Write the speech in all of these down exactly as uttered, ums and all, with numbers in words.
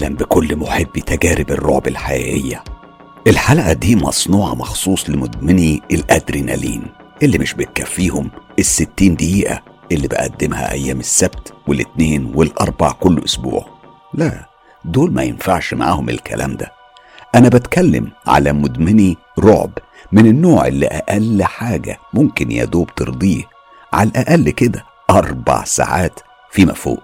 أهلا بكل محبي تجارب الرعب الحقيقية. الحلقة دي مصنوعة مخصوص لمدمني الأدرينالين اللي مش بتكفيهم الستين دقيقة اللي بقدمها أيام السبت والاثنين والأربع كل أسبوع. لا، دول ما ينفعش معاهم الكلام ده. أنا بتكلم على مدمني رعب من النوع اللي أقل حاجة ممكن يدوب ترضيه على الأقل كده أربع ساعات فيما فوق.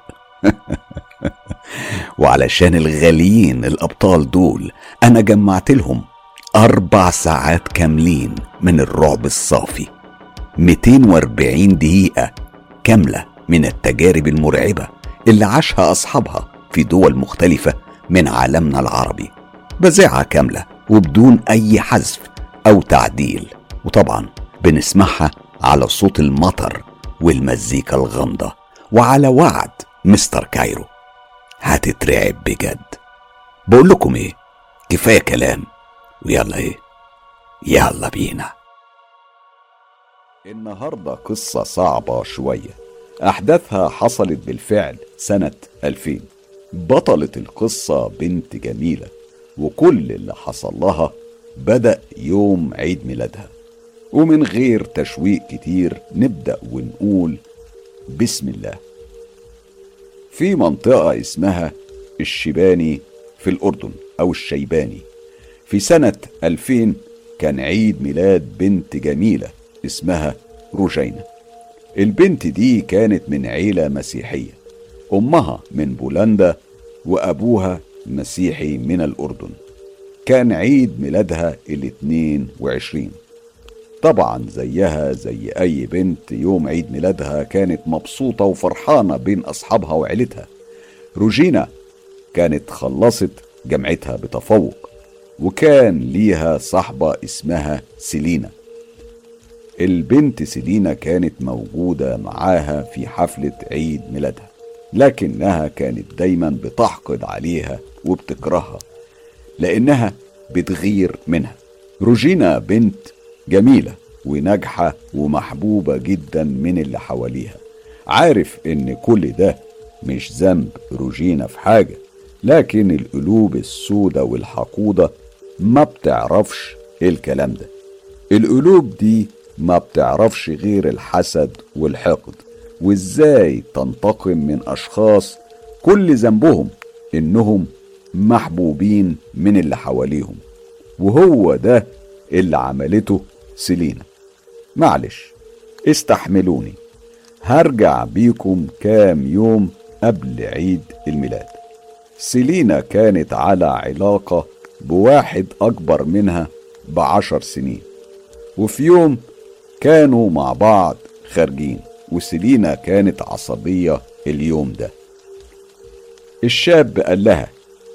وعلشان الغاليين الأبطال دول أنا جمعت لهم أربع ساعات كاملين من الرعب الصافي، مئتين وأربعين دقيقة كاملة من التجارب المرعبة اللي عاشها أصحابها في دول مختلفة من عالمنا العربي، بذاعة كاملة وبدون أي حذف أو تعديل. وطبعا بنسمعها على صوت المطر والمزيكا الغامضة وعلى وعد مستر كايرو. هتترعب بجد. بقول لكم ايه، كفاية كلام ويلا ايه، يلا بينا. النهاردة قصة صعبة شوية، أحداثها حصلت بالفعل سنة ألفين. بطلة القصة بنت جميلة، وكل اللي حصل لها بدأ يوم عيد ميلادها. ومن غير تشويق كتير نبدأ ونقول بسم الله. في منطقة اسمها الشيباني في الأردن أو الشيباني، في سنة ألفين كان عيد ميلاد بنت جميلة اسمها روجينا. البنت دي كانت من عيلة مسيحية، أمها من بولندا وأبوها مسيحي من الأردن. كان عيد ميلادها الاثنين وعشرين. طبعا زيها زي أي بنت يوم عيد ميلادها كانت مبسوطة وفرحانة بين أصحابها وعيلتها. روجينا كانت خلصت جامعتها بتفوق، وكان ليها صاحبة اسمها سيلينا. البنت سيلينا كانت موجودة معاها في حفلة عيد ميلادها، لكنها كانت دايما بتحقد عليها وبتكرهها لأنها بتغير منها. روجينا بنت جميلة وناجحة ومحبوبة جدا من اللي حواليها. عارف ان كل ده مش ذنب روجينا في حاجة، لكن القلوب السودة والحقودة ما بتعرفش الكلام ده. القلوب دي ما بتعرفش غير الحسد والحقد، وازاي تنتقم من اشخاص كل ذنبهم انهم محبوبين من اللي حواليهم. وهو ده اللي عملته سيلينا. معلش استحملوني، هرجع بيكم كام يوم قبل عيد الميلاد. سيلينا كانت على علاقة بواحد أكبر منها بعشر سنين، وفي يوم كانوا مع بعض خارجين، وسيلينا كانت عصبية اليوم ده. الشاب قال لها: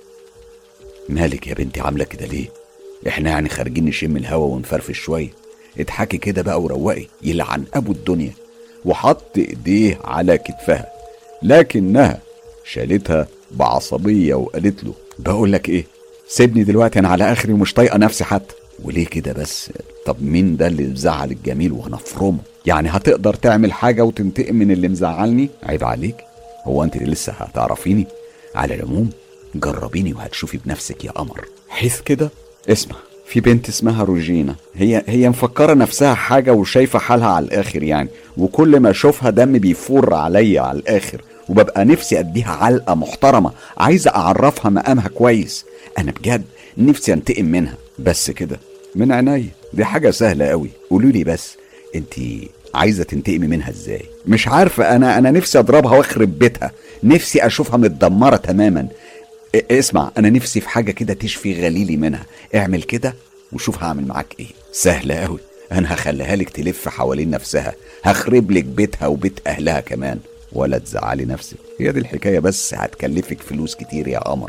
مالك يا بنتي عاملة كده ليه؟ احنا يعني خارجين نشم الهوا ونفرفش شوية، اضحكي كده بقى وروقي، يلعن ابو الدنيا. وحط ايديه على كتفها، لكنها شالتها بعصبية وقالت له: بقول لك ايه، سيبني دلوقتي، انا على اخري ومش طايقة نفسي حتى. وليه كده بس؟ طب مين ده اللي مزعل الجميل وهنفرمه؟ يعني هتقدر تعمل حاجة وتنتقم من اللي مزعلني؟ عيب عليك، هو انت لسه هتعرفيني؟ على العموم جربيني وهتشوفي بنفسك يا قمر. حيث كده اسمع، في بنت اسمها روجينا، هي هي مفكرة نفسها حاجة وشايفة حالها على الآخر يعني، وكل ما اشوفها دم بيفور عليا على الآخر، وببقى نفسي اديها علقة محترمة، عايزة اعرفها مقامها كويس. انا بجد نفسي انتقم منها. بس كده من عينيا، دي حاجة سهلة قوي. قولولي بس انتي عايزة تنتقمي منها ازاي؟ مش عارفة، انا انا نفسي اضربها واخرب بيتها، نفسي اشوفها متدمرة تماما. اسمع، انا نفسي في حاجة كده تشفي غليلي منها، اعمل كده وشوف هعمل معاك ايه. سهلة قوي، انا هخليها لك تلف حوالين نفسها، هخرب لك بيتها وبيت اهلها كمان، ولا تزعلي نفسك. هي دي الحكاية، بس هتكلفك فلوس كتير يا قمر.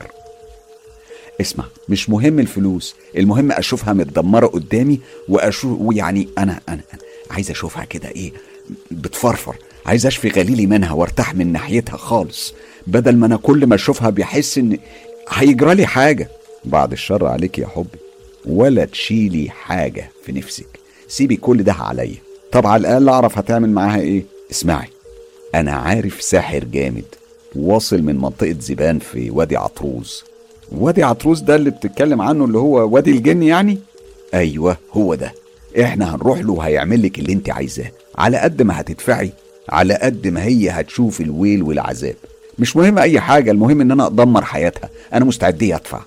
اسمع، مش مهم الفلوس، المهم اشوفها متدمرة قدامي، واشوف ويعني انا انا, أنا عايز اشوفها كده ايه، بتفرفر، عايز اشفي غليلي منها وارتاح من ناحيتها خالص، بدل ما انا كل ما اشوفها بيحس ان هيجرالي حاجة. بعد الشر عليك يا حبي، ولا تشيلي حاجة في نفسك، سيبي كل ده عليا. طب على الاقل اعرف هتعمل معاها ايه. اسمعي، انا عارف ساحر جامد واصل من منطقة زبان في وادي عطروز، وادي عطروس ده اللي بتتكلم عنه، اللي هو وادي الجن يعني؟ ايوه هو ده. احنا هنروح له وهيعمل لك اللي انت عايزاه، على قد ما هتدفعي على قد ما هي هتشوف الويل والعذاب. مش مهم اي حاجه، المهم ان انا ادمر حياتها. انا مستعد ادفع.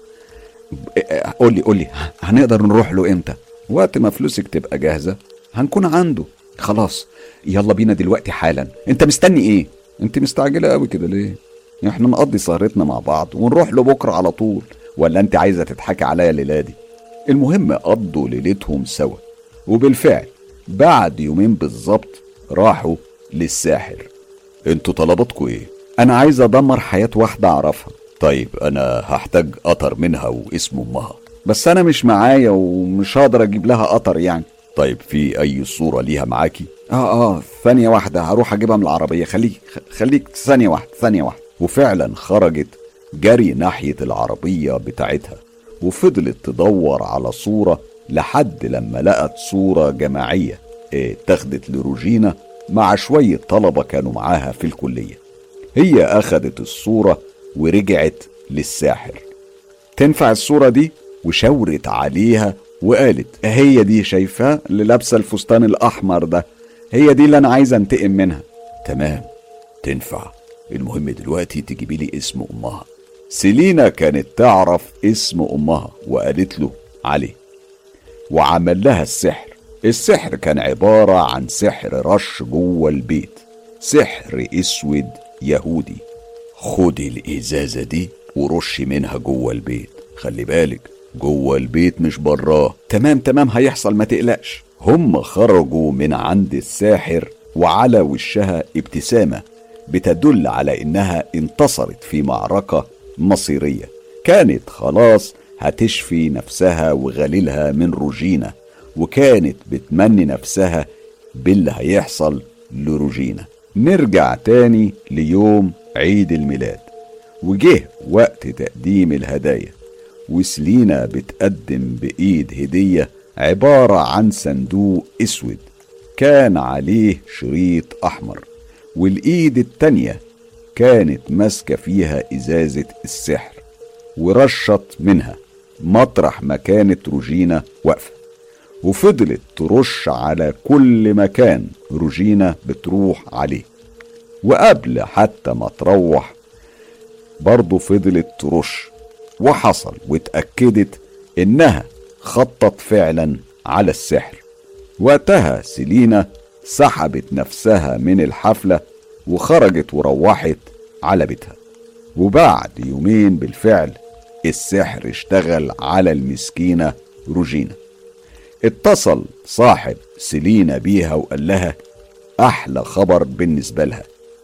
قولي قولي هنقدر نروح له امتى؟ وقت ما فلوسك تبقى جاهزه هنكون عنده. خلاص يلا بينا دلوقتي حالا. انت مستني ايه؟ انت مستعجله قوي كده ليه؟ احنا نقضي سهرتنا مع بعض ونروح له بكره على طول، ولا انت عايزه تضحكي عليا الليله دي؟ المهم قضوا ليلتهم سوا، وبالفعل بعد يومين بالظبط راحوا للساحر. انتوا طلباتكوا ايه؟ انا عايز ادمر حياة واحدة اعرفها. طيب انا هحتاج قطر منها واسم امها، بس انا مش معايا ومش هقدر اجيب لها قطر يعني. طيب في اي صورة ليها معاكي؟ اه اه ثانية واحدة هروح اجيبها من العربية. خليك خليك ثانية واحدة ثانية واحدة. وفعلا خرجت جري ناحية العربية بتاعتها، وفضلت تدور على صورة لحد لما لقت صورة جماعية اتخذت لروجينا مع شوية طلبة كانوا معاها في الكلية. هي أخدت الصورة ورجعت للساحر. تنفع الصورة دي؟ وشاورت عليها وقالت هي دي، شايفها اللي لابسة الفستان الأحمر ده؟ هي دي اللي أنا عايزة انتقم منها. تمام تنفع. المهم دلوقتي تجيبي لي اسم أمها. سيلينا كانت تعرف اسم أمها وقالت له عليه، وعمل لها السحر. السحر كان عبارة عن سحر رش جوه البيت، سحر اسود يهودي. خدي الازازة دي ورش منها جوه البيت، خلي بالك جوه البيت مش براه. تمام تمام هيحصل ما تقلقش. هم خرجوا من عند الساحر وعلى وشها ابتسامة بتدل على انها انتصرت في معركة مصيرية. كانت خلاص هتشفي نفسها وغليلها من روجينا، وكانت بتمني نفسها باللي هيحصل لروجينا. نرجع تاني ليوم عيد الميلاد، وجه وقت تقديم الهدايا، وسلينا بتقدم بإيد هدية عبارة عن صندوق اسود كان عليه شريط احمر، والايد التانية كانت ماسكة فيها ازازة السحر، ورشت منها مطرح ما كانت روجينا واقفة، وفضلت ترش على كل مكان روجينا بتروح عليه. وقبل حتى ما تروح برضو فضلت ترش، وحصل واتأكدت انها خطت فعلا على السحر. وقتها سيلينا سحبت نفسها من الحفلة وخرجت وروحت على بيتها. وبعد يومين بالفعل السحر اشتغل على المسكينة روجينا. اتصل صاحب سيلينا بيها وقال لها احلى خبر بالنسبة لها،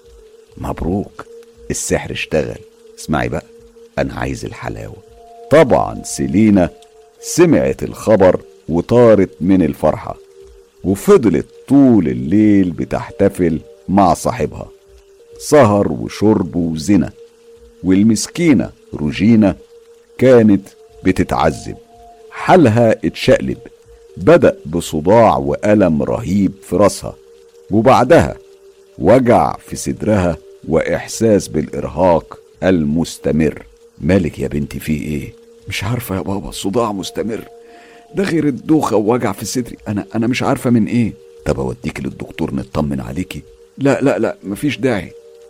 مبروك السحر اشتغل. اسمعي بقى انا عايز الحلاوة. طبعا سيلينا سمعت الخبر وطارت من الفرحة، وفضلت طول الليل بتحتفل مع صاحبها، سهر وشرب وزنا. والمسكينة روجينا كانت بتتعذب، حالها اتشقلب، بدأ بصداع وألم رهيب في راسها، وبعدها وجع في صدرها وإحساس بالإرهاق المستمر. مالك يا بنتي في ايه؟ مش عارفة يا بابا، صداع مستمر، ده غير الدوخة ووجع في صدري. انا انا مش عارفة من ايه. طب اوديك للدكتور نطمن عليكي؟ لا لا لا مفيش داعي.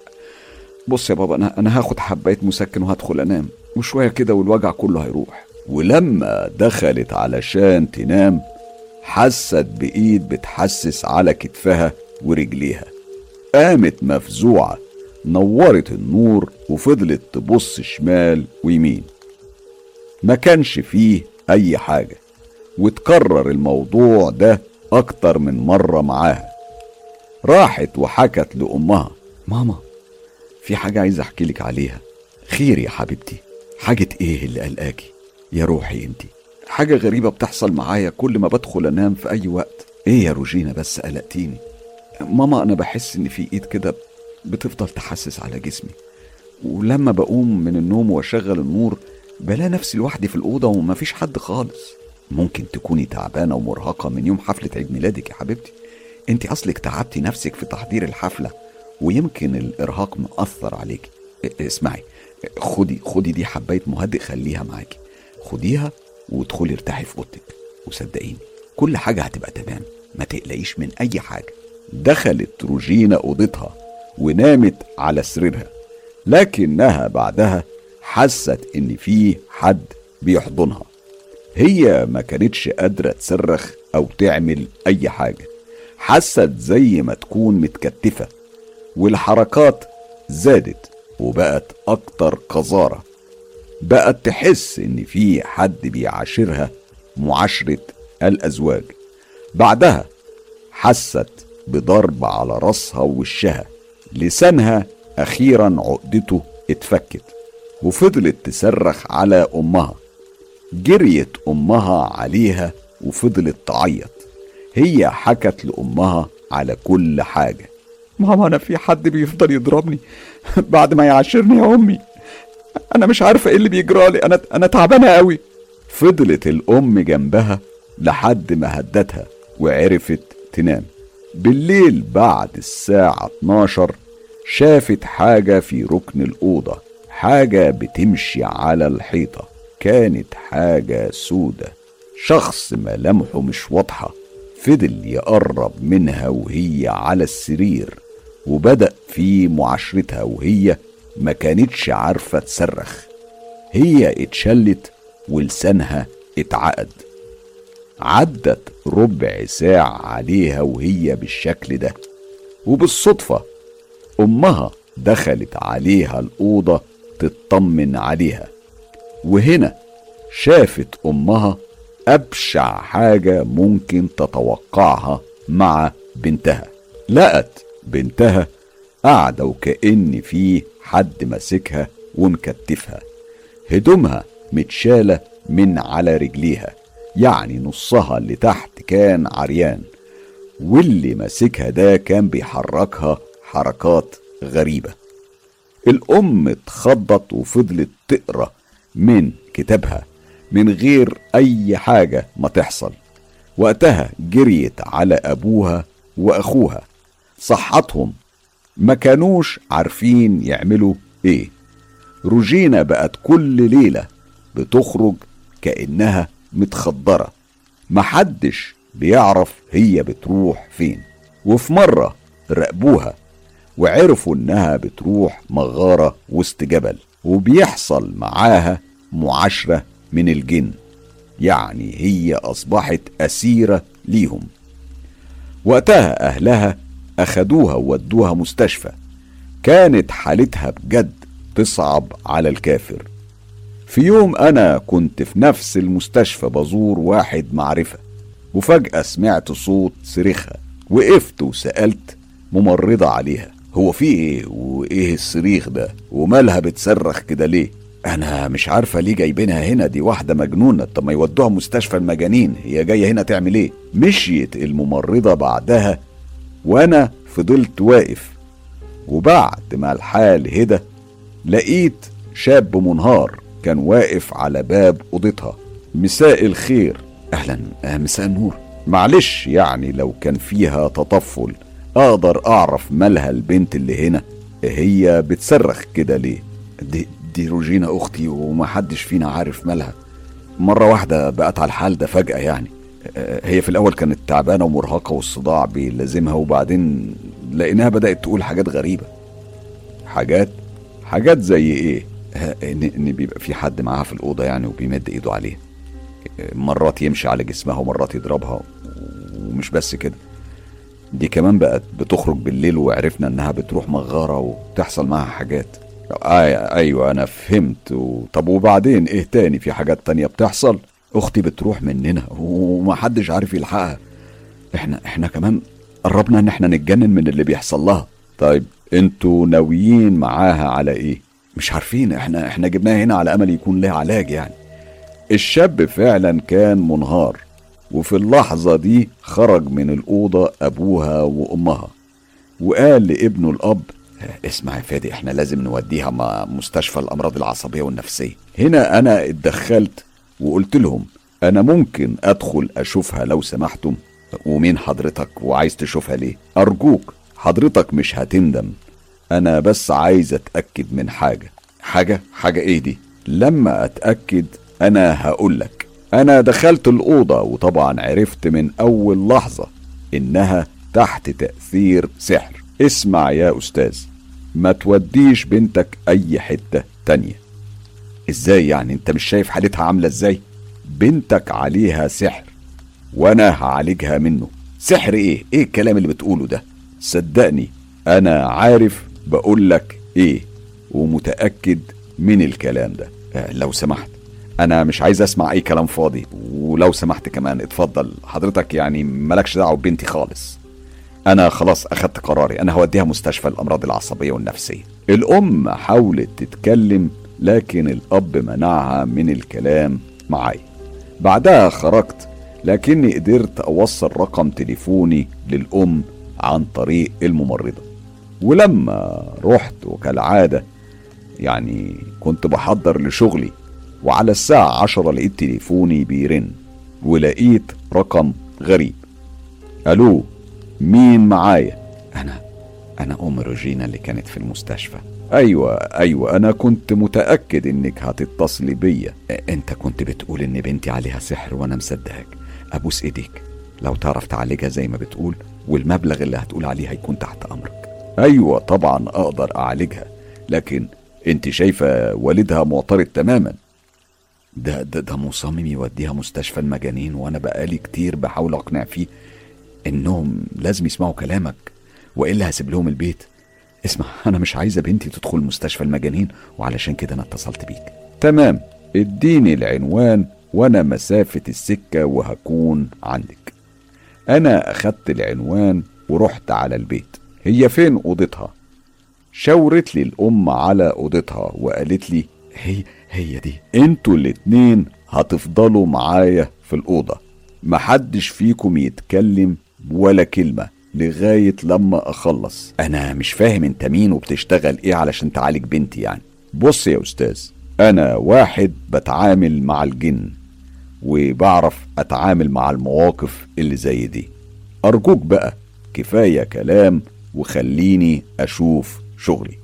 بص يا بابا انا انا هاخد حباية مسكن وهدخل انام، وشوية كده والوجع كله هيروح. ولما دخلت علشان تنام حست بايد بتحسس على كتفها ورجليها. قامت مفزوعة، نورت النور وفضلت تبص شمال ويمين، ما كانش فيه اي حاجة. وتكرر الموضوع ده اكتر من مرة معاها. راحت وحكت لأمها، ماما في حاجة عايز احكي لك عليها. خير يا حبيبتي؟ حاجة ايه اللي قلقاكي يا روحي انتي؟ حاجة غريبة بتحصل معايا كل ما بدخل انام في اي وقت. ايه يا روجينا بس قلقتيني؟ ماما انا بحس ان في ايد كده بتفضل تحسس على جسمي، ولما بقوم من النوم واشغل النور بلاقي نفسي لوحدي في الأوضة ومفيش حد خالص. ممكن تكوني تعبانة ومرهقة من يوم حفلة عيد ميلادك يا حبيبتي. انت اصلك تعبتي نفسك في تحضير الحفلة، ويمكن الارهاق مأثر عليك. اسمعي خدي خدي دي حباية مهدئ خليها معاكي، خديها وادخلي ارتاحي في اوضتك، وصدقيني كل حاجة هتبقى تمام، ما تقلقيش من اي حاجة. دخلت روجينا اوضتها ونامت على سريرها، لكنها بعدها حست ان فيه حد بيحضنها. هي ما كانتش قادرة تصرخ او تعمل اي حاجة، حست زي ما تكون متكتفة، والحركات زادت وبقت اكتر قذارة. بقت تحس ان في حد بيعاشرها معاشرة الازواج. بعدها حست بضرب على راسها ووشها، لسانها اخيرا عقدته اتفكت، وفضلت تصرخ على امها. جريت امها عليها وفضلت تعيط. هي حكت لامها على كل حاجة. ماما انا في حد بيفضل يضربني بعد ما يعاشرني يا امي، انا مش عارفة ايه اللي بيجرالي، انا انا تعبانة قوي. فضلت الام جنبها لحد ما هدتها وعرفت تنام. بالليل بعد الساعة اتناشر شافت حاجة في ركن الأوضة، حاجة بتمشي على الحيطة. كانت حاجة سودة، شخص ملامحه مش واضحة. فضل يقرب منها وهي على السرير، وبدأ في معاشرتها وهي ما كانتش عارفة تصرخ. هي اتشلت ولسانها اتعقد. عدت ربع ساعة عليها وهي بالشكل ده، وبالصدفة أمها دخلت عليها الأوضة تطمن عليها. وهنا شافت أمها أبشع حاجة ممكن تتوقعها مع بنتها. لقت بنتها قاعدة وكأن في حد ماسكها ومكتفها، هدومها متشالة من على رجليها، يعني نصها اللي تحت كان عريان، واللي ماسكها ده كان بيحركها حركات غريبة. الأم اتخضت وفضلت تقرأ من كتابها من غير أي حاجة ما تحصل. وقتها جريت على أبوها وأخوها، صحتهم ما كانوش عارفين يعملوا إيه. روجينا بقت كل ليلة بتخرج كأنها متخدرة، محدش بيعرف هي بتروح فين. وفي مرة راقبوها وعرفوا انها بتروح مغارة وسط جبل، وبيحصل معاها معاشرة من الجن، يعني هي اصبحت اسيرة ليهم. وقتها اهلها اخدوها وودوها مستشفى. كانت حالتها بجد تصعب على الكافر. في يوم انا كنت في نفس المستشفى بزور واحد معرفة، وفجأة سمعت صوت صريخها. وقفت وسألت ممرضة عليها، هو في ايه وايه الصريخ ده ومالها بتصرخ كده ليه؟ انا مش عارفة ليه جايبينها هنا، دي واحدة مجنونة، طب ما يودوها مستشفى المجانين، هي جاية هنا تعمل ايه؟ مشيت الممرضة بعدها وانا فضلت واقف. وبعد ما الحال هدى لقيت شاب منهار كان واقف على باب اوضتها. مساء الخير. اهلا. مساء النور. معلش يعني لو كان فيها تطفل اقدر اعرف مالها البنت اللي هنا، هي بتصرخ كده ليه؟ دي, دي روجينا اختي ومحدش فينا عارف مالها، مرة واحدة بقت على الحال ده فجأة يعني. هي في الاول كانت تعبانة ومرهقة والصداع بيلازمها، وبعدين لقيناها بدأت تقول حاجات غريبة. حاجات حاجات زي ايه؟ ان, إن بيبقى في حد معاها في الأوضة يعني وبيمد ايده عليه، مرات يمشي على جسمها ومرات يضربها. ومش بس كده، دي كمان بقت بتخرج بالليل، وعرفنا انها بتروح مغارة وتحصل معها حاجات. آه ايوه انا فهمت. طب وبعدين ايه تاني؟ في حاجات تانية بتحصل؟ اختي بتروح مننا ومحدش عارف يلحقها. احنا احنا كمان قربنا ان احنا نتجنن من اللي بيحصل لها. طيب انتوا ناويين معاها على ايه؟ مش عارفين، احنا احنا جبناها هنا على امل يكون لها علاج يعني. الشاب فعلا كان منهار، وفي اللحظة دي خرج من الأوضة أبوها وأمها وقال لابنه الأب، اسمع يا فادي، احنا لازم نوديها مع مستشفى الأمراض العصبية والنفسية. هنا أنا اتدخلت وقلت لهم أنا ممكن أدخل أشوفها لو سمحتم؟ ومين حضرتك وعايز تشوفها ليه؟ أرجوك حضرتك مش هتندم، أنا بس عايز أتأكد من حاجة. حاجة حاجة ايه دي؟ لما اتأكد انا هقولك. انا دخلت الأوضة وطبعا عرفت من اول لحظة انها تحت تأثير سحر. اسمع يا استاذ، ما توديش بنتك اي حتة تانية. ازاي يعني؟ انت مش شايف حالتها عاملة ازاي؟ بنتك عليها سحر وانا هعالجها منه. سحر ايه؟ ايه الكلام اللي بتقوله ده؟ صدقني انا عارف بقولك ايه ومتأكد من الكلام ده. آه لو سمحت، انا مش عايز اسمع اي كلام فاضي، ولو سمحت كمان اتفضل حضرتك، يعني مالكش دعوة ببنتي خالص. انا خلاص اخدت قراري، انا هوديها مستشفى الامراض العصبية والنفسية. الام حاولت تتكلم لكن الاب منعها من الكلام معايا. بعدها خرجت لكني قدرت اوصل رقم تليفوني للام عن طريق الممرضة. ولما رحت وكالعادة يعني كنت بحضر لشغلي، وعلى الساعة عشرة لقيت تليفوني بيرن ولقيت رقم غريب. الو، مين معايا؟ انا انا ام روجينا اللي كانت في المستشفى. ايوه ايوه انا كنت متأكد انك هتتصلي بيا. انت كنت بتقول ان بنتي عليها سحر وانا مصدقك. ابوس ايديك، لو تعرف تعالجها زي ما بتقول والمبلغ اللي هتقول عليه هيكون تحت امرك. ايوه طبعا اقدر اعالجها، لكن انت شايفة والدها معترض تماما. ده ده ده مصمم يوديها مستشفى المجانين، وانا بقالي كتير بحاول اقنع فيه انهم لازم يسمعوا كلامك والا هسيب لهم البيت. اسمع، انا مش عايزة بنتي تدخل مستشفى المجانين، وعلشان كده انا اتصلت بيك. تمام، اديني العنوان وانا مسافة السكة وهكون عندك. انا اخدت العنوان ورحت على البيت. هي فين اوضتها؟ شاورت لي الام على اوضتها وقالت لي هي هي دي. انتوا الاتنين هتفضلوا معايا في الاوضة، محدش فيكم يتكلم ولا كلمة لغاية لما اخلص. انا مش فاهم انت مين وبتشتغل ايه علشان تعالج بنتي يعني. بص يا استاذ، انا واحد بتعامل مع الجن وبعرف اتعامل مع المواقف اللي زي دي. ارجوك بقى كفاية كلام وخليني اشوف شغلي.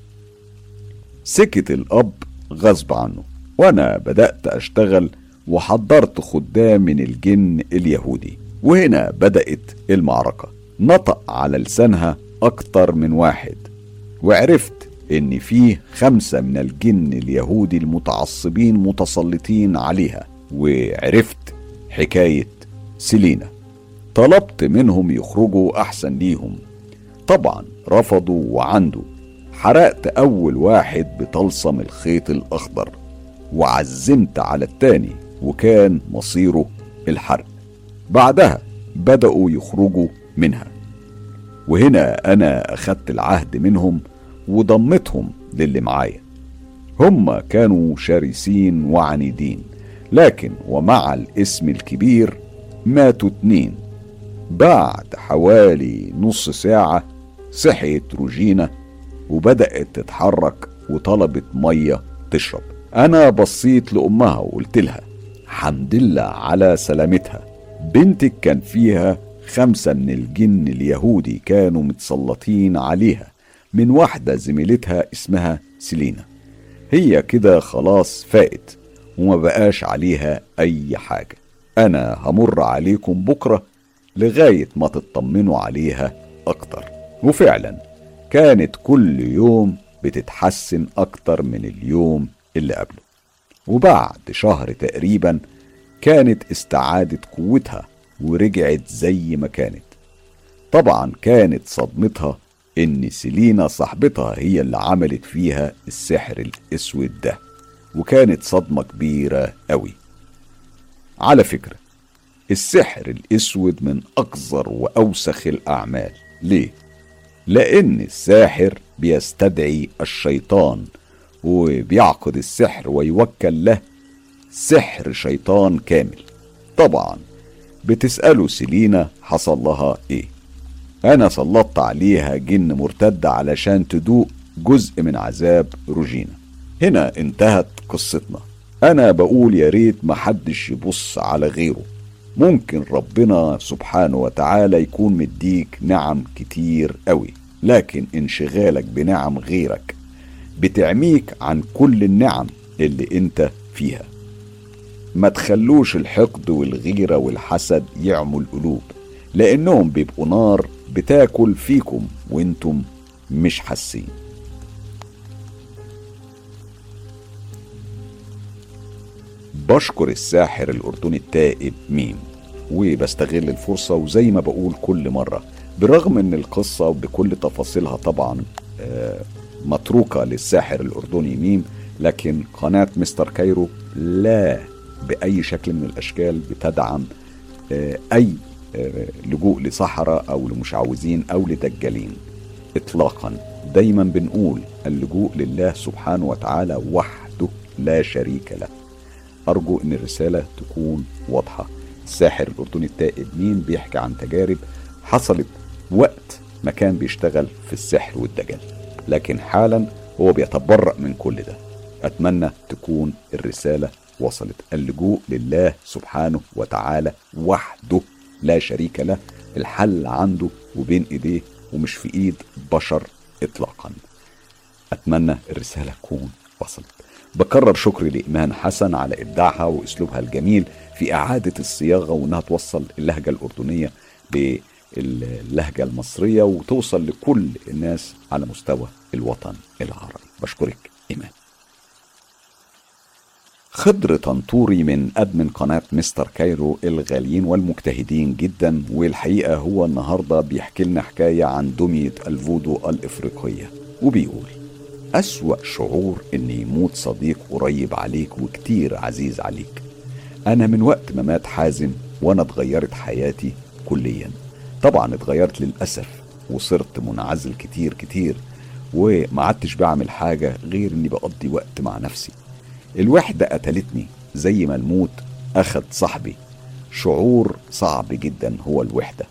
سكت الاب غصب عنه، وانا بدأت اشتغل وحضرت خدام من الجن اليهودي. وهنا بدأت المعركة. نطق على لسانها اكتر من واحد، وعرفت ان فيه خمسة من الجن اليهودي المتعصبين متسلطين عليها. وعرفت حكاية سيلينا. طلبت منهم يخرجوا احسن ليهم، طبعا رفضوا. وعنده حرقت اول واحد بطلسم الخيط الاخضر وعزمت على التاني، وكان مصيره الحرق. بعدها بدأوا يخرجوا منها، وهنا انا اخدت العهد منهم وضمتهم للي معايا. هم كانوا شرسين وعنيدين، لكن ومع الاسم الكبير ماتوا اتنين. بعد حوالي نص ساعة صحيت روجينا وبدأت تتحرك وطلبت مية تشرب. انا بصيت لأمها وقلت لها حمد لله على سلامتها، بنتك كان فيها خمسة من الجن اليهودي كانوا متسلطين عليها من واحدة زميلتها اسمها سيلينا. هي كده خلاص فائت وما بقاش عليها اي حاجة. انا همر عليكم بكرة لغاية ما تطمنوا عليها اكتر. وفعلا كانت كل يوم بتتحسن اكتر من اليوم اللي قبله، وبعد شهر تقريبا كانت استعادت قوتها ورجعت زي ما كانت. طبعا كانت صدمتها ان سيلينا صاحبتها هي اللي عملت فيها السحر الاسود ده، وكانت صدمة كبيرة قوي. على فكرة السحر الاسود من اقذر واوسخ الاعمال. ليه؟ لان الساحر بيستدعي الشيطان وبيعقد السحر ويوكل له سحر شيطان كامل. طبعا بتسأله سيلينا حصل لها ايه؟ انا سلطت عليها جن مرتد علشان تدوق جزء من عذاب روجينا. هنا انتهت قصتنا. انا بقول يا ريت محدش يبص على غيره. ممكن ربنا سبحانه وتعالى يكون مديك نعم كتير قوي، لكن انشغالك بنعم غيرك بتعميك عن كل النعم اللي انت فيها. ما تخلوش الحقد والغيرة والحسد يعموا القلوب، لانهم بيبقوا نار بتاكل فيكم وانتم مش حاسين. بشكر الساحر الأردني التائب ميم، وبستغل الفرصة وزي ما بقول كل مرة، برغم ان القصة بكل تفاصيلها طبعا متروكة للساحر الأردني ميم، لكن قناة مستر كايرو لا بأي شكل من الأشكال بتدعم أي لجوء لسحرة أو لمشعوذين أو لدجالين إطلاقا. دايما بنقول اللجوء لله سبحانه وتعالى وحده لا شريك له. أرجو أن الرسالة تكون واضحة. الساحر الأردني التائب ميم بيحكي عن تجارب حصلت وقت ما كان بيشتغل في السحر والدجال، لكن حالا هو بيتبرأ من كل ده. أتمنى تكون الرسالة وصلت. اللجوء لله سبحانه وتعالى وحده لا شريك له. الحل عنده وبين إيديه ومش في إيد بشر إطلاقا. أتمنى الرسالة تكون وصلت. بكرر شكري لإيمان حسن على إبداعها وأسلوبها الجميل في إعادة الصياغة، وإنها توصل اللهجة الأردنية باللهجة المصرية وتوصل لكل الناس على مستوى الوطن العربي. بشكرك إيمان. خضر طنطوري من أدمن قناة مستر كايرو الغاليين والمجتهدين جدا، والحقيقة هو النهاردة بيحكي لنا حكاية عن دمية الفودو الإفريقية، وبيقول: أسوأ شعور إن يموت صديق قريب عليك وكتير عزيز عليك. أنا من وقت ما مات حازم وأنا اتغيرت حياتي كليا. طبعا اتغيرت للأسف وصرت منعزل كتير كتير، وما عدتش بعمل حاجة غير إني بقضي وقت مع نفسي. الوحدة قتلتني زي ما الموت أخد صاحبي. شعور صعب جدا هو الوحدة.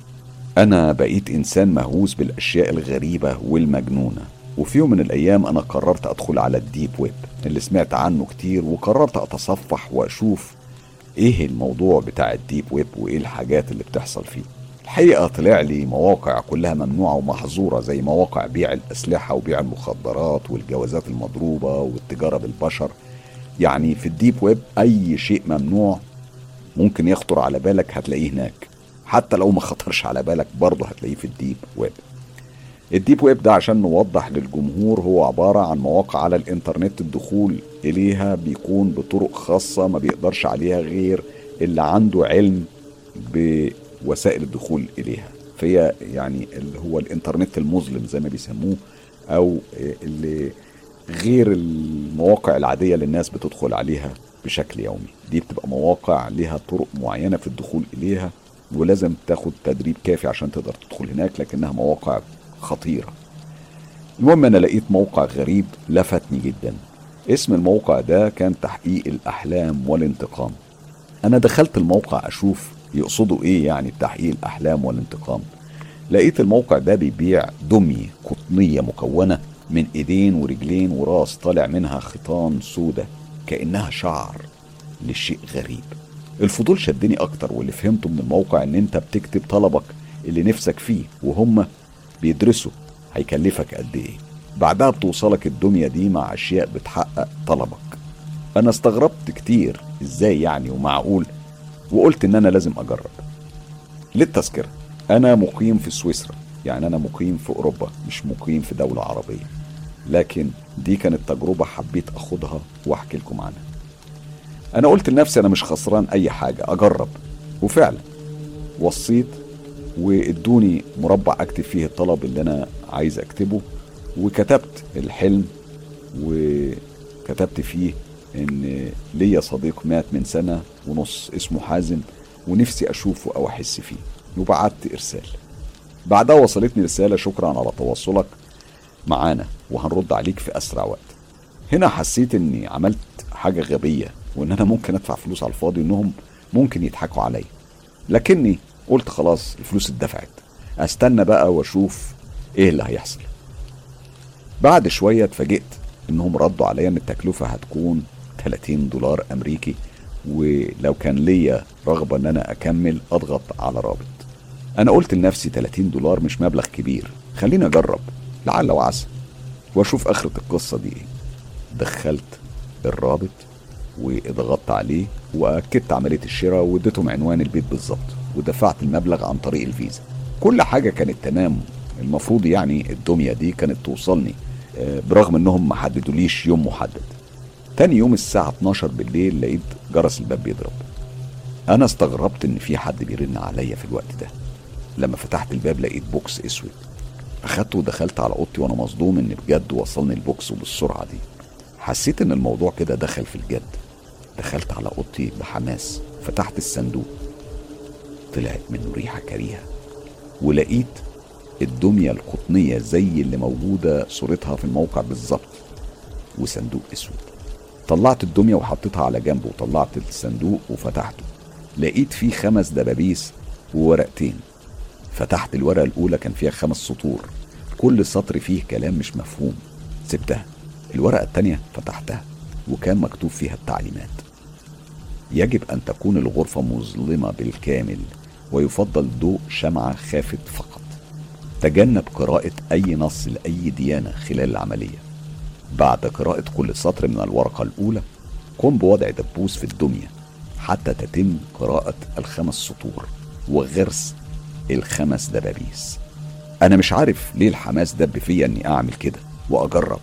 أنا بقيت إنسان مهووس بالأشياء الغريبة والمجنونة، وفي يوم من الأيام أنا قررت أدخل على الديب ويب اللي سمعت عنه كتير، وقررت أتصفح وأشوف إيه الموضوع بتاع الديب ويب وإيه الحاجات اللي بتحصل فيه. الحقيقة طلع لي مواقع كلها ممنوعة ومحظورة، زي مواقع بيع الأسلحة وبيع المخدرات والجوازات المضروبة والتجارة بالبشر. يعني في الديب ويب أي شيء ممنوع ممكن يخطر على بالك هتلاقيه هناك، حتى لو ما خطرش على بالك برضه هتلاقيه في الديب ويب. الديب ويب ده عشان نوضح للجمهور هو عبارة عن مواقع على الانترنت الدخول إليها بيكون بطرق خاصة ما بيقدرش عليها غير اللي عنده علم بوسائل الدخول إليها. فهي يعني اللي هو الانترنت المظلم زي ما بيسموه، أو اللي غير المواقع العادية اللي الناس بتدخل عليها بشكل يومي. دي بتبقى مواقع لها طرق معينة في الدخول إليها، ولازم تاخد تدريب كافي عشان تقدر تدخل هناك، لكنها مواقع خطيرة. المهم أنا لقيت موقع غريب لفتني جدا. اسم الموقع ده كان تحقيق الأحلام والانتقام. أنا دخلت الموقع أشوف يقصدوا إيه يعني بتحقيق الأحلام والانتقام. لقيت الموقع ده بيبيع دمية قطنية مكونة من إيدين ورجلين وراس طالع منها خيطان سودة كأنها شعر لشيء غريب. الفضول شدني أكتر، واللي فهمته من الموقع إن أنت بتكتب طلبك اللي نفسك فيه وهم بيدرسوا هيكلفك قد ايه، بعدها بتوصلك الدمية دي مع اشياء بتحقق طلبك. انا استغربت كتير ازاي يعني ومعقول، وقلت ان انا لازم اجرب. للتذكرة انا مقيم في سويسرا، يعني انا مقيم في اوروبا مش مقيم في دولة عربية، لكن دي كانت تجربة حبيت اخدها واحكي لكم عنها. انا قلت لنفسي انا مش خسران اي حاجة، اجرب. وفعلا وصيت وادوني مربع اكتب فيه الطلب اللي انا عايز اكتبه، وكتبت الحلم وكتبت فيه ان ليا صديق مات من سنة ونص اسمه حازم ونفسي اشوفه او احس فيه، وبعت ارسال. بعدها وصلتني رسالة: شكرا على تواصلك معانا وهنرد عليك في اسرع وقت. هنا حسيت اني عملت حاجة غبية، وان انا ممكن ادفع فلوس على الفاضي وانهم ممكن يضحكوا عليا، لكني قلت خلاص الفلوس اتدفعت، استنى بقى واشوف ايه اللي هيحصل. بعد شوية اتفاجئت انهم ردوا عليا ان التكلفة هتكون ثلاثين دولار امريكي، ولو كان ليا رغبة ان انا اكمل اضغط على رابط. انا قلت لنفسي ثلاثين دولار مش مبلغ كبير، خليني اجرب لعل وعسى. واشوف اخرة القصة دي ايه. دخلت الرابط واضغطت عليه واكدت عملية الشراء واديتهم عنوان البيت بالظبط، ودفعت المبلغ عن طريق الفيزا. كل حاجة كانت تمام. المفروض يعني الدمية دي كانت توصلني، برغم انهم ما حددوليش يوم محدد. تاني يوم الساعة اتناشر بالليل لقيت جرس الباب بيضرب. انا استغربت ان في حد بيرن عليا في الوقت ده. لما فتحت الباب لقيت بوكس اسود. اخدته ودخلت على اوضتي وانا مصدوم ان بجد وصلني البوكس وبالسرعة دي. حسيت ان الموضوع كده دخل في الجد. دخلت على اوضتي بحماس، فتحت الصندوق، طلعت منه ريحة كريهة، ولقيت الدمية القطنية زي اللي موجودة صورتها في الموقع بالظبط، وصندوق اسود. طلعت الدمية وحطيتها على جنب، وطلعت الصندوق وفتحته، لقيت فيه خمس دبابيس وورقتين. فتحت الورقة الأولى كان فيها خمس سطور، كل سطر فيه كلام مش مفهوم. سبتها. الورقة التانية فتحتها وكان مكتوب فيها التعليمات: يجب أن تكون الغرفة مظلمة بالكامل، ويفضل ضوء شمعة خافت فقط. تجنب قراءة أي نص لأي ديانة خلال العملية. بعد قراءة كل سطر من الورقة الأولى قم بوضع دبوس في الدمية حتى تتم قراءة الخمس سطور وغرس الخمس دبابيس. أنا مش عارف ليه الحماس دب فيا أني أعمل كده وأجرب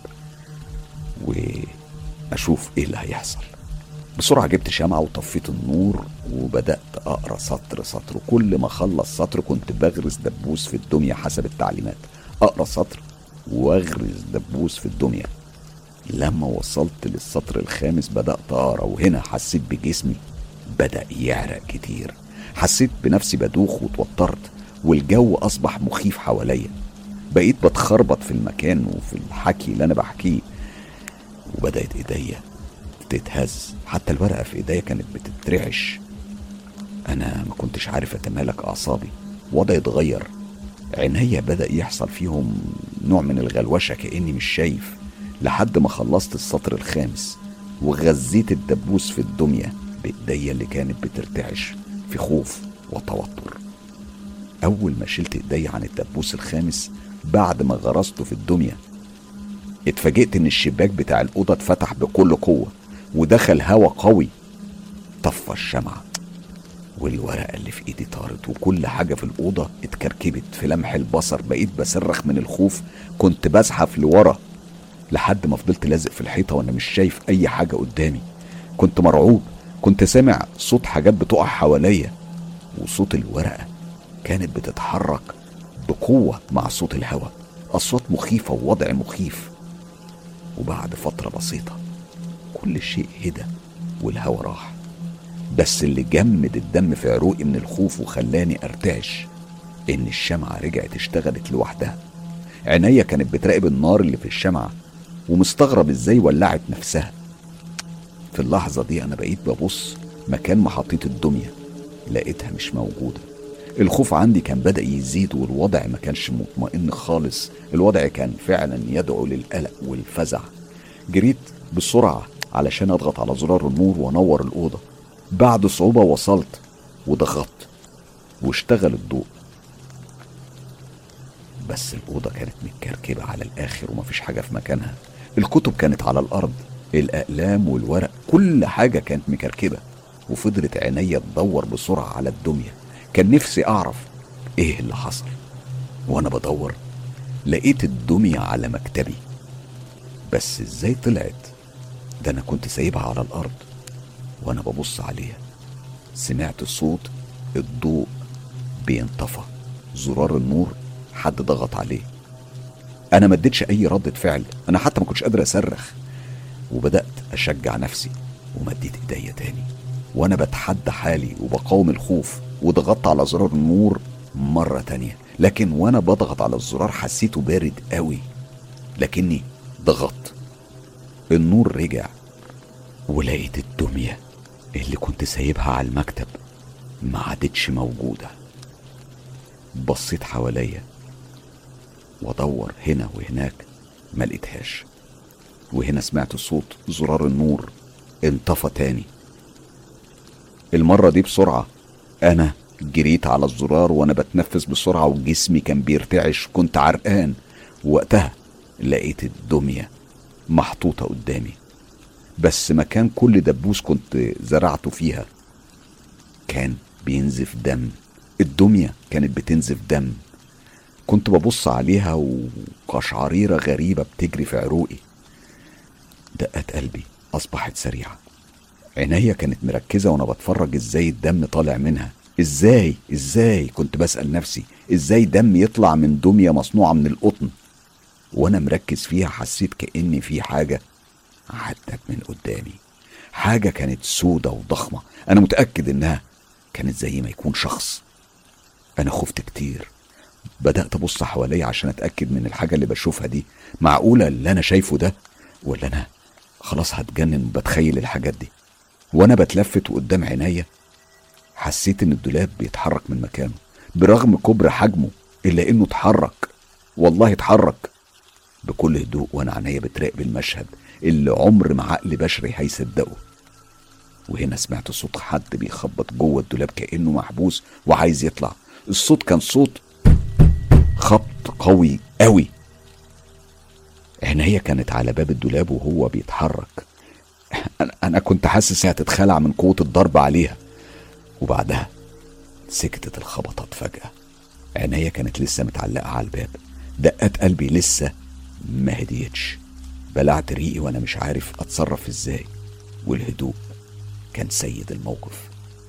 وأشوف إيه اللي هيحصل. بسرعة جبت شمعة وطفيت النور وبدأت أقرأ سطر سطر. كل ما خلص سطر كنت بغرز دبوس في الدمية حسب التعليمات. أقرأ سطر واغرز دبوس في الدمية. لما وصلت للسطر الخامس بدأت أقرأ، وهنا حسيت بجسمي بدأ يعرق كتير. حسيت بنفسي بدوخ وتوترت، والجو أصبح مخيف حواليا. بقيت بتخربط في المكان وفي الحكي اللي أنا بحكيه، وبدأت إيديا تتهز. حتى الورقة في إيديا كانت بتترعش. أنا ما كنتش عارف أتمالك أعصابي. وضعي اتغير. عينيا بدأ يحصل فيهم نوع من الغلوشة كأني مش شايف، لحد ما خلصت السطر الخامس وغزيت الدبوس في الدمية بإيديا اللي كانت بترتعش في خوف وتوتر. أول ما شلت إيديا عن الدبوس الخامس بعد ما غرسته في الدمية اتفاجئت إن الشباك بتاع الأوضة اتفتح بكل قوة ودخل هوا قوي طفى الشمعة، والورقة اللي في ايدي طارت، وكل حاجة في الأوضة اتكركبت في لمح البصر. بقيت بصرخ من الخوف، كنت بزحف لورا لحد ما فضلت لازق في الحيطة وانا مش شايف اي حاجة قدامي. كنت مرعوب. كنت سامع صوت حاجات بتقع حواليا، وصوت الورقة كانت بتتحرك بقوة مع صوت الهواء. أصوات مخيفة ووضع مخيف. وبعد فترة بسيطة كل شيء هدى والهواء راح، بس اللي جمد الدم في عروقي من الخوف وخلاني ارتعش ان الشمعة رجعت اشتغلت لوحدها. عينيا كانت بتراقب النار اللي في الشمعة ومستغرب ازاي ولعت نفسها. في اللحظة دي انا بقيت ببص مكان ما حطيت الدمية، لقيتها مش موجودة. الخوف عندي كان بدأ يزيد والوضع ما كانش مطمئن خالص. الوضع كان فعلا يدعو للقلق والفزع. جريت بسرعة علشان اضغط على زرار النور وانور الأوضة. بعد صعوبة وصلت وضغطت واشتغل الضوء، بس الأوضة كانت متكركبة على الآخر ومفيش حاجة في مكانها. الكتب كانت على الأرض، الأقلام والورق، كل حاجة كانت مكركبة. وفضلت عينيا تدور بسرعة على الدمية. كان نفسي أعرف إيه اللي حصل. وأنا بدور لقيت الدمية على مكتبي، بس إزاي طلعت؟ ده أنا كنت سايبها على الأرض. وأنا ببص عليها سمعت صوت الضوء بينطفى. زرار النور حد ضغط عليه. أنا ما اديتش أي ردة فعل، أنا حتى ما كنتش قادر أصرخ. وبدأت أشجع نفسي ومديت إيديا تاني وأنا بتحدى حالي وبقاوم الخوف، وضغطت على زرار النور مرة تانية. لكن وأنا بضغط على الزرار حسيته بارد قوي، لكني ضغطت. النور رجع ولقيت الدمية اللي كنت سايبها على المكتب ما عادتش موجودة. بصيت حواليا وادور هنا وهناك ما لقيتهاش. وهنا سمعت صوت زرار النور انطفى تاني. المرة دي بسرعة انا جريت على الزرار وانا بتنفس بسرعة وجسمي كان بيرتعش. كنت عرقان. ووقتها لقيت الدمية محطوطة قدامي، بس مكان كل دبوس كنت زرعته فيها كان بينزف دم. الدمية كانت بتنزف دم. كنت ببص عليها وقشعريرة غريبة بتجري في عروقي. دقات قلبي أصبحت سريعة. عينيا كانت مركزة وانا بتفرج ازاي الدم طالع منها. ازاي ازاي كنت بسأل نفسي ازاي دم يطلع من دمية مصنوعة من القطن؟ وانا مركز فيها حسيت كأن في حاجة عدت من قدامي، حاجة كانت سودة وضخمة. انا متأكد انها كانت زي ما يكون شخص. انا خفت كتير، بدأت ابص حوالي عشان اتأكد من الحاجة اللي بشوفها دي. معقولة اللي انا شايفه ده، ولا انا خلاص هتجنن بتخيل الحاجات دي؟ وانا بتلفت وقدام عينيا حسيت ان الدولاب بيتحرك من مكانه برغم كبر حجمه، الا انه اتحرك. والله اتحرك بكل هدوء وانا عينيا بتراقب المشهد اللي عمر ما عقل بشري هيصدقه. وهنا سمعت صوت حد بيخبط جوه الدولاب كأنه محبوس وعايز يطلع. الصوت كان صوت خبط قوي قوي. عينيا كانت على باب الدولاب وهو بيتحرك. انا كنت حاسس انها تتخلع من قوة الضرب عليها. وبعدها سكتت الخبطات فجأة. عينيا كانت لسه متعلقة على الباب. دقات قلبي لسه ما هديتش. بلعت ريقي وانا مش عارف اتصرف ازاي. والهدوء كان سيد الموقف.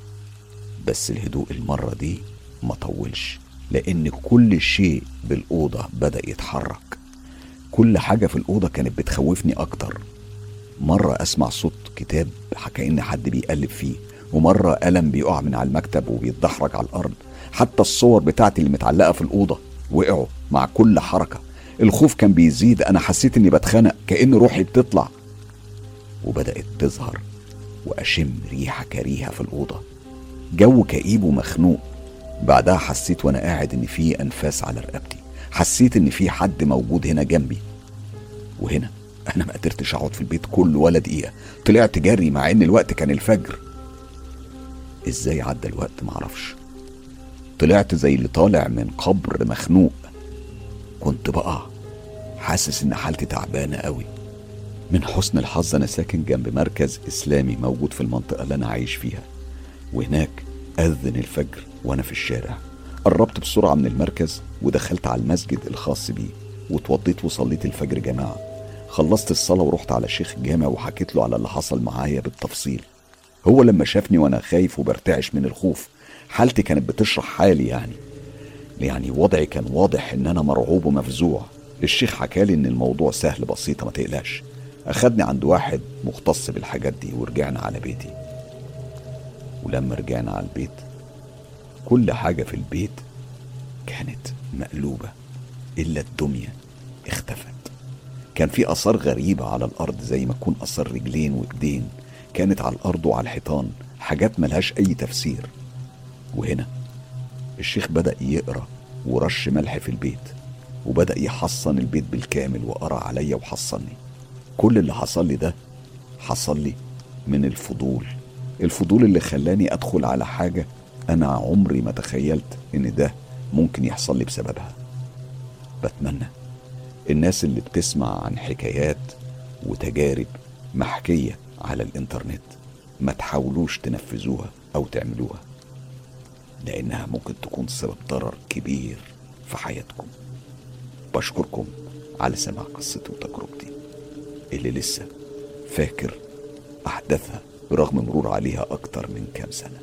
بس الهدوء المرة دي ما طولش، لان كل شيء بالأوضة بدأ يتحرك. كل حاجة في الأوضة كانت بتخوفني اكتر. مرة اسمع صوت كتاب كأن حد بيقلب فيه، ومرة قلم بيقع من على المكتب وبيتدحرج على الارض. حتى الصور بتاعتي اللي متعلقة في الأوضة وقعوا مع كل حركة. الخوف كان بيزيد. انا حسيت اني بتخنق كأن روحي بتطلع. وبدأت تظهر واشم ريحة كريهة في الأوضة، جو كئيب ومخنوق. بعدها حسيت وانا قاعد ان في انفاس على رقبتي. حسيت ان في حد موجود هنا جنبي. وهنا انا ما قدرتش اقعد في البيت كله ولا دقيقة. طلعت جري مع ان الوقت كان الفجر. ازاي عدى الوقت معرفش. طلعت زي اللي طالع من قبر مخنوق. كنت بقى حاسس ان حالتي تعبانة قوي. من حسن الحظ انا ساكن جنب مركز اسلامي موجود في المنطقة اللي انا عايش فيها، وهناك اذن الفجر وانا في الشارع. قربت بسرعة من المركز ودخلت على المسجد الخاص بيه واتوضيت وصليت الفجر جماعة. خلصت الصلاة ورحت على شيخ الجامع وحكيت له على اللي حصل معايا بالتفصيل. هو لما شافني وانا خايف وبرتعش من الخوف، حالتي كانت بتشرح حالي يعني يعني وضعي كان واضح ان انا مرعوب ومفزوع. الشيخ حكالي ان الموضوع سهل بسيطة ما تقلقش. اخدني عند واحد مختص بالحاجات دي ورجعنا على بيتي. ولما رجعنا على البيت كل حاجة في البيت كانت مقلوبة الا الدمية اختفت. كان في اثار غريبة على الارض زي ما تكون اثار رجلين وايدين كانت على الارض وعلى الحيطان، حاجات ملهاش اي تفسير. وهنا الشيخ بدأ يقرأ ورش ملح في البيت وبدأ يحصن البيت بالكامل وقرأ عليا وحصني. كل اللي حصل لي ده حصل لي من الفضول. الفضول اللي خلاني أدخل على حاجة أنا عمري ما تخيلت إن ده ممكن يحصل لي بسببها. بتمنى الناس اللي بتسمع عن حكايات وتجارب محكية على الإنترنت ما تحاولوش تنفذوها أو تعملوها، لأنها ممكن تكون سبب ضرر كبير في حياتكم. بشكركم على سماع قصتي وتجربتي اللي لسه فاكر أحداثها برغم مرور عليها أكتر من كام سنة.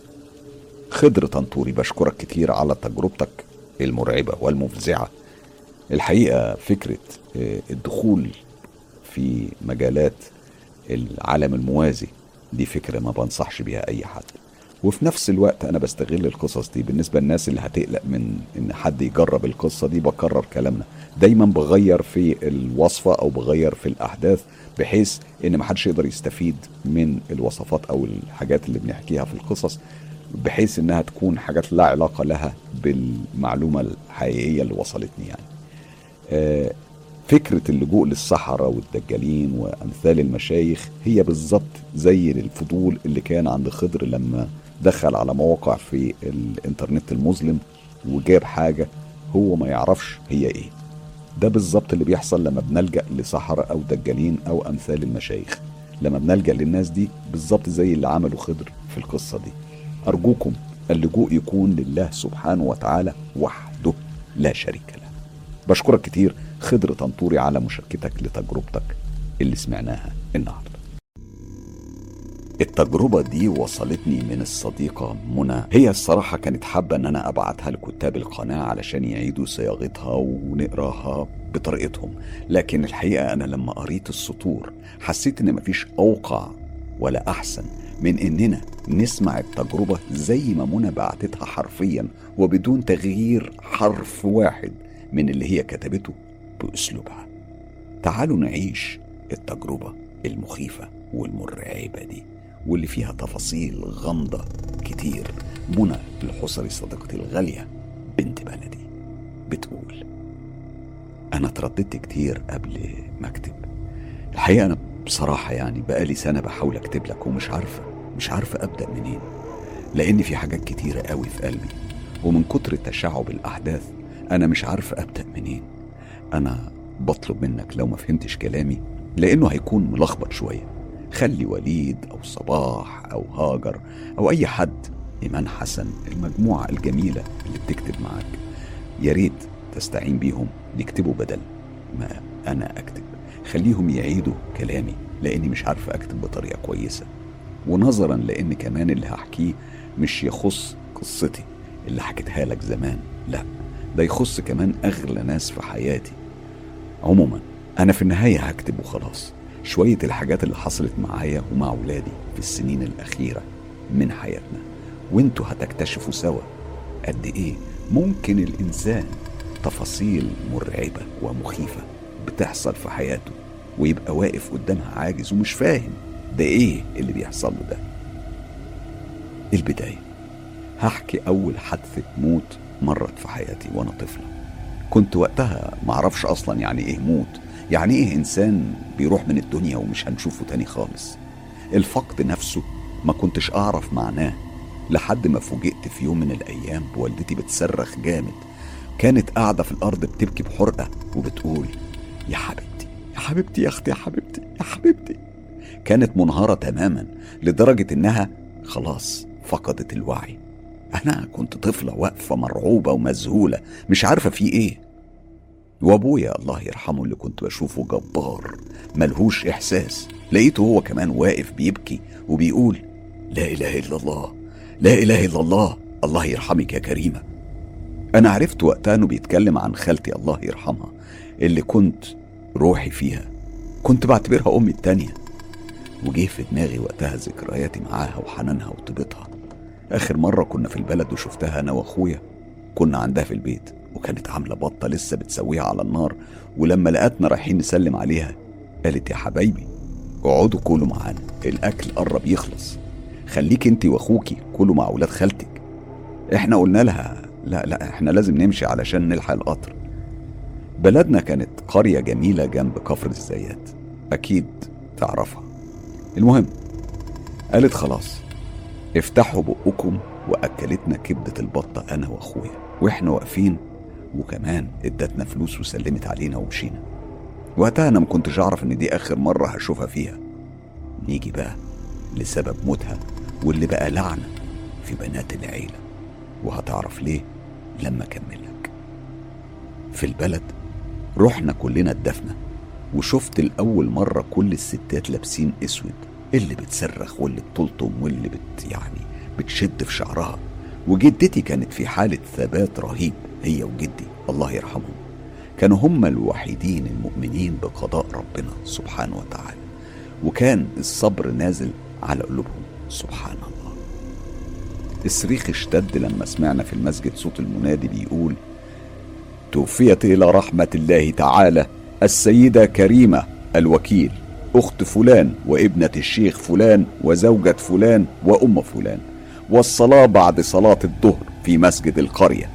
خضر طنطوري، بشكرك كتير على تجربتك المرعبة والمفزعة. الحقيقة فكرة الدخول في مجالات العالم الموازي دي فكرة ما بنصحش بيها أي حد. وفي نفس الوقت أنا بستغل القصص دي بالنسبة للناس اللي هتقلق من إن حد يجرب القصة دي. بكرر كلامنا دايما، بغير في الوصفة أو بغير في الأحداث بحيث إن محدش يقدر يستفيد من الوصفات أو الحاجات اللي بنحكيها في القصص، بحيث إنها تكون حاجات لا علاقة لها بالمعلومة الحقيقية اللي وصلتني يعني. آه فكرة اللجوء للسحرة والدجالين وأمثال المشايخ هي بالظبط زي الفضول اللي كان عند خضر لما دخل على مواقع في الانترنت المظلم وجاب حاجة هو ما يعرفش هي ايه. ده بالظبط اللي بيحصل لما بنلجأ لسحرة أو دجالين أو أمثال المشايخ. لما بنلجأ للناس دي بالظبط زي اللي عملوا خضر في القصة دي. أرجوكم اللجوء يكون لله سبحانه وتعالى وحده لا شريك له. بشكرك كتير خضر طنطوري على مشاركتك لتجربتك اللي سمعناها النهاردة. التجربة دي وصلتني من الصديقة منى. هي الصراحة كانت حابة ان انا ابعتها لكتاب القناة علشان يعيدوا صياغتها ونقراها بطريقتهم، لكن الحقيقة انا لما قريت السطور حسيت ان مفيش اوقع ولا احسن من اننا نسمع التجربة زي ما منى بعتتها حرفيا وبدون تغيير حرف واحد من اللي هي كتبته باسلوبها. تعالوا نعيش التجربة المخيفة والمرعبة دي واللي فيها تفاصيل غامضة كتير. منى الحصري صديقتي الغالية بنت بلدي بتقول: أنا ترددت كتير قبل ما أكتب. الحقيقة أنا بصراحة يعني بقالي سنة بحاول أكتب لك ومش عارفة مش عارفة أبدأ منين، لأن في حاجات كتيرة قوي في قلبي، ومن كتر تشعب الأحداث أنا مش عارفة أبدأ منين. أنا بطلب منك لو ما فهمتش كلامي لأنه هيكون ملخبط شوية، خلي وليد أو صباح أو هاجر أو أي حد، إيمان حسن، المجموعة الجميلة اللي بتكتب معاك، يا ريت تستعين بيهم يكتبوا بدل ما أنا أكتب. خليهم يعيدوا كلامي لأني مش عارف أكتب بطريقة كويسة، ونظرا لأن كمان اللي هحكيه مش يخص قصتي اللي حكيتها لك زمان، لا ده يخص كمان أغلى ناس في حياتي. عموما أنا في النهاية هكتب وخلاص شوية الحاجات اللي حصلت معايا ومع ولادي في السنين الأخيرة من حياتنا، وانتوا هتكتشفوا سوا قد ايه ممكن الإنسان تفاصيل مرعبة ومخيفة بتحصل في حياته ويبقى واقف قدامها عاجز ومش فاهم ده ايه اللي بيحصل له ده. البداية هحكي أول حادثة موت مرت في حياتي وأنا طفلة. كنت وقتها معرفش أصلا يعني ايه موت، يعني ايه انسان بيروح من الدنيا ومش هنشوفه تاني خالص. الفقد نفسه ما كنتش اعرف معناه لحد ما فوجئت في يوم من الايام بوالدتي بتصرخ جامد. كانت قاعدة في الارض بتبكي بحرقة وبتقول: يا حبيبتي يا حبيبتي يا اختي يا حبيبتي يا حبيبتي. كانت منهارة تماما لدرجة انها خلاص فقدت الوعي. انا كنت طفلة واقفة مرعوبة ومذهولة مش عارفة في ايه. وابويا الله يرحمه اللي كنت بشوفه جبار ملهوش احساس، لقيته هو كمان واقف بيبكي وبيقول: لا اله الا الله لا اله الا الله الله يرحمك يا كريمة. انا عرفت وقتها انه بيتكلم عن خالتي الله يرحمها اللي كنت روحي فيها، كنت بعتبرها امي التانية. وجيه في دماغي وقتها ذكرياتي معاها وحنانها وطيبتها. اخر مرة كنا في البلد وشفتها انا واخويا كنا عندها في البيت، وكانت عاملة بطة لسه بتسويها على النار، ولما لقتنا رايحين نسلم عليها قالت: يا حبايبي اقعدوا كلوا معانا، الاكل قرب يخلص، خليك انتي واخوكي كلوا مع اولاد خالتك. احنا قلنا لها لا لا احنا لازم نمشي علشان نلحق القطر. بلدنا كانت قرية جميلة جنب كفر الزيات، اكيد تعرفها. المهم قالت: خلاص افتحوا بقكم، واكلتنا كبدة البطة انا واخويا واحنا واقفين، وكمان ادتنا فلوس وسلمت علينا ومشينا. وقتها انا ما كنتش اعرف ان دي اخر مرة هشوفها فيها. نيجي بقى لسبب موتها واللي بقى لعنة في بنات العيلة، وهتعرف ليه لما اكملك. في البلد رحنا كلنا الدفنة، وشفت الأول مرة كل الستات لابسين اسود، اللي بتصرخ واللي بتلطم واللي بت يعني بتشد في شعرها. وجدتي كانت في حالة ثبات رهيب، هي وجدي الله يرحمهم كانوا هما الوحيدين المؤمنين بقضاء ربنا سبحانه وتعالى، وكان الصبر نازل على قلوبهم سبحان الله. الصريخ اشتد لما سمعنا في المسجد صوت المنادي بيقول: توفيت إلى رحمة الله تعالى السيدة كريمة الوكيل، أخت فلان وابنة الشيخ فلان وزوجة فلان وأم فلان، والصلاة بعد صلاة الظهر في مسجد القرية.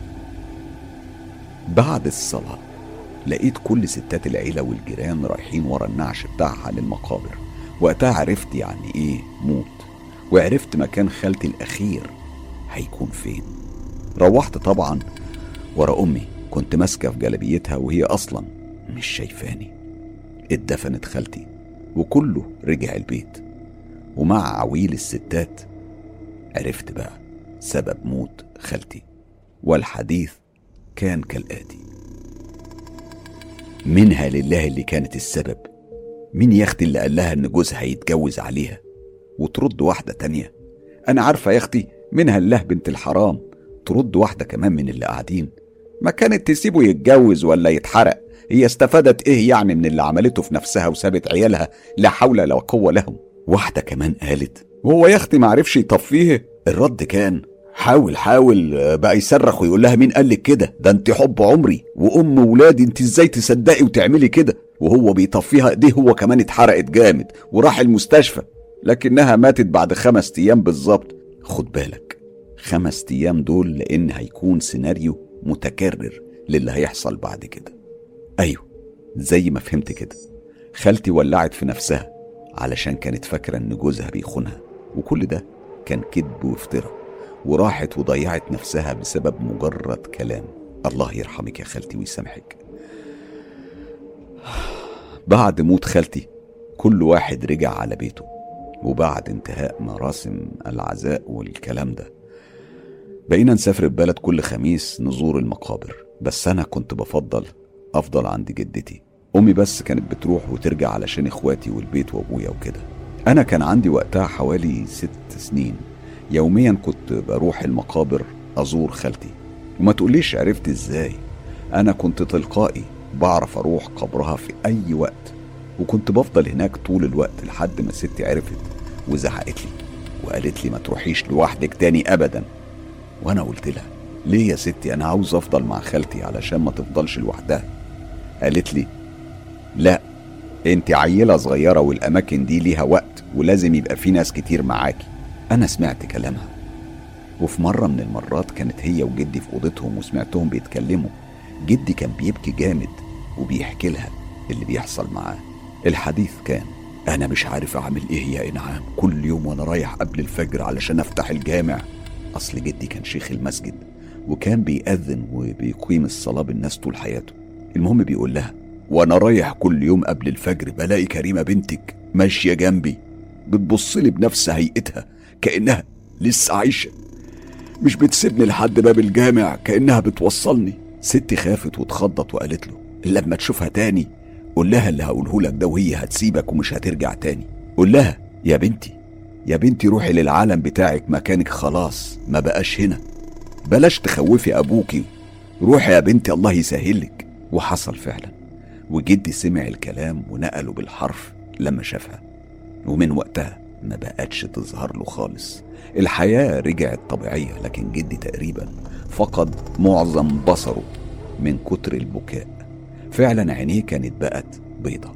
بعد الصلاة لقيت كل ستات العيلة والجيران رايحين ورا النعش بتاعها للمقابر. وقتها عرفت يعني ايه موت، وعرفت مكان خالتي الأخير هيكون فين. روحت طبعا ورا أمي، كنت ماسكة في جلبيتها وهي أصلا مش شايفاني. اتدفنت خالتي وكله رجع البيت، ومع عويل الستات عرفت بقى سبب موت خالتي. والحديث كان كالآتي: منها لله اللي كانت السبب. مين يا اختي اللي قال لها ان جوزها هيتجوز عليها؟ وترد واحدة تانية: انا عارفة يا اختي، منها لله بنت الحرام. ترد واحدة كمان من اللي قاعدين: ما كانت تسيبه يتجوز ولا يتحرق، هي استفادت ايه يعني من اللي عملته في نفسها وسابت عيالها لا حول ولا قوة لهم. واحدة كمان قالت: وهو يا اختي معرفش يطفيه؟ الرد كان: حاول حاول. بقى يصرخ ويقول لها: مين قالك كده؟ ده انت حب عمري وام ولادي، انت ازاي تصدقي وتعملي كده؟ وهو بيطفيها ايديه هو كمان اتحرقت جامد وراح المستشفى، لكنها ماتت بعد خمس ايام بالظبط. خد بالك، خمس ايام دول لان هيكون سيناريو متكرر للي هيحصل بعد كده. ايوه، زي ما فهمت كده، خالتي ولعت في نفسها علشان كانت فاكرة ان جوزها بيخونها، وكل ده كان كذب وافتراء، وراحت وضيعت نفسها بسبب مجرد كلام. الله يرحمك يا خالتي ويسامحك. بعد موت خالتي كل واحد رجع على بيته، وبعد انتهاء مراسم العزاء والكلام ده بقينا نسافر البلد كل خميس نزور المقابر. بس انا كنت بفضل افضل عند جدتي. امي بس كانت بتروح وترجع علشان اخواتي والبيت وابويا وكده. انا كان عندي وقتها حوالي ست سنين. يوميا كنت بروح المقابر ازور خالتي، وما تقوليش عرفت ازاي. انا كنت تلقائي بعرف اروح قبرها في اي وقت، وكنت بفضل هناك طول الوقت لحد ما ستي عرفت وزعقت لي وقالت لي: ما تروحيش لوحدك تاني ابدا. وانا قلت لها: ليه يا ستي؟ انا عاوز افضل مع خالتي علشان ما تفضلش لوحدها. قالت لي: لا، انت عيلة صغيرة والاماكن دي ليها وقت ولازم يبقى في ناس كتير معاكي. انا سمعت كلامها، وفي مرة من المرات كانت هي وجدي في اوضتهم وسمعتهم بيتكلموا. جدي كان بيبكي جامد وبيحكي لها اللي بيحصل معاه. الحديث كان: انا مش عارف اعمل ايه يا انعام، كل يوم وانا رايح قبل الفجر علشان افتح الجامع. اصل جدي كان شيخ المسجد وكان بيأذن وبيقيم الصلاة بالناس طول حياته. المهم بيقول لها: وانا رايح كل يوم قبل الفجر بلاقي كريمة بنتك ماشية جنبي بتبصلي بنفس هيئتها كأنها لسه عايشة، مش بتسيبني لحد باب الجامع كأنها بتوصلني. ستي خافت واتخضت وقالت له: لما تشوفها تاني قول لها اللي هقوله لك ده، وهي هتسيبك ومش هترجع تاني. قول لها: يا بنتي يا بنتي روحي للعالم بتاعك، مكانك خلاص ما بقاش هنا، بلاش تخوفي ابوكي، روحي يا بنتي الله يسهلك. وحصل فعلا، وجدي سمع الكلام ونقله بالحرف لما شافها، ومن وقتها ما بقتش تظهر له خالص. الحياة رجعت طبيعية، لكن جدي تقريبا فقد معظم بصره من كتر البكاء. فعلا عينيه كانت بقت بيضة.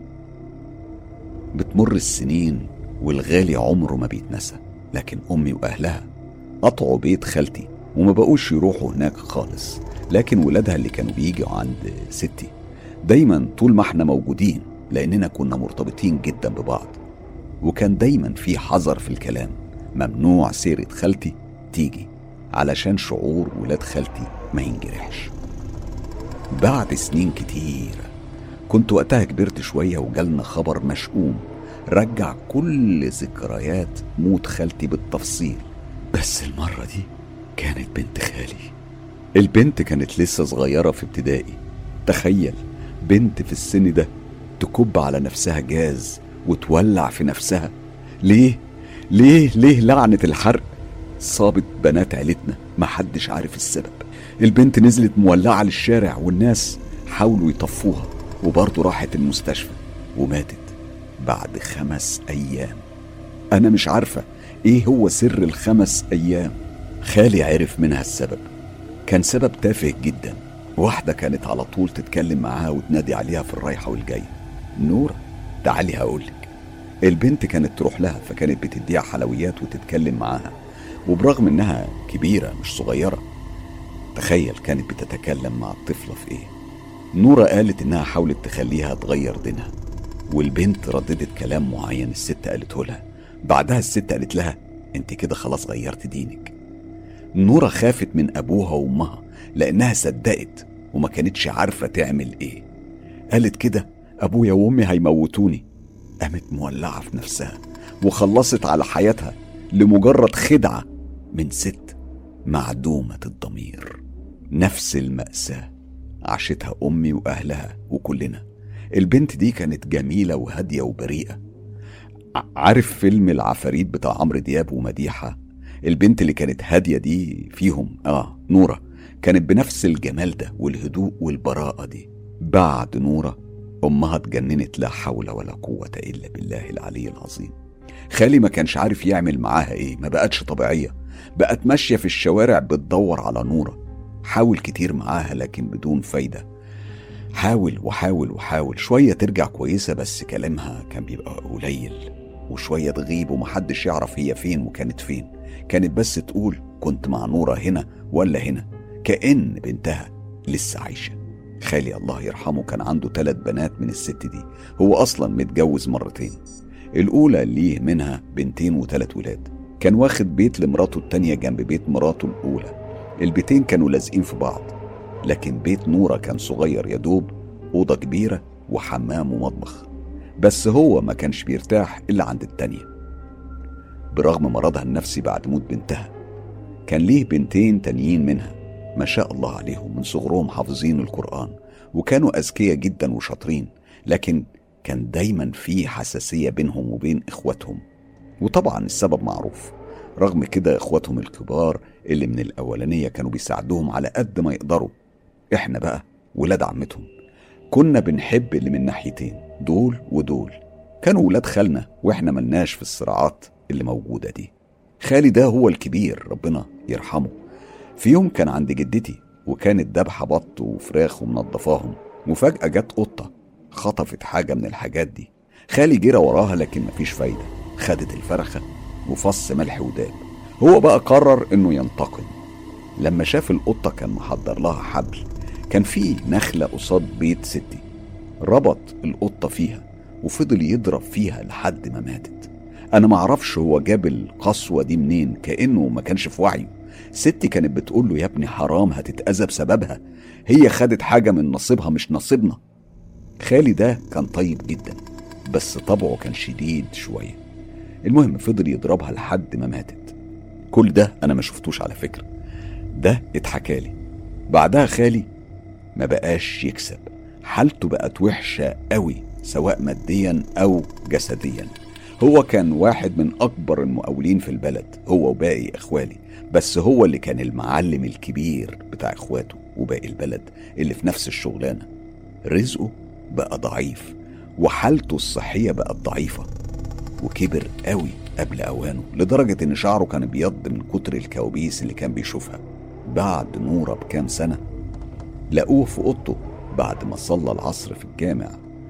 بتمر السنين والغالي عمره ما بيتنسى، لكن أمي وأهلها قطعوا بيت خالتي وما بقوش يروحوا هناك خالص. لكن ولادها اللي كانوا بيجوا عند ستي دايما طول ما احنا موجودين، لأننا كنا مرتبطين جدا ببعض، وكان دايما في حذر في الكلام، ممنوع سيرة خالتي تيجي علشان شعور ولاد خالتي ما ينجرحش. بعد سنين كتير كنت وقتها كبرت شوية وجالنا خبر مشؤوم رجع كل ذكريات موت خالتي بالتفصيل، بس المرة دي كانت بنت خالي. البنت كانت لسه صغيرة في ابتدائي. تخيل بنت في السن ده تكب على نفسها جاز وتولع في نفسها. ليه؟ ليه ليه لعنة الحرق صابت بنات عيلتنا، محدش عارف السبب. البنت نزلت مولعة للشارع والناس حاولوا يطفوها، وبرضه راحت المستشفى وماتت بعد خمس أيام. أنا مش عارفة إيه هو سر الخمس أيام. خالي عرف منها السبب، كان سبب تافه جدا. واحدة كانت على طول تتكلم معاها وتنادي عليها في الرايحة والجاية: نورة تعالي هقولك. البنت كانت تروح لها، فكانت بتديها حلويات وتتكلم معاها، وبرغم انها كبيرة مش صغيرة. تخيل كانت بتتكلم مع الطفلة في ايه. نورة قالت انها حاولت تخليها تغير دينها، والبنت رددت كلام معين الست قالته لها. بعدها الست قالت لها: انت كده خلاص غيرت دينك. نورة خافت من ابوها وامها لانها صدقت وما كانتش عارفة تعمل ايه. قالت كده ابويا وامي هيموتوني. قامت مولعة في نفسها وخلصت على حياتها لمجرد خدعة من ست معدومة الضمير. نفس المأساة عاشتها أمي وأهلها وكلنا. البنت دي كانت جميلة وهادية وبريئة. عارف فيلم العفاريت بتاع عمرو دياب ومديحة؟ البنت اللي كانت هادية دي فيهم آه نورة كانت بنفس الجمال ده والهدوء والبراءة دي. بعد نورة أمها اتجننت، لا حول ولا قوة إلا بالله العلي العظيم. خالي ما كانش عارف يعمل معاها إيه، ما بقتش طبيعية، بقت ماشية في الشوارع بتدور على نورة. حاول كتير معاها لكن بدون فايدة. حاول وحاول وحاول، شوية ترجع كويسة بس كلامها كان بيبقى قليل، وشوية تغيب ومحدش يعرف هي فين وكانت فين. كانت بس تقول كنت مع نورة هنا ولا هنا، كأن بنتها لسه عايشة. خالي الله يرحمه كان عنده ثلاث بنات من الست دي، هو أصلا متجوز مرتين. الأولى ليه منها بنتين وثلاث ولاد، كان واخد بيت لمراته التانية جنب بيت مراته الأولى. البيتين كانوا لازقين في بعض، لكن بيت نورة كان صغير يدوب، أوضة كبيرة وحمام ومطبخ، بس هو ما كانش بيرتاح إلا عند التانية. برغم مرضها النفسي بعد موت بنتها، كان ليه بنتين تانيين منها ما شاء الله عليهم من صغرهم حافظين القرآن وكانوا أذكياء جدا وشاطرين، لكن كان دايما في حساسية بينهم وبين إخواتهم، وطبعا السبب معروف. رغم كده إخواتهم الكبار اللي من الأولانية كانوا بيساعدوهم على قد ما يقدروا. إحنا بقى ولاد عمتهم كنا بنحب اللي من ناحيتين، دول ودول كانوا ولاد خالنا، وإحنا ملناش في الصراعات اللي موجودة دي. خالي ده هو الكبير ربنا يرحمه. في يوم كان عند جدتي وكانت دبحة بط وفراخ ومنضفاهم، وفجأة جت قطة خطفت حاجة من الحاجات دي. خالي جرى وراها لكن مفيش فايدة، خدت الفرخة وفص ملح وداب. هو بقى قرر انه ينتقم. لما شاف القطة كان محضر لها حبل، كان فيه نخلة قصاد بيت ستي، ربط القطة فيها وفضل يضرب فيها لحد ما ماتت. انا معرفش هو جاب القسوة دي منين، كأنه ما كانش في وعيه. ستي كانت بتقول له يا ابني حرام هتتأذى بسببها، هي خدت حاجة من نصيبها مش نصيبنا. خالي ده كان طيب جدا بس طبعه كان شديد شوية. المهم فضل يضربها لحد ما ماتت. كل ده انا ما شفتوش على فكرة، ده اتحكالي. بعدها خالي ما بقاش يكسب، حالته بقت وحشة قوي سواء ماديا او جسديا. هو كان واحد من اكبر المقاولين في البلد هو وباقي اخوالي، بس هو اللي كان المعلم الكبير بتاع اخواته وباقي البلد اللي في نفس الشغلانة. رزقه بقى ضعيف وحالته الصحية بقت ضعيفة، وكبر قوي قبل اوانه لدرجة ان شعره كان بيض من كتر الكوابيس اللي كان بيشوفها. بعد نورة بكام سنة لقوه في اوضته بعد ما صلى العصر في الجامع.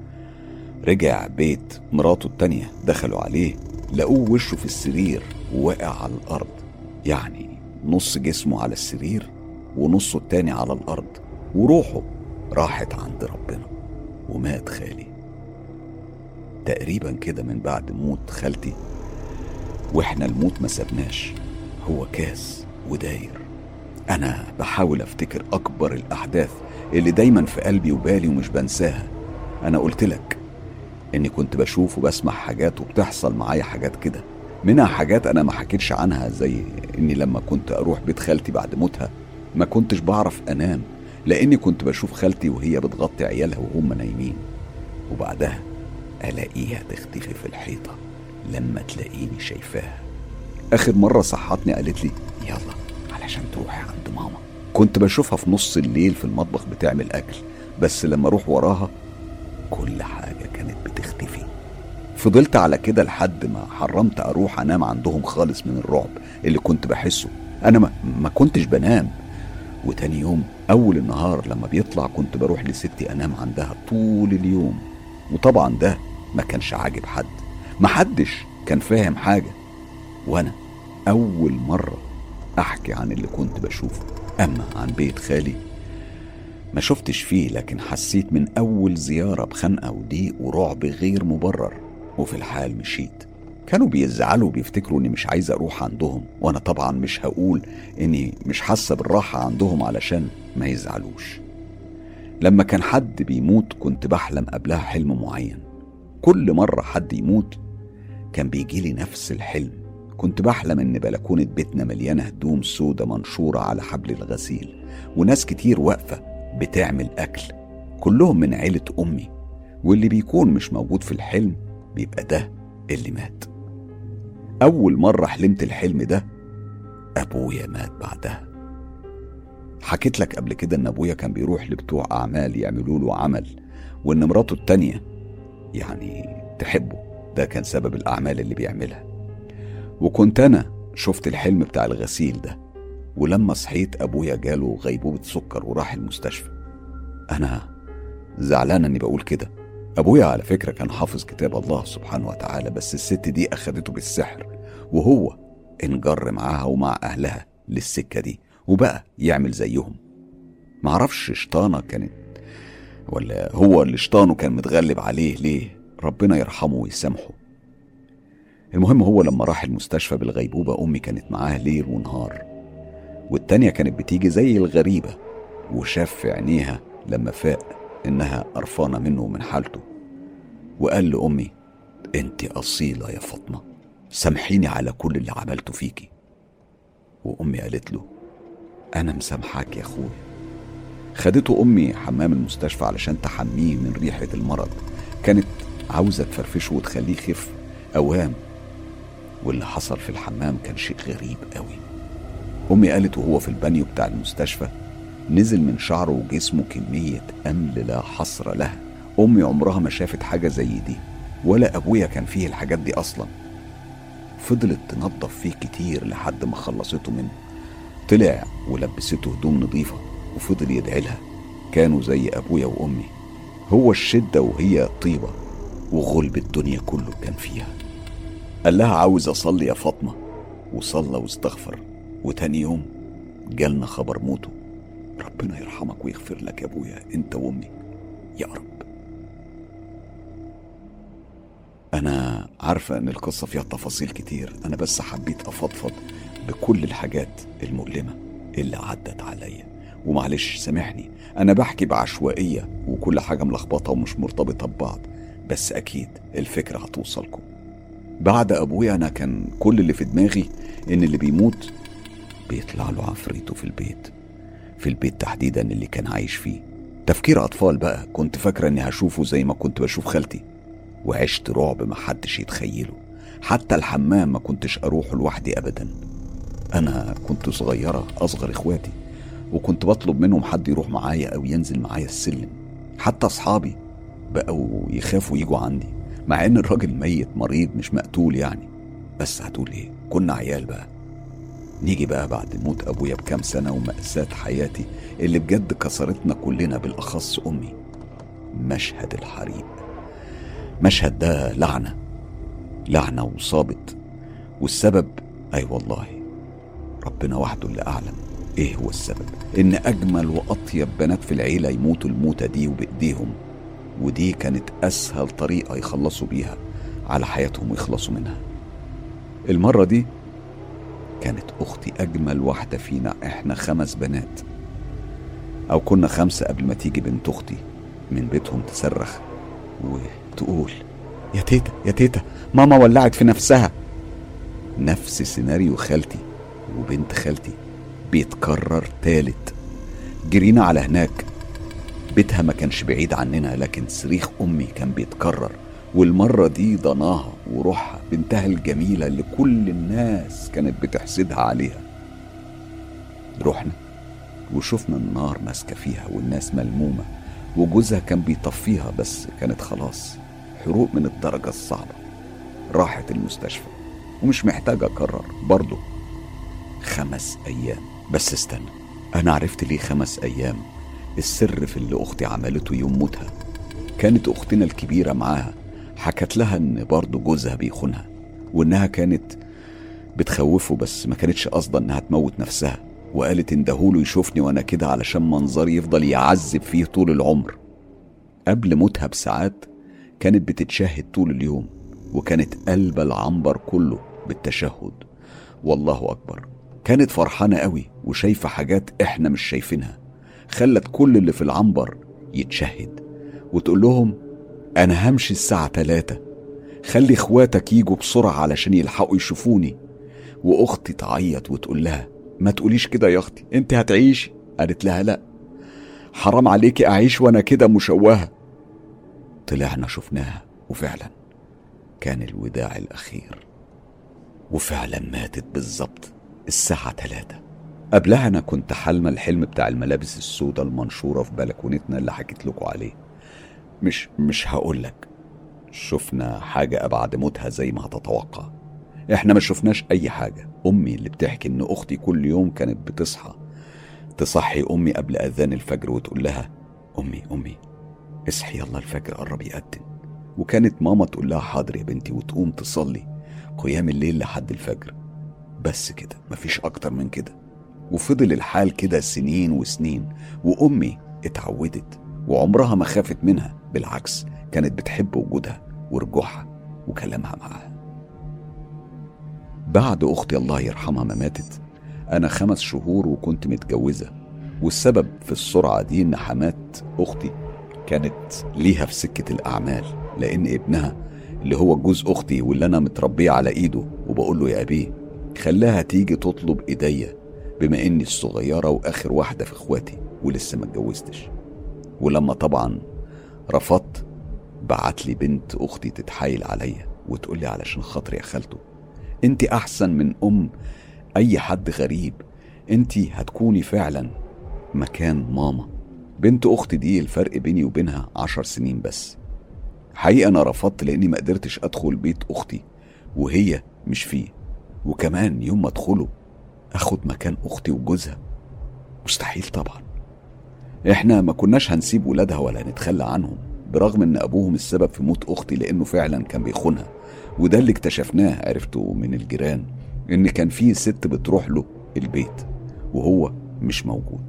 رجع بيت مراته التانية، دخلوا عليه لقوه وشه في السرير وواقع على الارض، يعني نص جسمه على السرير ونصه التاني على الارض، وروحه راحت عند ربنا ومات خالي. تقريبا كده من بعد موت خالتي واحنا الموت ما سبناش، هو كاس وداير. انا بحاول افتكر اكبر الاحداث اللي دايما في قلبي وبالي ومش بنساها. انا قلت لك اني كنت بشوف وبسمع حاجات وبتحصل معايا حاجات كده، منها حاجات انا ما حكيتش عنها، زي اني لما كنت اروح بيت خالتي بعد موتها ما كنتش بعرف انام، لاني كنت بشوف خالتي وهي بتغطي عيالها وهم نايمين، وبعدها الاقيها تختفي في الحيطة لما تلاقيني شايفاها. اخر مرة صحتني قالت لي يلا علشان تروحي عند ماما. كنت بشوفها في نص الليل في المطبخ بتعمل اكل، بس لما اروح وراها كل حاجة كانت بتختفي. فضلت على كده لحد ما حرمت اروح انام عندهم خالص من الرعب اللي كنت بحسه. انا ما, ما كنتش بنام. وتاني يوم اول النهار لما بيطلع كنت بروح لستي انام عندها طول اليوم، وطبعا ده ما كانش عاجب حد، محدش كان فاهم حاجة، وانا اول مرة احكي عن اللي كنت بشوفه. اما عن بيت خالي ما شفتش فيه، لكن حسيت من اول زيارة بخنقة وضيق ورعب غير مبرر، وفي الحال مشيت. كانوا بيزعلوا وبيفتكروا اني مش عايز اروح عندهم، وانا طبعا مش هقول اني مش حاسة بالراحة عندهم علشان ما يزعلوش. لما كان حد بيموت كنت بحلم قبلها حلم معين. كل مرة حد يموت كان بيجيلي نفس الحلم. كنت بحلم ان بلكونة بيتنا مليانة هدوم سودة منشورة على حبل الغسيل، وناس كتير واقفة بتعمل اكل، كلهم من عيلة امي، واللي بيكون مش موجود في الحلم بيبقى ده اللي مات. اول مرة حلمت الحلم ده ابويا مات بعدها. حكيت لك قبل كده ان ابويا كان بيروح لبتوع اعمال يعملوا له عمل، وان مراته التانية يعني تحبه، ده كان سبب الاعمال اللي بيعملها. وكنت انا شفت الحلم بتاع الغسيل ده، ولما صحيت ابويا جاله غيبوبة سكر وراح المستشفى. انا زعلان اني بقول كده. ابويا على فكرة كان حافظ كتاب الله سبحانه وتعالى، بس الست دي اخدته بالسحر، وهو انجر معاها ومع اهلها للسكة دي وبقى يعمل زيهم. معرفش شيطانة كانت ولا هو اللي شيطانه كان متغلب عليه ليه، ربنا يرحمه ويسامحه. المهم هو لما راح المستشفى بالغيبوبة امي كانت معاه ليل ونهار، والتانية كانت بتيجي زي الغريبة، وشاف في عينيها لما فاق انها قرفانة منه ومن حالته، وقال لأمي انت اصيلة يا فاطمة، سامحيني على كل اللي عملته فيكي. وامي قالت له انا مسامحاك يا اخويا. خدته امي حمام المستشفى علشان تحميه من ريحة المرض، كانت عاوزة تفرفشه وتخليه خف اوام. واللي حصل في الحمام كان شيء غريب قوي. امي قالت وهو في البانيو بتاع المستشفى نزل من شعره وجسمه كمية امل لا حصر لها. امي عمرها ما شافت حاجة زي دي، ولا ابويا كان فيه الحاجات دي اصلا. فضلت تنظف فيه كتير لحد ما خلصته منه، طلع ولبسته هدوم نظيفة وفضل يدعي لها. كانوا زي ابويا وامي، هو الشدة وهي طيبة، وغلب الدنيا كله كان فيها. قال لها عاوز اصلي يا فاطمة، وصلى واستغفر. وتاني يوم جالنا خبر موته. ربنا يرحمك ويغفر لك يا ابويا انت وامي يا رب. انا عارفة ان القصة فيها تفاصيل كتير، انا بس حبيت افضفض بكل الحاجات المؤلمة اللي عدت عليا، ومعلش سامحني انا بحكي بعشوائية وكل حاجة ملخبطة ومش مرتبطة ببعض، بس اكيد الفكرة هتوصلكم. بعد ابويا انا كان كل اللي في دماغي ان اللي بيموت بيطلع له عفريته في البيت، في البيت تحديدا اللي كان عايش فيه. تفكير اطفال بقى، كنت فاكرة اني هشوفه زي ما كنت بشوف خالتي، وعشت رعب ما حدش يتخيله. حتى الحمام ما كنتش اروح لوحدي ابدا. انا كنت صغيرة اصغر اخواتي، وكنت بطلب منهم حد يروح معايا او ينزل معايا السلم. حتى اصحابي بقوا يخافوا يجوا عندي، مع ان الراجل ميت مريض مش مقتول يعني، بس هتقول ايه، كنا عيال بقى. نيجي بقى بعد موت ابويا بكام سنة ومأساة حياتي اللي بجد كسرتنا كلنا، بالاخص امي. مشهد الحريق، مشهد ده لعنة لعنة وصابت، والسبب اي أيوة والله ربنا وحده اللي اعلم ايه هو السبب. ان اجمل واطيب بنات في العيلة يموتوا الموتة دي وبايديهم، ودي كانت اسهل طريقة يخلصوا بيها على حياتهم ويخلصوا منها. المرة دي كانت اختي اجمل واحدة فينا، احنا خمس بنات او كنا خمسة قبل ما تيجي بنت اختي من بيتهم تصرخ وتقول يا تيتا يا تيتا ماما ولعت في نفسها. نفس سيناريو خالتي وبنت خالتي بيتكرر تالت. جرينا على هناك، بيتها ما كانش بعيد عننا، لكن صريخ امي كان بيتكرر، والمرة دي ضناها وروحها بنتها الجميلة اللي كل الناس كانت بتحسدها عليها. رحنا وشفنا النار ماسكة فيها والناس ملمومة، وجوزها كان بيطفيها بس كانت خلاص حروق من الدرجة الصعبة. راحت المستشفى، ومش محتاجة أكرر برضو خمس أيام. بس استنى، أنا عرفت ليه خمس أيام. السر في اللي أختي عملته يوم موتها. كانت أختنا الكبيرة معاها، حكت لها إن برضو جوزها بيخونها، وإنها كانت بتخوفه بس ما كانتش قصدا إنها تموت نفسها، وقالت اندهوله يشوفني وأنا كده علشان منظري يفضل يعذب فيه طول العمر. قبل موتها بساعات كانت بتتشهد طول اليوم، وكانت قلب العنبر كله بالتشهد والله أكبر. كانت فرحانة قوي وشايفة حاجات إحنا مش شايفينها، خلت كل اللي في العنبر يتشهد وتقول لهم أنا همشي الساعة تلاتة، خلي إخواتك يجوا بسرعة علشان يلحقوا يشوفوني. وأختي تعيط وتقول لها ما تقوليش كده يا أختي، أنت هتعيشي. قالت لها لا، حرام عليكي أعيش وأنا كده مشوهة. طلعنا شفناها، وفعلا كان الوداع الأخير، وفعلا ماتت بالظبط الساعة تلاتة. قبلها أنا كنت حلمة الحلم بتاع الملابس السوداء المنشورة في بلكونتنا اللي حكيت لكم عليه. مش مش هقولك شفنا حاجة أبعد موتها زي ما هتتوقع. احنا ما شفناش أي حاجة. أمي اللي بتحكي إن أختي كل يوم كانت بتصحى تصحي أمي قبل أذان الفجر وتقول لها أمي أمي اصحي يلا الفجر قرب يقدم. وكانت ماما تقول لها حاضر يا بنتي وتقوم تصلي قيام الليل لحد الفجر. بس كده، مفيش أكتر من كده. وفضل الحال كده سنين وسنين، وأمي اتعودت وعمرها ما خافت منها، بالعكس كانت بتحب وجودها ورجوعها وكلامها معاها. بعد أختي الله يرحمها ما ماتت أنا خمس شهور وكنت متجوزة. والسبب في السرعة دي إن حمات أختي كانت ليها في سكة الأعمال، لأن ابنها اللي هو جوز أختي واللي أنا متربية على إيده وبقول له يا أبيه خلاها تيجي تطلب إيديا بما إني الصغيرة وآخر واحدة في إخواتي ولسه ما اتجوزتش. ولما طبعا رفضت بعت لي بنت أختي تتحايل عليا وتقول لي علشان خاطري يا خالته انت أحسن من أم أي حد غريب، انت هتكوني فعلا مكان ماما. بنت أختي دي الفرق بيني وبينها عشر سنين بس. حقيقة أنا رفضت لأني ما قدرتش أدخل بيت أختي وهي مش فيه، وكمان يوم ما أدخله أخد مكان أختي وجوزها مستحيل طبعا. إحنا ما كناش هنسيب ولادها ولا نتخلى عنهم، برغم إن أبوهم السبب في موت أختي لأنه فعلا كان بيخونها. وده اللي اكتشفناه عرفته من الجيران، إن كان فيه ست بتروح له البيت وهو مش موجود.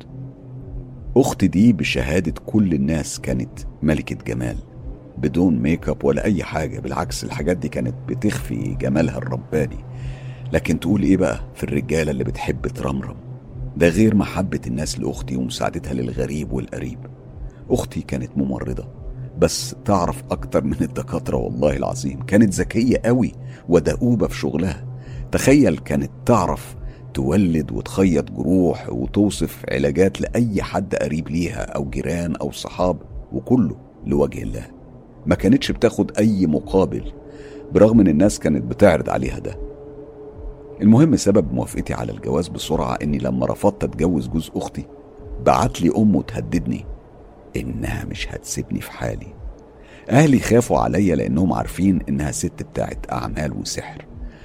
أختي دي بشهادة كل الناس كانت ملكة جمال بدون ميك اب ولا أي حاجة، بالعكس الحاجات دي كانت بتخفي جمالها الرباني. لكن تقول إيه بقى في الرجالة اللي بتحب ترمرم؟ ده غير محبة الناس لأختي ومساعدتها للغريب والقريب. أختي كانت ممرضة بس تعرف أكتر من الدكاترة، والله العظيم كانت ذكية قوي ودؤوبة في شغلها. تخيل كانت تعرف تولد وتخيط جروح وتوصف علاجات لأي حد قريب ليها أو جيران أو صحاب، وكله لوجه الله. ما كانتش بتاخد أي مقابل برغم ان الناس كانت بتعرض عليها ده. المهم سبب موافقتي على الجواز بسرعة اني لما رفضت اتجوز جوز اختي بعت لي امه تهددني انها مش هتسيبني في حالي. اهلي خافوا عليا لانهم عارفين انها ست بتاعت اعمال وسحر.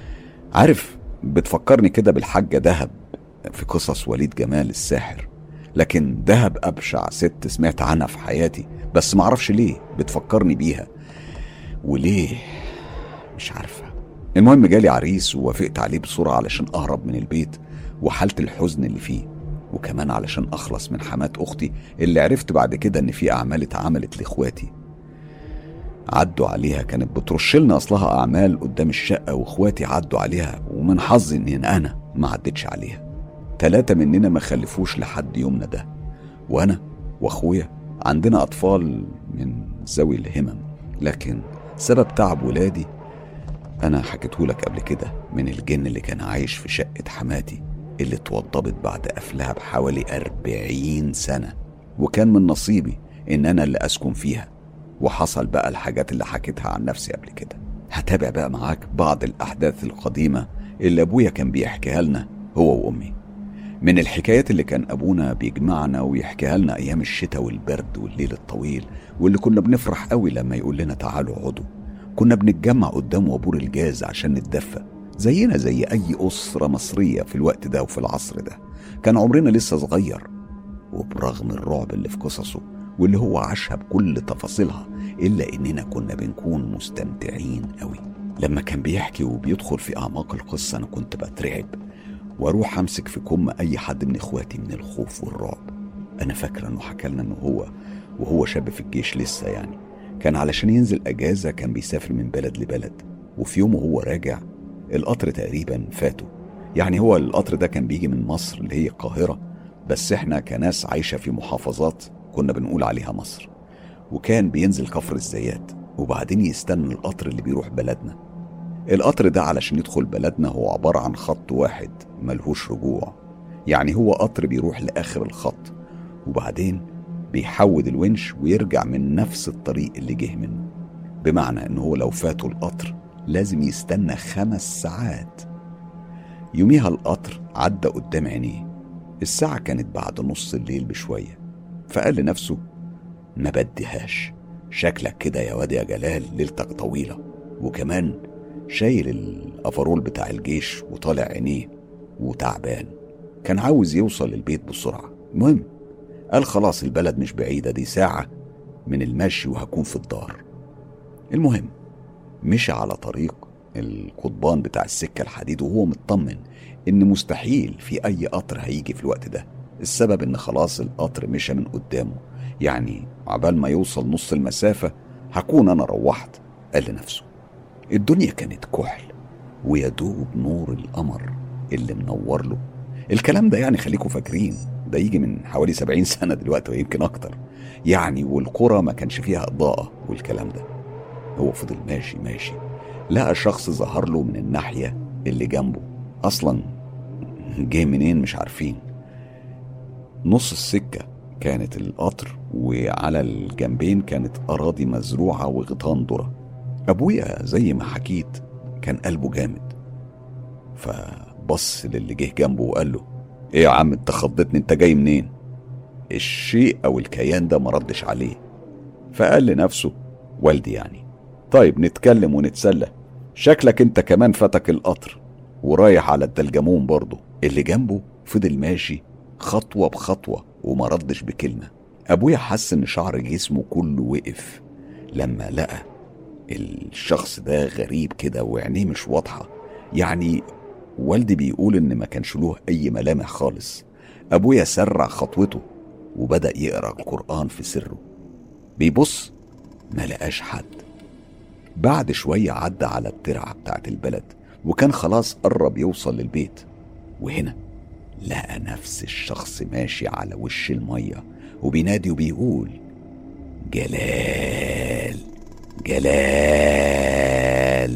عارف بتفكرني كده بالحاجة دهب في قصص وليد جمال الساحر، لكن دهب ابشع ست سمعت عنها في حياتي، بس معرفش ليه بتفكرني بيها وليه مش عارفة. المهم جالي عريس ووافقت عليه بسرعة علشان أهرب من البيت وحالة الحزن اللي فيه، وكمان علشان أخلص من حمات أختي اللي عرفت بعد كده إن في أعمال اتعملت لإخواتي عدوا عليها. كانت بترشلنا أصلها أعمال قدام الشقة وإخواتي عدوا عليها، ومن حظي إن أنا ما عدتش عليها. ثلاثة مننا ما خلفوش لحد يومنا ده، وأنا وأخويا عندنا أطفال من ذوي الهمم، لكن سبب تعب ولادي أنا حكيتهولك قبل كده من الجن اللي كان عايش في شقة حماتي اللي اتوضبت بعد قفلها بحوالي أربعين سنة، وكان من نصيبي إن أنا اللي أسكن فيها. وحصل بقى الحاجات اللي حكيتها عن نفسي قبل كده. هتابع بقى معاك بعض الأحداث القديمة اللي أبويا كان بيحكيها لنا هو وأمي، من الحكايات اللي كان أبونا بيجمعنا ويحكيها لنا أيام الشتاء والبرد والليل الطويل، واللي كنا بنفرح قوي لما يقول لنا تعالوا اقعدوا. كنا بنتجمع قدام وابور الجاز عشان نتدفى زينا زي أي أسرة مصرية في الوقت ده وفي العصر ده. كان عمرنا لسه صغير، وبرغم الرعب اللي في قصصه واللي هو عاشها بكل تفاصيلها إلا إننا كنا بنكون مستمتعين قوي. لما كان بيحكي وبيدخل في أعماق القصة أنا كنت بترعب واروح امسك في كم اي حد من اخواتي من الخوف والرعب. انا فاكره انه حكى لنا انه هو وهو شاب في الجيش لسه، يعني كان علشان ينزل اجازه كان بيسافر من بلد لبلد، وفي يوم وهو راجع القطر تقريبا فاته. يعني هو القطر ده كان بيجي من مصر اللي هي القاهره، بس احنا كناس عايشه في محافظات كنا بنقول عليها مصر. وكان بينزل كفر الزيات وبعدين يستنى القطر اللي بيروح بلدنا. القطر ده علشان يدخل بلدنا هو عبارة عن خط واحد ملهوش رجوع، يعني هو قطر بيروح لآخر الخط وبعدين بيحود الونش ويرجع من نفس الطريق اللي جه منه، بمعنى انه هو لو فاته القطر لازم يستنى خمس ساعات. يوميها القطر عدى قدام عينيه، الساعة كانت بعد نص الليل بشوية، فقال لنفسه ما بديهاش، شكلك كده يا واد يا جلال ليلتك طويلة، وكمان شايل الافرول بتاع الجيش وطالع عينيه وتعبان، كان عاوز يوصل للبيت بسرعة. المهم قال خلاص البلد مش بعيدة، دي ساعة من المشي وهكون في الدار. المهم مشي على طريق القضبان بتاع السكة الحديد وهو مطمن ان مستحيل في اي قطر هيجي في الوقت ده، السبب ان خلاص القطر مشى من قدامه، يعني عبال ما يوصل نص المسافة هكون انا روحت. قال لنفسه الدنيا كانت كحل ويدوب نور القمر اللي منور له. الكلام ده يعني خليكم فاكرين ده يجي من حوالي سبعين سنة دلوقتي ويمكن اكتر يعني، والقرى ما كانش فيها اضاءة والكلام ده. هو فضل ماشي ماشي لقى شخص ظهر له من الناحية اللي جنبه، اصلا جاي منين مش عارفين. نص السكة كانت القطر وعلى الجنبين كانت اراضي مزروعة وغيطان ذرة. ابويا زي ما حكيت كان قلبه جامد، فبص للي جه جنبه وقال له ايه يا عم انت خضتني، انت جاي منين؟ الشيء او الكيان ده مردش عليه، فقال لنفسه والدي يعني. طيب نتكلم ونتسلى، شكلك انت كمان فاتك القطر ورايح على الدلجمون برضه. اللي جنبه فضل ماشي خطوة بخطوة وما ردش بكلمة. ابويا حس ان شعر جسمه كله وقف لما لقى الشخص ده غريب كده وعينيه مش واضحة، يعني والدي بيقول ان ما كانش له اي ملامح خالص. ابويا سرع خطوته وبدأ يقرأ القرآن في سره، بيبص ما لقاش حد. بعد شوية عدى على الترعة بتاعت البلد وكان خلاص قرب يوصل للبيت، وهنا لقى نفس الشخص ماشي على وش المية وبينادي وبيقول جلال جلال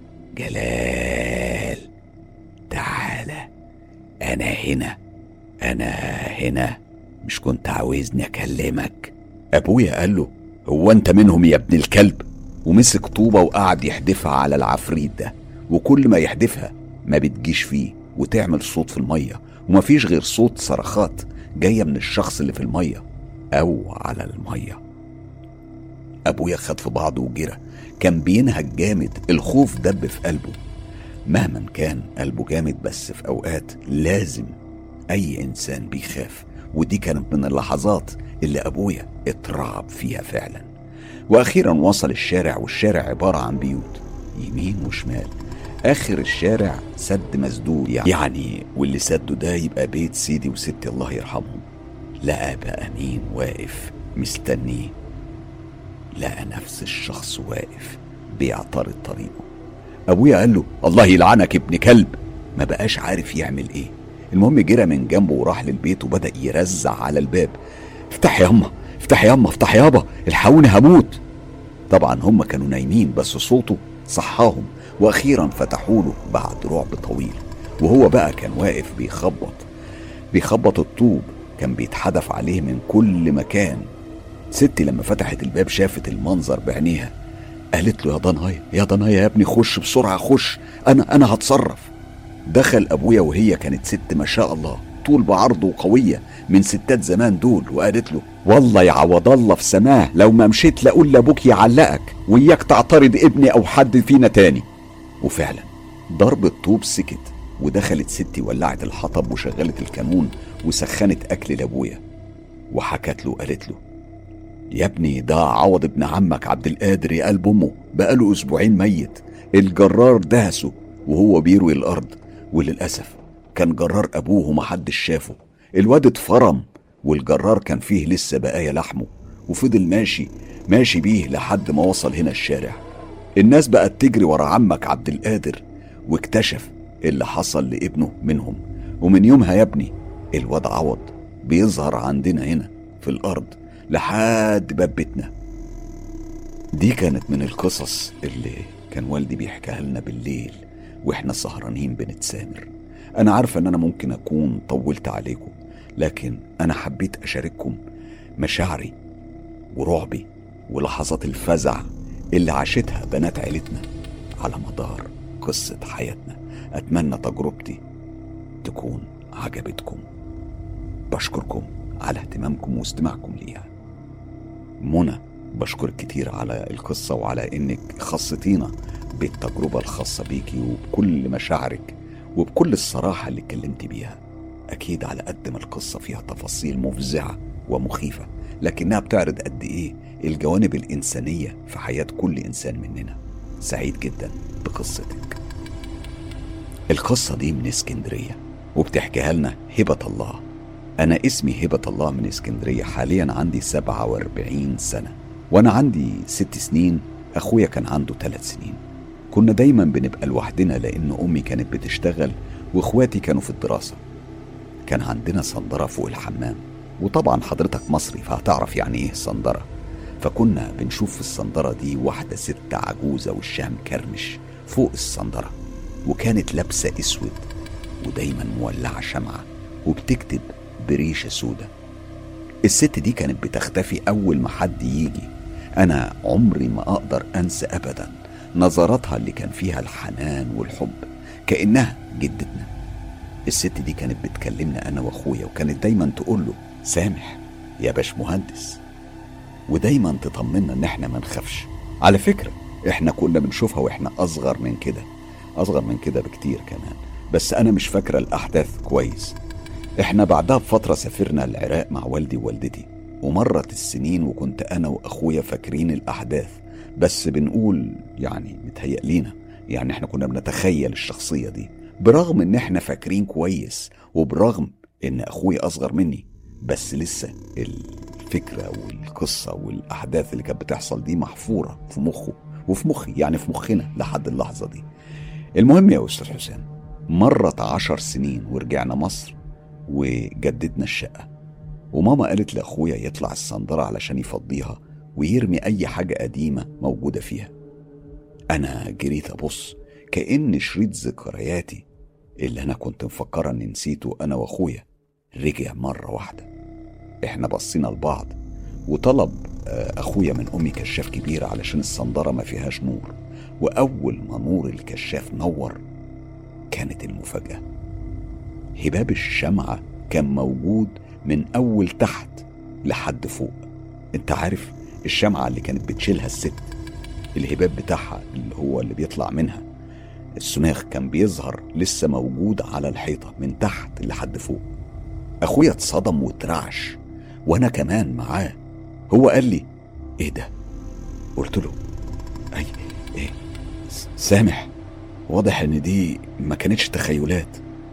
جلال تعالى، انا هنا انا هنا، مش كنت عاوزني اكلمك؟ ابويا قال له هو انت منهم يا ابن الكلب؟ ومسك طوبة وقعد يحدفها على العفريت ده، وكل ما يحدفها ما بتجيش فيه وتعمل صوت في المية، ومفيش غير صوت صرخات جاية من الشخص اللي في المية او على المية. ابويا خد في بعضه وجرى، كان بينهج جامد، الخوف دب في قلبه. مهما كان قلبه جامد بس في اوقات لازم اي انسان بيخاف، ودي كانت من اللحظات اللي ابويا اترعب فيها فعلا. واخيرا وصل الشارع، والشارع عبارة عن بيوت يمين وشمال، اخر الشارع سد مسدود يعني، واللي سده ده يبقى بيت سيدي وستي الله يرحمهم. لقى بقى مين واقف مستنيه، لقى نفس الشخص واقف بيعترض طريقه. ابويا قال له الله يلعنك ابن كلب، ما بقاش عارف يعمل ايه. المهم جرى من جنبه وراح للبيت وبدأ يرزع على الباب، افتح ياما افتح ياما افتح يابا الحقوني هموت. طبعا هم كانوا نايمين بس صوته صحاهم، واخيرا فتحوا له بعد رعب طويل. وهو بقى كان واقف بيخبط بيخبط الطوب، كان بيتحدف عليه من كل مكان. ستي لما فتحت الباب شافت المنظر بعينيها، قالت له يا ضنايا يا ضنايا يا ابني خش بسرعة خش، انا انا هتصرف. دخل ابويا وهي كانت ست ما شاء الله طول بعرض وقوية من ستات زمان دول، وقالت له والله يعوض الله في سماه لو ما مشيت لاقول لابوك يعلقك وياك تعترض ابني او حد فينا تاني. وفعلا ضرب الطوب سكت، ودخلت ستي ولعت الحطب وشغلت الكانون وسخنت اكل لابويا، وحكت له قالت له يا ابني ده عوض ابن عمك عبد القادر يا قلب امه، بقاله اسبوعين ميت، الجرار دهسه وهو بيروي الارض، وللاسف كان جرار ابوه ومحدش شافه. الواد اتفرم والجرار كان فيه لسه بقايا لحمه، وفضل ماشي ماشي بيه لحد ما وصل هنا الشارع. الناس بقت تجري ورا عمك عبد القادر، واكتشف اللي حصل لابنه منهم. ومن يومها يا ابني الواد عوض بيظهر عندنا هنا في الارض لحد باب بيتنا، دي كانت من القصص اللي كان والدي بيحكيها لنا بالليل واحنا سهرانين بنتسامر. انا عارفة ان انا ممكن اكون طولت عليكم، لكن انا حبيت اشارككم مشاعري ورعبي ولحظات الفزع اللي عاشتها بنات عيلتنا على مدار قصة حياتنا. اتمنى تجربتي تكون عجبتكم. بشكركم على اهتمامكم واستماعكم ليها. منى، بشكرك كتير على القصة وعلى انك خصتينا بالتجربة الخاصة بيكي وبكل مشاعرك وبكل الصراحة اللي اتكلمتي بيها. اكيد على قد ما القصة فيها تفاصيل مفزعة ومخيفة، لكنها بتعرض قد ايه الجوانب الانسانية في حياة كل انسان مننا. سعيد جدا بقصتك. القصة دي من اسكندرية وبتحكيها لنا هبة الله. أنا اسمي هبة الله من اسكندرية، حاليا عندي سبعة واربعين سنة، وأنا عندي ست سنين أخويا كان عنده ثلاث سنين. كنا دايما بنبقى لوحدنا لأن أمي كانت بتشتغل وإخواتي كانوا في الدراسة. كان عندنا صندرة فوق الحمام، وطبعا حضرتك مصري فهتعرف يعني إيه صندرة. فكنا بنشوف في الصندرة دي واحدة ست عجوزة وشها مكرمش فوق الصندرة، وكانت لابسة اسود ودايما مولعة شمعة وبتكتب بريشة سودة. الست دي كانت بتختفي أول ما حد يجي. أنا عمري ما أقدر أنسى أبدا نظراتها اللي كان فيها الحنان والحب، كأنها جدتنا. الست دي كانت بتكلمنا أنا وأخويا، وكانت دايما تقول له سامح يا باش مهندس، ودايما تطمنا إن احنا ما نخافش. على فكرة احنا كنا بنشوفها واحنا أصغر من كده، أصغر من كده بكتير كمان، بس أنا مش فاكرة الأحداث كويس. احنا بعدها بفترة سافرنا العراق مع والدي ووالدتي، ومرت السنين وكنت أنا وأخويا فاكرين الأحداث، بس بنقول يعني متهيألينا، يعني احنا كنا بنتخيل الشخصية دي برغم ان احنا فاكرين كويس، وبرغم ان أخويا أصغر مني، بس لسه الفكرة والقصة والأحداث اللي كانت بتحصل دي محفورة في مخه وفي مخي، يعني في مخنا لحد اللحظة دي. المهم يا أستاذ حسام، مرت عشر سنين ورجعنا مصر وجددنا الشقة، وماما قالت لأخويا يطلع الصندرة علشان يفضيها ويرمي أي حاجة قديمة موجودة فيها. أنا جريت أبص كأن شريط ذكرياتي اللي أنا كنت مفكرة أني نسيته أنا وأخويا رجع مرة واحدة. إحنا بصينا لبعض، وطلب أخويا من أمي كشاف كبير علشان الصندرة ما فيهاش نور، وأول ما نور الكشاف نور كانت المفاجأة. هباب الشمعة كان موجود من أول تحت لحد فوق. انت عارف الشمعة اللي كانت بتشيلها الست، الهباب بتاعها اللي هو اللي بيطلع منها السماخ كان بيظهر لسه موجود على الحيطة من تحت لحد فوق. أخويا اتصدم وترعش، وأنا كمان معاه. هو قال لي إيه ده؟ قلت له أي إيه سامح، واضح إن دي ما كانتش تخيلات،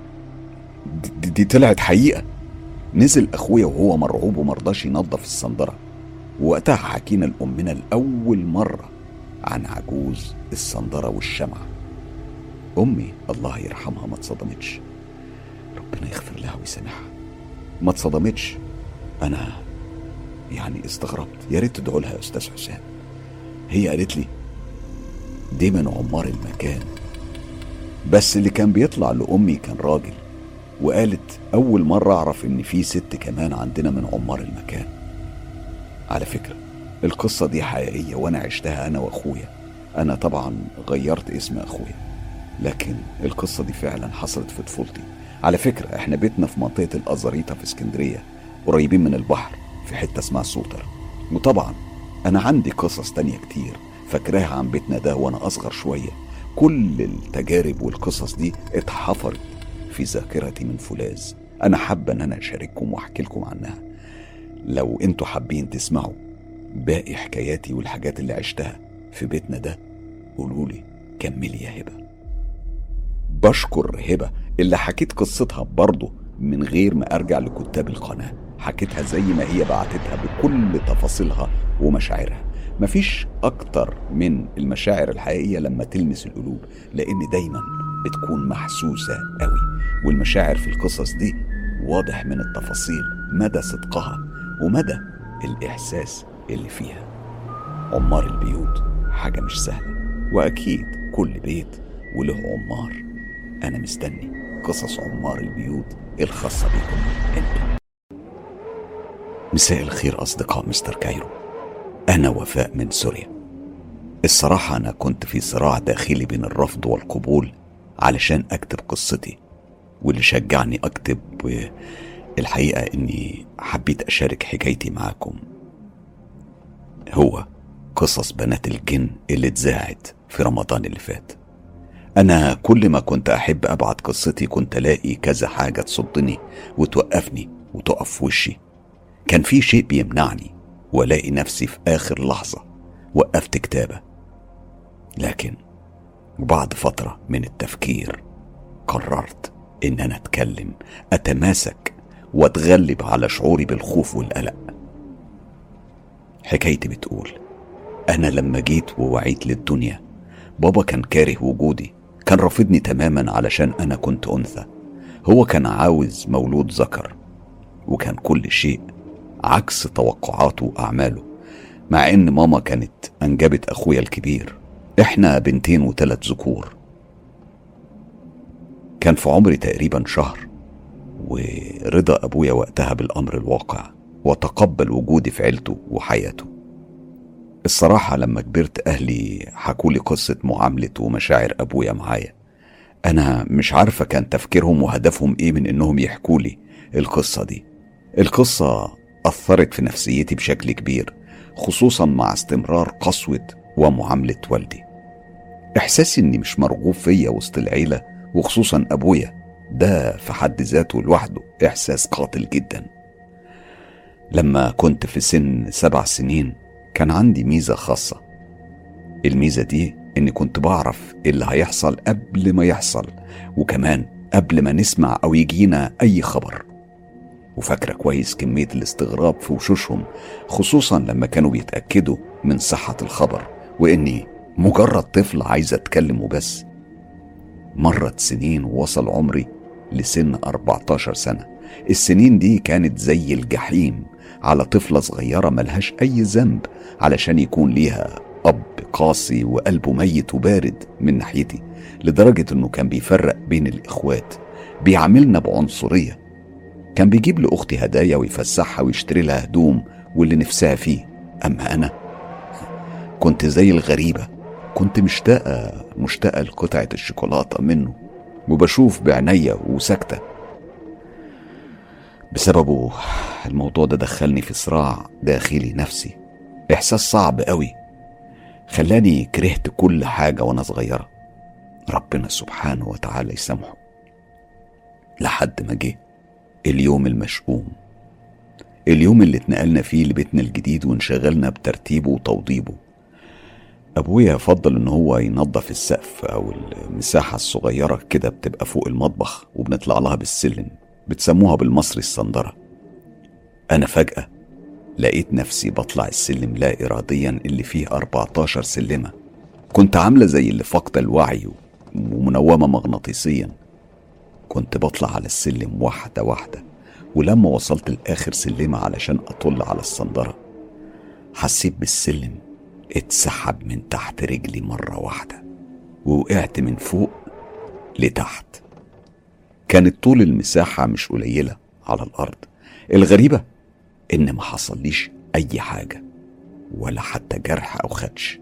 دي, دي طلعت حقيقة. نزل أخويا وهو مرعوب ومرضاش ينظف الصندرة، ووقتها حكينا لأمنا لأول مرة عن عجوز الصندرة والشمعة. أمي الله يرحمها ما اتصدمتش، ربنا يغفر لها ويسامحها، ما اتصدمتش. أنا يعني استغربت. يا ريت تدعوا لها يا أستاذ حسام. هي قالت لي دي من عمار المكان، بس اللي كان بيطلع لأمي كان راجل، وقالت أول مرة أعرف إن في ست كمان عندنا من عمار المكان. على فكرة القصة دي حقيقية وأنا عشتها أنا وأخويا. أنا طبعا غيرت اسم أخويا، لكن القصة دي فعلا حصلت في طفولتي. على فكرة احنا بيتنا في منطقة الأزاريطة في اسكندرية، قريبين من البحر في حتة اسمها سوتر. وطبعا أنا عندي قصص تانية كتير فاكراها عن بيتنا ده وأنا أصغر شوية. كل التجارب والقصص دي اتحفرت في ذاكرتي من فولاذ. أنا حابة أن أنا أشارككم وأحكي لكم عنها. لو أنتوا حابين تسمعوا باقي حكاياتي والحاجات اللي عشتها في بيتنا ده قولولي كملي يا هبة. بشكر هبة اللي حكيت قصتها برضو من غير ما أرجع لكتاب القناة، حكيتها زي ما هي بعتتها بكل تفاصيلها ومشاعرها. مفيش أكتر من المشاعر الحقيقية لما تلمس القلوب، لأن دايما بتكون محسوسة قوي، والمشاعر في القصص دي واضح من التفاصيل مدى صدقها ومدى الإحساس اللي فيها. عمار البيوت حاجة مش سهلة، وأكيد كل بيت وله عمار. أنا مستني قصص عمار البيوت الخاصة بيكم انتم. مساء الخير أصدقاء مستر كايرو، أنا وفاء من سوريا. الصراحة أنا كنت في صراع داخلي بين الرفض والقبول علشان أكتب قصتي، واللي شجعني أكتب الحقيقة إني حبيت أشارك حكايتي معاكم هو قصص بنات الجن اللي اتذاعت في رمضان اللي فات. أنا كل ما كنت أحب أبعت قصتي كنت ألاقي كذا حاجة تصدني وتوقفني وتقف في وشي. كان في شيء بيمنعني، ولاقي نفسي في آخر لحظة وقفت كتابة. لكن بعد فترة من التفكير قررت إن أنا أتكلم، أتماسك وأتغلب على شعوري بالخوف والقلق. حكايتي بتقول: أنا لما جيت ووعيت للدنيا بابا كان كاره وجودي، كان رافضني تماما علشان أنا كنت أنثى. هو كان عاوز مولود ذكر، وكان كل شيء عكس توقعاته وأعماله، مع إن ماما كانت أنجبت أخويا الكبير. إحنا بنتين وثلاث ذكور. كان في عمري تقريبا شهر، ورضا أبويا وقتها بالأمر الواقع وتقبل وجودي في عيلته وحياته. الصراحة لما كبرت أهلي حكولي قصة معاملة ومشاعر أبويا معايا. أنا مش عارفة كان تفكيرهم وهدفهم إيه من إنهم يحكولي القصة دي. القصة أثرت في نفسيتي بشكل كبير، خصوصا مع استمرار قسوة ومعاملة والدي. إحساسي إني مش مرغوب فيا وسط العيلة، وخصوصا أبويا، ده في حد ذاته لوحده إحساس قاتل جدا. لما كنت في سن سبع سنين كان عندي ميزة خاصة. الميزة دي إني كنت بعرف اللي هيحصل قبل ما يحصل، وكمان قبل ما نسمع أو يجينا أي خبر. وفاكرة كويس كمية الاستغراب في وشوشهم، خصوصا لما كانوا بيتأكدوا من صحة الخبر وإني مجرد طفل عايزة أتكلم وبس. مرت سنين ووصل عمري لسن أربعتاشر سنة. السنين دي كانت زي الجحيم على طفلة صغيرة ملهاش أي ذنب، علشان يكون ليها أب قاسي وقلبه ميت وبارد من ناحيتي، لدرجة إنه كان بيفرق بين الإخوات، بيعاملنا بعنصرية. كان بيجيب لأختي هدايا ويفسحها ويشتري لها هدوم واللي نفسها فيه. أما أنا كنت زي الغريبة، كنت مشتاقة مشتاقة لقطعة الشوكولاتة منه، وبشوف بعناية وسكتة. بسببه الموضوع ده دخلني في صراع داخلي نفسي، إحساس صعب قوي خلاني كرهت كل حاجة وأنا صغيرة. ربنا سبحانه وتعالى يسامحه. لحد ما جه اليوم المشؤوم، اليوم اللي اتنقلنا فيه لبيتنا الجديد وانشغلنا بترتيبه وتوضيبه. أبويا فضل إن هو ينظف السقف أو المساحة الصغيرة كده بتبقى فوق المطبخ وبنطلع لها بالسلم، بتسموها بالمصري الصندرة. أنا فجأة لقيت نفسي بطلع السلم لا إراديا اللي فيه أربعتاشر سلمة. كنت عاملة زي اللي فاقدة الوعي ومنومة مغناطيسيا. كنت بطلع على السلم واحدة واحدة، ولما وصلت لآخر سلمة علشان أطل على الصندرة حسيت بالسلم اتسحب من تحت رجلي مرة واحدة، ووقعت من فوق لتحت. كانت طول المساحة مش قليلة على الأرض. الغريبة إن ما حصليش أي حاجة، ولا حتى جرح أو خدش.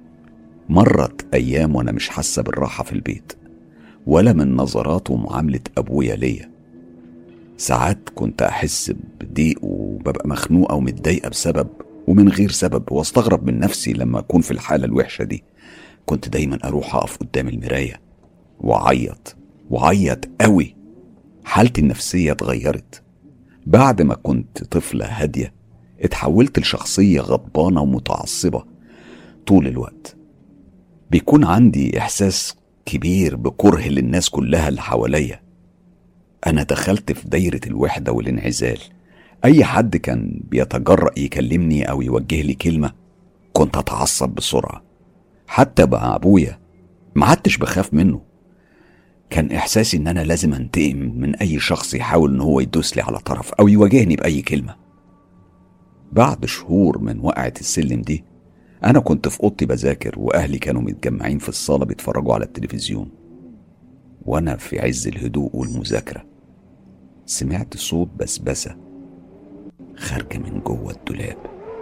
مرت أيام وأنا مش حاسة بالراحة في البيت، ولا من نظرات ومعاملة أبويا ليا. ساعات كنت أحس بضيق وببقى مخنوقة ومتضايقة بسبب ومن غير سبب، واستغرب من نفسي لما أكون في الحالة الوحشة دي. كنت دايما أروح أقف قدام المراية وعيط وعيط قوي. حالتي النفسية اتغيرت. بعد ما كنت طفلة هادية اتحولت لشخصية غضبانة ومتعصبة طول الوقت. بيكون عندي إحساس كبير بكره للناس كلها اللي حواليا. أنا دخلت في دايرة الوحدة والانعزال. أي حد كان بيتجرأ يكلمني أو يوجه لي كلمة كنت أتعصب بسرعة. حتى مع أبويا ما عدتش بخاف منه. كان إحساسي إن أنا لازم أنتقم من أي شخص يحاول إن هو يدوس لي على طرف أو يواجهني بأي كلمة. بعد شهور من وقعة السلم دي أنا كنت في أوضتي بذاكر وأهلي كانوا متجمعين في الصالة بيتفرجوا على التلفزيون، وأنا في عز الهدوء والمذاكرة سمعت صوت بسبسة خارجة من جوه الدولاب.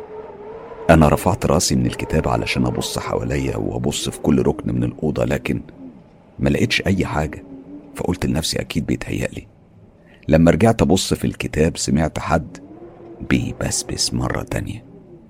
أنا رفعت راسي من الكتاب علشان أبص حواليا وأبص في كل ركن من الأوضة، لكن ما لقيتش أي حاجة، فقلت لنفسي أكيد بيتهيألي. لما رجعت أبص في الكتاب سمعت حد بيبسبس مرة تانية.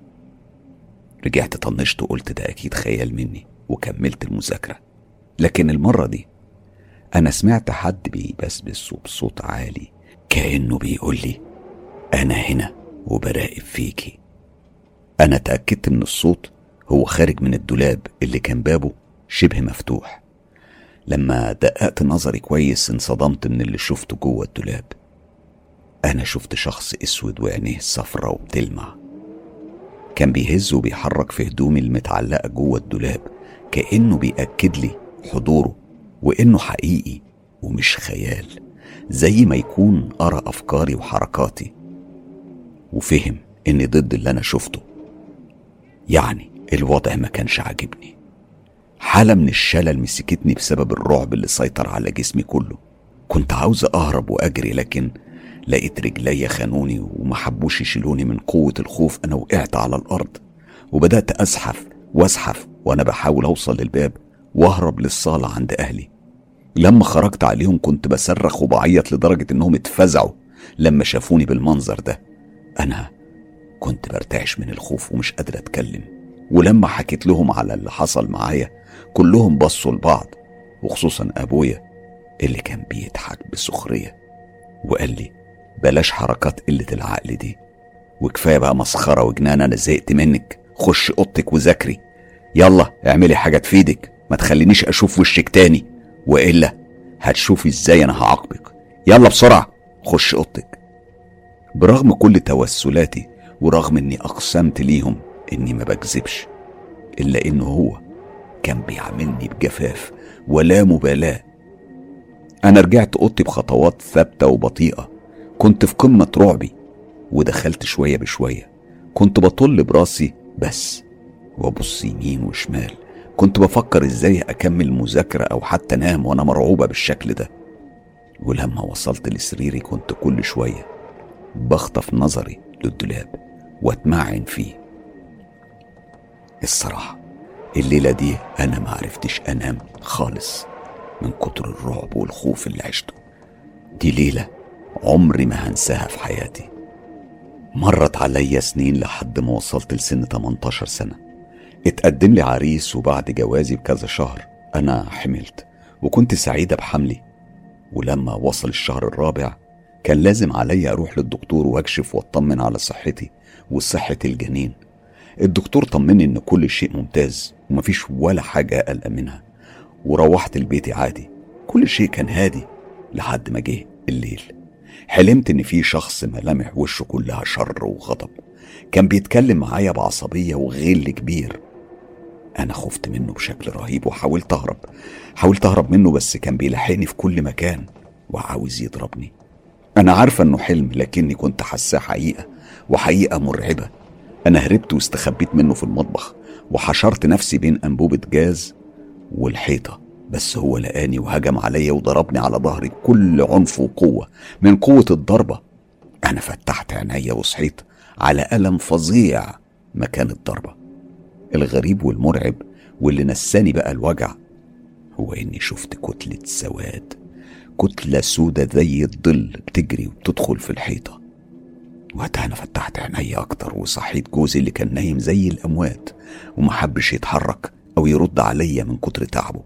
رجعت طنشت وقلت ده أكيد خيال مني وكملت المذاكرة. لكن المرة دي أنا سمعت حد بيبسبس وبصوت عالي كأنه بيقول لي أنا هنا وبراقب فيكي. أنا تأكدت من الصوت هو خارج من الدولاب اللي كان بابه شبه مفتوح. لما دققت نظري كويس انصدمت من اللي شفته جوه الدولاب. أنا شفت شخص أسود وعينيه صفرة وبتلمع، كان بيهز وبيحرك في هدومي المتعلقة جوه الدولاب كأنه بيأكد لي حضوره وإنه حقيقي ومش خيال، زي ما يكون قرأ أفكاري وحركاتي وفهم إني ضد اللي أنا شفته. يعني الوضع ما كانش عاجبني. حالة من الشلل مسكتني بسبب الرعب اللي سيطر على جسمي كله. كنت عاوز أهرب وأجري، لكن لقيت رجلي خانوني ومحبوش يشيلوني من قوة الخوف. أنا وقعت على الأرض وبدأت أزحف وأزحف وأنا بحاول أوصل للباب وأهرب للصالة عند أهلي. لما خرجت عليهم كنت بصرخ وبعيط لدرجة إنهم اتفزعوا لما شافوني بالمنظر ده. أنا كنت برتعش من الخوف ومش قادر أتكلم، ولما حكيت لهم على اللي حصل معايا كلهم بصوا لبعض، وخصوصا أبويا اللي كان بيضحك بسخرية وقال لي بلاش حركات قلة العقل دي، وكفاية بقى مسخرة وجنان، أنا زهقت منك، خش أوضتك وذاكري، يلا اعملي حاجة تفيدك، ما تخلينيش أشوف وشك تاني وإلا هتشوفي إزاي أنا هعاقبك، يلا بسرعة خش أوضتك. برغم كل توسلاتي ورغم إني أقسمت ليهم إني ما بكذبش، إلا إنه هو كان بيعاملني بجفاف ولا مبالاة. أنا رجعت أوضتي بخطوات ثابتة وبطيئة، كنت في قمة رعبي، ودخلت شوية بشوية. كنت بطل براسي بس وابص يمين وشمال، كنت بفكر ازاي اكمل مذاكرة او حتى نام وانا مرعوبة بالشكل ده. ولما وصلت لسريري كنت كل شوية بخطف نظري للدولاب واتمعن فيه. الصراحة الليلة دي انا ما عرفتش انام خالص من كتر الرعب والخوف اللي عشته. دي ليلة عمري ما هنساها في حياتي. مرت عليا سنين لحد ما وصلت لسن تمنتاشر سنة. اتقدم لي عريس، وبعد جوازي بكذا شهر انا حملت وكنت سعيدة بحملي. ولما وصل الشهر الرابع كان لازم عليا اروح للدكتور واكشف واطمن على صحتي وصحة الجنين. الدكتور طمني ان كل شيء ممتاز ومفيش ولا حاجة اقلق منها، وروحت البيت عادي. كل شيء كان هادي لحد ما جه الليل. حلمت ان في شخص ملامح وشه كلها شر وغضب، كان بيتكلم معايا بعصبية وغل كبير. انا خفت منه بشكل رهيب وحاولت اهرب حاولت اهرب منه بس كان بيلحقني في كل مكان وعاوز يضربني. انا عارفة انه حلم لكني كنت حاساه حقيقة، وحقيقة مرعبة. انا هربت واستخبيت منه في المطبخ وحشرت نفسي بين انبوبة جاز والحيطة، بس هو لقاني وهجم عليا وضربني على ظهري بكل عنف وقوة. من قوة الضربة انا فتحت عينيا وصحيت على ألم فظيع مكان الضربة. الغريب والمرعب واللي نساني بقى الوجع هو اني شفت كتلة سواد، كتلة سودة زي الظل بتجري وبتدخل في الحيطة. وقتها انا فتحت عينيا اكتر وصحيت جوزي اللي كان نايم زي الاموات ومحبش يتحرك او يرد عليا من كتر تعبه.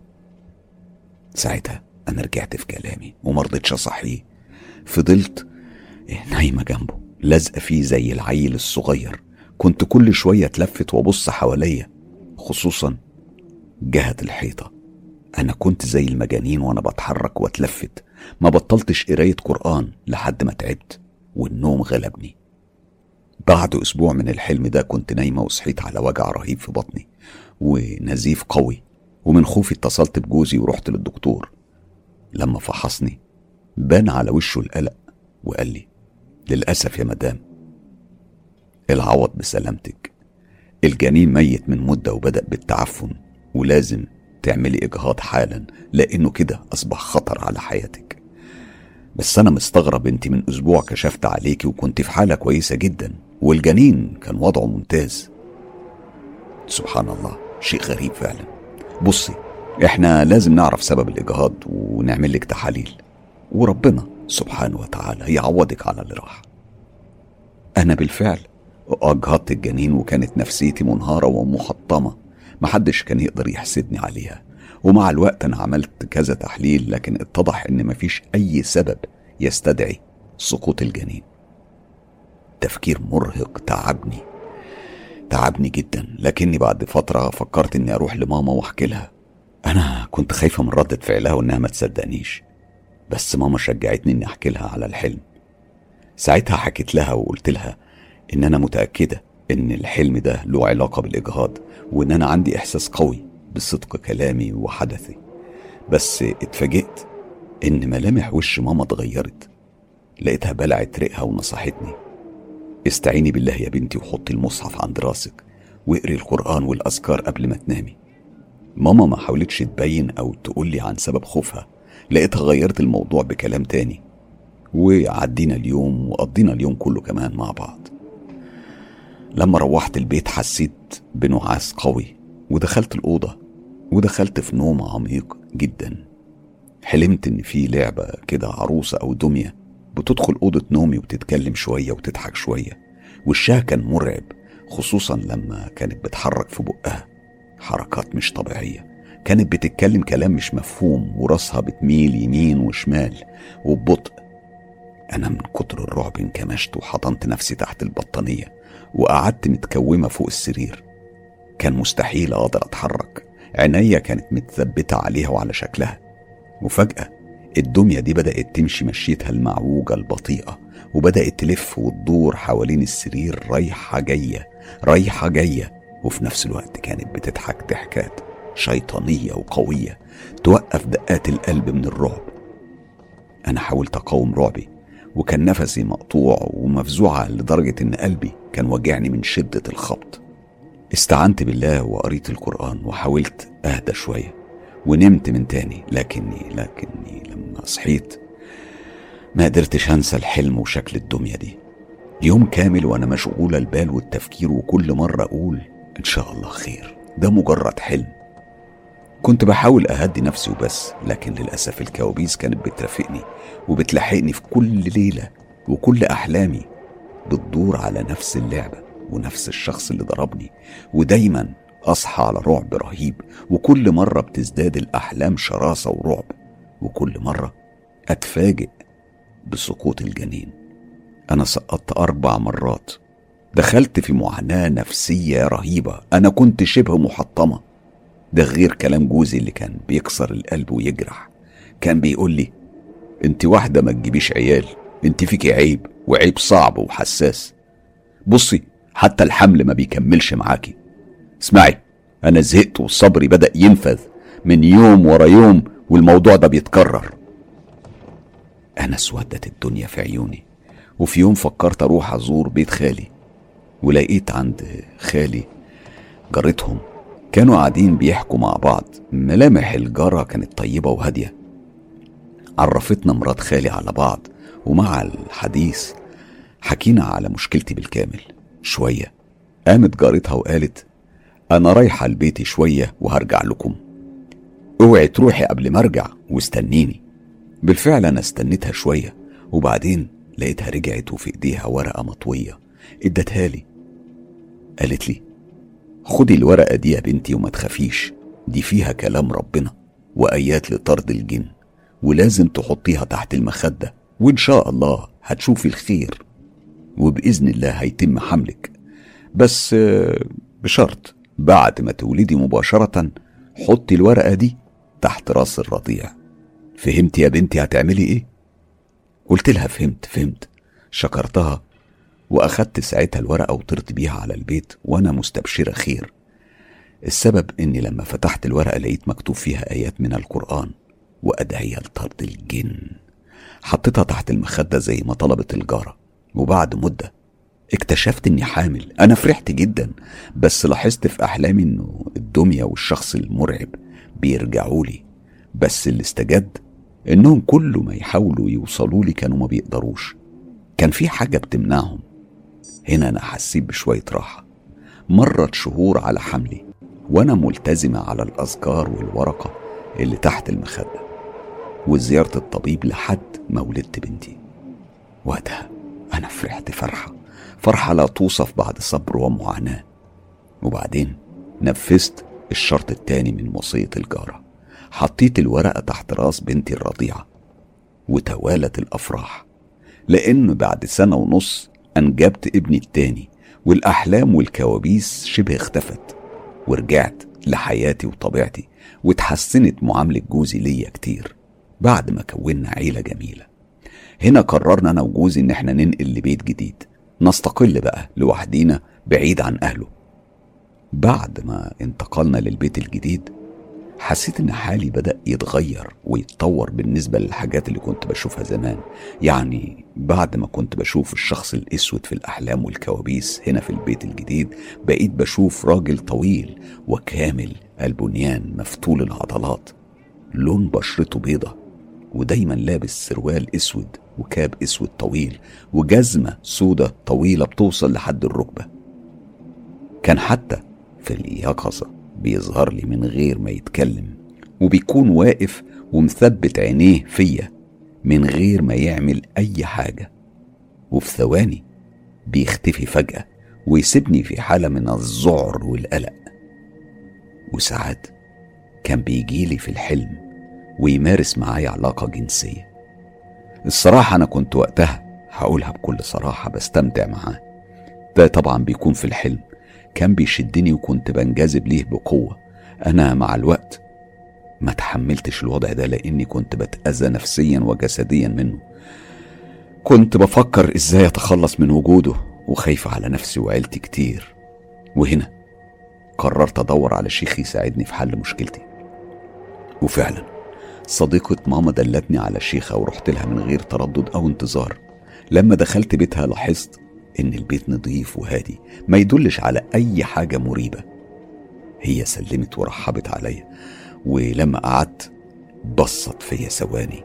ساعتها انا رجعت في كلامي ومرضتش اصحيه، فضلت نايمة جنبه لازقة فيه زي العيل الصغير. كنت كل شوية اتلفت وابص حواليا خصوصا جهة الحيطة. انا كنت زي المجانين وانا بتحرك واتلفت، ما بطلتش قراية قرآن لحد ما تعبت والنوم غلبني. بعد اسبوع من الحلم ده كنت نايمة وصحيت على وجع رهيب في بطني ونزيف قوي، ومن خوفي اتصلت بجوزي ورحت للدكتور. لما فحصني بان على وشه القلق وقال لي للأسف يا مدام العوض بسلامتك، الجنين ميت من مدة وبدأ بالتعفن، ولازم تعملي إجهاض حالا لأنه كده أصبح خطر على حياتك. بس أنا مستغرب، انت من أسبوع كشفت عليكي وكنت في حالة كويسة جدا والجنين كان وضعه ممتاز. سبحان الله، شيء غريب فعلا. بصي، احنا لازم نعرف سبب الإجهاض ونعمل لك تحاليل، وربنا سبحانه وتعالى يعوضك على اللي راح. أنا بالفعل أجهضت الجنين وكانت نفسيتي منهارة ومحطمة، محدش كان يقدر يحسدني عليها. ومع الوقت أنا عملت كذا تحليل لكن اتضح إن مفيش أي سبب يستدعي سقوط الجنين. تفكير مرهق تعبني تعبني جدا، لكني بعد فترة فكرت إني أروح لماما وأحكي لها. أنا كنت خايفة من ردة فعلها وإنها ما تصدقنيش، بس ماما شجعتني إني أحكي لها على الحلم. ساعتها حكيت لها وقلت لها إن أنا متأكدة إن الحلم ده له علاقة بالإجهاض، وإن أنا عندي إحساس قوي بصدق كلامي وحدثي. بس اتفاجئت إن ملامح وش ماما اتغيرت، لقيتها بلعت ريقها ونصحتني: استعيني بالله يا بنتي وحطي المصحف عند راسك واقري القرآن والأذكار قبل ما تنامي. ماما ما حاولتش تبين أو تقولي عن سبب خوفها، لقيتها غيرت الموضوع بكلام تاني، وعدينا اليوم وقضينا اليوم كله كمان مع بعض. لما روحت البيت حسيت بنعاس قوي، ودخلت الأوضة ودخلت في نوم عميق جدا. حلمت إن في لعبة كده، عروسة أو دمية بتدخل أوضة نومي وبتتكلم شوية وتضحك شوية. وشها كان مرعب، خصوصا لما كانت بتحرك في بقها حركات مش طبيعية. كانت بتتكلم كلام مش مفهوم، وراسها بتميل يمين وشمال وببطء. أنا من كتر الرعب انكمشت وحضنت نفسي تحت البطانية وقعدت متكومة فوق السرير. كان مستحيل أقدر أتحرك، عينيا كانت متثبتة عليها وعلى شكلها. وفجأة الدمية دي بدأت تمشي مشيتها المعوجة البطيئة، وبدأت تلف وتدور حوالين السرير رايحة جاية رايحة جاية، وفي نفس الوقت كانت بتضحك ضحكات شيطانية وقوية توقف دقات القلب من الرعب. أنا حاولت أقاوم رعبي، وكان نفسي مقطوع ومفزوعة لدرجة إن قلبي كان وجعني من شدة الخبط. استعنت بالله وقريت القرآن وحاولت أهدى شوية ونمت من تاني. لكني لكني لما صحيت ما قدرتش أنسى الحلم وشكل الدمية دي. يوم كامل وأنا مشغولة البال والتفكير، وكل مرة أقول إن شاء الله خير، ده مجرد حلم. كنت بحاول أهدي نفسي وبس، لكن للأسف الكوابيس كانت بترافقني وبتلاحقني في كل ليلة، وكل أحلامي بتدور على نفس اللعبة ونفس الشخص اللي ضربني. ودايما أصحى على رعب رهيب، وكل مرة بتزداد الأحلام شراسة ورعب، وكل مرة أتفاجئ بسقوط الجنين. أنا سقطت أربع مرات، دخلت في معاناة نفسية رهيبة، أنا كنت شبه محطمة. ده غير كلام جوزي اللي كان بيكسر القلب ويجرح. كان بيقول لي: انت واحدة ما تجيبيش عيال، انت فيكي عيب، وعيب صعب وحساس. بصي، حتى الحمل ما بيكملش معاكي. اسمعي، انا زهقت وصبري بدأ ينفذ من يوم ورا يوم، والموضوع ده بيتكرر. انا اسودت الدنيا في عيوني. وفي يوم فكرت اروح ازور بيت خالي، ولقيت عند خالي جارتهم كانوا قاعدين بيحكوا مع بعض. ملامح الجارة كانت طيبة وهادية. عرفتنا مرات خالي على بعض، ومع الحديث حكينا على مشكلتي بالكامل. شوية قامت جارتها وقالت: أنا رايحة لبيتي شوية وهرجع لكم، اوعي تروحي قبل ما ارجع واستنيني. بالفعل أنا استنيتها شوية، وبعدين لقيتها رجعت وفي ايديها ورقة مطوية ادتها لي. قالت لي: خدي الورقة دي يا بنتي وما تخافيش، دي فيها كلام ربنا وآيات لطرد الجن، ولازم تحطيها تحت المخدة، وإن شاء الله هتشوفي الخير، وبإذن الله هيتم حملك. بس بشرط بعد ما تولدي مباشرة حطي الورقة دي تحت راس الرضيع. فهمتي يا بنتي هتعملي ايه؟ قلت لها فهمت فهمت شكرتها، وأخدت ساعتها الورقة وطرت بيها على البيت وأنا مستبشرة خير. السبب إني لما فتحت الورقة لقيت مكتوب فيها آيات من القرآن وأدعية لطرد الجن. حطيتها تحت المخدة زي ما طلبت الجارة، وبعد مدة اكتشفت اني حامل. انا فرحت جدا، بس لاحظت في احلامي انه الدمية والشخص المرعب بيرجعوا لي، بس اللي استجد انهم كل ما يحاولوا يوصلوا لي كانوا ما بيقدروش. كان في حاجة بتمنعهم. هنا انا حسيت بشوية راحة. مرت شهور على حملي وانا ملتزمة على الاذكار والورقة اللي تحت المخدة وزيارة الطبيب لحد ما ولدت بنتي. وقتها انا فرحت فرحة فرحة لا توصف بعد صبر ومعاناة. وبعدين نفذت الشرط التاني من وصية الجارة. حطيت الورقة تحت راس بنتي الرضيعة وتوالت الأفراح، لأن بعد سنة ونص أنجبت ابني التاني، والأحلام والكوابيس شبه اختفت، ورجعت لحياتي وطبيعتي، وتحسنت معاملة جوزي ليا كتير بعد ما كونا عيلة جميلة. هنا قررنا أنا وجوزي إن احنا ننقل لبيت جديد، نستقل بقى لوحدينا بعيد عن أهله. بعد ما انتقلنا للبيت الجديد حسيت ان حالي بدأ يتغير ويتطور بالنسبة للحاجات اللي كنت بشوفها زمان. يعني بعد ما كنت بشوف الشخص الاسود في الاحلام والكوابيس، هنا في البيت الجديد بقيت بشوف راجل طويل وكامل البنيان مفتول العضلات، لون بشرته بيضة، ودايما لابس سروال اسود وكاب اسود طويل وجزمة سودة طويلة بتوصل لحد الركبة. كان حتى في اليقظة بيظهر لي من غير ما يتكلم، وبيكون واقف ومثبت عينيه فيا من غير ما يعمل اي حاجة، وفي ثواني بيختفي فجأة ويسيبني في حالة من الذعر والقلق. وساعات كان بيجيلي في الحلم ويمارس معايا علاقة جنسية. الصراحة أنا كنت وقتها هقولها بكل صراحة بستمتع معاه. ده طبعا بيكون في الحلم. كان بيشدني وكنت بنجذب ليه بقوة. أنا مع الوقت ما تحملتش الوضع ده لأني كنت بتأذى نفسيا وجسديا منه. كنت بفكر إزاي أتخلص من وجوده وخايف على نفسي وعيلتي كتير. وهنا قررت أدور على شيخ يساعدني في حل مشكلتي. وفعلا صديقة ماما دلتني على شيخة ورحت لها من غير تردد أو انتظار. لما دخلت بيتها لاحظت إن البيت نظيف وهادي، ما يدلش على أي حاجة مريبة. هي سلمت ورحبت عليا، ولما قعدت بصت فيا ثواني،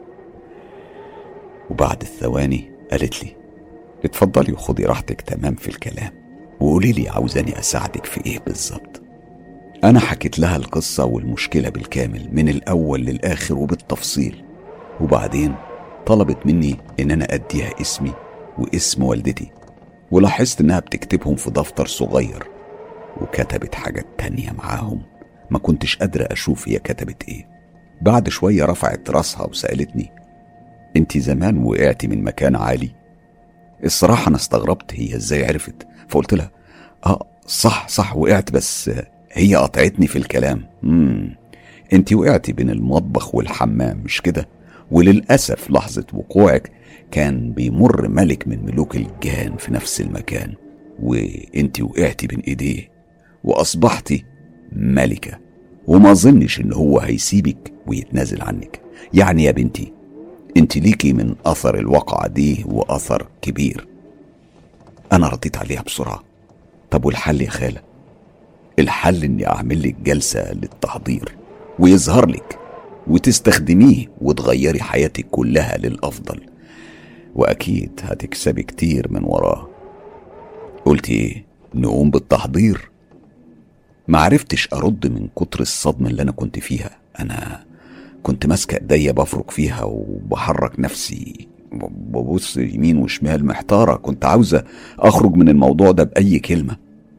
وبعد الثواني قالت لي اتفضلي وخدي راحتك تمام في الكلام، وقولي لي عاوزاني أساعدك في إيه بالظبط. أنا حكيت لها القصة والمشكلة بالكامل من الأول للآخر وبالتفصيل، وبعدين طلبت مني إن أنا أديها اسمي واسم والدتي، ولاحظت إنها بتكتبهم في دفتر صغير، وكتبت حاجات تانية معاهم ما كنتش قادرة أشوف هي كتبت إيه. بعد شوية رفعت راسها وسألتني انتي زمان وقعتي من مكان عالي؟ الصراحة أنا استغربت هي إزاي عرفت، فقلت لها آه صح صح وقعت، بس هي قطعتني في الكلام. مم. انتي وقعتي بين المطبخ والحمام مش كده؟ وللأسف لحظة وقوعك كان بيمر ملك من ملوك الجان في نفس المكان، وانتي وقعتي بين ايديه واصبحتي ملكة، وما ظنش ان هو هيسيبك ويتنازل عنك. يعني يا بنتي انت ليكي من اثر الواقعة دي واثر كبير. انا رديت عليها بسرعة، طب والحل يا خالة؟ الحل اني اعمل لك جلسة للتحضير ويظهر لك وتستخدميه وتغيري حياتك كلها للافضل، واكيد هتكسبي كتير من وراه. قلت ايه؟ نقوم بالتحضير؟ معرفتش ارد من كتر الصدمة اللي انا كنت فيها. انا كنت ماسكة ايديا بفرك فيها وبحرك نفسي ببص يمين وشمال محتارة، كنت عاوزة اخرج من الموضوع ده باي كلمة.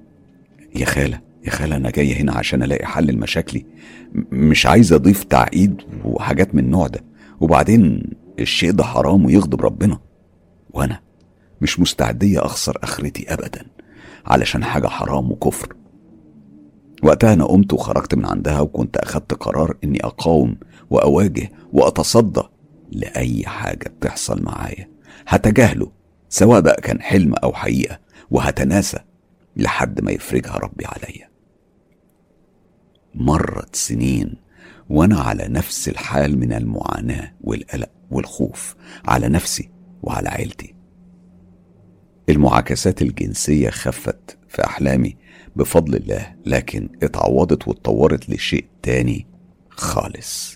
يا خالة يا خالة انا جاية هنا عشان الاقي حل لمشاكلي، مش عايزة اضيف تعقيد وحاجات من النوع ده، وبعدين الشيء ده حرام ويغضب ربنا، وانا مش مستعدية اخسر اخرتي ابدا علشان حاجة حرام وكفر. وقتها انا قمت وخرجت من عندها، وكنت اخدت قرار اني اقاوم واواجه واتصدى لاي حاجة بتحصل معايا، هتجاهله سواء بقى كان حلم او حقيقة، وهتناسى لحد ما يفرجها ربي عليا. مرت سنين وانا على نفس الحال من المعاناة والقلق والخوف على نفسي وعلى عيلتي. المعاكسات الجنسية خفت في أحلامي بفضل الله، لكن اتعوضت واتطورت لشيء تاني خالص.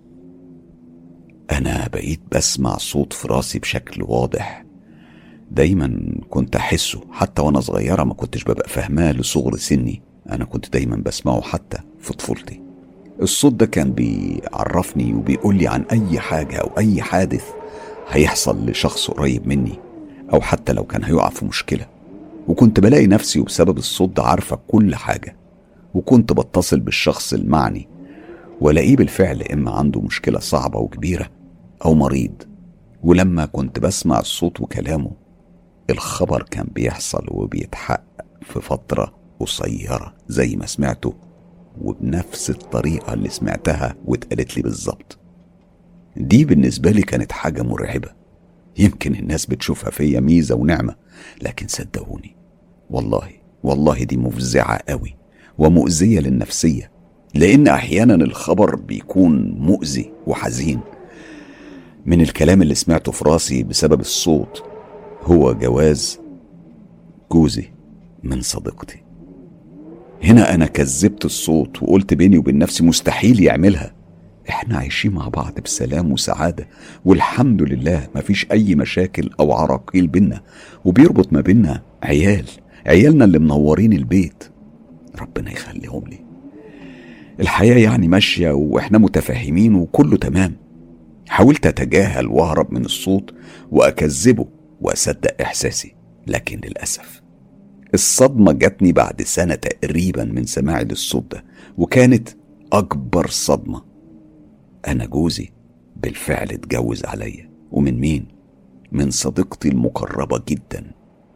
أنا بقيت بسمع صوت في راسي بشكل واضح، دايما كنت أحسه حتى وأنا صغيرة، ما كنتش ببقى فهماه لصغر سني، أنا كنت دايما بسمعه حتى في طفولتي. الصوت ده كان بيعرفني وبيقولي عن أي حاجة أو أي حادث هيحصل لشخص قريب مني، أو حتى لو كان هيقع في مشكلة. وكنت بلاقي نفسي وبسبب الصوت ده عارفة كل حاجة، وكنت بتصل بالشخص المعني ولاقيه بالفعل إما عنده مشكلة صعبة وكبيرة أو مريض. ولما كنت بسمع الصوت وكلامه الخبر كان بيحصل وبيتحقق في فترة قصيرة زي ما سمعته، وبنفس الطريقة اللي سمعتها واتقالت لي بالظبط. دي بالنسبة لي كانت حاجة مرعبة، يمكن الناس بتشوفها فيا ميزة ونعمة، لكن صدقوني والله والله دي مفزعة قوي ومؤذية للنفسية، لأن أحيانا الخبر بيكون مؤذي وحزين. من الكلام اللي سمعته في راسي بسبب الصوت هو جواز جوزي من صديقتي. هنا أنا كذبت الصوت وقلت بيني وبين نفسي مستحيل يعملها، احنا عايشين مع بعض بسلام وسعادة والحمد لله مفيش أي مشاكل أو عراقيل بينا، وبيربط ما بينا عيال عيالنا اللي منورين البيت، ربنا يخليهم لي. الحياة يعني ماشية واحنا متفاهمين وكله تمام. حاولت أتجاهل وأهرب من الصوت وأكذبه وأصدق إحساسي، لكن للأسف الصدمة جاتني بعد سنة تقريبا من سماعي للصوت ده، وكانت أكبر صدمة. أنا جوزي بالفعل اتجوز عليا، ومن مين؟ من صديقتي المقربة جدا.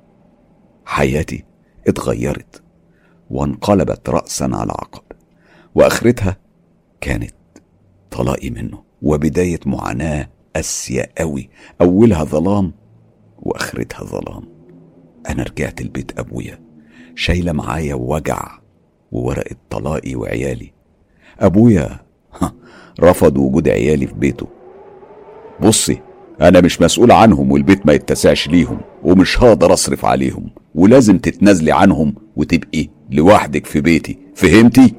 حياتي اتغيرت وانقلبت رأسا على عقب، وآخرتها كانت طلاقي منه وبداية معاناة قاسية قوي، أولها ظلام وآخرتها ظلام. أنا رجعت البيت أبويا شايلة معايا وجع وورقة طلاقي وعيالي. أبويا رفض وجود عيالي في بيته. بصي أنا مش مسؤول عنهم والبيت ما يتسعش ليهم، ومش هقدر أصرف عليهم، ولازم تتنازلي عنهم وتبقي لوحدك في بيتي، فهمتي؟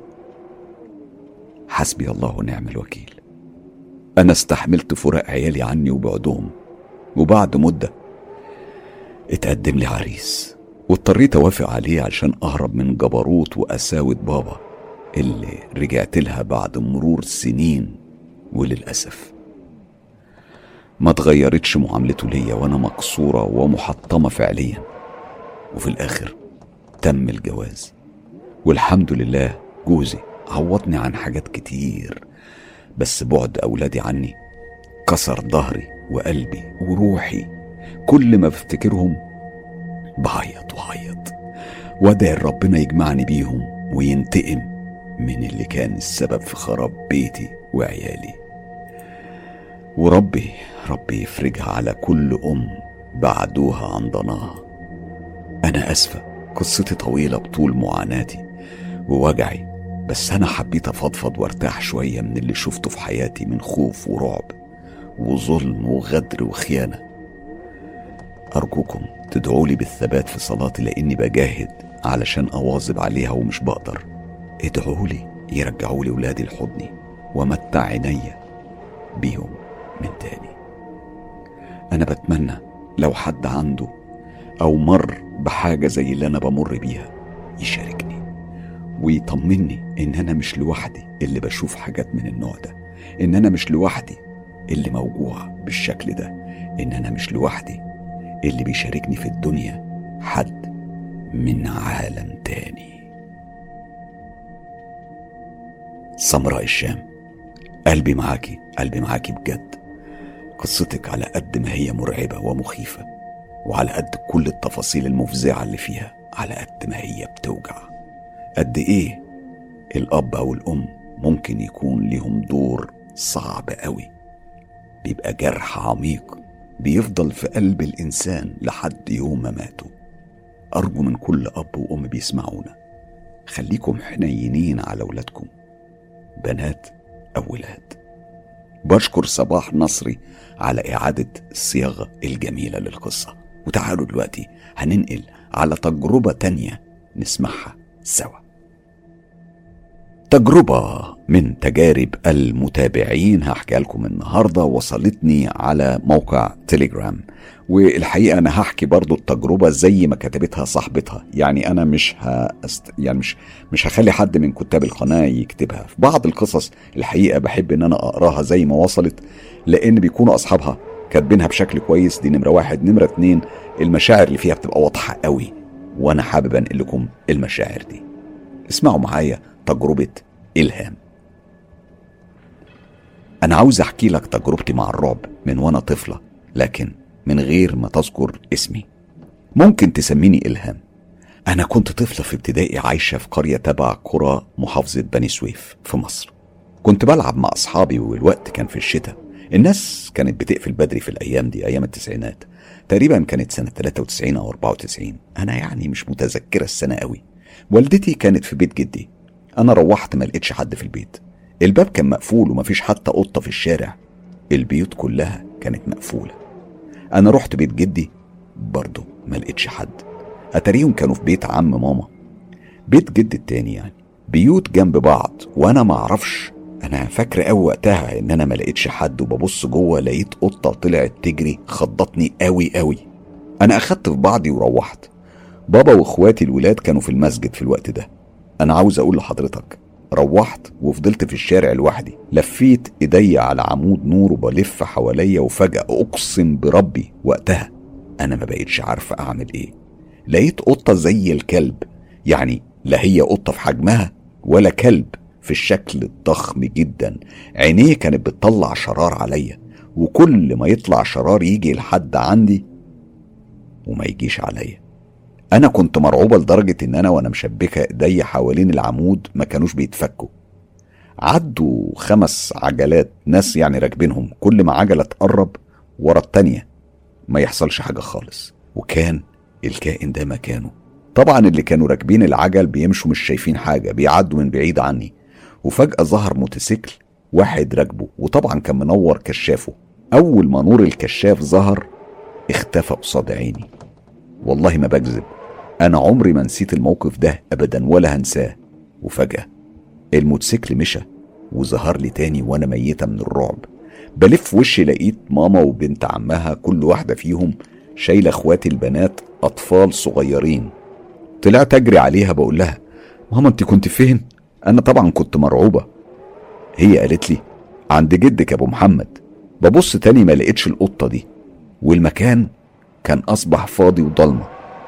حسبي الله ونعم الوكيل. أنا استحملت فراق عيالي عني وبعدهم، وبعد مدة اتقدم لي عريس واضطريت أوافق عليه عشان أهرب من جبروت وقساوة بابا اللي رجعت لها بعد مرور سنين. وللأسف ما اتغيرتش معاملته ليا، وأنا مكسورة ومحطمة فعليا. وفي الآخر تم الجواز، والحمد لله جوزي عوضني عن حاجات كتير، بس بعد أولادي عني كسر ظهري وقلبي وروحي. كل ما بفتكرهم بعيط وعيط وادعي ربنا يجمعني بيهم وينتقم من اللي كان السبب في خراب بيتي وعيالي. وربي ربي يفرجها على كل أم بعدوها عن ضناها. أنا أسفة، قصتي طويلة بطول معاناتي ووجعي، بس أنا حبيت أفضفض وارتاح شوية من اللي شفته في حياتي من خوف ورعب وظلم وغدر وخيانة. أرجوكم تدعولي بالثبات في صلاتي، لأني بجاهد علشان أواظب عليها ومش بقدر. ادعولي يرجعولي ولادي لحضني ومتع عينيا بيهم من تاني. أنا بتمنى لو حد عنده أو مر بحاجة زي اللي أنا بمر بيها يشاركني ويطمني إن أنا مش لوحدي اللي بشوف حاجات من النوع ده، إن أنا مش لوحدي اللي موجوع بالشكل ده، إن أنا مش لوحدي اللي بيشاركني في الدنيا حد من عالم تاني. سمراء الشام، قلبي معاكي قلبي معاكي بجد. قصتك على قد ما هي مرعبة ومخيفة، وعلى قد كل التفاصيل المفزعة اللي فيها، على قد ما هي بتوجع. قد ايه الأب أو الأم ممكن يكون ليهم دور صعب قوي، بيبقى جرح عميق بيفضل في قلب الإنسان لحد يوم ما ماتوا. أرجو من كل أب وأم بيسمعونا، خليكم حنينين على أولادكم، بنات أو ولاد. بشكر صباح نصري على إعادة الصياغة الجميلة للقصة. وتعالوا دلوقتي هننقل على تجربة تانية نسمعها سوا. تجربة من تجارب المتابعين هحكي لكم النهاردة، وصلتني على موقع تيليجرام، والحقيقة أنا هحكي برضو التجربة زي ما كتبتها صاحبتها. يعني أنا مش هست... يعني مش مش هخلي حد من كتاب القناة يكتبها. في بعض القصص الحقيقة بحب إن أنا أقراها زي ما وصلت، لأن بيكونوا أصحابها كاتبينها بشكل كويس. دي نمرة واحد. نمرة اتنين، المشاعر اللي فيها بتبقى واضحة قوي، وأنا حابب أنقل لكم المشاعر دي. اسمعوا معايا تجربة إلهام. أنا عاوز أحكي لك تجربتي مع الرعب من وأنا طفلة، لكن من غير ما تذكر اسمي. ممكن تسميني إلهام. أنا كنت طفلة في ابتدائي عايشة في قرية تبع قرى محافظة بني سويف في مصر. كنت بلعب مع أصحابي، والوقت كان في الشتاء. الناس كانت بتقفل بدري في الأيام دي، أيام التسعينات تقريبا. كانت سنة ثلاثة وتسعين أو أربعة وتسعين، أنا يعني مش متذكرة السنة قوي. والدتي كانت في بيت جدي. أنا روحت ما لقيتش حد في البيت. الباب كان مقفول ومفيش حتى قطة في الشارع. البيوت كلها كانت مقفولة. أنا رحت بيت جدي برضه ما لقيتش حد. أتاريهم كانوا في بيت عم ماما، بيت جد التاني يعني، بيوت جنب بعض. وأنا ما أعرفش، أنا فاكر أوي وقتها إن أنا ما لقيتش حد، وببص جوه لقيت قطة طلعت تجري خضتني أوي أوي. أنا أخدت في بعضي وروحت. بابا وإخواتي الولاد كانوا في المسجد في الوقت ده. أنا عاوز أقول لحضرتك، روحت وفضلت في الشارع لوحدي. لفيت ايدي على عمود نور وبلف حواليا، وفجأة اقسم بربي وقتها انا ما بقيتش عارفة اعمل ايه. لقيت قطة زي الكلب، يعني لا هي قطة في حجمها ولا كلب في الشكل الضخم جدا. عينيه كانت بتطلع شرار عليا، وكل ما يطلع شرار يجي لحد عندي وما يجيش عليا. أنا كنت مرعوبة لدرجة إن أنا وأنا مشبكة إيدي حوالين العمود ما كانوش بيتفكوا. عدوا خمس عجلات، ناس يعني راكبينهم، كل ما عجلة تقرب ورا التانية ما يحصلش حاجة خالص. وكان الكائن ده مكانه. طبعا اللي كانوا راكبين العجل بيمشوا مش شايفين حاجة، بيعدوا من بعيد عني. وفجأة ظهر موتوسيكل واحد راكبه، وطبعا كان منور كشافه. أول ما نور الكشاف ظهر اختفى قصاد عيني. والله ما بكذب، أنا عمري ما نسيت الموقف ده أبدا ولا هنساه. وفجأة الموتوسيكل مشى وظهر لي تاني وأنا ميتة من الرعب. بلف وشي لقيت ماما وبنت عمها، كل واحدة فيهم شايلة اخواتي البنات أطفال صغيرين. طلعت أجري عليها بقول لها ماما أنت كنت فين؟ أنا طبعا كنت مرعوبة. هي قالت لي عند جدك أبو محمد. ببص تاني ما لقيتش القطة دي، والمكان كان أصبح فاضي وضلمة.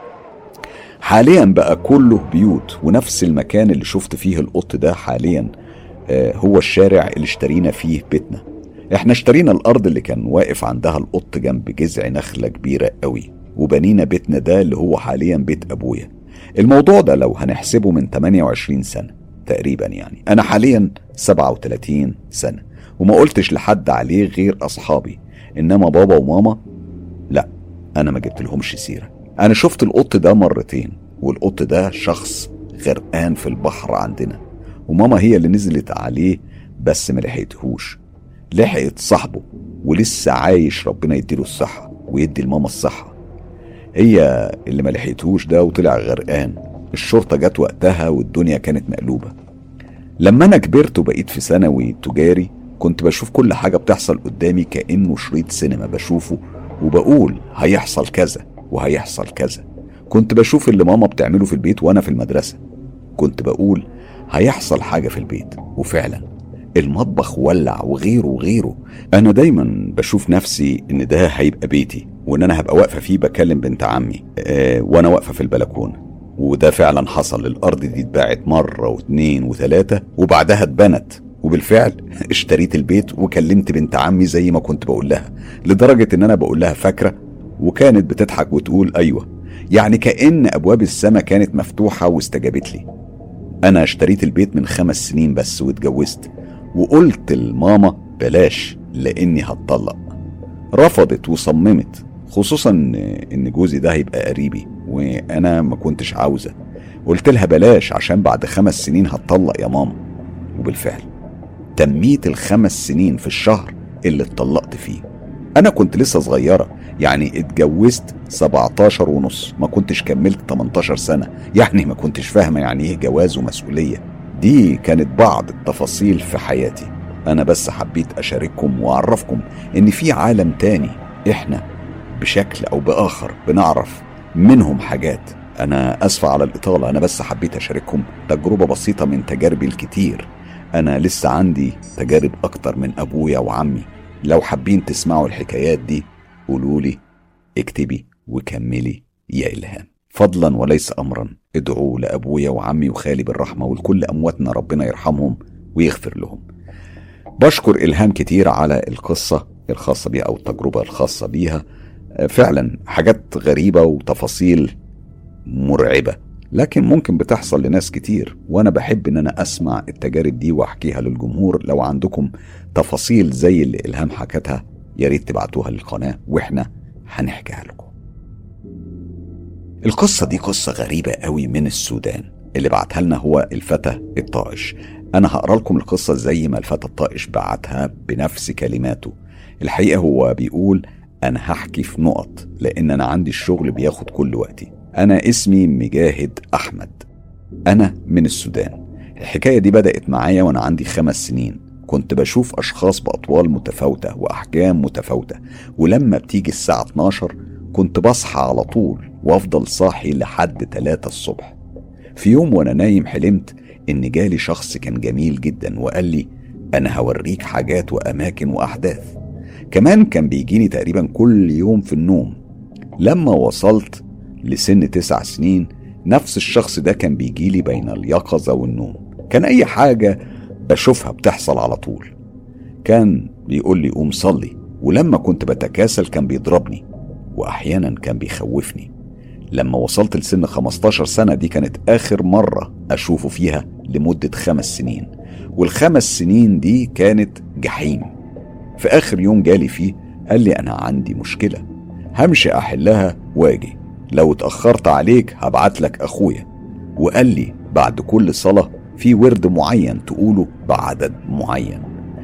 حاليا بقى كله بيوت، ونفس المكان اللي شفت فيه القط ده حاليا آه هو الشارع اللي اشترينا فيه بيتنا. احنا اشترينا الأرض اللي كان واقف عندها القط جنب جذع نخلة كبيرة قوي، وبنينا بيتنا ده اللي هو حاليا بيت أبويا. الموضوع ده لو هنحسبه من ثمانية وعشرين سنة تقريبا، يعني أنا حاليا سبعة وثلاثين سنة، وما قلتش لحد عليه غير أصحابي. إنما بابا وماما لا، أنا ما جبت لهمش سيرة. أنا شفت القط ده مرتين، والقط ده شخص غرقان في البحر عندنا، وماما هي اللي نزلت عليه بس ما لحقتهوش. لحقت صاحبه ولسه عايش، ربنا يديله الصحة ويدي الماما الصحة. هي اللي ما لحقتهوش ده وطلع غرقان. الشرطة جت وقتها والدنيا كانت مقلوبة. لما أنا كبرت وبقيت في ثانوي تجاري، كنت بشوف كل حاجة بتحصل قدامي كأنه شريط سينما بشوفه، وبقول هيحصل كذا وهيحصل كذا. كنت بشوف اللي ماما بتعمله في البيت وأنا في المدرسة، كنت بقول هيحصل حاجة في البيت، وفعلا المطبخ ولع وغيره وغيره. أنا دايما بشوف نفسي إن ده هيبقى بيتي، وإن أنا هبقى واقفة فيه بكلم بنت عمي أه وأنا واقفة في البلكونة. وده فعلا حصل. الأرض دي اتباعت مرة واثنين وثلاثة، وبعدها اتبنت. وبالفعل اشتريت البيت وكلمت بنت عمي زي ما كنت بقول لها، لدرجة إن أنا بقول لها فاكرة، وكانت بتضحك وتقول أيوة، يعني كأن أبواب السماء كانت مفتوحة واستجابت لي. أنا اشتريت البيت من خمس سنين بس واتجوزت، وقلت لماما بلاش لأني هتطلق. رفضت وصممت، خصوصا إن جوزي ده هيبقى قريبي وأنا ما كنتش عاوزة. قلت لها بلاش عشان بعد خمس سنين هتطلق يا ماما. وبالفعل تميت الخمس سنين في الشهر اللي اتطلقت فيه. أنا كنت لسه صغيرة، يعني اتجوزت سبعتاشر ونص، ما كنتش كملت تمنتاشر سنة، يعني ما كنتش فاهمة يعني ايه جواز ومسؤولية. دي كانت بعض التفاصيل في حياتي. انا بس حبيت اشارككم واعرفكم ان في عالم تاني احنا بشكل او باخر بنعرف منهم حاجات. انا اسفة على الاطالة، انا بس حبيت اشارككم تجربة بسيطة من تجاربي الكتير. انا لسه عندي تجارب اكتر من ابويا وعمي. لو حابين تسمعوا الحكايات دي قولولي، اكتبي وكملي يا إلهام. فضلا وليس أمرا ادعوا لأبويا وعمي وخالي بالرحمة، ولكل أمواتنا ربنا يرحمهم ويغفر لهم. بشكر إلهام كتير على القصة الخاصة بيها أو التجربة الخاصة بيها. فعلا حاجات غريبة وتفاصيل مرعبة، لكن ممكن بتحصل لناس كتير، وأنا بحب إن أنا أسمع التجارب دي وأحكيها للجمهور. لو عندكم تفاصيل زي اللي إلهام حكتها ياريت تبعتوها للقناة وإحنا هنحكيها لكم. القصة دي قصة غريبة قوي من السودان، اللي بعتها لنا هو الفتى الطائش. أنا هقرأ لكم القصة زي ما الفتى الطائش بعتها بنفس كلماته. الحقيقة هو بيقول أنا هحكي في نقط لأن أنا عندي الشغل بياخد كل وقتي. أنا اسمي مجاهد أحمد، أنا من السودان. الحكاية دي بدأت معايا وأنا عندي خمس سنين. كنت بشوف أشخاص بأطوال متفاوتة وأحجام متفاوتة، ولما بتيجي الساعة اتناشر كنت بصحى على طول وافضل صاحي لحد تلاتة الصبح. في يوم وانا نايم حلمت ان جالي شخص كان جميل جدا وقال لي انا هوريك حاجات واماكن واحداث. كمان كان بيجيني تقريبا كل يوم في النوم. لما وصلت لسن تسع سنين نفس الشخص ده كان بيجيلي بين اليقظة والنوم. كان اي حاجة بشوفها بتحصل على طول. كان بيقول لي قوم صلي، ولما كنت بتكاسل كان بيضربني، واحيانا كان بيخوفني. لما وصلت لسن خمستاشر سنة دي كانت اخر مرة اشوفه فيها لمدة خمس سنين، والخمس سنين دي كانت جحيم. في اخر يوم جالي فيه قال لي انا عندي مشكلة همشي احلها واجي، لو اتأخرت عليك هبعت لك اخويا. وقال لي بعد كل صلاة في ورد معين تقوله بعدد معين،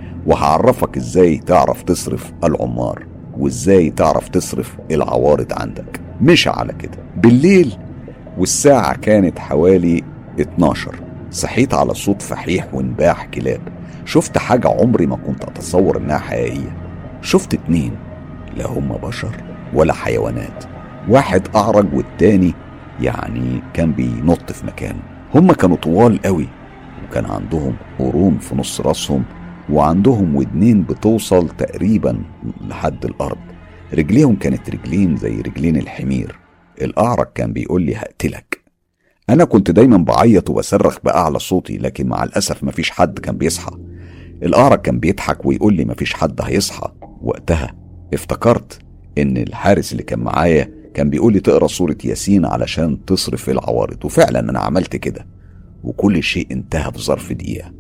وهعرفك ازاي تعرف تصرف العمار وازاي تعرف تصرف العوارض عندك. مش على كده بالليل والساعة كانت حوالي اتناشر صحيت على صوت فحيح ونباح كلاب. شفت حاجة عمري ما كنت اتصور انها حقيقية. شفت اتنين لا هم بشر ولا حيوانات، واحد اعرج والتاني يعني كان بينط في مكانه. هم كانوا طوال قوي وكان عندهم قرون في نص راسهم، وعندهم ودنين بتوصل تقريبا لحد الارض. رجليهم كانت رجلين زي رجلين الحمير. الاعرج كان بيقول لي هقتلك. انا كنت دايما بعيط وبصرخ باعلى صوتي، لكن مع الاسف مفيش حد كان بيصحى. الاعرج كان بيضحك ويقول لي مفيش حد هيصحى. وقتها افتكرت ان الحارس اللي كان معايا كان بيقول لي تقرا سورة ياسين علشان تصرف العوارض، وفعلا انا عملت كده وكل شيء انتهى في ظرف دقيقة.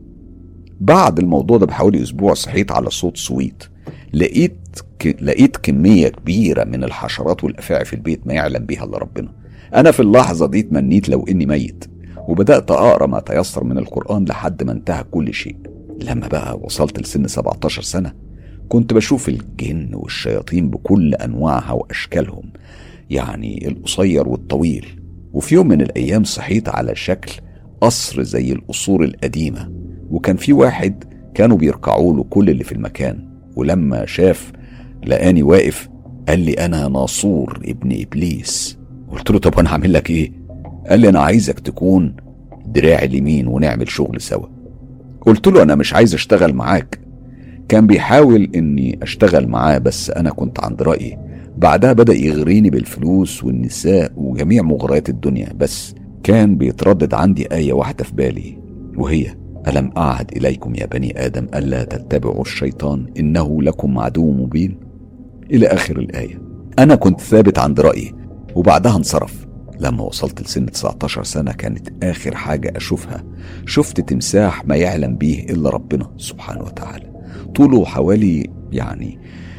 بعد الموضوع ده بحوالي اسبوع صحيت على صوت سويت. لقيت ك... لقيت كمية كبيرة من الحشرات والافاعي في البيت ما يعلم بيها الا ربنا. انا في اللحظة دي تمنيت لو اني ميت، وبدأت اقرا ما تيسر من القرآن لحد ما انتهى كل شيء. لما بقى وصلت لسن سبعتاشر سنة كنت بشوف الجن والشياطين بكل انواعها واشكالهم، يعني القصير والطويل. وفي يوم من الايام صحيت على شكل قصر زي القصور القديمة، وكان في واحد كانوا بيركعوا له كل اللي في المكان. ولما شاف لقاني واقف قال لي انا ناصور ابن ابليس. قلت له طب انا هعمل لك ايه؟ قال لي انا عايزك تكون دراعي اليمين ونعمل شغل سوا. قلت له انا مش عايز اشتغل معاك. كان بيحاول اني اشتغل معاه بس انا كنت عند رأيي. بعدها بدأ يغريني بالفلوس والنساء وجميع مغريات الدنيا، بس كان بيتردد عندي آية واحدة في بالي، وهي ألم أعهد إليكم يا بني آدم ألا تتبعوا الشيطان إنه لكم عدو مبين، إلى آخر الآية. أنا كنت ثابت عند رأيي وبعدها انصرف. لما وصلت لسن تسعتاشر سنة كانت آخر حاجة أشوفها شفت تمساح ما يعلم به إلا ربنا سبحانه وتعالى، طوله حوالي يعني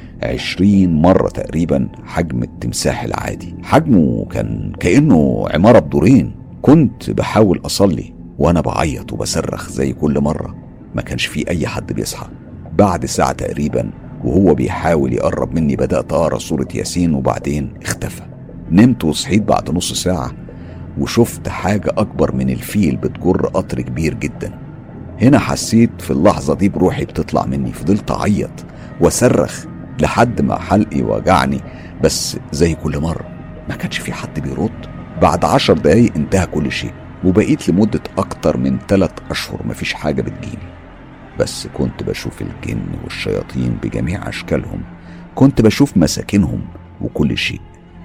عشرين مرة تقريبا حجم التمساح العادي. حجمه كان كأنه عمارة بدورين. كنت بحاول أصلي وأنا بعيط وبصرخ زي كل مرة. ما كانش في أي حد بيصحى. بعد ساعة تقريبا وهو بيحاول يقرب مني بدأت أقرأ سورة ياسين وبعدين اختفى. نمت وصحيت بعد نص ساعة وشفت حاجة أكبر من الفيل بتجر قطر كبير جدا. هنا حسيت في اللحظة دي بروحي بتطلع مني، فضلت أعيط وأصرخ لحد ما حلقي وجعني، بس زي كل مرة ما كانش في حد بيرد. بعد عشر دقايق انتهى كل شيء، وبقيت لمدة أكتر من ثلاث أشهر مفيش حاجة بتجيني، بس كنت بشوف الجن والشياطين بجميع أشكالهم، كنت بشوف مساكنهم وكل شيء.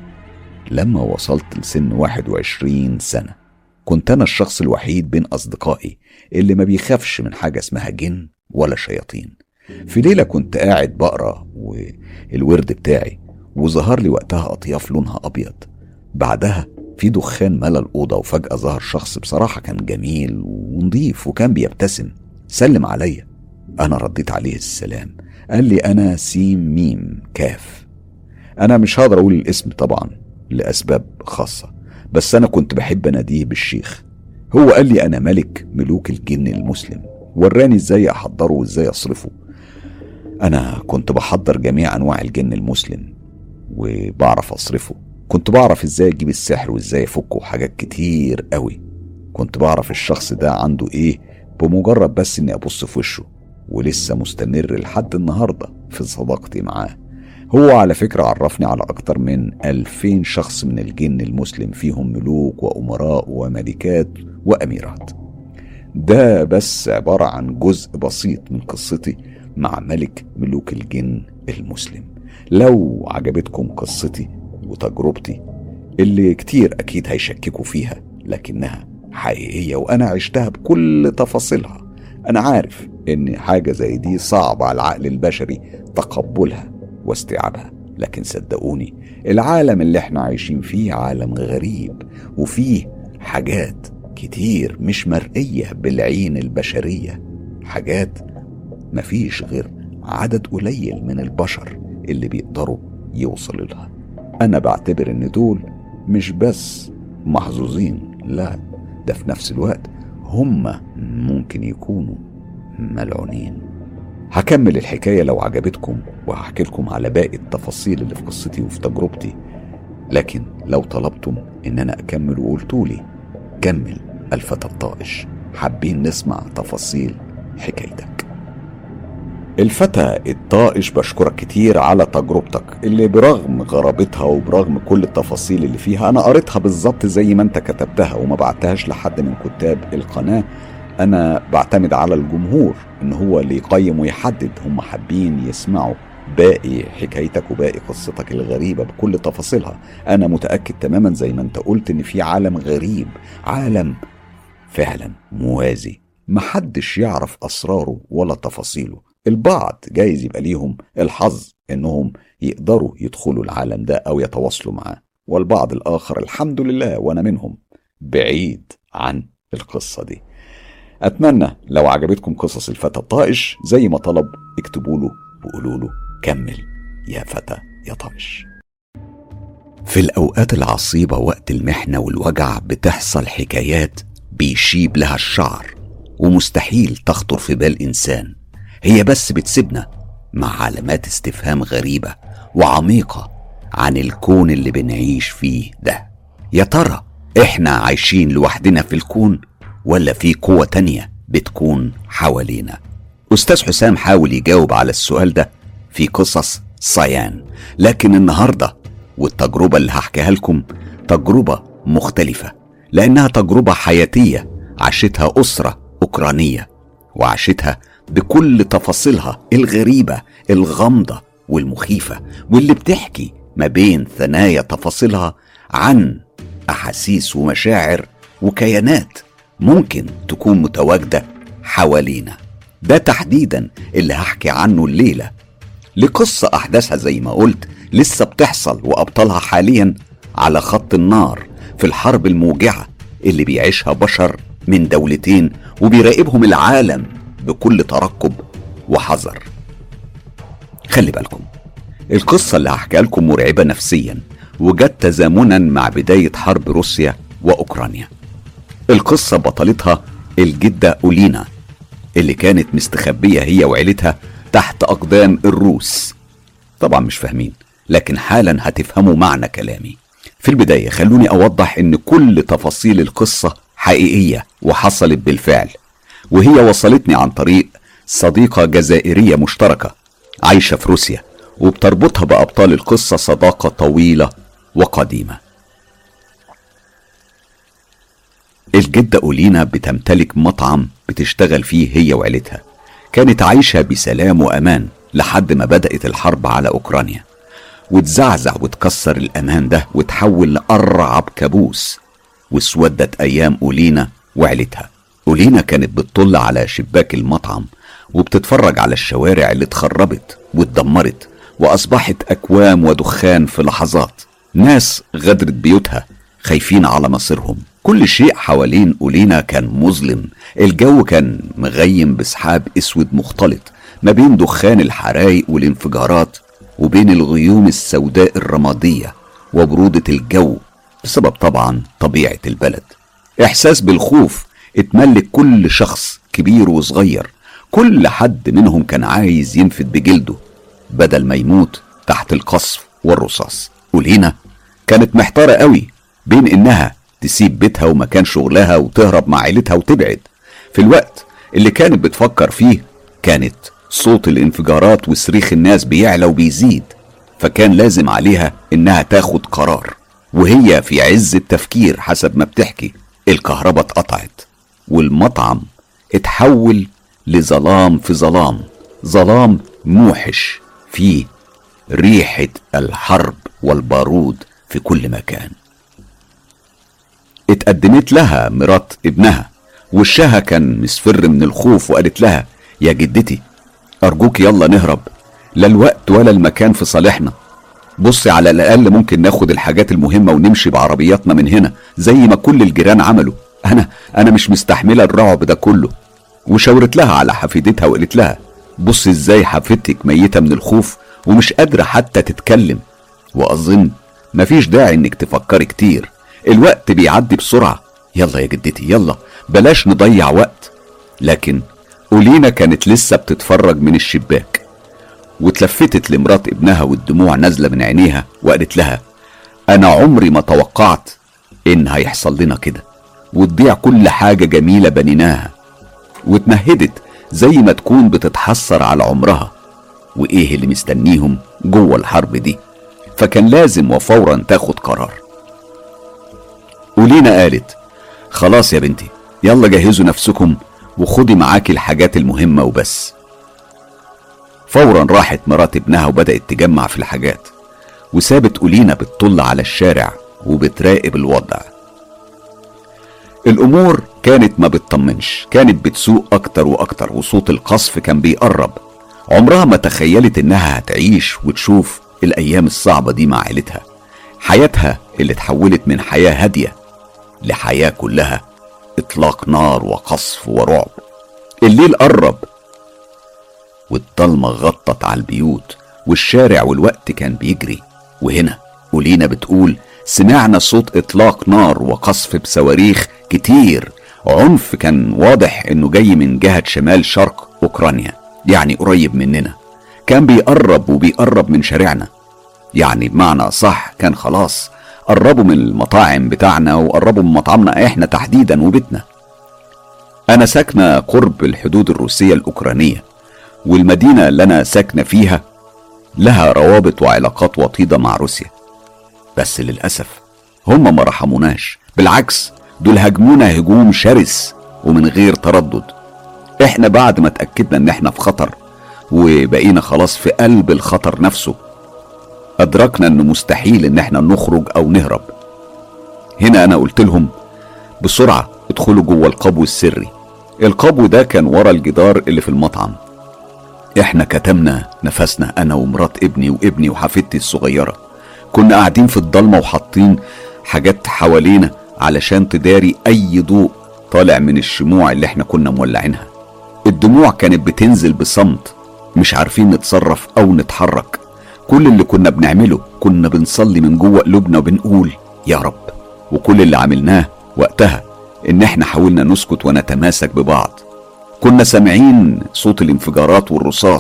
لما وصلت لسن واحد وعشرين سنة كنت أنا الشخص الوحيد بين أصدقائي اللي ما بيخافش من حاجة اسمها جن ولا شياطين. في ليلة كنت قاعد بقرأ والورد بتاعي، وظهر لي وقتها أطياف لونها أبيض، بعدها في دخان ملا الأوضة، وفجأة ظهر شخص بصراحة كان جميل ونضيف وكان بيبتسم، سلم عليا. أنا رديت عليه السلام. قال لي أنا سين ميم كاف. أنا مش هقدر أقول الاسم طبعا لأسباب خاصة، بس أنا كنت بحب أناديه بالشيخ. هو قال لي أنا ملك ملوك الجن المسلم، وراني إزاي أحضره وإزاي أصرفه. أنا كنت بحضر جميع أنواع الجن المسلم وبعرف أصرفه، كنت بعرف إزاي أجيب السحر وإزاي أفكه وحاجات كتير قوي. كنت بعرف الشخص ده عنده إيه بمجرد بس إني أبص في وشه، ولسه مستمر لحد النهاردة في صداقتي معاه. هو على فكرة عرفني على أكتر من ألفين شخص من الجن المسلم، فيهم ملوك وأمراء وملكات وأميرات. ده بس عبارة عن جزء بسيط من قصتي مع ملك ملوك الجن المسلم. لو عجبتكم قصتي وتجربتي اللي كتير أكيد هيشككوا فيها، لكنها حقيقية وأنا عشتها بكل تفاصيلها. أنا عارف إن حاجة زي دي صعب على العقل البشري تقبلها واستيعابها، لكن صدقوني العالم اللي احنا عايشين فيه عالم غريب، وفيه حاجات كتير مش مرئية بالعين البشرية، حاجات مفيش غير عدد قليل من البشر اللي بيقدروا يوصلوا لها. أنا بعتبر إن دول مش بس محظوظين، لا، ده في نفس الوقت هم ممكن يكونوا ملعونين. هكمل الحكاية لو عجبتكم، وهحكي لكم على باقي التفاصيل اللي في قصتي وفي تجربتي، لكن لو طلبتم إن أنا أكمل وقلتولي كمل الفتى الطائش، حابين نسمع تفاصيل حكايتك. الفتى الطائش، بشكرك كتير على تجربتك اللي برغم غرابتها وبرغم كل التفاصيل اللي فيها أنا قريتها بالظبط زي ما أنت كتبتها، وما بعتهاش لحد من كتاب القناة. أنا بعتمد على الجمهور إن هو اللي يقيم ويحدد هم حابين يسمعوا باقي حكايتك وباقي قصتك الغريبة بكل تفاصيلها. أنا متأكد تماما زي ما أنت قلت إن في عالم غريب، عالم فعلا موازي محدش يعرف أسراره ولا تفاصيله. البعض جايز يبقى ليهم الحظ إنهم يقدروا يدخلوا العالم ده أو يتواصلوا معاه، والبعض الآخر الحمد لله وأنا منهم بعيد عن القصة دي. أتمنى لو عجبتكم قصص الفتى الطائش زي ما طلب اكتبوا له وقولوا له كمل يا فتى يا طائش. في الأوقات العصيبة وقت المحنة والوجع بتحصل حكايات بيشيب لها الشعر ومستحيل تخطر في بال إنسان، هي بس بتسيبنا مع علامات استفهام غريبة وعميقة عن الكون اللي بنعيش فيه ده. يا ترى احنا عايشين لوحدنا في الكون ولا في قوة تانية بتكون حوالينا؟ أستاذ حسام حاول يجاوب على السؤال ده في قصص صيان، لكن النهاردة والتجربة اللي هحكيها لكم تجربة مختلفة، لأنها تجربة حياتية عاشتها أسرة أوكرانية، وعاشتها بكل تفاصيلها الغريبة الغامضة والمخيفة، واللي بتحكي ما بين ثنايا تفاصيلها عن أحاسيس ومشاعر وكيانات ممكن تكون متواجدة حوالينا. ده تحديدا اللي هحكي عنه الليلة، لقصة أحداثها زي ما قلت لسه بتحصل وأبطالها حاليا على خط النار في الحرب الموجعة اللي بيعيشها بشر من دولتين وبيراقبهم العالم بكل ترقب وحذر. خلي بالكم القصة اللي هحكيها لكم مرعبة نفسيا وجت تزامنا مع بداية حرب روسيا وأوكرانيا. القصة بطلتها الجدة أولينا اللي كانت مستخبية هي وعيلتها تحت أقدام الروس. طبعا مش فاهمين، لكن حالا هتفهموا معنى كلامي. في البداية خلوني أوضح إن كل تفاصيل القصة حقيقية وحصلت بالفعل، وهي وصلتني عن طريق صديقة جزائرية مشتركة عايشة في روسيا، وبتربطها بأبطال القصة صداقة طويلة وقديمة. الجدة أولينا بتمتلك مطعم بتشتغل فيه هي وعيلتها. كانت عايشة بسلام وأمان لحد ما بدأت الحرب على أوكرانيا، وتزعزع وتكسر الأمان ده وتحول لأرعب كابوس. واسودت أيام أولينا وعيلتها. أولينا كانت بتطل على شباك المطعم وبتتفرج على الشوارع اللي اتخربت واتدمرت وأصبحت أكوام ودخان في لحظات. ناس غدرت بيوتها خايفين على مصيرهم. كل شيء حوالين أولينا كان مظلم. الجو كان مغيم بسحاب اسود مختلط ما بين دخان الحرايق والانفجارات وبين الغيوم السوداء الرمادية وبرودة الجو بسبب طبعا طبيعة البلد. احساس بالخوف اتملك كل شخص كبير وصغير. كل حد منهم كان عايز ينفد بجلده بدل ما يموت تحت القصف والرصاص. أولينا كانت محتارة قوي بين انها تسيب بيتها ومكان شغلها وتهرب مع عيلتها وتبعد. في الوقت اللي كانت بتفكر فيه كانت صوت الانفجارات وصريخ الناس بيعلى وبيزيد، فكان لازم عليها انها تاخد قرار. وهي في عز التفكير حسب ما بتحكي الكهرباء اتقطعت والمطعم اتحول لظلام في ظلام، ظلام موحش فيه ريحة الحرب والبارود في كل مكان. اتقدمت لها مرات ابنها وشها كان مصفر من الخوف وقالت لها: يا جدتي أرجوك يلا نهرب، لا الوقت ولا المكان في صالحنا. بصي على الأقل ممكن ناخد الحاجات المهمة ونمشي بعربياتنا من هنا زي ما كل الجيران عملوا. أنا أنا مش مستحملة الرعب ده كله. وشاورت لها على حفيدتها وقالت لها: بصي ازاي حفيدتك ميتة من الخوف ومش قادرة حتى تتكلم، وأظن مفيش داعي إنك تفكري كتير، الوقت بيعدي بسرعة. يلا يا جدتي يلا بلاش نضيع وقت. لكن أولينا كانت لسه بتتفرج من الشباك واتلفتت لمرات ابنها والدموع نازلة من عينيها وقالت لها: أنا عمري ما توقعت إن هيحصل لنا كده وتضيع كل حاجة جميلة بنيناها. واتمهدت زي ما تكون بتتحسر على عمرها وإيه اللي مستنيهم جوه الحرب دي، فكان لازم وفورا تاخد قرار. أولينا قالت: خلاص يا بنتي يلا جهزوا نفسكم وخدي معاكي الحاجات المهمة وبس. فورا راحت مرات ابنها وبدأت تجمع في الحاجات، وسابت أولينا بتطل على الشارع وبتراقب الوضع. الأمور كانت ما بتطمنش، كانت بتسوء أكتر وأكتر وصوت القصف كان بيقرب. عمرها ما تخيلت إنها هتعيش وتشوف الأيام الصعبة دي مع عيلتها. حياتها اللي اتحولت من حياة هادية لحياة كلها إطلاق نار وقصف ورعب. الليل قرب والضلمة غطت على البيوت والشارع والوقت كان بيجري. وهنا أولينا بتقول: سمعنا صوت إطلاق نار وقصف بصواريخ كتير. عنف كان واضح إنه جاي من جهة شمال شرق أوكرانيا، يعني قريب مننا. كان بيقرب وبيقرب من شارعنا، يعني بمعنى صح كان خلاص قربوا من المطاعم بتاعنا وقربوا من مطعمنا احنا تحديدا وبيتنا. انا ساكنة قرب الحدود الروسية الاوكرانية، والمدينة اللي انا ساكنة فيها لها روابط وعلاقات وطيدة مع روسيا، بس للأسف هم ما رحموناش. بالعكس دول هجمونا هجوم شرس ومن غير تردد. احنا بعد ما اتأكدنا ان احنا في خطر وبقينا خلاص في قلب الخطر نفسه، أدركنا أنه مستحيل أن احنا نخرج أو نهرب. هنا أنا قلت لهم: بسرعة ادخلوا جوه القبو السري. القبو ده كان ورا الجدار اللي في المطعم. احنا كتمنا نفسنا أنا ومرات ابني وابني وحفيدتي الصغيرة. كنا قاعدين في الضلمة وحاطين حاجات حوالينا علشان تداري أي ضوء طالع من الشموع اللي احنا كنا مولعينها. الدموع كانت بتنزل بصمت، مش عارفين نتصرف أو نتحرك. كل اللي كنا بنعمله كنا بنصلي من جوه قلوبنا وبنقول يا رب. وكل اللي عملناه وقتها ان احنا حاولنا نسكت ونتماسك ببعض. كنا سامعين صوت الانفجارات والرصاص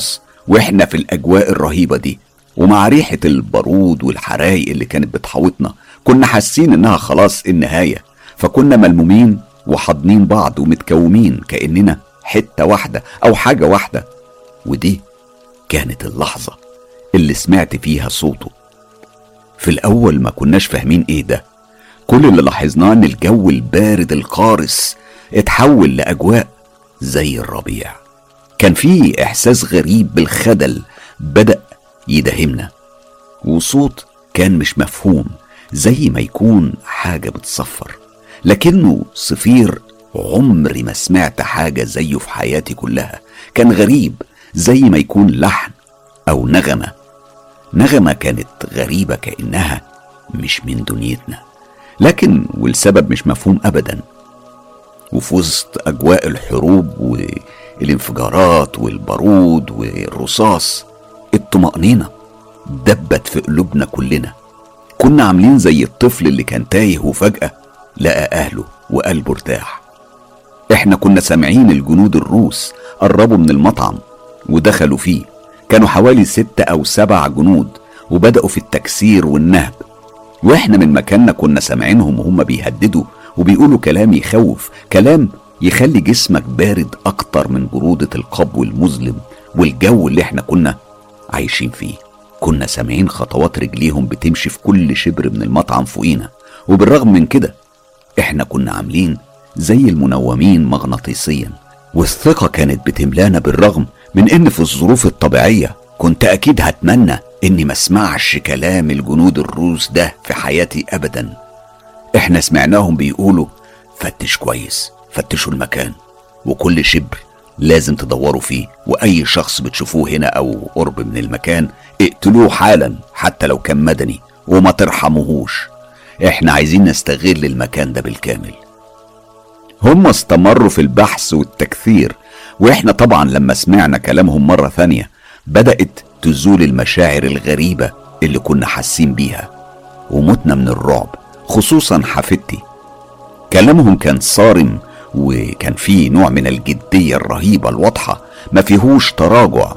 واحنا في الاجواء الرهيبة دي ومع ريحة البارود والحرايق اللي كانت بتحوطنا، كنا حاسين انها خلاص النهاية، فكنا ملمومين وحاضنين بعض ومتكومين كأننا حتة واحدة او حاجة واحدة. ودي كانت اللحظة اللي سمعت فيها صوته. في الاول ما كناش فاهمين ايه ده، كل اللي لاحظناه ان الجو البارد القارس اتحول لاجواء زي الربيع. كان فيه احساس غريب بالخجل بدأ يداهمنا، وصوت كان مش مفهوم، زي ما يكون حاجة بتصفر، لكنه صفير عمري ما سمعت حاجة زيه في حياتي كلها. كان غريب، زي ما يكون لحن او نغمة نغمة كانت غريبة كأنها مش من دنيتنا، لكن والسبب مش مفهوم ابدا. وفي وسط اجواء الحروب والانفجارات والبارود والرصاص، الطمأنينة دبت في قلوبنا كلنا. كنا عاملين زي الطفل اللي كان تايه وفجأة لقى اهله وقلبه ارتاح. احنا كنا سامعين الجنود الروس قربوا من المطعم ودخلوا فيه، كانوا حوالي ستة او سبع جنود وبدأوا في التكسير والنهب، واحنا من مكاننا كنا سامعينهم وهم بيهددوا وبيقولوا كلام يخوف، كلام يخلي جسمك بارد اكتر من برودة القبو المظلم والجو اللي احنا كنا عايشين فيه. كنا سامعين خطوات رجليهم بتمشي في كل شبر من المطعم فوقينا، وبالرغم من كده احنا كنا عاملين زي المنومين مغناطيسيا، والثقة كانت بتملانا بالرغم من ان في الظروف الطبيعية كنت اكيد هتمنى اني ما اسمعش كلام الجنود الروس ده في حياتي ابدا. احنا سمعناهم بيقولوا فتش كويس، فتشوا المكان، وكل شبر لازم تدوروا فيه، واي شخص بتشوفوه هنا او قرب من المكان اقتلوه حالا حتى لو كان مدني، وما ترحموهوش، احنا عايزين نستغل المكان ده بالكامل. هم استمروا في البحث والتكثير، واحنا طبعا لما سمعنا كلامهم مرة ثانية بدأت تزول المشاعر الغريبة اللي كنا حاسين بيها، ومتنا من الرعب، خصوصا حفيدتي. كلامهم كان صارم وكان فيه نوع من الجدية الرهيبة الواضحة، ما فيهوش تراجع.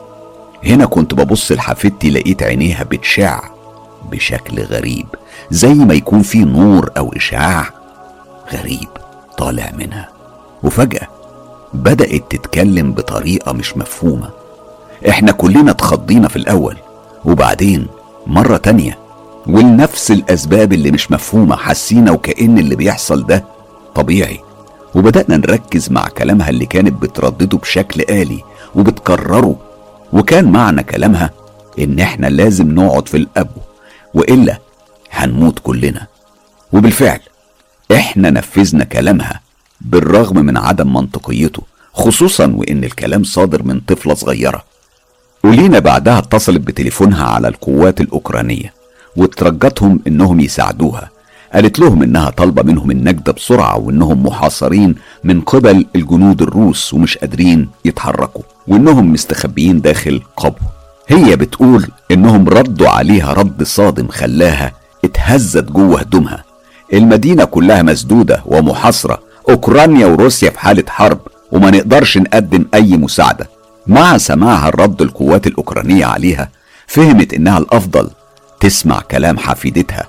هنا كنت ببص لحفيدتي لقيت عينيها بتشع بشكل غريب، زي ما يكون فيه نور او اشعاع غريب طالع منها، وفجأة بدأت تتكلم بطريقة مش مفهومة. احنا كلنا اتخضينا في الاول، وبعدين مرة تانية ولنفس الاسباب اللي مش مفهومة حسينا وكأن اللي بيحصل ده طبيعي، وبدأنا نركز مع كلامها اللي كانت بتردده بشكل آلي وبتكرره. وكان معنى كلامها ان احنا لازم نقعد في القبو وإلا هنموت كلنا. وبالفعل احنا نفذنا كلامها بالرغم من عدم منطقيته، خصوصا وان الكلام صادر من طفلة صغيرة. ولينا بعدها اتصلت بتليفونها على القوات الأوكرانية وترجتهم انهم يساعدوها. قالت لهم انها طالبة منهم النجدة بسرعة، وانهم محاصرين من قبل الجنود الروس ومش قادرين يتحركوا، وانهم مستخبيين داخل قبو. هي بتقول انهم ردوا عليها رد صادم خلاها اتهزت جوه هدومها. المدينة كلها مسدودة ومحاصرة، اوكرانيا وروسيا في حالة حرب وما نقدرش نقدم اي مساعدة. مع سماعها الرد القوات الاوكرانية عليها فهمت انها الافضل تسمع كلام حفيدتها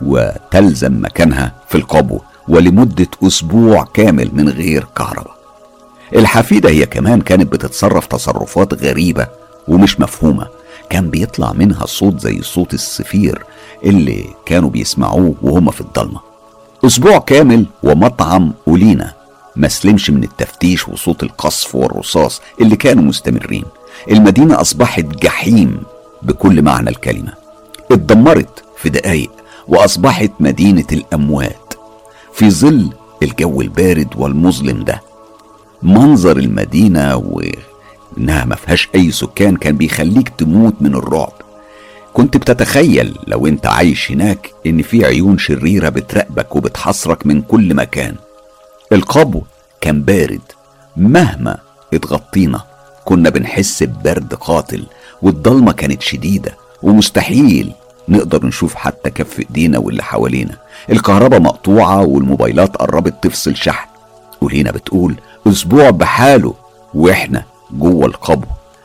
وتلزم مكانها في القبو ولمدة اسبوع كامل من غير كهرباء. الحفيدة هي كمان كانت بتتصرف تصرفات غريبة ومش مفهومة، كان بيطلع منها صوت زي صوت الصفير اللي كانوا بيسمعوه وهم في الضلمة. اسبوع كامل ومطعم أولينا مسلمش من التفتيش وصوت القصف والرصاص اللي كانوا مستمرين. المدينة اصبحت جحيم بكل معنى الكلمة، اتدمرت في دقايق واصبحت مدينة الاموات في ظل الجو البارد والمظلم ده. منظر المدينة وانها ما فيهاش اي سكان كان بيخليك تموت من الرعب. كنت بتتخيل لو انت عايش هناك ان في عيون شريرة بتراقبك وبتحصرك من كل مكان. القبو كان بارد، مهما اتغطينا كنا بنحس ببرد قاتل، والضلمة كانت شديدة ومستحيل نقدر نشوف حتى كف ايدينا واللي حوالينا. الكهرباء مقطوعة والموبايلات قربت تفصل شحن. ولينا بتقول اسبوع بحاله واحنا جوه القبو،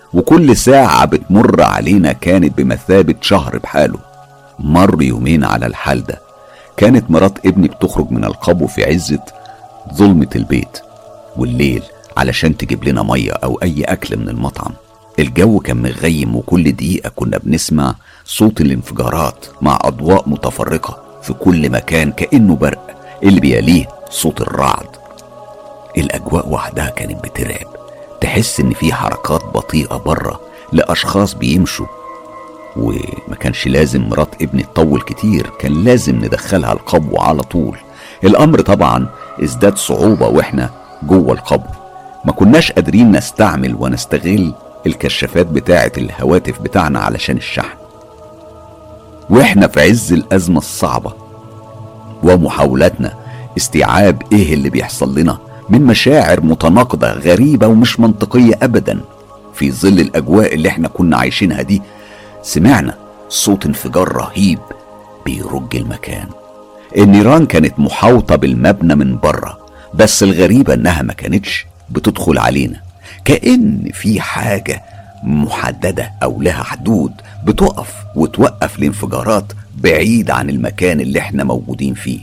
وكل ساعة بتمر علينا كانت بمثابة شهر بحاله. مر يومين على الحال ده. كانت مرات ابني بتخرج من القبو في عزة ظلمة البيت والليل علشان تجيب لنا مية أو أي أكل من المطعم. الجو كان مغيم، وكل دقيقة كنا بنسمع صوت الانفجارات مع أضواء متفرقة في كل مكان كأنه برق، اللي بيليه صوت الرعد. الأجواء وحدها كانت بترعب، تحس إن في حركات بطيئة بره لأشخاص بيمشوا. وما كانش لازم مرات ابني تطول كتير، كان لازم ندخلها القبو على طول. الأمر طبعا ازداد صعوبة واحنا جوه القبو. ما كناش قادرين نستعمل ونستغل الكشافات بتاعة الهواتف بتاعنا علشان الشحن، واحنا في عز الأزمة الصعبة ومحاولاتنا استيعاب ايه اللي بيحصل لنا من مشاعر متناقضة غريبة ومش منطقية أبدا. في ظل الأجواء اللي احنا كنا عايشينها دي سمعنا صوت انفجار رهيب بيرج المكان. النيران كانت محاوطة بالمبنى من بره، بس الغريبة انها ما كانتش بتدخل علينا، كأن في حاجة محددة او لها حدود بتقف وتوقف الانفجارات بعيد عن المكان اللي احنا موجودين فيه.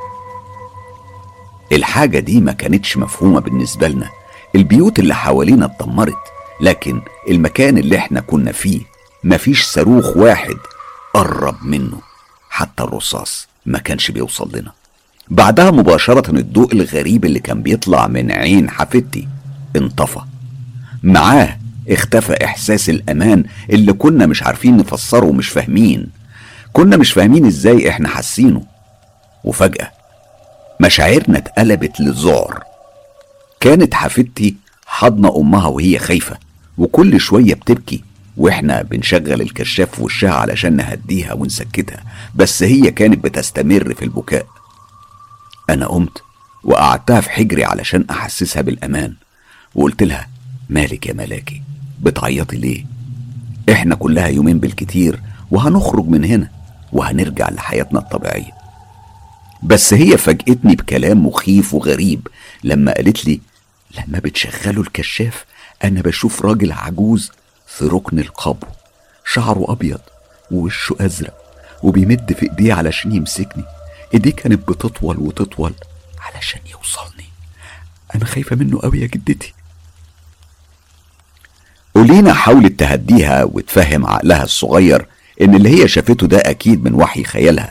الحاجة دي ما كانتش مفهومة بالنسبة لنا. البيوت اللي حوالينا اتدمرت، لكن المكان اللي احنا كنا فيه مفيش صاروخ واحد قرب منه، حتى الرصاص ما كانش بيوصل لنا. بعدها مباشرة الضوء الغريب اللي كان بيطلع من عين حفيدتي انطفى، معاه اختفى احساس الامان اللي كنا مش عارفين نفسره ومش فاهمين. كنا مش فاهمين ازاي احنا حاسينه، وفجأة مشاعرنا اتقلبت لذعر. كانت حفيدتي حضن امها وهي خايفة وكل شوية بتبكي، واحنا بنشغل الكشاف في وشها علشان نهديها ونسكتها، بس هي كانت بتستمر في البكاء. انا قمت وقعدتها في حجري علشان احسسها بالامان، وقلت لها مالك يا ملاكي، بتعيطي ليه؟ احنا كلها يومين بالكتير وهنخرج من هنا وهنرجع لحياتنا الطبيعية. بس هي فاجأتني بكلام مخيف وغريب لما قالت لي لما بتشغلوا الكشاف انا بشوف راجل عجوز في ركن القبو، شعره ابيض ووشه ازرق وبيمد في ايديه علشان يمسكني. ايديه كانت بتطول وتطول علشان يوصلني. انا خايفة منه قوي يا جدتي. أولينا حاولت تهديها وتفهم عقلها الصغير ان اللي هي شافته ده اكيد من وحي خيالها،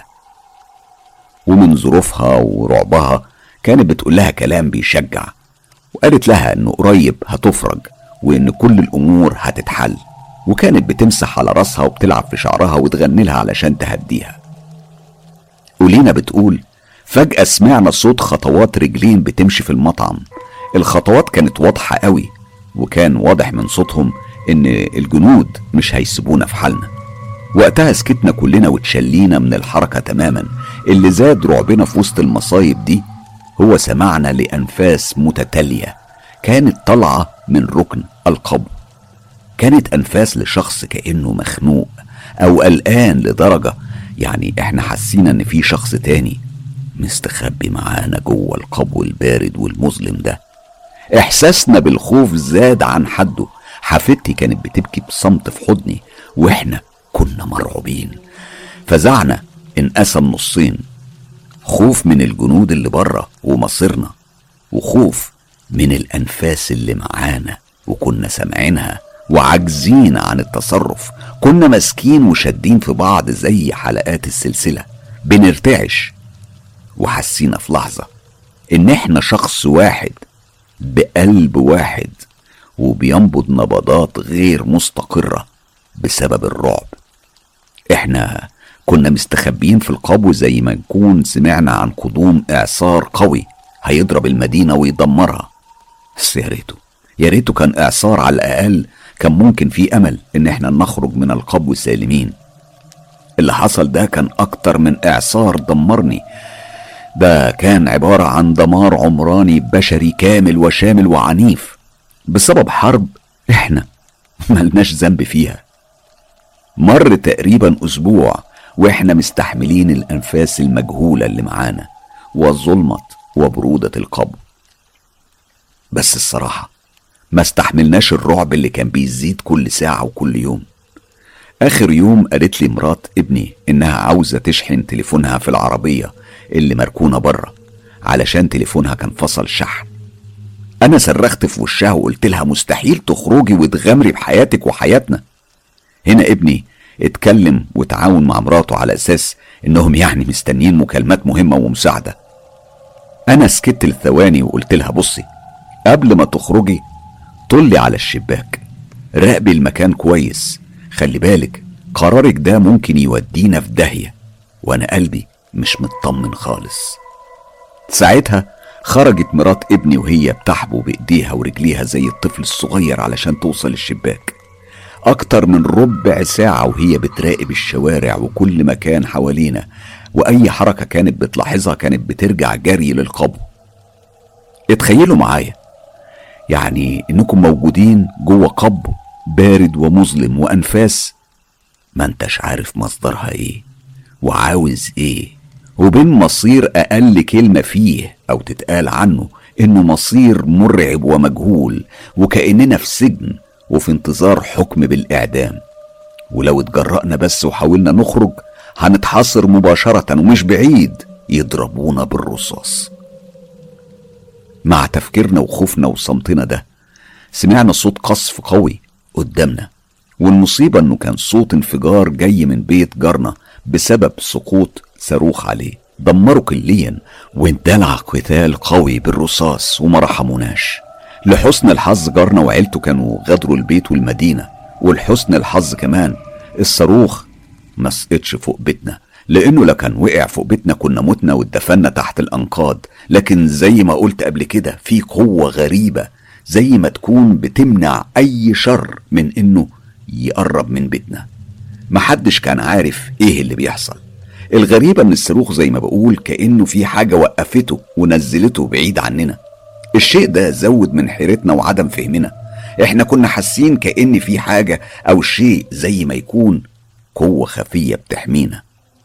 ومن ظروفها ورعبها كانت بتقول لها كلام بيشجع، وقالت لها انه قريب هتفرج وان كل الامور هتتحل، وكانت بتمسح على راسها وبتلعب في شعرها وتغني لها علشان تهديها. أولينا بتقول فجأة سمعنا صوت خطوات رجلين بتمشي في المطعم. الخطوات كانت واضحة قوي، وكان واضح من صوتهم ان الجنود مش هيسيبونا في حالنا. وقتها سكتنا كلنا وتشلينا من الحركة تماما. اللي زاد رعبنا في وسط المصايب دي هو سمعنا لأنفاس متتالية كانت طالعة من ركن القبو. كانت أنفاس لشخص كأنه مخنوق أو قلقان لدرجة يعني احنا حسينا ان في شخص تاني مستخبي معانا جوه القبو البارد والمظلم ده. احساسنا بالخوف زاد عن حده. حفيدتي كانت بتبكي بصمت في حضني واحنا كنا مرعوبين. فزعنا انقسم نصين، خوف من الجنود اللي بره ومصيرنا، وخوف من الأنفاس اللي معانا وكنا سامعينها وعاجزين عن التصرف. كنا ماسكين وشادين في بعض زي حلقات السلسلة بنرتعش، وحسينا في لحظة ان احنا شخص واحد بقلب واحد وبينبض نبضات غير مستقرة بسبب الرعب. احنا كنا مستخبيين في القبو زي ما نكون سمعنا عن قدوم اعصار قوي هيضرب المدينة ويدمرها. بس يا ريته يا ريته كان اعصار، على الاقل كان ممكن في امل ان احنا نخرج من القبو سالمين. اللي حصل ده كان اكتر من اعصار دمرني، ده كان عبارة عن دمار عمراني بشري كامل وشامل وعنيف بسبب حرب احنا ملناش ذنب فيها. مر تقريبا اسبوع واحنا مستحملين الانفاس المجهولة اللي معانا وظلمة وبرودة القبو. بس الصراحة ما استحملناش الرعب اللي كان بيزيد كل ساعة وكل يوم. آخر يوم قالت لي مرات ابني إنها عاوزة تشحن تليفونها في العربية اللي مركونة بره، علشان تليفونها كان فصل شحن. أنا صرخت في وشها وقلت لها مستحيل تخرجي وتغامري بحياتك وحياتنا. هنا ابني اتكلم وتعاون مع مراته على أساس إنهم يعني مستنيين مكالمات مهمة ومساعدة. أنا سكت لثواني وقلت لها بصي، قبل ما تخرجي طلي على الشباك، راقبي المكان كويس، خلي بالك قرارك ده ممكن يودينا في داهية، وأنا قلبي مش مطمن خالص. ساعتها خرجت مرات ابني وهي بتحبو بإيديها ورجليها زي الطفل الصغير علشان توصل الشباك. أكتر من ربع ساعة وهي بتراقب الشوارع وكل مكان حوالينا، وأي حركة كانت بتلاحظها كانت بترجع جري للقبو. اتخيلوا معايا يعني إنكم موجودين جوه قبو بارد ومظلم وأنفاس ما انتش عارف مصدرها ايه وعاوز ايه، وبين مصير أقل كلمة فيه أو تتقال عنه إنه مصير مرعب ومجهول، وكأننا في سجن وفي انتظار حكم بالإعدام. ولو اتجرأنا بس وحاولنا نخرج هنتحاصر مباشرة، ومش بعيد يضربونا بالرصاص. مع تفكيرنا وخوفنا وصمتنا ده سمعنا صوت قصف قوي قدامنا، والمصيبة انه كان صوت انفجار جاي من بيت جارنا بسبب سقوط صاروخ عليه دمره كليا، واندلع قتال قوي بالرصاص وما رحموناش. لحسن الحظ جارنا وعيلته كانوا غادروا البيت والمدينة، ولحسن الحظ كمان الصاروخ ما سقطش فوق بيتنا، لانه لو كان وقع فوق بيتنا كنا متنا واتدفنا تحت الانقاض. لكن زي ما قلت قبل كده في قوة غريبة زي ما تكون بتمنع اي شر من انه يقرب من بيتنا. محدش كان عارف ايه اللي بيحصل. الغريبة من الصاروخ زي ما بقول كأنه في حاجة وقفته ونزلته بعيد عننا. الشيء ده زود من حيرتنا وعدم فهمنا. احنا كنا حاسين كأن في حاجة او شيء زي ما يكون قوة خفية بتحمينا.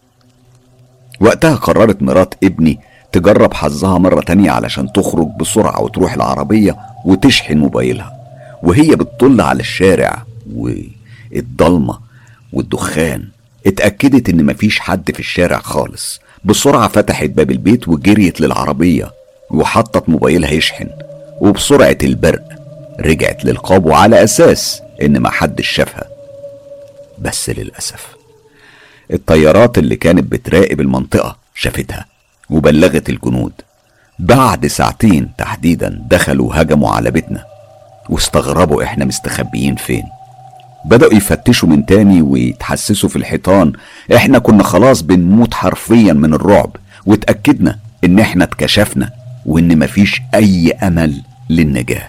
وقتها قررت مرات ابني تجرب حظها مرة تانية علشان تخرج بسرعة وتروح العربية وتشحن موبايلها، وهي بتطل على الشارع والضلمة والدخان اتأكدت ان مفيش حد في الشارع خالص. بسرعة فتحت باب البيت وجريت للعربية وحطت موبايلها يشحن، وبسرعة البرق رجعت للقابو على اساس ان ما حدش شافها. بس للأسف الطيارات اللي كانت بتراقب المنطقة شافتها وبلغت الجنود. بعد ساعتين تحديدا دخلوا هجموا على بيتنا واستغربوا احنا مستخبيين فين. بدأوا يفتشوا من تاني ويتحسسوا في الحيطان. احنا كنا خلاص بنموت حرفيا من الرعب، واتأكدنا ان احنا اتكشفنا وان مفيش اي امل للنجاة.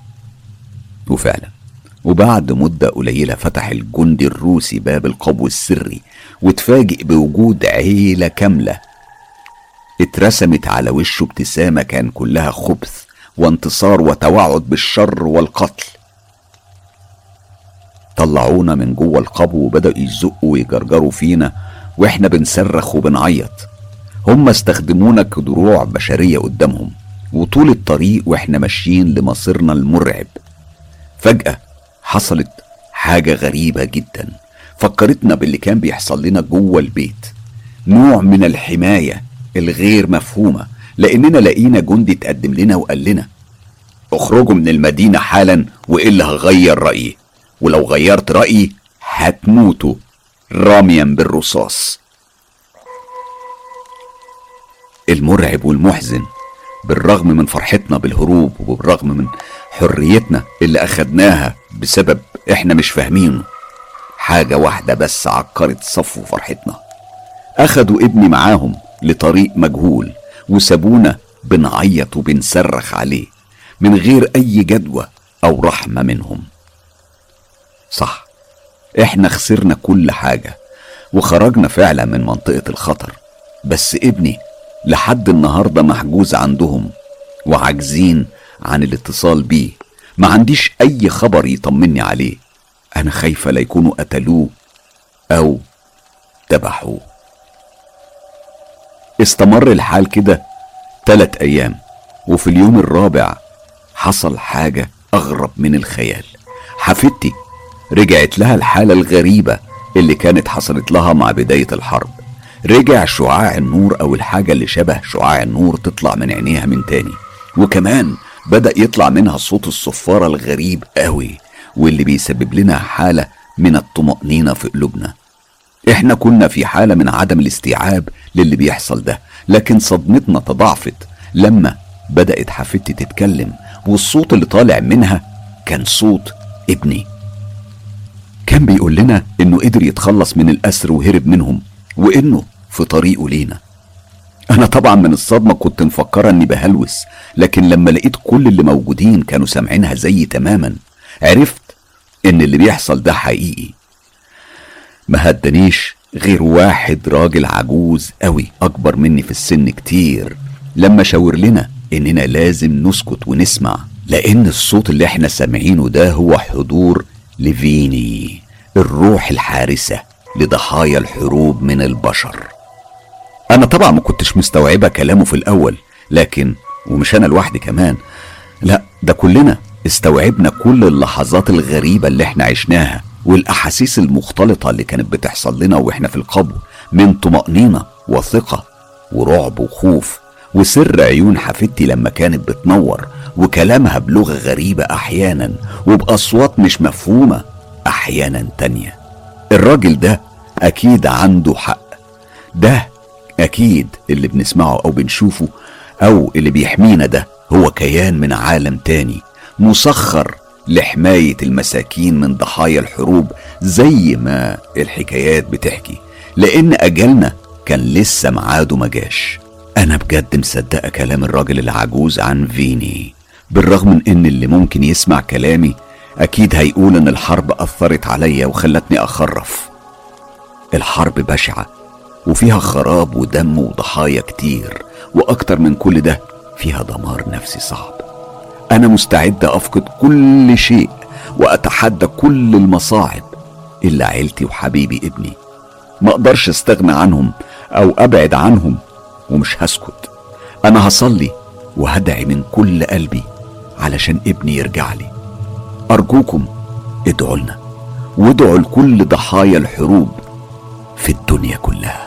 وفعلا وبعد مدة قليلة فتح الجندي الروسي باب القبو السري وتفاجئ بوجود عيلة كاملة. اترسمت على وشه ابتسامة كان كلها خبث وانتصار وتوعد بالشر والقتل. طلعونا من جوه القبو وبدأوا يزقوا ويجرجروا فينا واحنا بنصرخ وبنعيط. هم استخدمونا كدروع بشرية قدامهم، وطول الطريق واحنا ماشيين لمصيرنا المرعب فجأة حصلت حاجة غريبة جدا فكرتنا باللي كان بيحصل لنا جوه البيت. نوع من الحماية الغير مفهومة، لأننا لقينا جندي تقدم لنا وقال لنا اخرجوا من المدينة حالا وإلا هغير رأيي، ولو غيرت رأيي هتموتوا راميا بالرصاص. المرعب والمحزن بالرغم من فرحتنا بالهروب وبالرغم من حريتنا اللي أخدناها بسبب احنا مش فاهمينه، حاجة واحدة بس عكرت صفو فرحتنا. أخدوا ابني معاهم لطريق مجهول وسابونا بنعيط وبنصرخ عليه من غير أي جدوى أو رحمة منهم. صح، احنا خسرنا كل حاجة وخرجنا فعلا من منطقة الخطر، بس ابني لحد النهاردة محجوز عندهم وعاجزين عن الاتصال بيه. ما عنديش اي خبر يطمني عليه. انا خايفة لا يكونوا قتلوه او ذبحوه. استمر الحال كده تلات ايام، وفي اليوم الرابع حصل حاجة أغرب من الخيال. حفيدتي رجعت لها الحالة الغريبة اللي كانت حصلت لها مع بداية الحرب. رجع شعاع النور أو الحاجة اللي شبه شعاع النور تطلع من عينيها من تاني، وكمان بدأ يطلع منها صوت الصفارة الغريب قوي، واللي بيسبب لنا حالة من الطمأنينة في قلوبنا. احنا كنا في حالة من عدم الاستيعاب للي بيحصل ده، لكن صدمتنا تضاعفت لما بدأت حفيدتي تتكلم، والصوت اللي طالع منها كان صوت ابني. كان بيقول لنا انه قدر يتخلص من الأسر وهرب منهم، وانه في طريقه لينا. انا طبعا من الصدمة كنت مفكرة اني بهلوس، لكن لما لقيت كل اللي موجودين كانوا سامعينها زي تماما، عرفت ان اللي بيحصل ده حقيقي. ما هدنيش غير واحد راجل عجوز قوي اكبر مني في السن كتير، لما شاور لنا اننا لازم نسكت ونسمع، لان الصوت اللي احنا سامعينه ده هو حضور لفيني، الروح الحارسة لضحايا الحروب من البشر. انا طبعا ما كنتش مستوعبة كلامه في الاول، لكن ومش انا لوحدي كمان، لا ده كلنا استوعبنا كل اللحظات الغريبة اللي احنا عشناها، والاحاسيس المختلطة اللي كانت بتحصل لنا واحنا في القبو، من طمأنينة وثقة ورعب وخوف، وسر عيون حفيدتي لما كانت بتنور، وكلامها بلغة غريبة احيانا وبأصوات مش مفهومة احيانا تانية. الراجل ده اكيد عنده حق، ده اكيد اللي بنسمعه او بنشوفه او اللي بيحمينا ده هو كيان من عالم تاني، مسخر لحماية المساكين من ضحايا الحروب زي ما الحكايات بتحكي، لان اجلنا كان لسه ميعاده مجاش. انا بجد مصدقة كلام الراجل العجوز عن فيني، بالرغم من ان اللي ممكن يسمع كلامي اكيد هيقول ان الحرب اثرت عليا وخلتني اخرف. الحرب بشعة وفيها خراب ودم وضحايا كتير، واكتر من كل ده فيها دمار نفسي صعب. انا مستعد افقد كل شيء واتحدى كل المصاعب الا عيلتي وحبيبي ابني. ما اقدرش استغنى عنهم او ابعد عنهم، ومش هسكت. انا هصلي وهدعي من كل قلبي علشان ابني يرجع لي. ارجوكم ادعوا لنا وادعوا لكل ضحايا الحروب في الدنيا كلها.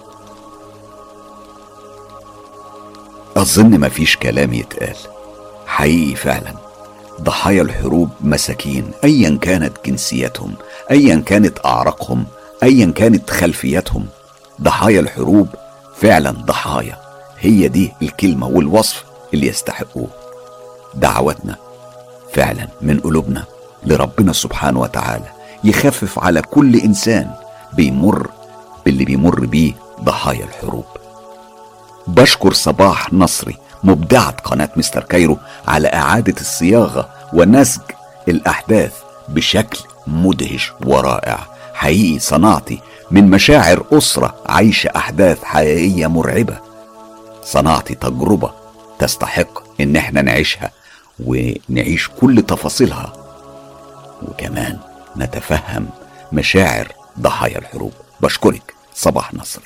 اظن مفيش كلام يتقال، حقيقي فعلا ضحايا الحروب مساكين، ايا كانت جنسيتهم، ايا كانت اعراقهم، ايا كانت خلفيتهم. ضحايا الحروب فعلا ضحايا، هي دي الكلمة والوصف اللي يستحقوه. دعوتنا فعلا من قلوبنا لربنا سبحانه وتعالى يخفف على كل انسان بيمر باللي بيمر بيه ضحايا الحروب. بشكر صباح نصري مبدعة قناة مستر كايرو على اعادة الصياغة ونسج الاحداث بشكل مدهش ورائع. حقيقي صنعتي من مشاعر اسرة عايشة احداث حقيقية مرعبة، صنعتي تجربة تستحق ان احنا نعيشها ونعيش كل تفاصيلها، وكمان نتفهم مشاعر ضحايا الحروب. بشكرك صباح نصري.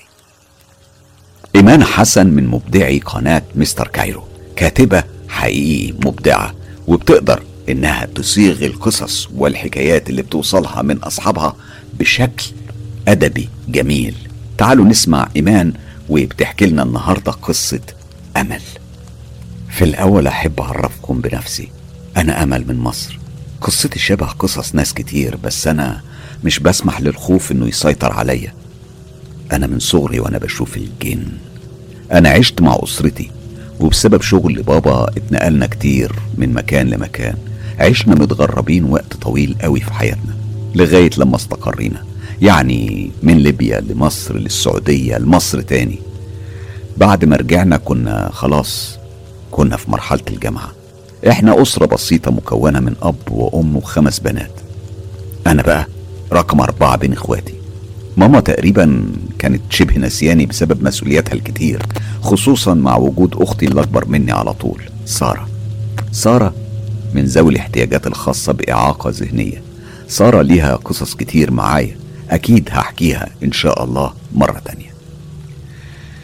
إيمان حسن من مبدعي قناة مستر كايرو، كاتبة حقيقي مبدعة، وبتقدر إنها تصيغ القصص والحكايات اللي بتوصلها من أصحابها بشكل أدبي جميل. تعالوا نسمع إيمان وبتحكي لنا النهاردة قصة أمل. في الأول أحب أعرفكم بنفسي، أنا أمل من مصر. قصتي شبه قصص ناس كتير، بس أنا مش بسمح للخوف إنه يسيطر عليا. أنا من صغري وأنا بشوف الجن. أنا عشت مع أسرتي، وبسبب شغل بابا اتنقلنا كتير من مكان لمكان. عشنا متغربين وقت طويل قوي في حياتنا لغاية لما استقرينا، يعني من ليبيا لمصر للسعودية لمصر تاني. بعد ما رجعنا كنا خلاص كنا في مرحلة الجامعة. احنا أسرة بسيطة مكونة من أب وأم وخمس بنات. أنا بقى رقم أربعة بين إخواتي. ماما تقريبا كانت شبه نسياني بسبب مسؤولياتها الكتير، خصوصا مع وجود أختي اللي أكبر مني على طول، سارة. سارة من ذوي الاحتياجات الخاصة بإعاقة ذهنية. سارة ليها قصص كتير معايا، أكيد هحكيها إن شاء الله مرة تانية.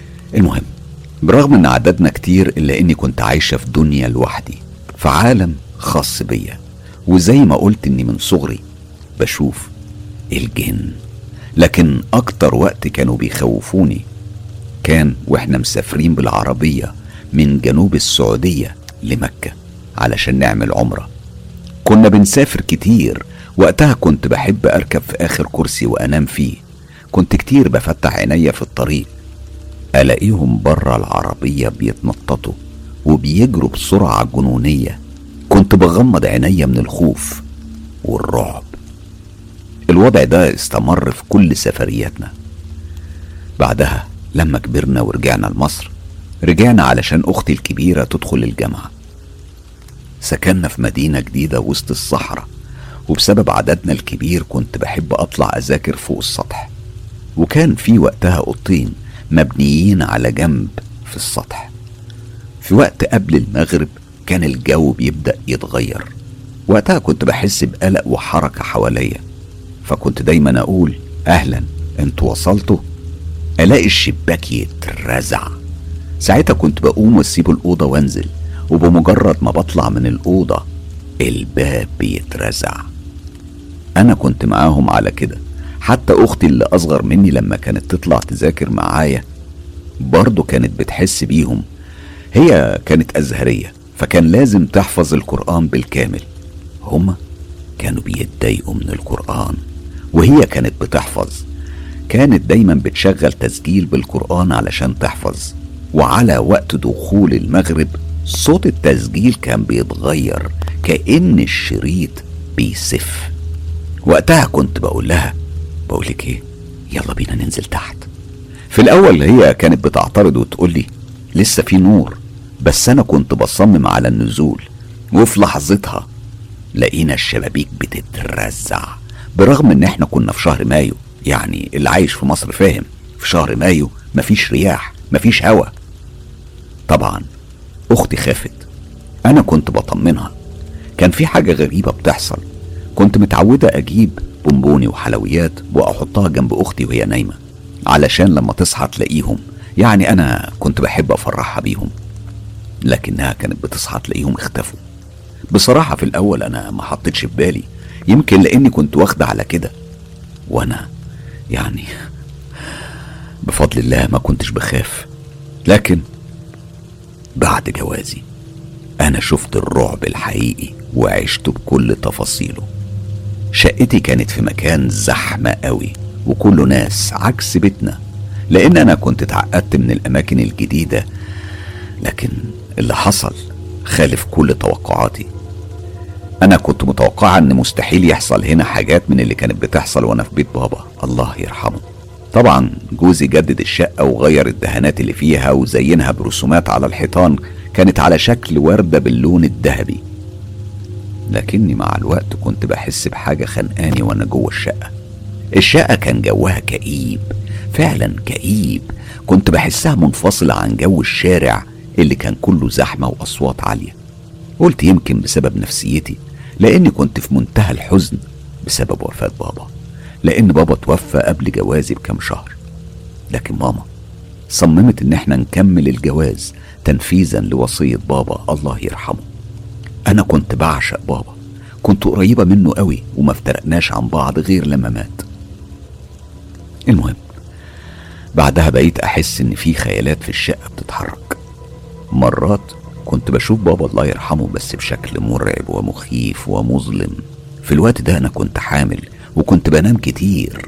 المهم، برغم ان عددنا كتير الا اني كنت عايشة في دنيا لوحدي، في عالم خاص بيا، وزي ما قلت اني من صغري بشوف الجن. لكن اكتر وقت كانوا بيخوفوني كان واحنا مسافرين بالعربية من جنوب السعودية لمكة علشان نعمل عمرة. كنا بنسافر كتير، وقتها كنت بحب اركب في اخر كرسي وانام فيه. كنت كتير بفتح عينيا في الطريق الاقيهم برا العربية بيتنططوا وبيجروا بسرعة جنونية. كنت بغمض عينيا من الخوف والرعب. الوضع ده استمر في كل سفرياتنا. بعدها لما كبرنا ورجعنا لمصر، رجعنا علشان اختي الكبيرة تدخل الجامعة. سكننا في مدينة جديدة وسط الصحراء، وبسبب عددنا الكبير كنت بحب اطلع اذاكر فوق السطح، وكان في وقتها اوضتين مبنيين على جنب في السطح. في وقت قبل المغرب كان الجو بيبدأ يتغير. وقتها كنت بحس بقلق وحركة حواليا، فكنت دايما اقول اهلا انتوا وصلتوا، الاقي الشباك يترزع. ساعتها كنت بقوم واسيب الاوضه وانزل، وبمجرد ما بطلع من الاوضه الباب بيترزع. انا كنت معاهم على كده. حتى اختي اللي اصغر مني لما كانت تطلع تذاكر معايا برضو كانت بتحس بيهم. هي كانت ازهريه، فكان لازم تحفظ القرآن بالكامل. هما كانوا بيتضايقوا من القرآن وهي كانت بتحفظ. كانت دايما بتشغل تسجيل بالقرآن علشان تحفظ، وعلى وقت دخول المغرب صوت التسجيل كان بيتغير كأن الشريط بيسف. وقتها كنت بقول لها بقولك ايه، يلا بينا ننزل تحت. في الاول هي كانت بتعترض وتقول لي لسه في نور، بس انا كنت بصمم على النزول. وفي لحظتها لقينا الشبابيك بتترزع، برغم ان احنا كنا في شهر مايو. يعني اللي عايش في مصر فاهم، في شهر مايو مفيش رياح، مفيش هوا. طبعا اختي خافت، انا كنت بطمنها. كان في حاجة غريبة بتحصل. كنت متعودة اجيب بونبوني وحلويات واحطها جنب اختي وهي نايمة علشان لما تصحى تلاقيهم. يعني انا كنت بحب افرحها بيهم، لكنها كانت بتصحى تلاقيهم اختفوا. بصراحة في الاول انا ما حطيتش في بالي، يمكن لاني كنت واخدة على كده، وانا يعني بفضل الله ما كنتش بخاف. لكن بعد جوازي انا شفت الرعب الحقيقي وعشته بكل تفاصيله. شقتي كانت في مكان زحمة قوي وكله ناس عكس بيتنا، لان انا كنت اتعقدت من الاماكن الجديدة. لكن اللي حصل خالف كل توقعاتي. انا كنت متوقعة ان مستحيل يحصل هنا حاجات من اللي كانت بتحصل وانا في بيت بابا الله يرحمه. طبعا جوزي جدد الشقة وغير الدهانات اللي فيها وزينها برسومات على الحيطان كانت على شكل وردة باللون الذهبي. لكني مع الوقت كنت بحس بحاجة خنقاني وانا جوه الشقة. الشقة كان جوها كئيب، فعلا كئيب. كنت بحسها منفصلة عن جو الشارع اللي كان كله زحمة واصوات عالية. قلت يمكن بسبب نفسيتي، لاني كنت في منتهى الحزن بسبب وفاة بابا، لان بابا توفى قبل جوازي بكام شهر. لكن ماما صممت ان احنا نكمل الجواز تنفيذا لوصية بابا الله يرحمه. انا كنت بعشق بابا، كنت قريبة منه قوي وما افترقناش عن بعض غير لما مات. المهم بعدها بقيت احس ان في خيالات في الشقة بتتحرك. مرات كنت بشوف بابا الله يرحمه بس بشكل مرعب ومخيف ومظلم. في الوقت ده انا كنت حامل وكنت بنام كتير،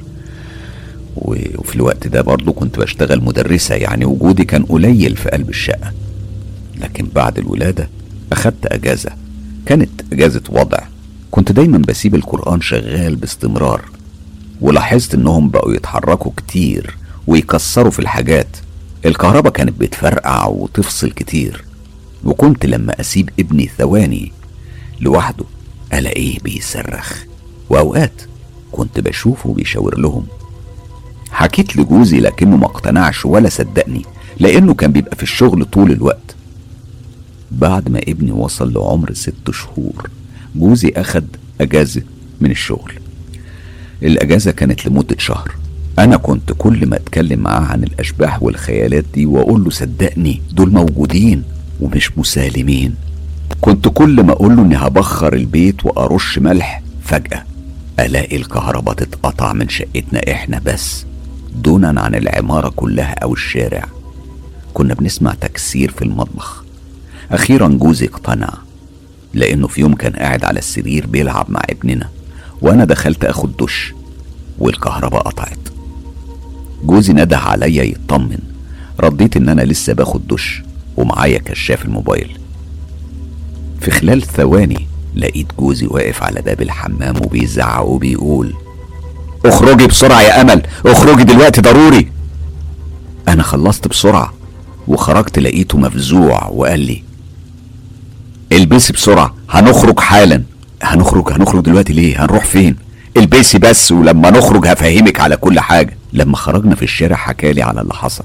وفي الوقت ده برضو كنت بشتغل مدرسة، يعني وجودي كان قليل في قلب الشقة. لكن بعد الولادة أخدت أجازة، كانت أجازة وضع. كنت دايما بسيب القرآن شغال باستمرار، ولاحظت انهم بقوا يتحركوا كتير ويكسروا في الحاجات. الكهرباء كانت بتفرقع وتفصل كتير، وكنت لما أسيب ابني ثواني لوحده ألاقيه بيصرخ، وأوقات كنت بشوفه بيشاور لهم. حكيت لجوزي لكنه ما اقتنعش ولا صدقني، لأنه كان بيبقى في الشغل طول الوقت. بعد ما ابني وصل لعمر ست شهور جوزي أخد أجازة من الشغل. الأجازة كانت لمدة شهر. أنا كنت كل ما أتكلم معاه عن الأشباح والخيالات دي وأقول له صدقني دول موجودين ومش مسالمين، كنت كل ما اقوله اني هبخر البيت وارش ملح، فجأة الاقي الكهرباء تتقطع من شقتنا احنا بس، دونا عن العمارة كلها او الشارع. كنا بنسمع تكسير في المطبخ. اخيرا جوزي اقتنع، لانه في يوم كان قاعد على السرير بيلعب مع ابننا، وانا دخلت اخد دش والكهرباء قطعت. جوزي نده عليا يطمن، رديت ان انا لسه باخد دش ومعايا كشاف الموبايل. في خلال ثواني لقيت جوزي واقف على باب الحمام وبيزعق وبيقول: اخرجي بسرعة يا امل، اخرجي دلوقتي ضروري. انا خلصت بسرعة وخرجت، لقيته مفزوع وقال لي: البسي بسرعة، هنخرج حالا. هنخرج هنخرج دلوقتي ليه؟ هنروح فين؟ البسي بس ولما نخرج هفهمك على كل حاجة. لما خرجنا في الشارع حكالي على اللي حصل.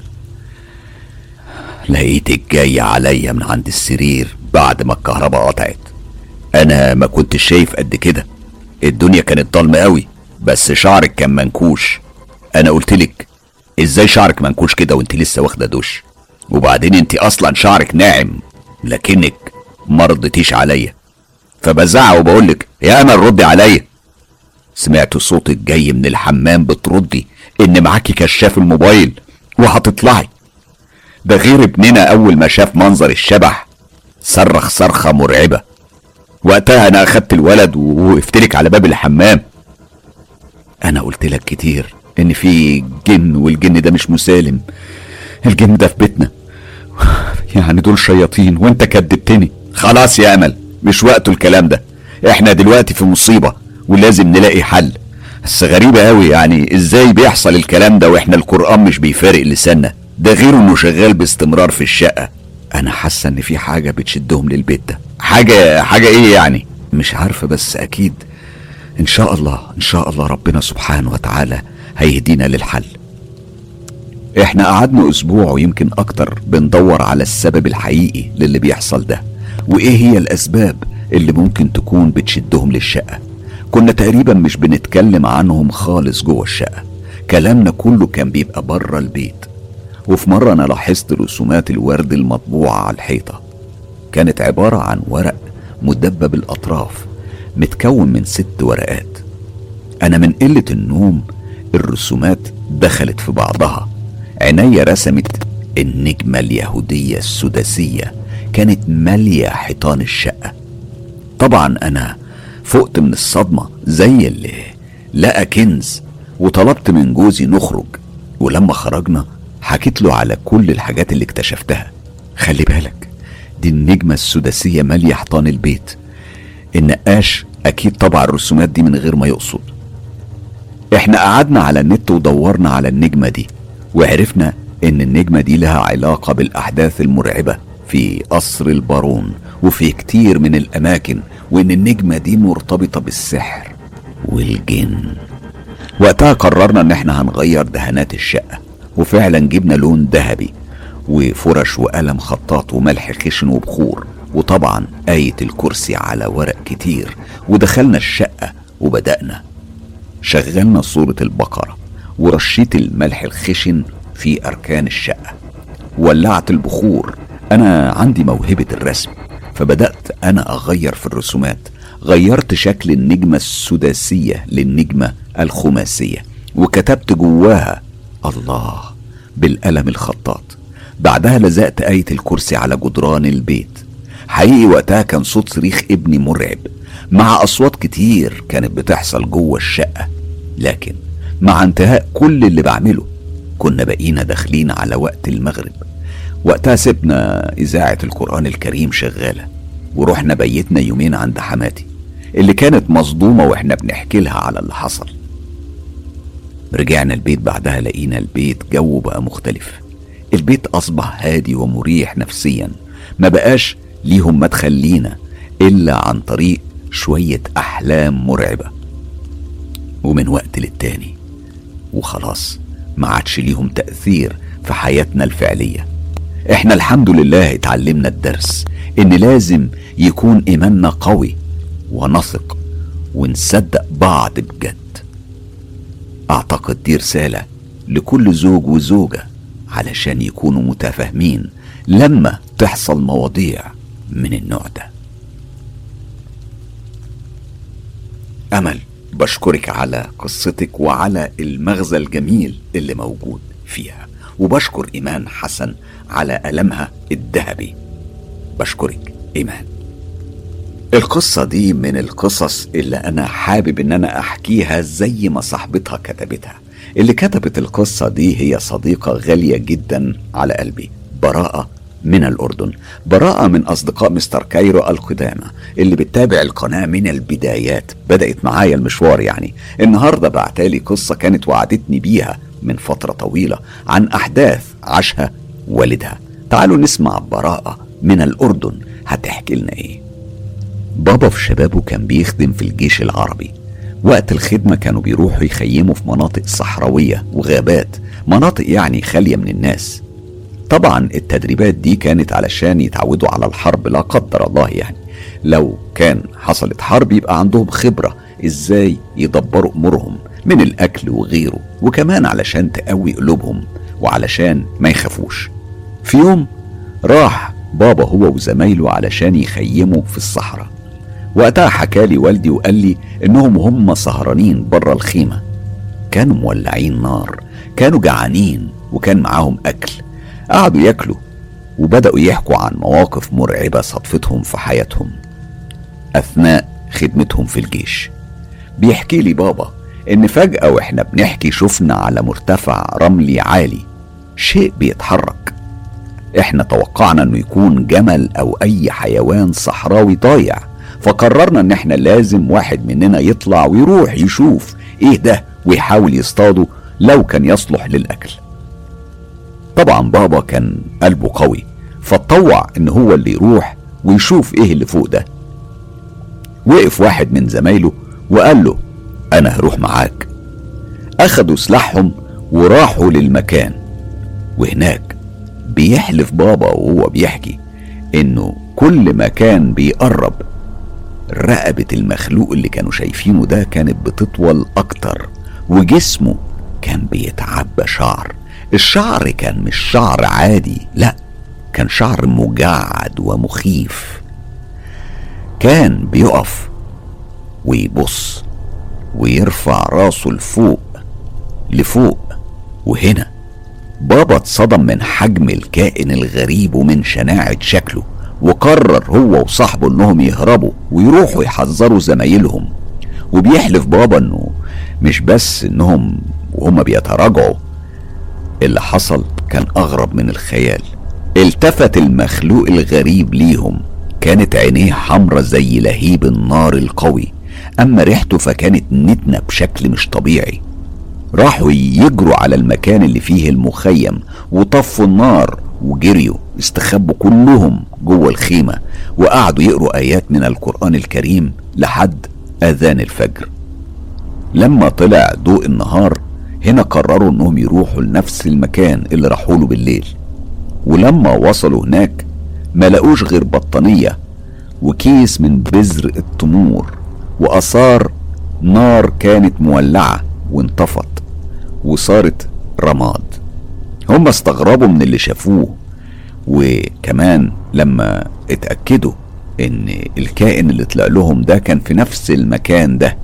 لقيتك جاية عليا من عند السرير بعد ما الكهرباء قطعت. انا ما كنتش شايف قد كده، الدنيا كانت ضلمة قوي، بس شعرك كان منكوش. انا قلتلك ازاي شعرك منكوش كده وانت لسه واخدة دش؟ وبعدين انت اصلا شعرك ناعم، لكنك مرضتيش عليا. فبزعق وبقولك: يا امل ردي عليا. سمعت صوتك جاي من الحمام بتردي ان معاكي كشاف الموبايل وهتطلعي. ده غير ابننا اول ما شاف منظر الشبح صرخ صرخة مرعبة. وقتها انا اخدت الولد ووقفتلك على باب الحمام. انا قلتلك كتير ان في جن، والجن ده مش مسالم، الجن ده في بيتنا، يعني دول شياطين وانت كدبتني. خلاص يا امل، مش وقته الكلام ده، احنا دلوقتي في مصيبة ولازم نلاقي حل. بس غريبة قوي، يعني ازاي بيحصل الكلام ده واحنا القرآن مش بيفارق لساننا؟ ده غير انه شغال باستمرار في الشقة. انا حاسة ان في حاجة بتشدهم للبيت ده. حاجة حاجة ايه يعني؟ مش عارفة، بس اكيد ان شاء الله ان شاء الله ربنا سبحانه وتعالى هيهدينا للحل. احنا قعدنا اسبوع ويمكن اكتر بندور على السبب الحقيقي للي بيحصل ده، وايه هي الاسباب اللي ممكن تكون بتشدهم للشقة. كنا تقريبا مش بنتكلم عنهم خالص جوه الشقة، كلامنا كله كان بيبقى بره البيت. وفي مرة انا لاحظت رسومات الورد المطبوعة على الحيطة، كانت عبارة عن ورق مدبب الاطراف متكون من ست ورقات. انا من قلة النوم الرسومات دخلت في بعضها. عينيا رسمت النجمة اليهودية السداسية كانت مالية حيطان الشقة. طبعا انا فقت من الصدمة زي اللي لقى كنز، وطلبت من جوزي نخرج. ولما خرجنا حكيت له على كل الحاجات اللي اكتشفتها. خلي بالك، دي النجمة السداسية مالية حيطان البيت. النقاش اكيد طبع الرسومات دي من غير ما يقصد. احنا قعدنا على النت ودورنا على النجمة دي، وعرفنا ان النجمة دي لها علاقة بالاحداث المرعبة في قصر البارون وفي كتير من الاماكن، وان النجمة دي مرتبطة بالسحر والجن. وقتها قررنا ان احنا هنغير دهانات الشقة، وفعلا جبنا لون ذهبي وفرش وقلم خطاط وملح خشن وبخور، وطبعا آية الكرسي على ورق كتير. ودخلنا الشقة وبدأنا شغلنا صورة البقرة ورشيت الملح الخشن في أركان الشقة، ولعت البخور. أنا عندي موهبة الرسم، فبدأت أنا أغير في الرسومات. غيرت شكل النجمة السداسية للنجمة الخماسية، وكتبت جواها الله بالقلم الخطاط. بعدها لزقت آية الكرسي على جدران البيت. حقيقي وقتها كان صوت صريخ ابني مرعب، مع أصوات كتير كانت بتحصل جوه الشقة. لكن مع انتهاء كل اللي بعمله كنا بقينا داخلين على وقت المغرب. وقتها سبنا إذاعة القرآن الكريم شغالة، ورحنا بيتنا يومين عند حماتي اللي كانت مصدومة واحنا بنحكي لها على اللي حصل. رجعنا البيت بعدها، لقينا البيت جو بقى مختلف. البيت أصبح هادي ومريح نفسيا، ما بقاش ليهم مدخل لينا إلا عن طريق شوية أحلام مرعبة. ومن وقت للتاني وخلاص ما عادش ليهم تأثير في حياتنا الفعلية. احنا الحمد لله اتعلمنا الدرس ان لازم يكون ايماننا قوي ونثق ونصدق بعض بجد. اعتقد دي رسالة لكل زوج وزوجة علشان يكونوا متفاهمين لما تحصل مواضيع من النوع ده. أمل، بشكرك على قصتك وعلى المغزى الجميل اللي موجود فيها، وبشكر إيمان حسن على قلمها الذهبي. بشكرك إيمان. القصة دي من القصص اللي أنا حابب إن أنا أحكيها زي ما صاحبتها كتبتها. اللي كتبت القصة دي هي صديقة غالية جدا على قلبي، براءة من الأردن. براءة من أصدقاء مستر كايرو القدامى اللي بتتابع القناة من البدايات، بدأت معايا المشوار يعني. النهاردة بعتالي قصة كانت وعدتني بيها من فترة طويلة عن أحداث عاشها والدها. تعالوا نسمع براءة من الأردن هتحكي لنا إيه. بابا في شبابه كان بيخدم في الجيش العربي. وقت الخدمة كانوا بيروحوا يخيموا في مناطق صحراوية وغابات، مناطق يعني خالية من الناس. طبعا التدريبات دي كانت علشان يتعودوا على الحرب لا قدر الله، يعني لو كان حصلت حرب يبقى عندهم خبرة ازاي يدبروا امورهم من الاكل وغيره، وكمان علشان تقوي قلوبهم وعلشان ما يخافوش. في يوم راح بابا هو وزمايله علشان يخيموا في الصحراء. وقتها حكالي والدي وقال لي انهم هم سهرانين بره الخيمة، كانوا مولعين نار، كانوا جعانين وكان معاهم اكل. قعدوا ياكلوا وبدأوا يحكوا عن مواقف مرعبة صدفتهم في حياتهم أثناء خدمتهم في الجيش. بيحكي لي بابا إن فجأة وإحنا بنحكي شفنا على مرتفع رملي عالي شيء بيتحرك. إحنا توقعنا إنه يكون جمل أو أي حيوان صحراوي ضايع، فقررنا إن إحنا لازم واحد مننا يطلع ويروح يشوف إيه ده ويحاول يصطاده لو كان يصلح للأكل. طبعا بابا كان قلبه قوي، فاتطوع ان هو اللي يروح ويشوف ايه اللي فوق ده. وقف واحد من زمايله وقال له انا هروح معاك. اخدوا سلاحهم وراحوا للمكان، وهناك بيحلف بابا وهو بيحكي انه كل ما كان بيقرب رقبة المخلوق اللي كانوا شايفينه ده كانت بتطول اكتر، وجسمه كان بيتعبى شعر. الشعر كان مش شعر عادي، لا، كان شعر مجعد ومخيف. كان بيقف ويبص ويرفع راسه لفوق لفوق. وهنا بابا اتصدم من حجم الكائن الغريب ومن شناعة شكله، وقرر هو وصاحبه انهم يهربوا ويروحوا يحذروا زمايلهم. وبيحلف بابا انه مش بس انهم وهم بيتراجعوا، اللي حصل كان أغرب من الخيال. التفت المخلوق الغريب ليهم، كانت عينيه حمرة زي لهيب النار القوي، أما ريحته فكانت نتنة بشكل مش طبيعي. راحوا يجروا على المكان اللي فيه المخيم وطفوا النار وجريوا، استخبوا كلهم جوه الخيمة وقعدوا يقروا آيات من القرآن الكريم لحد أذان الفجر. لما طلع ضوء النهار هنا قرروا انهم يروحوا لنفس المكان اللي راحوا له بالليل. ولما وصلوا هناك ما لقوش غير بطانية وكيس من بذر التمور وآثار نار كانت مولعة وانطفت وصارت رماد. هم استغربوا من اللي شافوه، وكمان لما اتأكدوا ان الكائن اللي طلع لهم ده كان في نفس المكان ده،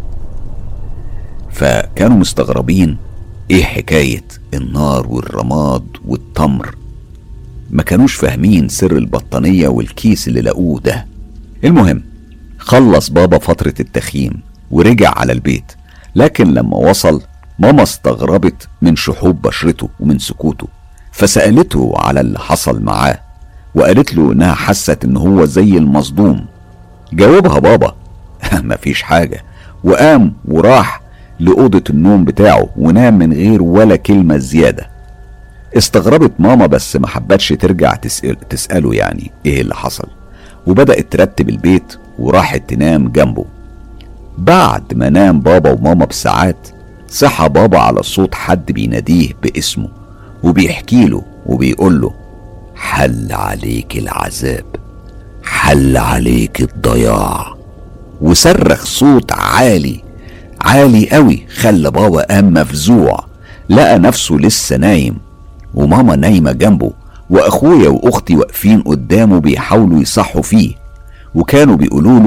فكانوا مستغربين ايه حكاية النار والرماد والتمر. ما كانوش فاهمين سر البطانية والكيس اللي لقوه ده. المهم خلص بابا فترة التخييم ورجع على البيت، لكن لما وصل ماما استغربت من شحوب بشرته ومن سكوته، فسألته على اللي حصل معاه وقالت له انها حست ان هو زي المصدوم. جاوبها بابا مفيش حاجة، وقام وراح لأوضة النوم بتاعه ونام من غير ولا كلمة زيادة. استغربت ماما بس ما حبتش ترجع تسأل تسأله يعني ايه اللي حصل، وبدأت ترتب البيت وراحت تنام جنبه. بعد ما نام بابا وماما بساعات صحى بابا على صوت حد بيناديه باسمه وبيحكي له وبيقول له حل عليك العذاب، حل عليك الضياع. وصرخ صوت عالي عالي قوي خلى بابا قام مفزوع، لقى نفسه لسه نايم وماما نايمة جنبه واخويا واختي واقفين قدامه بيحاولوا يصحوا فيه، وكانوا بيقولوا له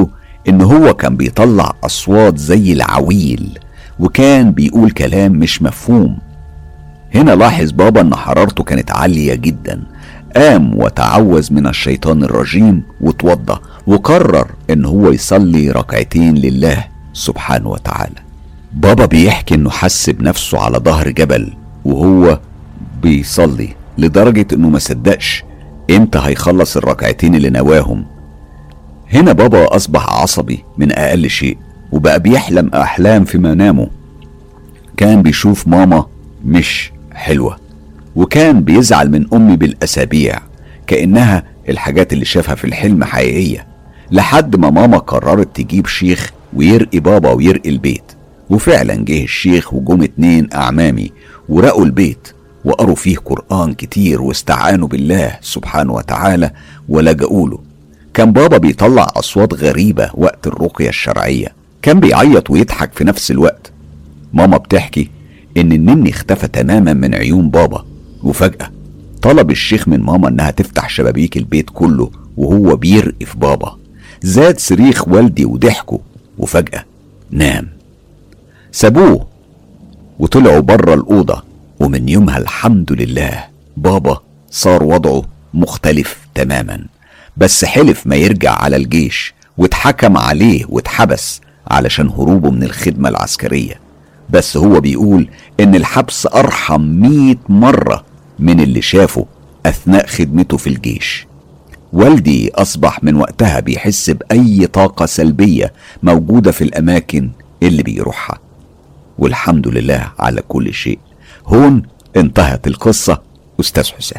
إن هو كان بيطلع أصوات زي العويل، وكان بيقول كلام مش مفهوم. هنا لاحظ بابا إن حرارته كانت عالية جدا. قام وتعوذ من الشيطان الرجيم وتوضى، وقرر إن هو يصلي ركعتين لله سبحانه وتعالى. بابا بيحكي إنه حس بنفسه على ظهر جبل وهو بيصلي، لدرجة إنه ما صدقش إمتى هيخلص الركعتين اللي نواهم. هنا بابا أصبح عصبي من أقل شيء، وبقى بيحلم أحلام في منامه. كان بيشوف ماما مش حلوة، وكان بيزعل من أمي بالأسابيع كأنها الحاجات اللي شافها في الحلم حقيقية، لحد ما ماما قررت تجيب شيخ ويرقي بابا ويرقي البيت. وفعلا جه الشيخ وجم اتنين أعمامي ورقوا البيت وقروا فيه قرآن كتير واستعانوا بالله سبحانه وتعالى ولجأوا له. كان بابا بيطلع أصوات غريبة وقت الرقية الشرعية، كان بيعيط ويضحك في نفس الوقت. ماما بتحكي إن النني اختفى تماما من عيون بابا، وفجأة طلب الشيخ من ماما إنها تفتح شبابيك البيت كله وهو بيرقي في بابا. زاد صريخ والدي وضحكوا، وفجأة نام. سابوه وطلعوا بره الأوضة، ومن يومها الحمد لله بابا صار وضعه مختلف تماما. بس حلف ما يرجع على الجيش، واتحكم عليه واتحبس علشان هروبه من الخدمة العسكرية. بس هو بيقول إن الحبس أرحم مئة مرة من اللي شافه أثناء خدمته في الجيش. والدي أصبح من وقتها بيحس بأي طاقة سلبية موجودة في الأماكن اللي بيروحها، والحمد لله على كل شيء. هون انتهت القصة أستاذ حسام.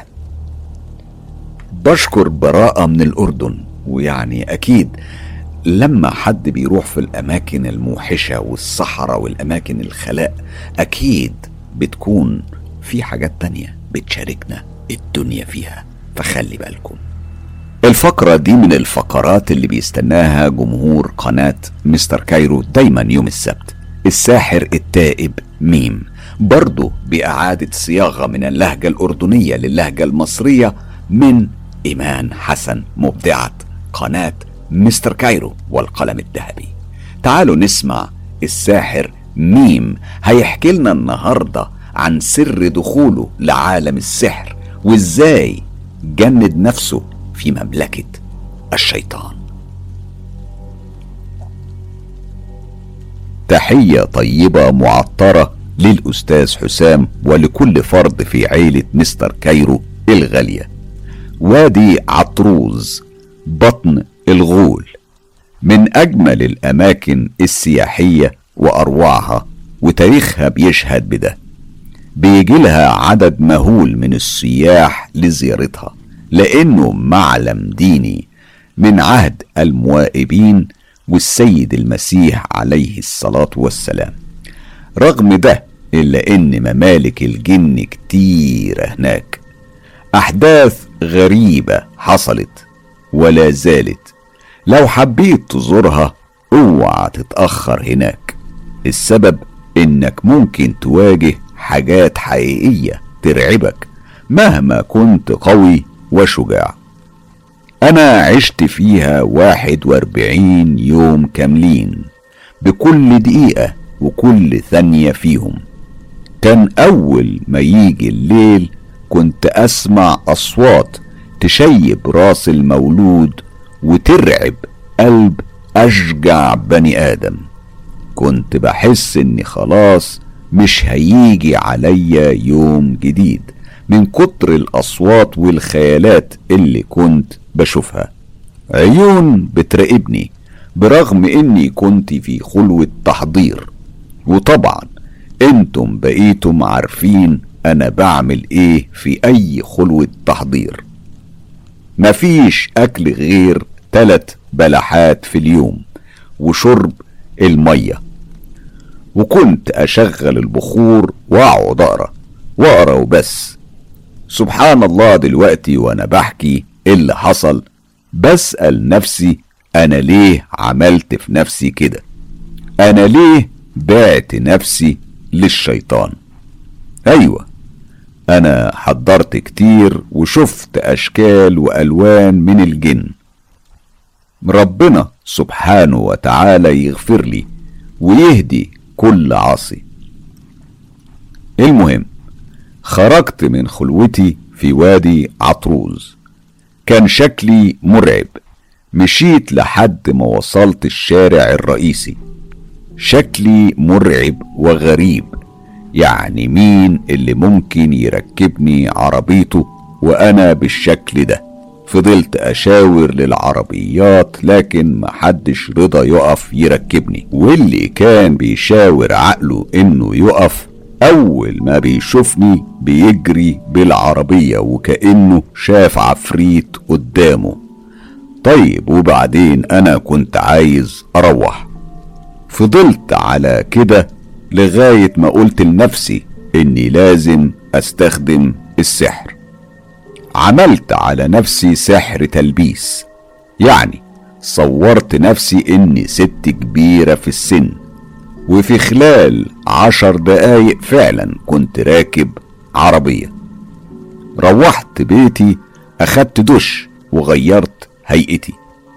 بشكر براءة من الأردن. ويعني أكيد لما حد بيروح في الأماكن الموحشة والصحراء والأماكن الخلاء، أكيد بتكون في حاجات تانية بتشاركنا الدنيا فيها، فخلي بالكم. الفقرة دي من الفقرات اللي بيستناها جمهور قناة مستر كايرو دايما يوم السبت. الساحر التائب ميم، برضو بإعادة صياغة من اللهجة الأردنية للهجة المصرية من إيمان حسن، مبدعة قناة مستر كايرو والقلم الذهبي. تعالوا نسمع الساحر ميم هيحكي لنا النهاردة عن سر دخوله لعالم السحر، وإزاي جند نفسه في مملكة الشيطان. تحية طيبة معطرة للأستاذ حسام ولكل فرد في عيلة مستر كايرو الغالية. وادي عطروز بطن الغول من أجمل الأماكن السياحية وأروعها، وتاريخها بيشهد بده. بيجيلها عدد مهول من السياح لزيارتها، لأنه معلم ديني من عهد الموائبين والسيد المسيح عليه الصلاة والسلام. رغم ده إلا إن ممالك الجن كتير هناك، أحداث غريبة حصلت ولا زالت. لو حبيت تزورها اوعى تتأخر هناك. السبب إنك ممكن تواجه حاجات حقيقية ترعبك مهما كنت قوي وشجاع. أنا عشت فيها واحد واربعين يوم كاملين، بكل دقيقة وكل ثانية فيهم. كان أول ما يجي الليل كنت أسمع أصوات تشيب راس المولود وترعب قلب أشجع بني آدم. كنت بحس إني خلاص مش هيجي عليا يوم جديد من كتر الأصوات والخيالات اللي كنت بشوفها. عيون بتراقبني برغم إني كنت في خلوة تحضير، وطبعا انتم بقيتم عارفين أنا بعمل إيه في أي خلوة تحضير. مفيش أكل غير تلات بلحات في اليوم وشرب المية، وكنت أشغل البخور وأقعد أقرأ وأقرأ وبس. سبحان الله دلوقتي وأنا بحكي اللي حصل بسأل نفسي أنا ليه عملت في نفسي كده؟ أنا ليه بعت نفسي للشيطان؟ أيوة، أنا حضرت كتير وشفت أشكال وألوان من الجن. ربنا سبحانه وتعالى يغفر لي ويهدي كل عاصي. المهم، خرجت من خلوتي في وادي عطروز. كان شكلي مرعب. مشيت لحد ما وصلت الشارع الرئيسي. شكلي مرعب وغريب، يعني مين اللي ممكن يركبني عربيته وانا بالشكل ده؟ فضلت اشاور للعربيات لكن محدش رضا يقف يركبني، واللي كان بيشاور عقله انه يقف اول ما بيشوفني بيجري بالعربية وكأنه شاف عفريت قدامه. طيب وبعدين انا كنت عايز اروح. فضلت على كده لغاية ما قلت لنفسي اني لازم استخدم السحر. عملت على نفسي سحر تلبيس، يعني صورت نفسي اني ست كبيرة في السن، وفي خلال عشر دقايق فعلا كنت راكب عربية. روحت بيتي، اخدت دش وغيرت هيئتي.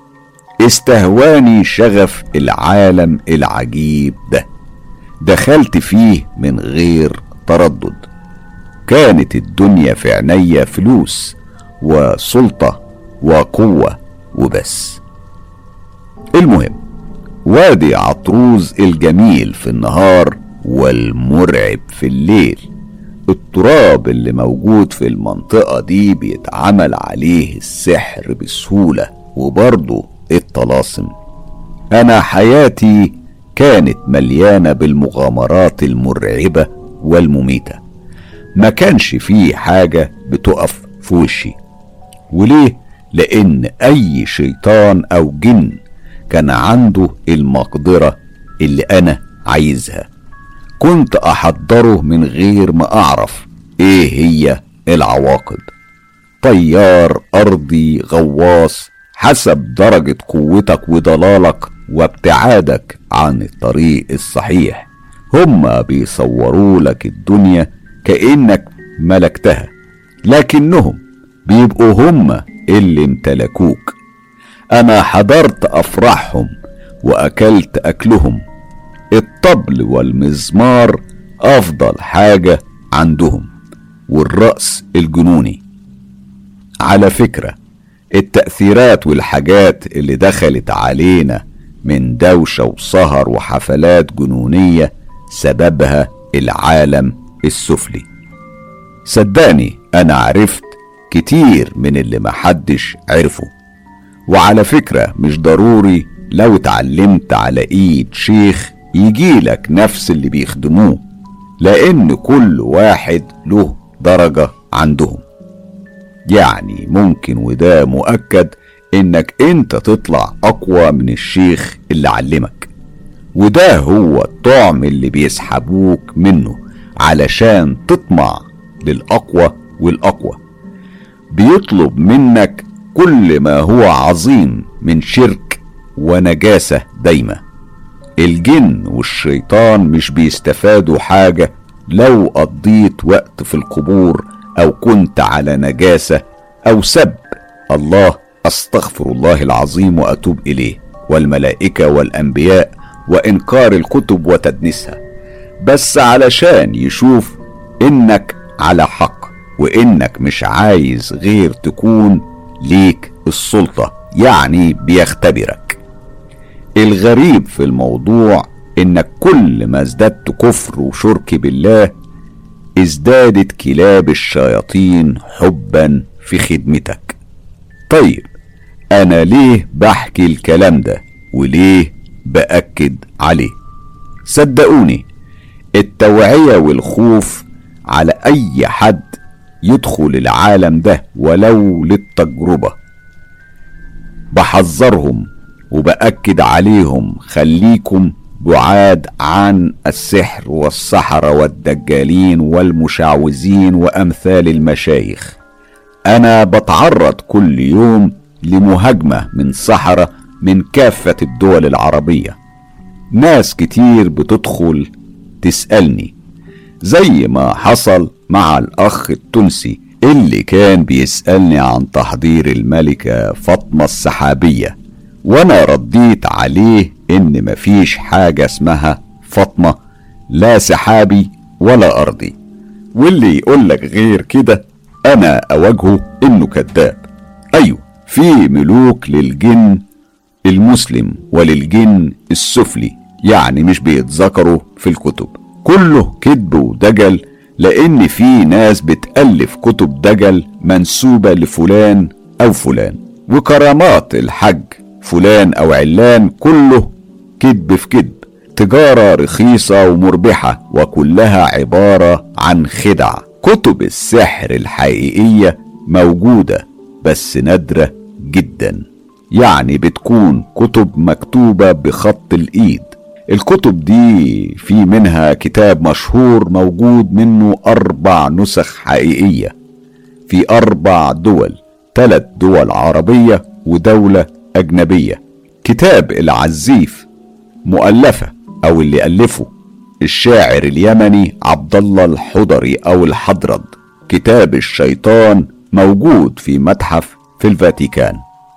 استهواني شغف العالم العجيب ده، دخلت فيه من غير تردد. كانت الدنيا في عينيا فلوس وسلطة وقوة وبس. المهم، وادي عطروز الجميل في النهار والمرعب في الليل. التراب اللي موجود في المنطقة دي بيتعمل عليه السحر بسهولة، وبرضه الطلاسم. أنا حياتي كانت مليانة بالمغامرات المرعبة والمميتة. ما كانش فيه حاجة بتقف في وشي. وليه؟ لأن أي شيطان أو جن كان عنده المقدرة اللي أنا عايزها كنت أحضره من غير ما أعرف إيه هي العواقب. طيار، أرضي، غواص، حسب درجة قوتك وضلالك وابتعادك عن الطريق الصحيح. هما بيصوروا لك الدنيا كأنك ملكتها، لكنهم بيبقوا هما اللي امتلكوك. أنا حضرت أفراحهم وأكلت أكلهم. الطبل والمزمار أفضل حاجة عندهم، والرقص الجنوني. على فكرة، التأثيرات والحاجات اللي دخلت علينا من دوشة وسهر وحفلات جنونية سببها العالم السفلي. صدقني أنا عرفت كتير من اللي محدش عرفه. وعلى فكرة مش ضروري لو اتعلمت على ايد شيخ يجيلك نفس اللي بيخدموه، لان كل واحد له درجة عندهم. يعني ممكن، وده مؤكد، انك انت تطلع اقوى من الشيخ اللي علمك، وده هو الطعم اللي بيسحبوك منه علشان تطمع للأقوى والأقوى. بيطلب منك كل ما هو عظيم من شرك ونجاسة دايمة. الجن والشيطان مش بيستفادوا حاجة لو قضيت وقت في القبور أو كنت على نجاسة أو سب الله، أستغفر الله العظيم وأتوب إليه، والملائكة والأنبياء، وإنكار الكتب وتدنيسها، بس علشان يشوف إنك على حق وإنك مش عايز غير تكون ليك السلطة، يعني بيختبرك. الغريب في الموضوع إنك كل ما ازددت كفر وشرك بالله ازدادت كلاب الشياطين حبا في خدمتك. طيب أنا ليه بحكي الكلام ده وليه بأكد عليه؟ صدقوني، التوعية والخوف على أي حد يدخل العالم ده ولو للتجربة. بحذرهم وبأكد عليهم، خليكم بعاد عن السحر والسحرة والدجالين والمشعوذين وأمثال المشايخ. أنا بتعرض كل يوم لمهاجمة من سحرة من كافة الدول العربية. ناس كتير بتدخل تسألني، زي ما حصل مع الأخ التونسي اللي كان بيسألني عن تحضير الملكة فاطمة السحابية، وانا رديت عليه ان مفيش حاجة اسمها فاطمة، لا سحابي ولا ارضي، واللي يقولك غير كده انا اواجهه انه كذاب. ايوه، في ملوك للجن المسلم وللجن السفلي، يعني مش بيتذكروا في الكتب، كله كذب ودجل، لان في ناس بتألف كتب دجل منسوبة لفلان او فلان، وكرامات الحج فلان او علان كله كذب في كذب، تجارة رخيصة ومربحة وكلها عبارة عن خدع. كتب السحر الحقيقية موجودة بس نادرة جدا، يعني بتكون كتب مكتوبة بخط الإيد. الكتب دي في منها كتاب مشهور موجود منه أربع نسخ حقيقية في أربع دول، ثلاث دول عربية ودولة أجنبية. كتاب العزيف مؤلفة أو اللي ألفه الشاعر اليمني عبد الله الحضري أو الحضرد. كتاب الشيطان موجود في متحف في الفاتيكان.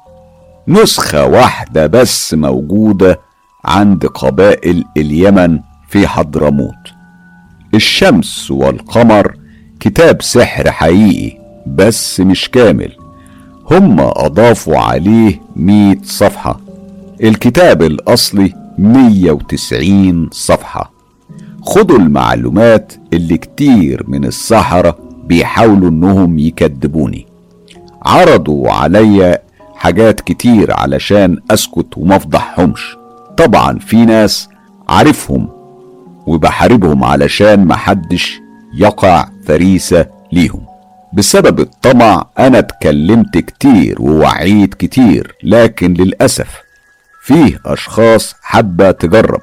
نسخة واحدة بس موجودة عند قبائل اليمن في حضرموت. الشمس والقمر كتاب سحر حقيقي بس مش كامل، هم أضافوا عليه مية صفحة، الكتاب الأصلي مية وتسعين صفحة. خدوا المعلومات اللي كتير من السحرة بيحاولوا انهم يكذبوني. عرضوا عليا حاجات كتير علشان اسكت ومفضحهمش، طبعا في ناس عارفهم وبحاربهم علشان محدش يقع فريسة ليهم. بسبب الطمع انا اتكلمت كتير ووعيت كتير، لكن للأسف فيه اشخاص حابة تجرب.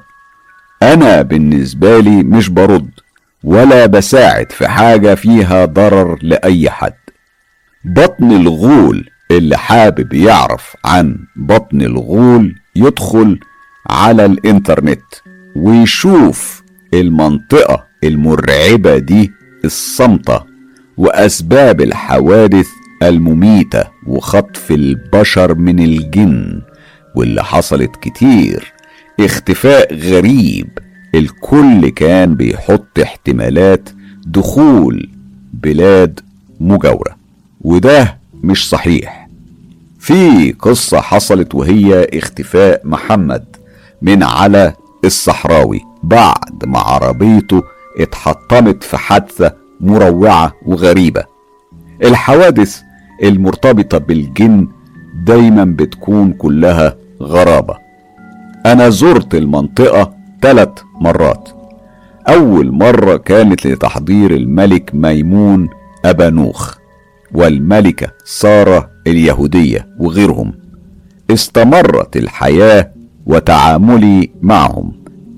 انا بالنسبة لي مش برد ولا بساعد في حاجة فيها ضرر لأي حد. بطن الغول اللي حابب يعرف عن بطن الغول يدخل على الانترنت ويشوف المنطقة المرعبة دي الصامتة وأسباب الحوادث المميتة وخطف البشر من الجن، واللي حصلت كتير، اختفاء غريب، الكل كان بيحط احتمالات دخول بلاد مجاورة، وده مش صحيح. في قصة حصلت وهي اختفاء محمد من على الصحراوي بعد ما عربيته اتحطمت في حادثة مروعة وغريبة. الحوادث المرتبطة بالجن دايما بتكون كلها غرابة. انا زرت المنطقة ثلاث مرات. اول مرة كانت لتحضير الملك ميمون ابانوخ والملكة سارة اليهودية وغيرهم. استمرت الحياة وتعاملي معهم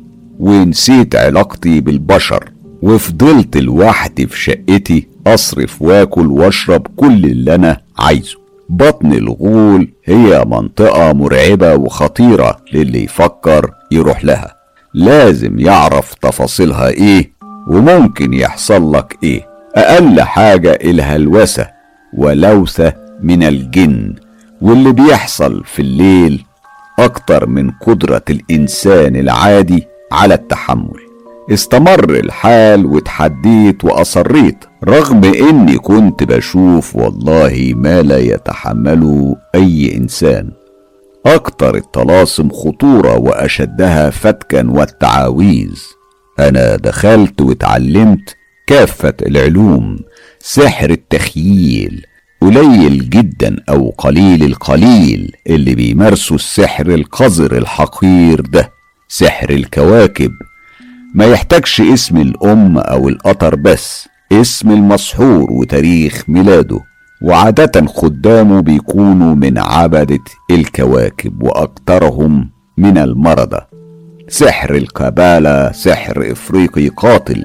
ونسيت علاقتي بالبشر، وفضلت لوحدي في شقتي اصرف واكل واشرب كل اللي انا عايزه. بطن الغول هي منطقة مرعبة وخطيرة للي يفكر يروح لها، لازم يعرف تفاصيلها ايه وممكن يحصل لك ايه. اقل حاجة الهلوسة ولوثة من الجن، واللي بيحصل في الليل اكتر من قدرة الانسان العادي على التحمل. استمر الحال وتحديت واصريت رغم اني كنت بشوف والله ما لا يتحمله اي انسان. اكتر الطلاسم خطورة واشدها فتكا والتعاويذ. انا دخلت واتعلمت كافة العلوم، سحر التخييل قليل جدا او قليل القليل اللي بيمارسوا السحر القذر الحقير ده. سحر الكواكب ما يحتاجش اسم الام او القطر، بس اسم المسحور وتاريخ ميلاده، وعادة خدامه بيكونوا من عبدة الكواكب واكترهم من المرضى. سحر الكبالة سحر افريقي قاتل،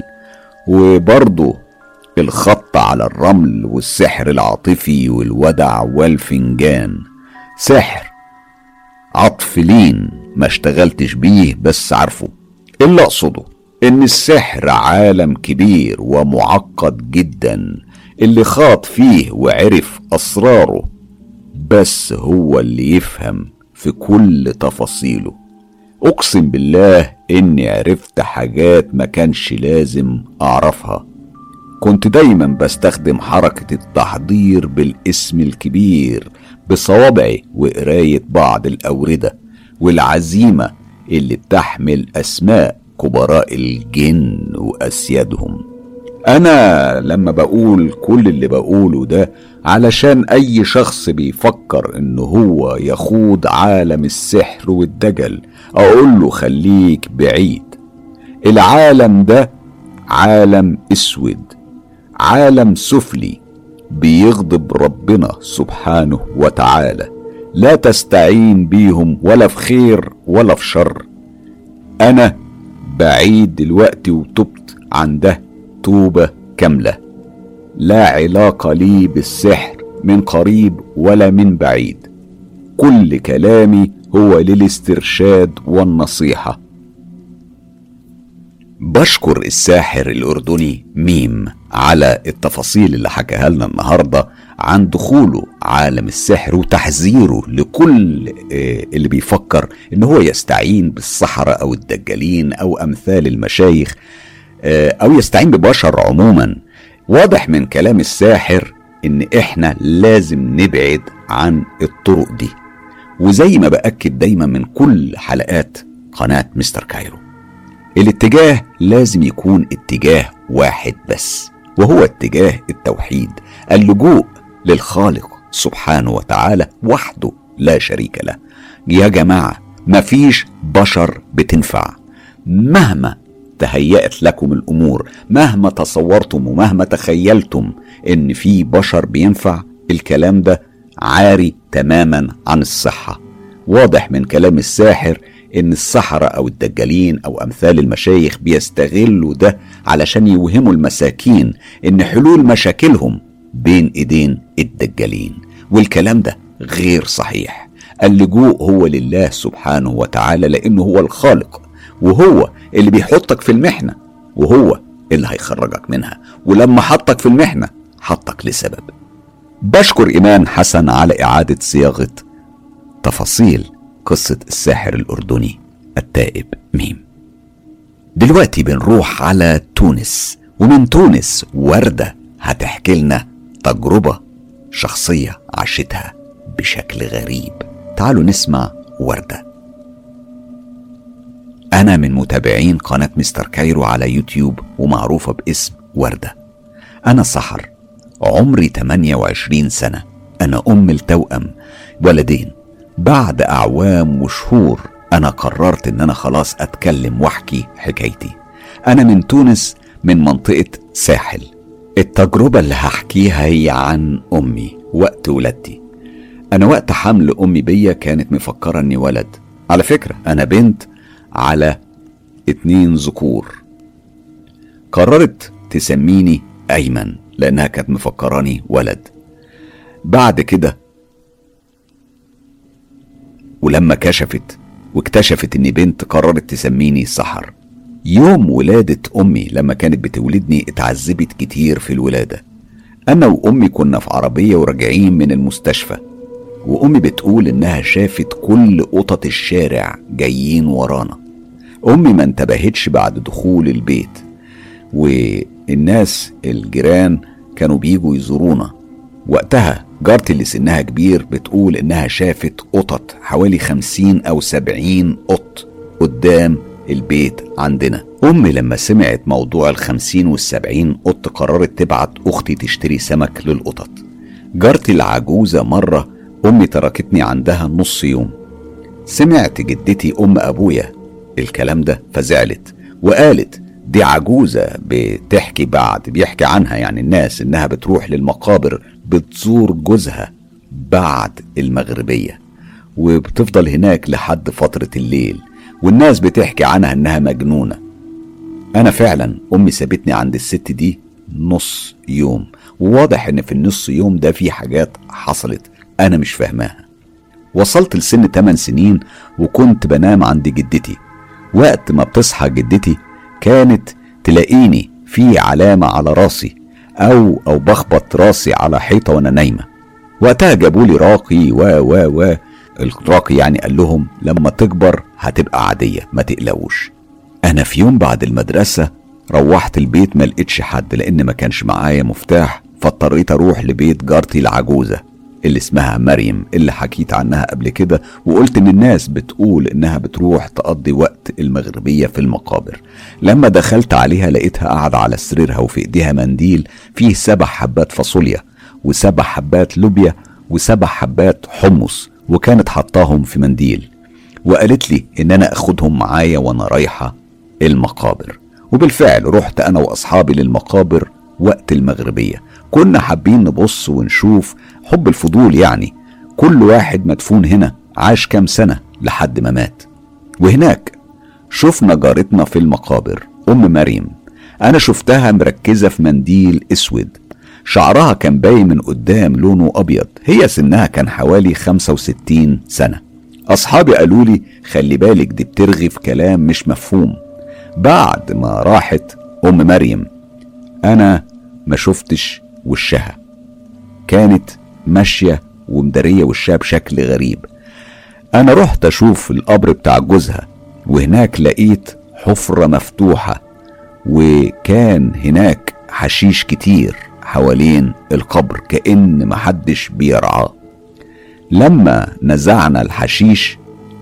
وبرضه الخط على الرمل والسحر العاطفي والودع والفنجان. سحر عطف لين ما اشتغلتش بيه بس عارفه. اللي اقصده ان السحر عالم كبير ومعقد جدا، اللي خاض فيه وعرف اسراره بس هو اللي يفهم في كل تفاصيله. اقسم بالله اني عرفت حاجات ما كانش لازم اعرفها. كنت دايما بستخدم حركة التحضير بالاسم الكبير بصوابعي وقراية بعض الأوردة والعزيمة اللي بتحمل أسماء كبراء الجن وأسيادهم. أنا لما بقول كل اللي بقوله ده علشان أي شخص بيفكر إنه هو يخوض عالم السحر والدجل أقول له خليك بعيد. العالم ده عالم اسود، عالم سفلي بيغضب ربنا سبحانه وتعالى. لا تستعين بيهم ولا في خير ولا في شر. انا بعيد دلوقتي وتبت عن ده توبة كاملة. لا علاقة لي بالسحر من قريب ولا من بعيد. كل كلامي هو للاسترشاد والنصيحة. بشكر الساحر الأردني ميم على التفاصيل اللي حكاها لنا النهاردة عن دخوله عالم السحر وتحذيره لكل اللي بيفكر إن هو يستعين بالسحرة أو الدجالين أو أمثال المشايخ أو يستعين ببشر عموما. واضح من كلام الساحر إن إحنا لازم نبعد عن الطرق دي، وزي ما بأكد دايما من كل حلقات قناة مستر كايرو، الاتجاه لازم يكون اتجاه واحد بس، وهو اتجاه التوحيد، اللجوء للخالق سبحانه وتعالى وحده لا شريك له. يا جماعة مفيش بشر بتنفع مهما تهيأت لكم الأمور، مهما تصورتم ومهما تخيلتم ان في بشر بينفع. الكلام ده عاري تماما عن الصحة. واضح من كلام الساحر ان السحرة او الدجالين او امثال المشايخ بيستغلوا ده علشان يوهموا المساكين ان حلول مشاكلهم بين ايدين الدجالين، والكلام ده غير صحيح. اللجوء هو لله سبحانه وتعالى، لانه هو الخالق وهو اللي بيحطك في المحنة وهو اللي هيخرجك منها، ولما حطك في المحنة حطك لسبب. بشكر إيمان حسن على إعادة صياغة تفاصيل قصة الساحر الأردني التائب ميم. دلوقتي بنروح على تونس، ومن تونس وردة هتحكي لنا تجربة شخصية عاشتها بشكل غريب. تعالوا نسمع وردة. أنا من متابعين قناة مستر كايرو على يوتيوب ومعروفة باسم وردة. أنا سحر، عمري ثمانية وعشرين سنة. أنا أم التوأم ولدين. بعد أعوام وشهور أنا قررت إن أنا خلاص أتكلم وأحكي حكايتي. أنا من تونس، من منطقة ساحل. التجربة اللي هحكيها هي عن أمي وقت ولادتي. أنا وقت حمل أمي بيا كانت مفكرة إني ولد. على فكرة أنا بنت على اتنين ذكور. قررت تسميني أيمن لأنها كانت مفكراني ولد. بعد كده ولما كشفت واكتشفت اني بنت قررت تسميني سحر. يوم ولادة امي لما كانت بتولدني اتعذبت كتير في الولادة. انا وامي كنا في عربية وراجعين من المستشفى، وامي بتقول انها شافت كل قطط الشارع جايين ورانا. امي ما انتبهتش بعد دخول البيت، والناس الجيران كانوا بيجوا يزورونا. وقتها جارتي اللي سنها كبير بتقول انها شافت قطط حوالي خمسين او سبعين قط قدام البيت عندنا. امي لما سمعت موضوع الخمسين والسبعين قط قررت تبعت اختي تشتري سمك للقطط. جارتي العجوزة مرة امي تركتني عندها نص يوم. سمعت جدتي ام ابويا الكلام ده فزعلت وقالت دي عجوزة بتحكي بعد بيحكي عنها يعني الناس انها بتروح للمقابر بتزور جوزها بعد المغربية وبتفضل هناك لحد فترة الليل، والناس بتحكي عنها انها مجنونة. انا فعلا امي سابتني عند الست دي نص يوم، وواضح ان في النص يوم ده في حاجات حصلت انا مش فاهماها. وصلت لسن ثمان سنين وكنت بنام عند جدتي. وقت ما بتصحى جدتي كانت تلاقيني في علامة على راسي او او بخبط راسي على حيطة وانا نايمة. وقتها جابولي راقي و و و الراقي يعني قال لهم لما تكبر هتبقى عادية ما تقلقوش. انا في يوم بعد المدرسة روحت البيت ما لقيتش حد لان ما كانش معايا مفتاح، فاضطريت اروح لبيت جارتي العجوزة اللي اسمها مريم اللي حكيت عنها قبل كده، وقلت ان الناس بتقول انها بتروح تقضي وقت المغربية في المقابر. لما دخلت عليها لقيتها قاعدة على سريرها وفي ايديها منديل فيه سبع حبات فاصوليا وسبع حبات لوبيا وسبع حبات حمص، وكانت حطاهم في منديل، وقالت لي ان انا اخدهم معايا وانا رايحة المقابر. وبالفعل رحت انا واصحابي للمقابر وقت المغربية. كنا حابين نبص ونشوف، حب الفضول يعني، كل واحد مدفون هنا عاش كام سنة لحد ما مات. وهناك شفنا جارتنا في المقابر ام مريم. انا شفتها مركزة في منديل اسود، شعرها كان باين من قدام لونه ابيض، هي سنها كان حوالي خمسة وستين سنة. اصحابي قالوا لي خلي بالك دي بترغي في كلام مش مفهوم. بعد ما راحت ام مريم انا ما شفتش وشها، كانت ماشية ومدارية وشها بشكل غريب. انا رحت اشوف القبر بتاع جوزها، وهناك لقيت حفرة مفتوحة، وكان هناك حشيش كتير حوالين القبر كأن محدش بيرعاه. لما نزعنا الحشيش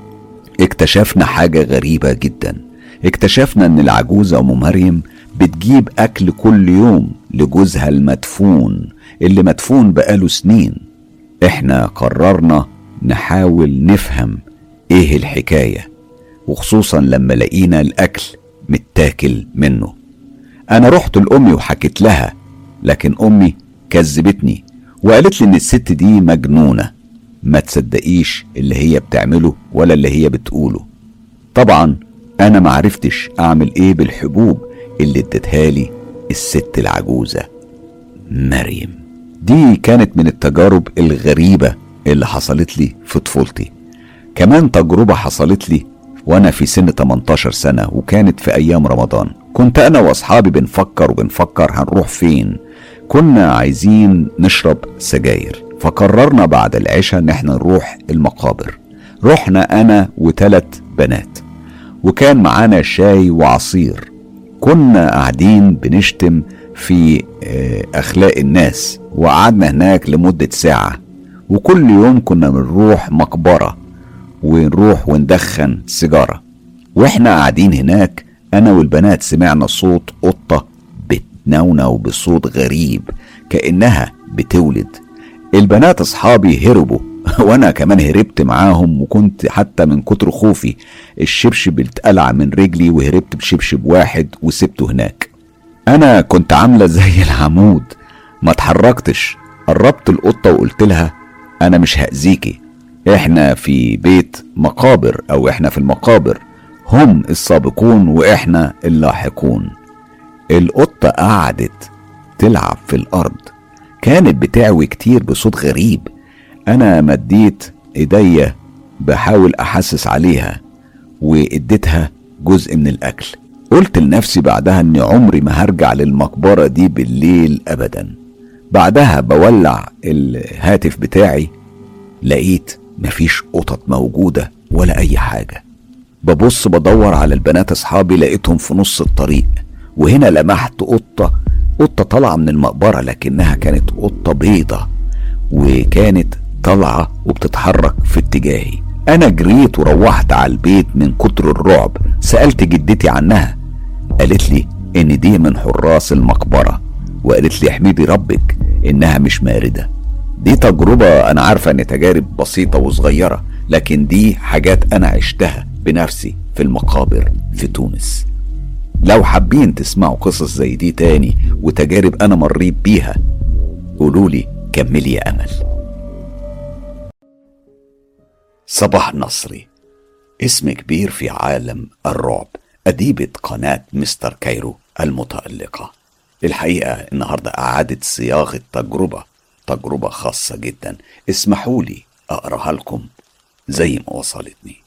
اكتشفنا حاجة غريبة جدا. اكتشفنا ان العجوزة ام مريم بتجيب اكل كل يوم لجوزها المدفون اللي مدفون بقاله سنين. احنا قررنا نحاول نفهم ايه الحكاية، وخصوصا لما لقينا الاكل متاكل منه. انا رحت لامي وحكيت لها، لكن امي كذبتني وقالت لي ان الست دي مجنونة، ما تصدقيش اللي هي بتعمله ولا اللي هي بتقوله. طبعا انا معرفتش اعمل ايه بالحبوب اللي ادتها لي الست العجوزة مريم. دي كانت من التجارب الغريبة اللي حصلت لي في طفولتي. كمان تجربة حصلت لي وانا في سن تمنتاشر سنة، وكانت في ايام رمضان. كنت انا واصحابي بنفكر وبنفكر هنروح فين. كنا عايزين نشرب سجاير، فقررنا بعد العشاء ان احنا نروح المقابر. رحنا انا وثلاث بنات، وكان معانا شاي وعصير. كنا قاعدين بنشتم في اخلاق الناس، وقعدنا هناك لمدة ساعة. وكل يوم كنا بنروح مقبرة ونروح وندخن سيجارة. واحنا قاعدين هناك انا والبنات سمعنا صوت قطة بتنونو بصوت غريب كأنها بتولد. البنات اصحابي هربوا وانا كمان هربت معاهم، وكنت حتى من كتر خوفي الشبشب اتقلع من رجلي وهربت بشبشب واحد وسبته هناك. انا كنت عاملة زي العمود ما اتحركتش. قربت القطة وقلت لها انا مش هأذيكي، احنا في بيت مقابر، او احنا في المقابر، هم السابقون واحنا اللاحقون. القطة قعدت تلعب في الارض، كانت بتعوي كتير بصوت غريب. انا مديت ايديا بحاول احسس عليها واديتها جزء من الاكل. قلت لنفسي بعدها اني عمري ما هرجع للمقبرة دي بالليل ابدا. بعدها بولع الهاتف بتاعي، لقيت مفيش قطط موجودة ولا اي حاجة. ببص بدور على البنات اصحابي، لقيتهم في نص الطريق. وهنا لمحت قطة قطة طالعة من المقبرة، لكنها كانت قطة بيضة، وكانت طالعة وبتتحرك في اتجاهي. انا جريت وروحت على البيت من كتر الرعب. سألت جدتي عنها، قالت لي ان دي من حراس المقبرة، وقالت لي احمدي ربك انها مش ماردة. دي تجربة انا عارفة ان تجارب بسيطة وصغيرة، لكن دي حاجات انا عشتها بنفسي في المقابر في تونس. لو حابين تسمعوا قصص زي دي تاني وتجارب انا مريت بيها، قولولي كملي يا امل. صباح نصري، اسم كبير في عالم الرعب، أديبة قناة مستر كايرو المتألقة. الحقيقة النهاردة أعادت صياغة تجربة تجربة خاصة جدا، اسمحوا لي أقرأها لكم زي ما وصلتني.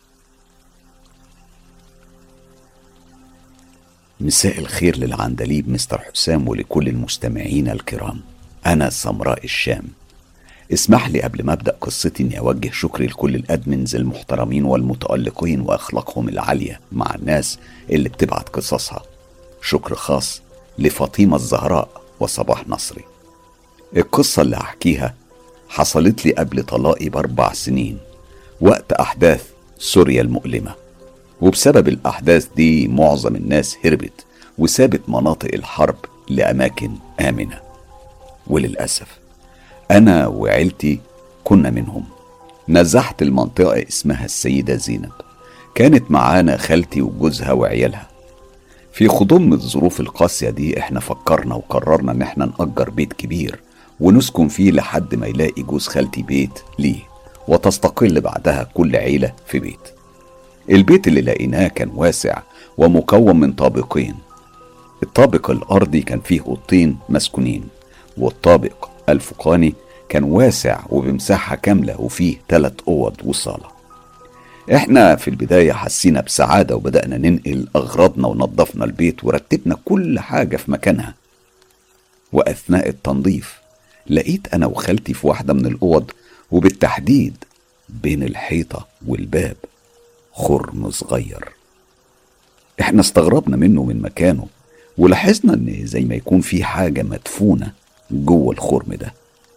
مساء الخير للعندليب مستر حسام ولكل المستمعين الكرام. أنا سمراء الشام. اسمح لي قبل ما أبدأ قصتي إني أوجه شكري لكل الأدمنز المحترمين والمتألقين وأخلاقهم العالية مع الناس اللي بتبعت قصصها. شكر خاص لفاطمة الزهراء وصباح نصري. القصة اللي هحكيها حصلت لي قبل طلاقي بأربع سنين وقت أحداث سوريا المؤلمة، وبسبب الأحداث دي معظم الناس هربت وسابت مناطق الحرب لأماكن آمنة، وللأسف أنا وعيلتي كنا منهم. نزحت المنطقة اسمها السيدة زينب، كانت معانا خالتي وجوزها وعيالها. في خضم الظروف القاسية دي احنا فكرنا وقررنا ان احنا نأجر بيت كبير ونسكن فيه لحد ما يلاقي جوز خالتي بيت ليه، وتستقل بعدها كل عيلة في بيت. البيت اللي لقيناه كان واسع ومكون من طابقين. الطابق الأرضي كان فيه أوضتين مسكونين، والطابق الفوقاني كان واسع وبمساحة كاملة وفيه ثلاث أوض وصالة. احنا في البداية حسينا بسعادة وبدأنا ننقل أغراضنا ونظفنا البيت ورتبنا كل حاجة في مكانها. وأثناء التنظيف لقيت أنا وخالتي في واحدة من الأوض، وبالتحديد بين الحيطة والباب، خرم صغير. احنا استغربنا منه من مكانه، ولاحظنا ان زي ما يكون في حاجة مدفونة جوه الخرم ده.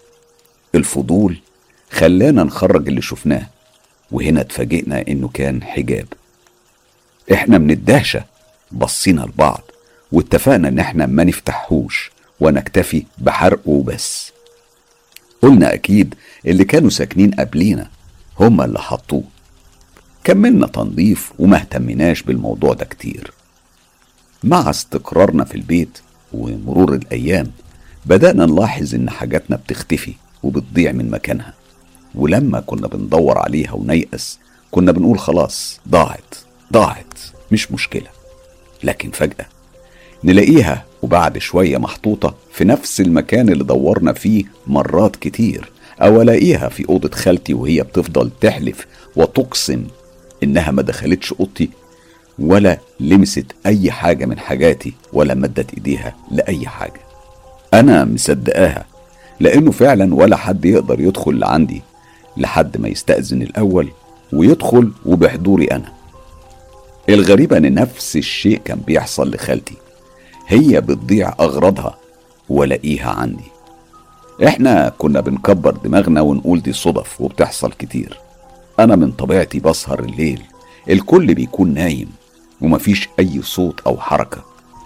الفضول خلانا نخرج اللي شفناه، وهنا اتفاجئنا انه كان حجاب. احنا من الدهشة بصينا لبعض واتفقنا ان احنا ما نفتحوش ونكتفي بحرقه بس. قلنا اكيد اللي كانوا ساكنين قبلينا هما اللي حطوه. كملنا تنظيف وما اهتمناش بالموضوع ده كتير. مع استقرارنا في البيت ومرور الايام بدأنا نلاحظ ان حاجاتنا بتختفي وبتضيع من مكانها، ولما كنا بندور عليها ونيأس كنا بنقول خلاص ضاعت ضاعت مش مشكلة. لكن فجأة نلاقيها وبعد شوية محطوطة في نفس المكان اللي دورنا فيه مرات كتير، أو ألاقيها في أوضة خالتي وهي بتفضل تحلف وتقسم إنها ما دخلتش أوضتي ولا لمست أي حاجة من حاجاتي ولا مدت إيديها لأي حاجة. أنا مصدقاها لأنه فعلا ولا حد يقدر يدخل لعندي لحد ما يستأذن الأول ويدخل وبحضوري أنا. الغريب أن نفس الشيء كان بيحصل لخالتي، هي بتضيع أغراضها ولاقيها عندي. احنا كنا بنكبر دماغنا ونقول دي صدف وبتحصل كتير. أنا من طبيعتي بسهر الليل، الكل بيكون نايم ومفيش أي صوت أو حركة.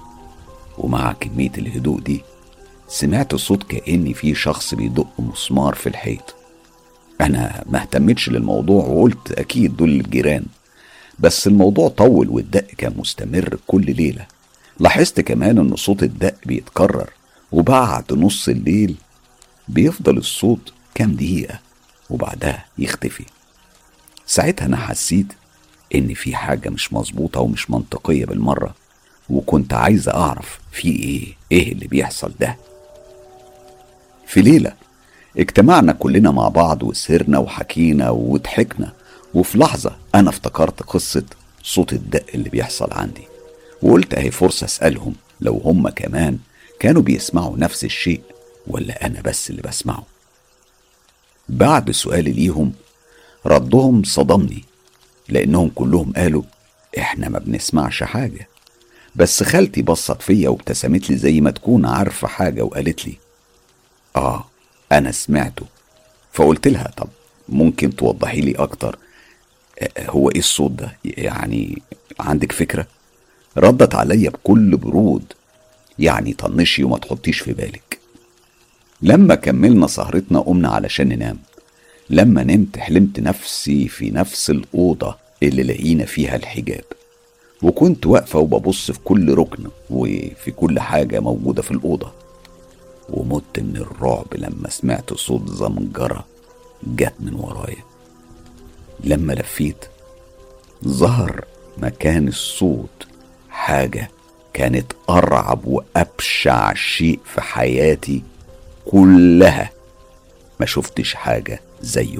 ومع كمية الهدوء دي سمعت صوت كأن في شخص بيدق مسمار في الحيط. أنا ما اهتمتش للموضوع وقلت أكيد دول الجيران، بس الموضوع طول والدق كان مستمر كل ليلة. لاحظت كمان إن صوت الدق بيتكرر، وبعد نص الليل بيفضل الصوت كام دقيقة وبعدها يختفي. ساعتها أنا حسيت إن في حاجة مش مظبوطة ومش منطقية بالمرة، وكنت عايز أعرف في إيه إيه اللي بيحصل ده. في ليلة اجتمعنا كلنا مع بعض وسهرنا وحكينا وضحكنا، وفي لحظة أنا افتكرت قصة صوت الدق اللي بيحصل عندي، وقلت اهي فرصة أسألهم لو هم كمان كانوا بيسمعوا نفس الشيء ولا أنا بس اللي بسمعه. بعد سؤالي ليهم ردهم صدمني، لأنهم كلهم قالوا إحنا ما بنسمعش حاجة. بس خالتي بصت فيا وابتسمت لي زي ما تكون عارفة حاجة وقالت لي آه أنا سمعته. فقلت لها طب ممكن توضحي لي أكتر هو إيه الصوت ده، يعني عندك فكرة؟ ردت عليا بكل برود يعني طنشي وما تحطيش في بالك. لما كملنا سهرتنا قمنا علشان ننام. لما نمت حلمت نفسي في نفس الأوضة اللي لقينا فيها الحجاب، وكنت واقفة وببص في كل ركن وفي كل حاجة موجودة في الأوضة. ومت من الرعب لما سمعت صوت زمجرة جت من ورايا. لما لفيت ظهر مكان الصوت حاجة كانت أرعب وأبشع شيء في حياتي كلها. ما شفتش حاجة زيه.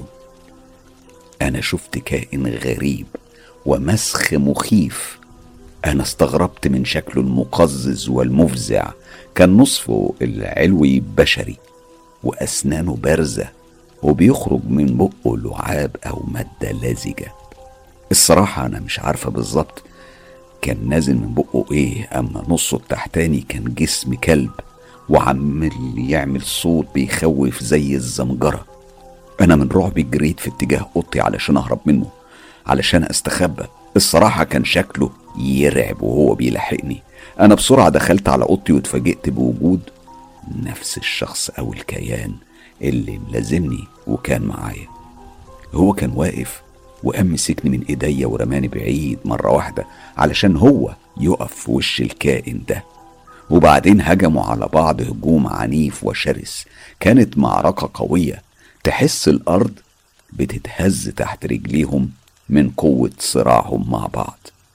أنا شفت كائن غريب ومسخ مخيف. أنا استغربت من شكله المقزز والمفزع، كان نصفه العلوي بشري وأسنانه بارزة وبيخرج من بقه لعاب أو مادة لزجة. الصراحة أنا مش عارفة بالظبط كان نازل من بقه إيه، أما نصه التحتاني كان جسم كلب وعمال يعمل صوت بيخوف زي الزمجرة. أنا من رعبي جريت في اتجاه أوضتي علشان أهرب منه، علشان أستخبى. الصراحة كان شكله يرعب وهو بيلحقني. أنا بسرعة دخلت على أوضتي واتفاجئت بوجود نفس الشخص أو الكيان اللي ملازمني وكان معايا. هو كان واقف وقام مسكني من ايديا ورماني بعيد مرة واحدة علشان هو يقف في وش الكائن ده، وبعدين هجموا على بعض هجوم عنيف وشرس. كانت معركة قوية تحس الأرض بتتهز تحت رجليهم من قوة صراعهم مع بعض.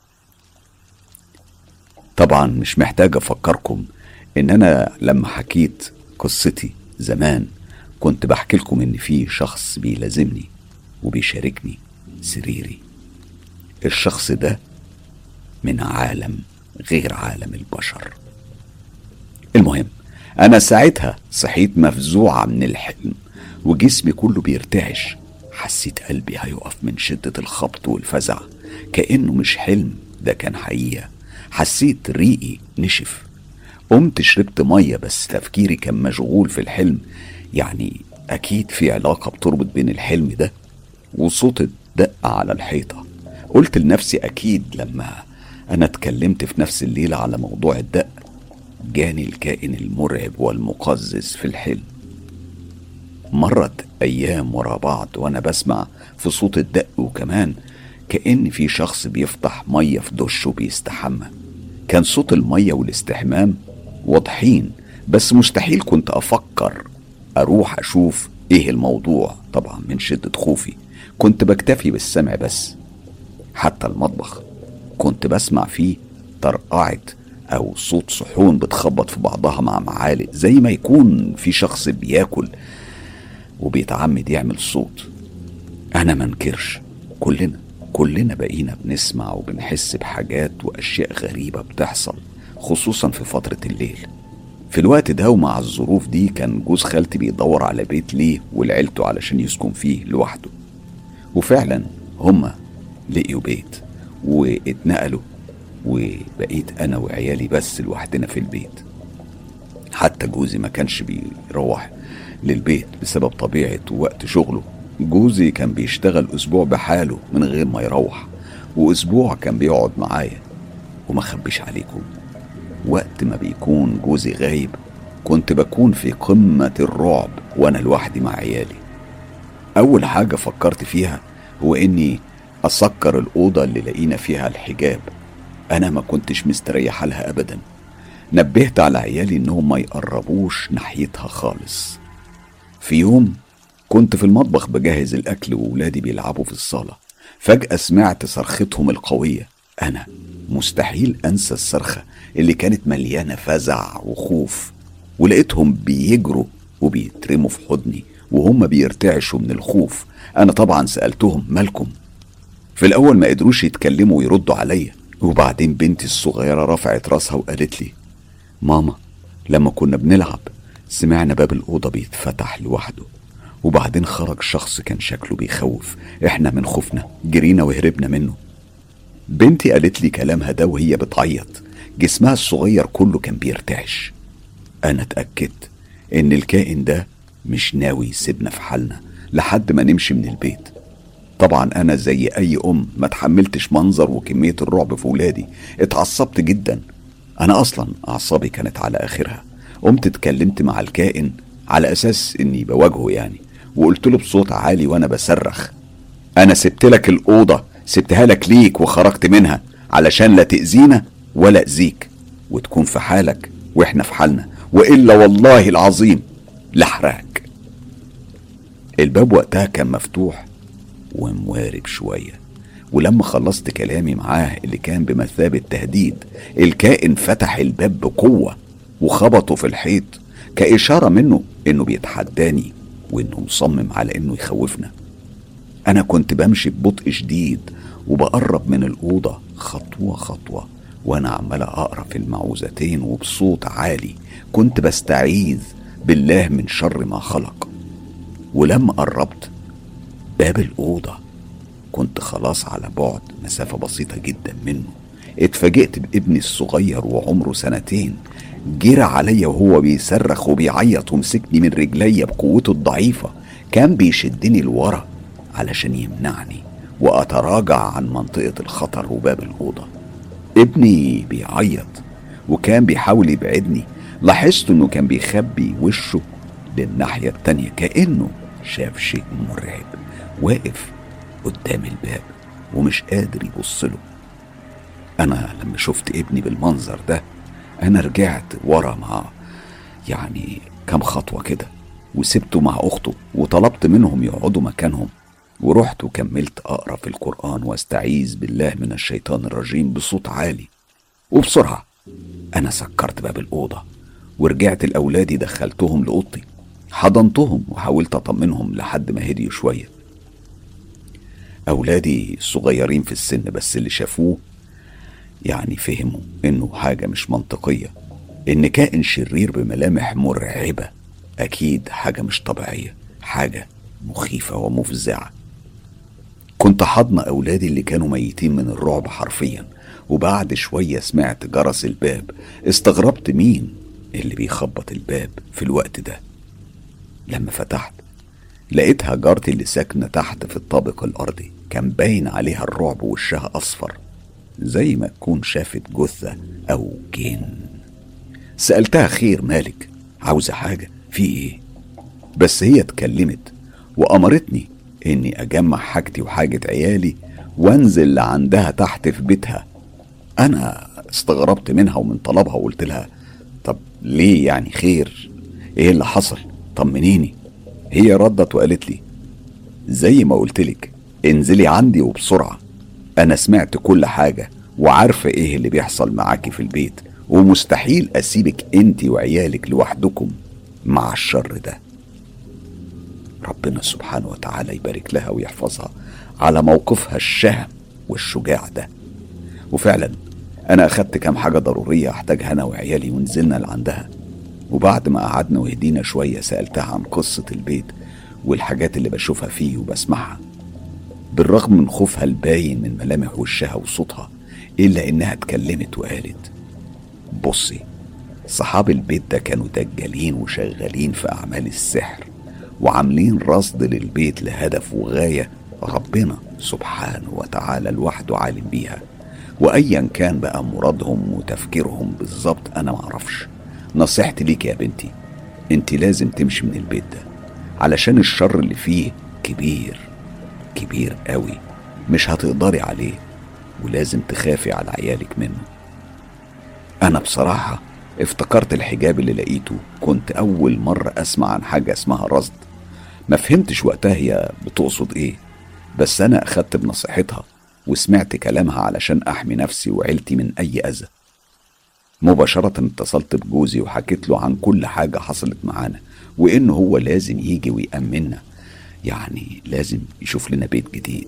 طبعا مش محتاج أفكركم إن أنا لما حكيت قصتي زمان كنت بحكي لكم إن في شخص بيلازمني وبيشاركني سريري. الشخص ده من عالم غير عالم البشر. المهم أنا ساعتها صحيت مفزوعة من الحلم وجسمي كله بيرتعش. حسيت قلبي هيقف من شدة الخبط والفزع، كأنه مش حلم، ده كان حقيقة. حسيت ريقي نشف. قمت شربت مية، بس تفكيري كان مشغول في الحلم. يعني أكيد في علاقة بتربط بين الحلم ده وصوت الدق على الحيطة. قلت لنفسي أكيد لما أنا اتكلمت في نفس الليلة على موضوع الدق جاني الكائن المرعب والمقزز في الحلم. مرت أيام ورا بعض وأنا بسمع في صوت الدق، وكمان كأن في شخص بيفتح مية في دشه بيستحمى. كان صوت المية والاستحمام واضحين، بس مستحيل كنت أفكر أروح أشوف إيه الموضوع. طبعا من شدة خوفي كنت بكتفي بالسمع بس. حتى المطبخ كنت بسمع فيه طرقعة أو صوت صحون بتخبط في بعضها مع معالق، زي ما يكون في شخص بياكل وبيتعمد يعمل صوت. أنا منكرش، كلنا كلنا بقينا بنسمع وبنحس بحاجات وأشياء غريبة بتحصل، خصوصا في فترة الليل. في الوقت ده ومع الظروف دي كان جوز خالتي بيدور على بيت ليه ولعيلته علشان يسكن فيه لوحده، وفعلا هما لقيوا بيت واتنقلوا، وبقيت أنا وعيالي بس لوحدنا في البيت. حتى جوزي ما كانش بيروح للبيت بسبب طبيعة وقت شغله. جوزي كان بيشتغل أسبوع بحاله من غير ما يروح، وأسبوع كان بيقعد معايا. وما خبيش عليكم، وقت ما بيكون جوزي غايب كنت بكون في قمة الرعب وأنا لوحدي مع عيالي. أول حاجة فكرت فيها هو إني أسكر الأوضة اللي لقينا فيها الحجاب. أنا ما كنتش مستريح لها أبدا. نبهت على عيالي إنهم ما يقربوش ناحيتها خالص. في يوم كنت في المطبخ بجهز الأكل وولادي بيلعبوا في الصالة، فجأة سمعت صرختهم القوية. أنا مستحيل أنسى الصرخة اللي كانت مليانة فزع وخوف، ولقيتهم بيجروا وبيترموا في حضني وهم بيرتعشوا من الخوف. أنا طبعا سألتهم مالكم. في الأول ما قدروش يتكلموا ويردوا عليا، وبعدين بنتي الصغيرة رفعت راسها وقالت لي ماما لما كنا بنلعب سمعنا باب الأوضة بيتفتح لوحده، وبعدين خرج شخص كان شكله بيخوف. احنا من خوفنا جرينا وهربنا منه. بنتي قالت لي كلامها ده وهي بتعيط، جسمها الصغير كله كان بيرتعش. انا اتأكدت ان الكائن ده مش ناوي يسيبنا في حالنا لحد ما نمشي من البيت. طبعا انا زي اي ام ما تحملتش منظر وكمية الرعب في ولادي، اتعصبت جدا. انا اصلا اعصابي كانت على اخرها. قمت اتكلمت مع الكائن على اساس اني بواجهه يعني، وقلت له بصوت عالي وانا بصرخ انا سبت لك الاوضة، سبتها لك ليك وخرجت منها علشان لا تأذينا ولا أذيك، وتكون في حالك واحنا في حالنا، وإلا والله العظيم لحرقك. الباب وقتها كان مفتوح وموارب شوية، ولما خلصت كلامي معاه اللي كان بمثابة تهديد الكائن فتح الباب بقوة وخبطه في الحيط كإشارة منه إنه بيتحداني وإنه مصمم على إنه يخوفنا. أنا كنت بمشي ببطء شديد وبقرب من الأوضة خطوة خطوة، وأنا عمال أقرأ في المعوذتين وبصوت عالي كنت بستعيذ بالله من شر ما خلق. ولما قربت باب الأوضة كنت خلاص على بعد مسافة بسيطة جدا منه، اتفاجئت بابني الصغير وعمره سنتين جرى عليا وهو بيصرخ وبيعيط ومسكني من رجليا بقوته الضعيفة. كان بيشدني لورا علشان يمنعني وأتراجع عن منطقة الخطر وباب الأوضة. ابني بيعيط وكان بيحاول يبعدني. لاحظت انه كان بيخبي وشه للناحية التانية كأنه شاف شيء مرعب واقف قدام الباب ومش قادر يبصله. انا لما شفت ابني بالمنظر ده انا رجعت ورا مع يعني كام خطوة كده وسبته مع اخته وطلبت منهم يقعدوا مكانهم، ورحت وكملت اقرا في القرآن واستعيذ بالله من الشيطان الرجيم بصوت عالي. وبسرعة انا سكرت باب الأوضة ورجعت لأولادي دخلتهم لأوضتي، حضنتهم وحاولت أطمنهم لحد ما هديوا شوية. أولادي صغيرين في السن بس اللي شافوه يعني فهموا إنه حاجة مش منطقية، إن كائن شرير بملامح مرعبة أكيد حاجة مش طبيعية، حاجة مخيفة ومفزعة. كنت حضن أولادي اللي كانوا ميتين من الرعب حرفيا، وبعد شوية سمعت جرس الباب. استغربت مين اللي بيخبط الباب في الوقت ده. لما فتحت لقيتها جارتي اللي ساكنة تحت في الطابق الأرضي، كان باين عليها الرعب ووشها أصفر زي ما تكون شافت جثة أو جن. سألتها خير مالك، عاوزة حاجة في إيه؟ بس هي اتكلمت وأمرتني إني أجمع حاجتي وحاجة عيالي وانزل لعندها تحت في بيتها. أنا استغربت منها ومن طلبها وقلت لها طب ليه يعني خير؟ إيه اللي حصل؟ طمنيني. هي ردت وقالت لي زي ما قلتلك انزلي عندي وبسرعة، أنا سمعت كل حاجة وعارفة إيه اللي بيحصل معاكي في البيت، ومستحيل أسيبك انتي وعيالك لوحدكم مع الشر ده. ربنا سبحانه وتعالى يبارك لها ويحفظها على موقفها الشهم والشجاع ده. وفعلا أنا أخدت كام حاجة ضرورية أحتاجها أنا وعيالي ونزلنا لعندها، وبعد ما قعدنا وهدينا شوية سألتها عن قصة البيت والحاجات اللي بشوفها فيه وبسمعها. بالرغم من خوفها الباين من ملامح وشها وصوتها إلا إنها اتكلمت وقالت بصي، صحاب البيت ده كانوا دجالين وشغالين في أعمال السحر وعاملين رصد للبيت لهدف وغاية ربنا سبحانه وتعالى لوحده عالم بيها، وأيا كان بقى مرادهم وتفكيرهم بالظبط أنا معرفش. نصيحتي ليك يا بنتي، انت لازم تمشي من البيت ده علشان الشر اللي فيه كبير كبير قوي، مش هتقدري عليه، ولازم تخافي على عيالك منه. أنا بصراحة افتكرت الحجاب اللي لقيته، كنت أول مرة أسمع عن حاجة اسمها رصد، ما فهمتش وقتها هي بتقصد إيه، بس أنا أخدت بنصيحتها وسمعت كلامها علشان أحمي نفسي وعيلتي من أي أذى. مباشرة اتصلت بجوزي وحكيت له عن كل حاجة حصلت معانا، وإنه هو لازم يجي ويأمننا، يعني لازم يشوف لنا بيت جديد.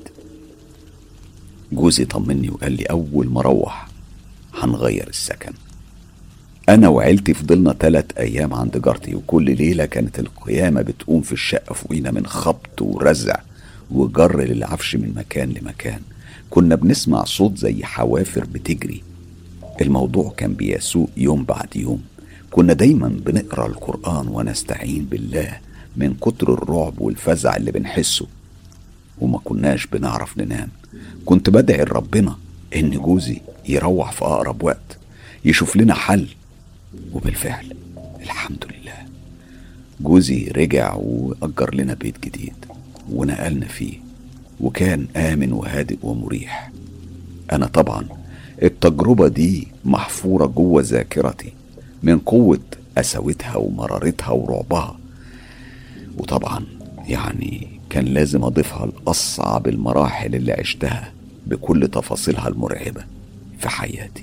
جوزي طمني وقال لي أول ما روح هنغير السكن. أنا وعيلتي فضلنا تلات أيام عند جارتي، وكل ليلة كانت القيامة بتقوم في الشقة فوقينا من خبط ورزع وجر للعفش من مكان لمكان. كنا بنسمع صوت زي حوافر بتجري. الموضوع كان بيسوء يوم بعد يوم. كنا دايما بنقرأ القرآن ونستعين بالله من كتر الرعب والفزع اللي بنحسه، وما كناش بنعرف ننام. كنت بدعي لربنا إن جوزي يروح في أقرب وقت يشوف لنا حل، وبالفعل الحمد لله جوزي رجع وأجر لنا بيت جديد ونقلنا فيه، وكان آمن وهادئ ومريح. أنا طبعا التجربة دي محفورة جوه ذاكرتي من قوة قساوتها ومرارتها ورعبها، وطبعا يعني كان لازم أضيفها لأصعب المراحل اللي عشتها بكل تفاصيلها المرعبة في حياتي.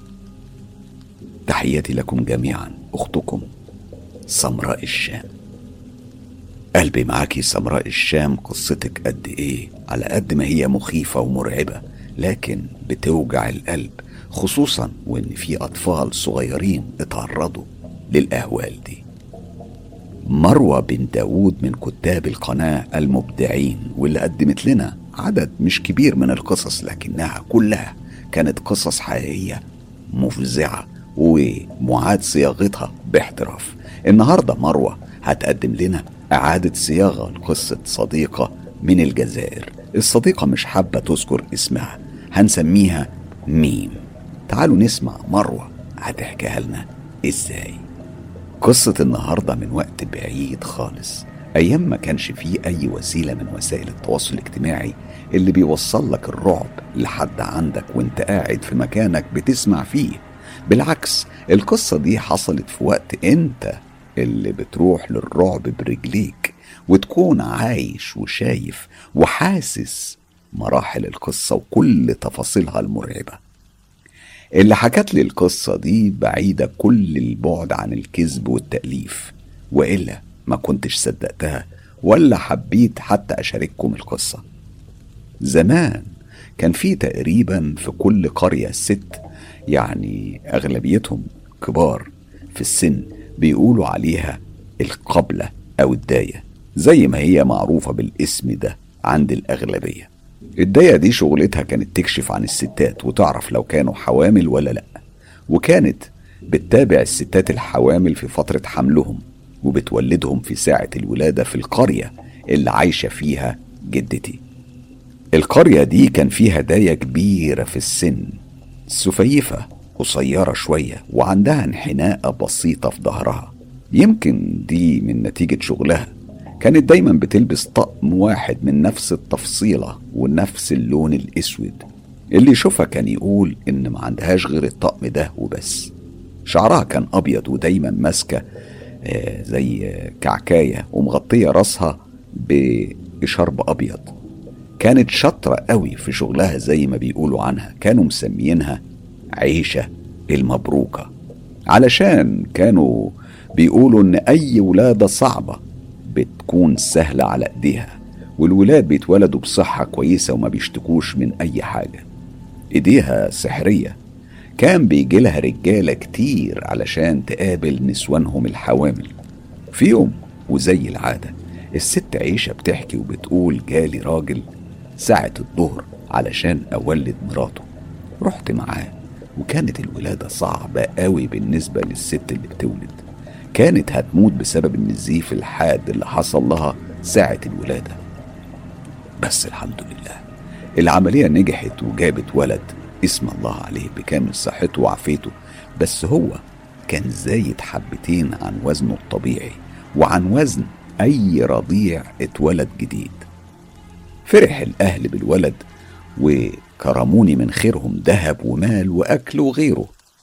تحياتي لكم جميعا، أختكم سمراء الشام. قلبي معاكي سمراء الشام. قصتك قد إيه على قد ما هي مخيفة ومرعبة، لكن بتوجع القلب، خصوصا وإن في أطفال صغيرين اتعرضوا للأهوال دي. مروة بن داود من كتاب القناة المبدعين، واللي قدمت لنا عدد مش كبير من القصص، لكنها كلها كانت قصص حقيقية مفزعة ومعاد صياغتها باحتراف. النهاردة مروة هتقدم لنا إعادة صياغة لقصة صديقة من الجزائر. الصديقة مش حابة تذكر اسمها، هنسميها ميم. تعالوا نسمع مروة هتحكيها لنا ازاي. قصة النهاردة من وقت بعيد خالص، أيام ما كانش فيه أي وسيلة من وسائل التواصل الاجتماعي اللي بيوصل لك الرعب لحد عندك وانت قاعد في مكانك بتسمع فيه. بالعكس، القصة دي حصلت في وقت انت اللي بتروح للرعب برجليك، وتكون عايش وشايف وحاسس مراحل القصة وكل تفاصيلها المرعبة. اللي حكت لي القصة دي بعيدة كل البعد عن الكذب والتأليف، وإلا ما كنتش صدقتها ولا حبيت حتى أشارككم القصة. زمان كان في تقريبا في كل قرية ست، يعني أغلبيتهم كبار في السن، بيقولوا عليها القبلة أو الداية، زي ما هي معروفة بالاسم ده عند الأغلبية. الداية دي شغلتها كانت تكشف عن الستات وتعرف لو كانوا حوامل ولا لأ، وكانت بتتابع الستات الحوامل في فترة حملهم وبتولدهم في ساعة الولادة في القرية اللي عايشة فيها جدتي. القرية دي كان فيها داية كبيرة في السن، سفيفة قصيرة شوية وعندها انحناءة بسيطة في ظهرها، يمكن دي من نتيجة شغلها. كانت دايما بتلبس طقم واحد من نفس التفصيلة ونفس اللون الاسود، اللي يشوفها كان يقول ان ما عندهاش غير الطقم ده وبس. شعرها كان ابيض ودايما ماسكة آه زي كعكاية ومغطية راسها بشرب ابيض. كانت شاطرة قوي في شغلها زي ما بيقولوا عنها، كانوا مسميينها عيشة المبروكة، علشان كانوا بيقولوا ان اي ولادة صعبة بتكون سهلة على ايديها، والولاد بيتولدوا بصحة كويسة وما بيشتكوش من اي حاجة. ايديها سحرية، كان بيجي لها رجالة كتير علشان تقابل نسوانهم الحوامل. في يوم وزي العادة الست عيشة بتحكي وبتقول جالي راجل ساعة الظهر علشان أولد مراته، رحت معاه وكانت الولادة صعبة قوي بالنسبة للست اللي بتولد، كانت هتموت بسبب النزيف الحاد اللي حصل لها ساعة الولادة. بس الحمد لله العملية نجحت وجابت ولد اسم الله عليه بكامل صحته وعافيته، بس هو كان زايد حبتين عن وزنه الطبيعي وعن وزن أي رضيع اتولد جديد. فرح الأهل بالولد وكرموني من خيرهم ذهب ومال وأكل وغيره.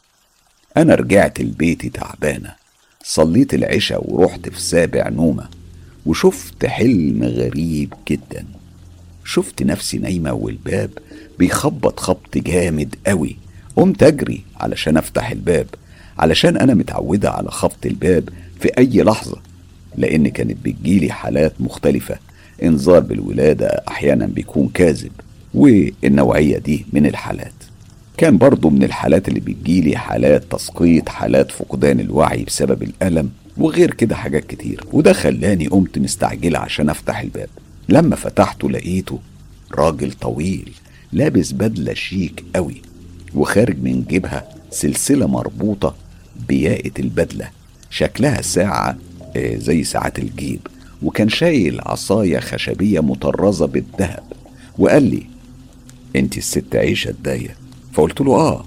أنا رجعت لبيتي تعبانة، صليت العشاء ورحت في سابع نومة وشفت حلم غريب جدا. شفت نفسي نايمة والباب بيخبط خبط جامد قوي، قمت أجري علشان أفتح الباب، علشان أنا متعودة على خبط الباب في أي لحظة، لأن كانت بتجيلي حالات مختلفة. انذار بالولادة أحيانا بيكون كاذب، والنوعية دي من الحالات. كان برضو من الحالات اللي بتجيلي حالات تسقيط، حالات فقدان الوعي بسبب الألم، وغير كده حاجات كتير. وده خلاني قمت مستعجلة عشان أفتح الباب. لما فتحته لقيته راجل طويل لابس بدلة شيك قوي، وخارج من جيبها سلسلة مربوطة بياقة البدلة شكلها ساعة زي ساعات الجيب، وكان شايل عصاية خشبية مطرزة بالذهب. وقال لي انت الست عيشة الداية؟ فقلت له اه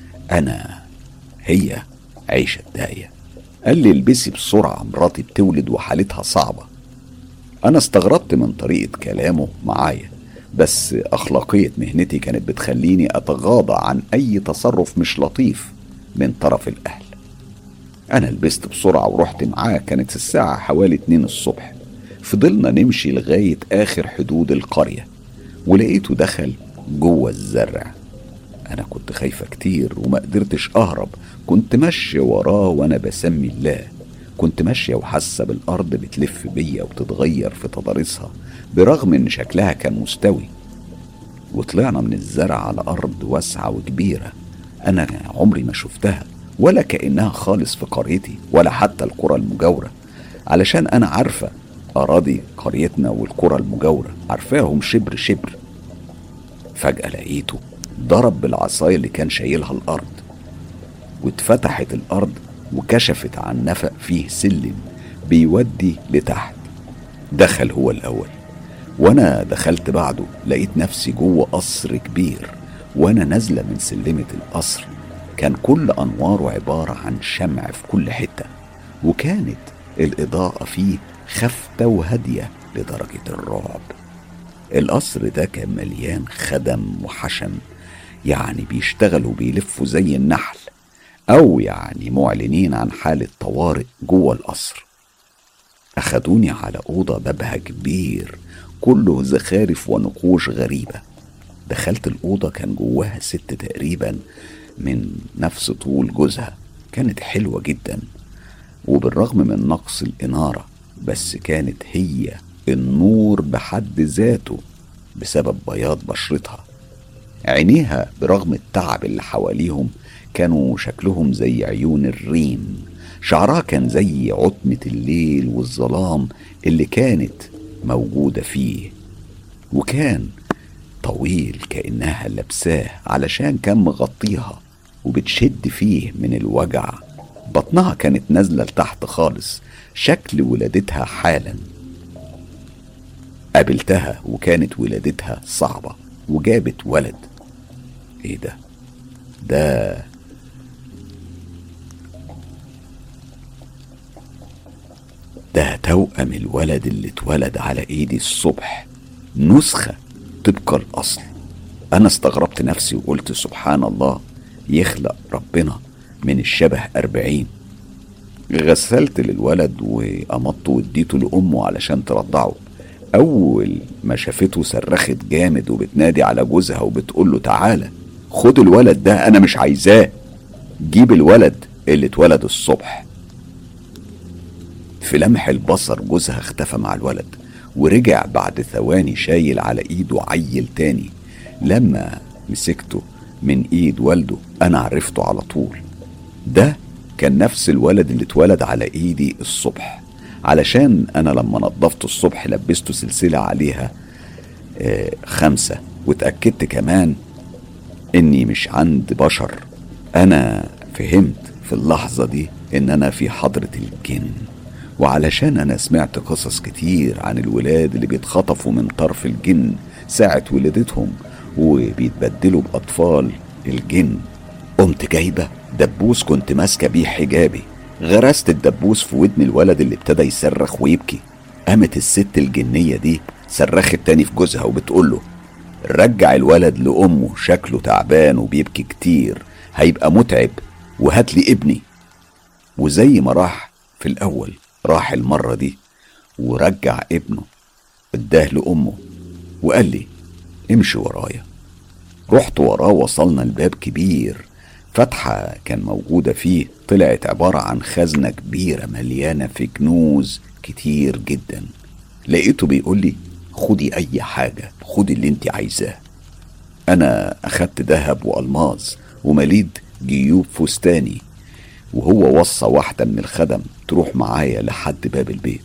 انا هي عيشة الداية. قال لي البسي بسرعة، مراتي بتولد وحالتها صعبة. انا استغربت من طريقة كلامه معايا، بس اخلاقية مهنتي كانت بتخليني اتغاضى عن اي تصرف مش لطيف من طرف الاهل. انا لبست بسرعة ورحت معاه. كانت الساعة حوالي اتنين الصبح. فضلنا نمشي لغاية اخر حدود القرية، ولقيته دخل جوه الزرع. انا كنت خايفة كتير وما قدرتش اهرب، كنت ماشية وراه وانا بسمي الله. كنت ماشية وحاسة بالارض بتلف بيا وبتتغير في تضاريسها برغم ان شكلها كان مستوي. وطلعنا من الزرع على ارض واسعة وكبيرة انا عمري ما شفتها ولا كأنها خالص في قريتي ولا حتى القرى المجاورة. علشان أنا عارفة أراضي قريتنا والقرى المجاورة، عارفاهم شبر شبر. فجأة لقيته ضرب بالعصاية اللي كان شايلها الأرض، واتفتحت الأرض وكشفت عن نفق فيه سلم بيودي لتحت. دخل هو الأول وأنا دخلت بعده. لقيت نفسي جوه قصر كبير، وأنا نازلة من سلمة القصر كان كل أنواره عبارة عن شمع في كل حتة، وكانت الإضاءة فيه خافتة وهادية لدرجة الرعب. القصر ده كان مليان خدم وحشم، يعني بيشتغلوا بيلفوا زي النحل، أو يعني معلنين عن حالة طوارئ جوه القصر. أخدوني على أوضة بابها كبير كله زخارف ونقوش غريبة. دخلت الأوضة كان جواها ست تقريبا من نفس طول جوزها، كانت حلوة جدا وبالرغم من نقص الإنارة، بس كانت هي النور بحد ذاته بسبب بياض بشرتها. عينيها برغم التعب اللي حواليهم كانوا شكلهم زي عيون الريم. شعرها كان زي عتمة الليل والظلام اللي كانت موجودة فيه، وكان طويل كأنها لابساه علشان كان مغطيها وبتشد فيه من الوجع. بطنها كانت نازلة لتحت خالص، شكل ولادتها حالا. قابلتها وكانت ولادتها صعبة وجابت ولد. ايه ده؟ ده ده توأم الولد اللي اتولد على ايدي الصبح، نسخة طبق الأصل. أنا استغربت نفسي وقلت سبحان الله، يخلق ربنا من الشبه أربعين. غسلت للولد وقمضته واديته لأمه علشان ترضعه. أول ما شافته صرخت جامد وبتنادي على جوزها وبتقوله تعالى خد الولد ده، أنا مش عايزاه، جيب الولد اللي اتولد الصبح. في لمح البصر جوزها اختفى مع الولد، ورجع بعد ثواني شايل على ايده عيل تاني. لما مسكته من ايد والده انا عرفته على طول، ده كان نفس الولد اللي اتولد على ايدي الصبح، علشان انا لما نظفته الصبح لبسته سلسلة عليها آه خمسة، واتأكدت كمان اني مش عند بشر. انا فهمت في اللحظة دي ان انا في حضرة الجن، وعلشان انا سمعت قصص كتير عن الولاد اللي بيتخطفوا من طرف الجن ساعة ولادتهم وبيتبدلوا باطفال الجن. قمت جايبة دبوس كنت ماسكة بيه حجابي، غرست الدبوس في ودن الولد اللي ابتدى يصرخ ويبكي. قامت الست الجنية دي صرخت تاني في جوزها وبتقوله رجع الولد لأمه، شكله تعبان وبيبكي كتير، هيبقى متعب، وهات لي ابني. وزي ما راح في الأول راح المرة دي ورجع ابنه، اداه لأمه وقال لي امشي ورايا. رحت وراه، وصلنا الباب كبير، فتحة كان موجودة فيه طلعت عبارة عن خزنة كبيرة مليانة في كنوز كتير جدا. لقيته بيقول لي خدي اي حاجة، خدي اللي انت عايزاه. انا اخدت دهب والماظ ومليد جيوب فستاني، وهو وصى واحدة من الخدم تروح معايا لحد باب البيت.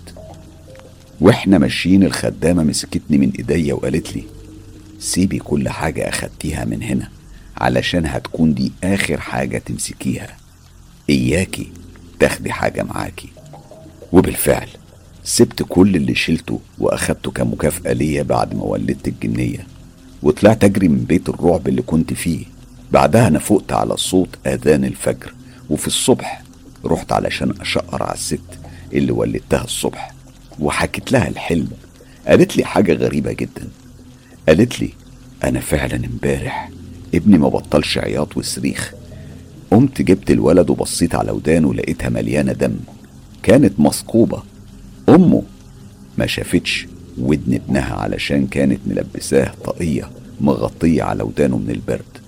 واحنا ماشيين الخدامة مسكتني من ايديا وقالت لي سيبي كل حاجة اخدتيها من هنا، علشان هتكون دي اخر حاجة تمسكيها، اياكي تاخدي حاجة معاكي. وبالفعل سبت كل اللي شلته واخدته كمكافأة ليا بعد ما ولدت الجنية، وطلعت اجري من بيت الرعب اللي كنت فيه. بعدها انا فقت على صوت اذان الفجر، وفي الصبح رحت علشان اشقر على الست اللي ولدتها الصبح وحكيت لها الحلم. قالت لي حاجة غريبة جدا، قالت لي انا فعلا امبارح ابني ما بطلش عياط وصريخ. قمت جبت الولد وبصيت على ودانه لقيتها مليانة دم، كانت مثقوبة. امه ما شافتش ودن ابنها علشان كانت ملبساه طاقية مغطية على ودانه من البرد.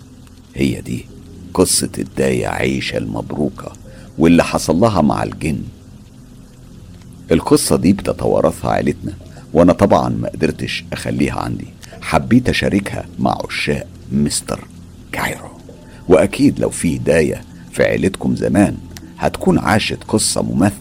هي دي قصة الداية عيشة المبروكة واللي حصل لها مع الجن. القصة دي بتتوارثها عيلتنا، وانا طبعا ما قدرتش اخليها عندي، حبيت اشاركها مع عشاق مستر كايرو. واكيد لو في داية في عيلتكم زمان هتكون عاشت قصة مماثلة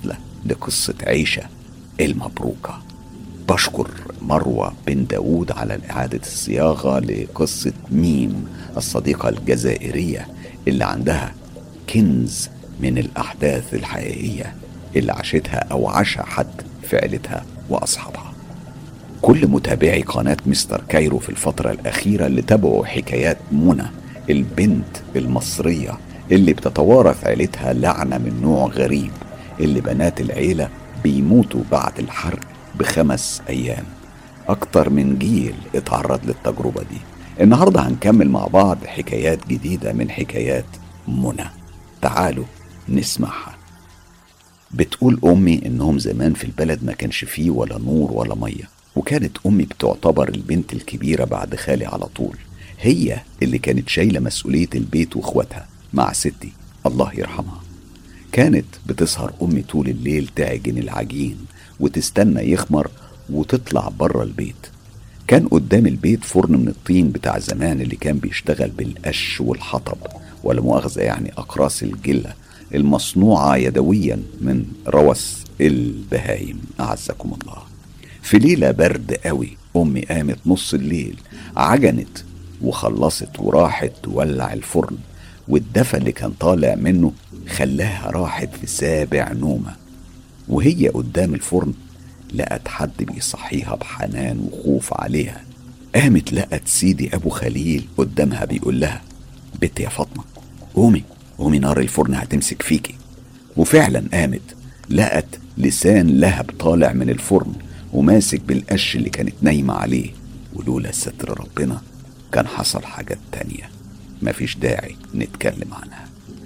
لقصة عيشة المبروكة. بشكر مروة بن داود على إعادة الصياغة لقصة ميم الصديقة الجزائرية اللي عندها كنز من الأحداث الحقيقية اللي عاشتها أو عاشها حد في عيلتها وأصحابها. كل متابعي قناة مستر كايرو في الفترة الأخيرة اللي تابعوا حكايات منى البنت المصرية اللي بتتوارث عيلتها لعنة من نوع غريب، اللي بنات العيلة بيموتوا بعد الحرق بخمس أيام. أكتر من جيل اتعرض للتجربة دي. النهاردة هنكمل مع بعض حكايات جديدة من حكايات منى، تعالوا نسمعها. بتقول أمي إنهم زمان في البلد ما كانش فيه ولا نور ولا مية، وكانت أمي بتعتبر البنت الكبيرة بعد خالي على طول، هي اللي كانت شايلة مسؤولية البيت واخواتها مع ستي الله يرحمها. كانت بتسهر أمي طول الليل تعجن العجين وتستنى يخمر وتطلع بره البيت. كان قدام البيت فرن من الطين بتاع زمان اللي كان بيشتغل بالقش والحطب، ولا مؤاخذة يعني أقراص الجلة المصنوعة يدويا من روث البهايم أعزكم الله. في ليلة برد قوي أمي قامت نص الليل، عجنت وخلصت وراحت تولع الفرن، والدفى اللي كان طالع منه خلاها راحت في سابع نومة. وهي قدام الفرن لقت حد بيصحيها بحنان وخوف عليها. قامت لقت سيدي أبو خليل قدامها بيقول لها: بنت يا فاطمة قومي قومي، نار الفرن هتمسك فيكي. وفعلا قامت لقت لسان لهب طالع من الفرن وماسك بالقش اللي كانت نايمة عليه، ولولا ستر ربنا كان حصل حاجات تانية مفيش داعي نتكلم عنها.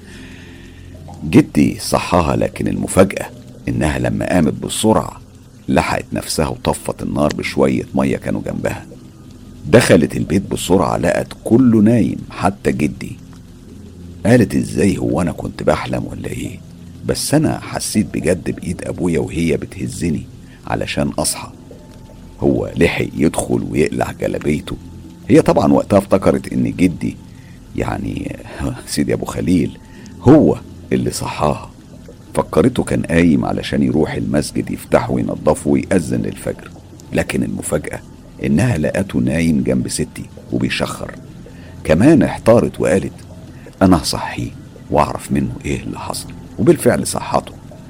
جدي صحاها، لكن المفاجأة إنها لما قامت بسرعة لحقت نفسها وطفت النار بشوية مية كانوا جنبها. دخلت البيت بسرعة لقت كله نايم حتى جدي. قالت: ازاي، هو أنا كنت بحلم ولا ايه؟ بس أنا حسيت بجد بإيد أبويا وهي بتهزني علشان أصحى. هو لحق يدخل ويقلع جلابيته. هي طبعا وقتها افتكرت إن جدي يعني سيدي أبو خليل هو اللي صحاها. فكرته كان قايم علشان يروح المسجد يفتحه وينضفه ويأذن للفجر، لكن المفاجأة إنها لقته نايم جنب ستي وبيشخر. كمان احتارت وقالت: أنا هصحيه وأعرف منه إيه اللي حصل. وبالفعل صحته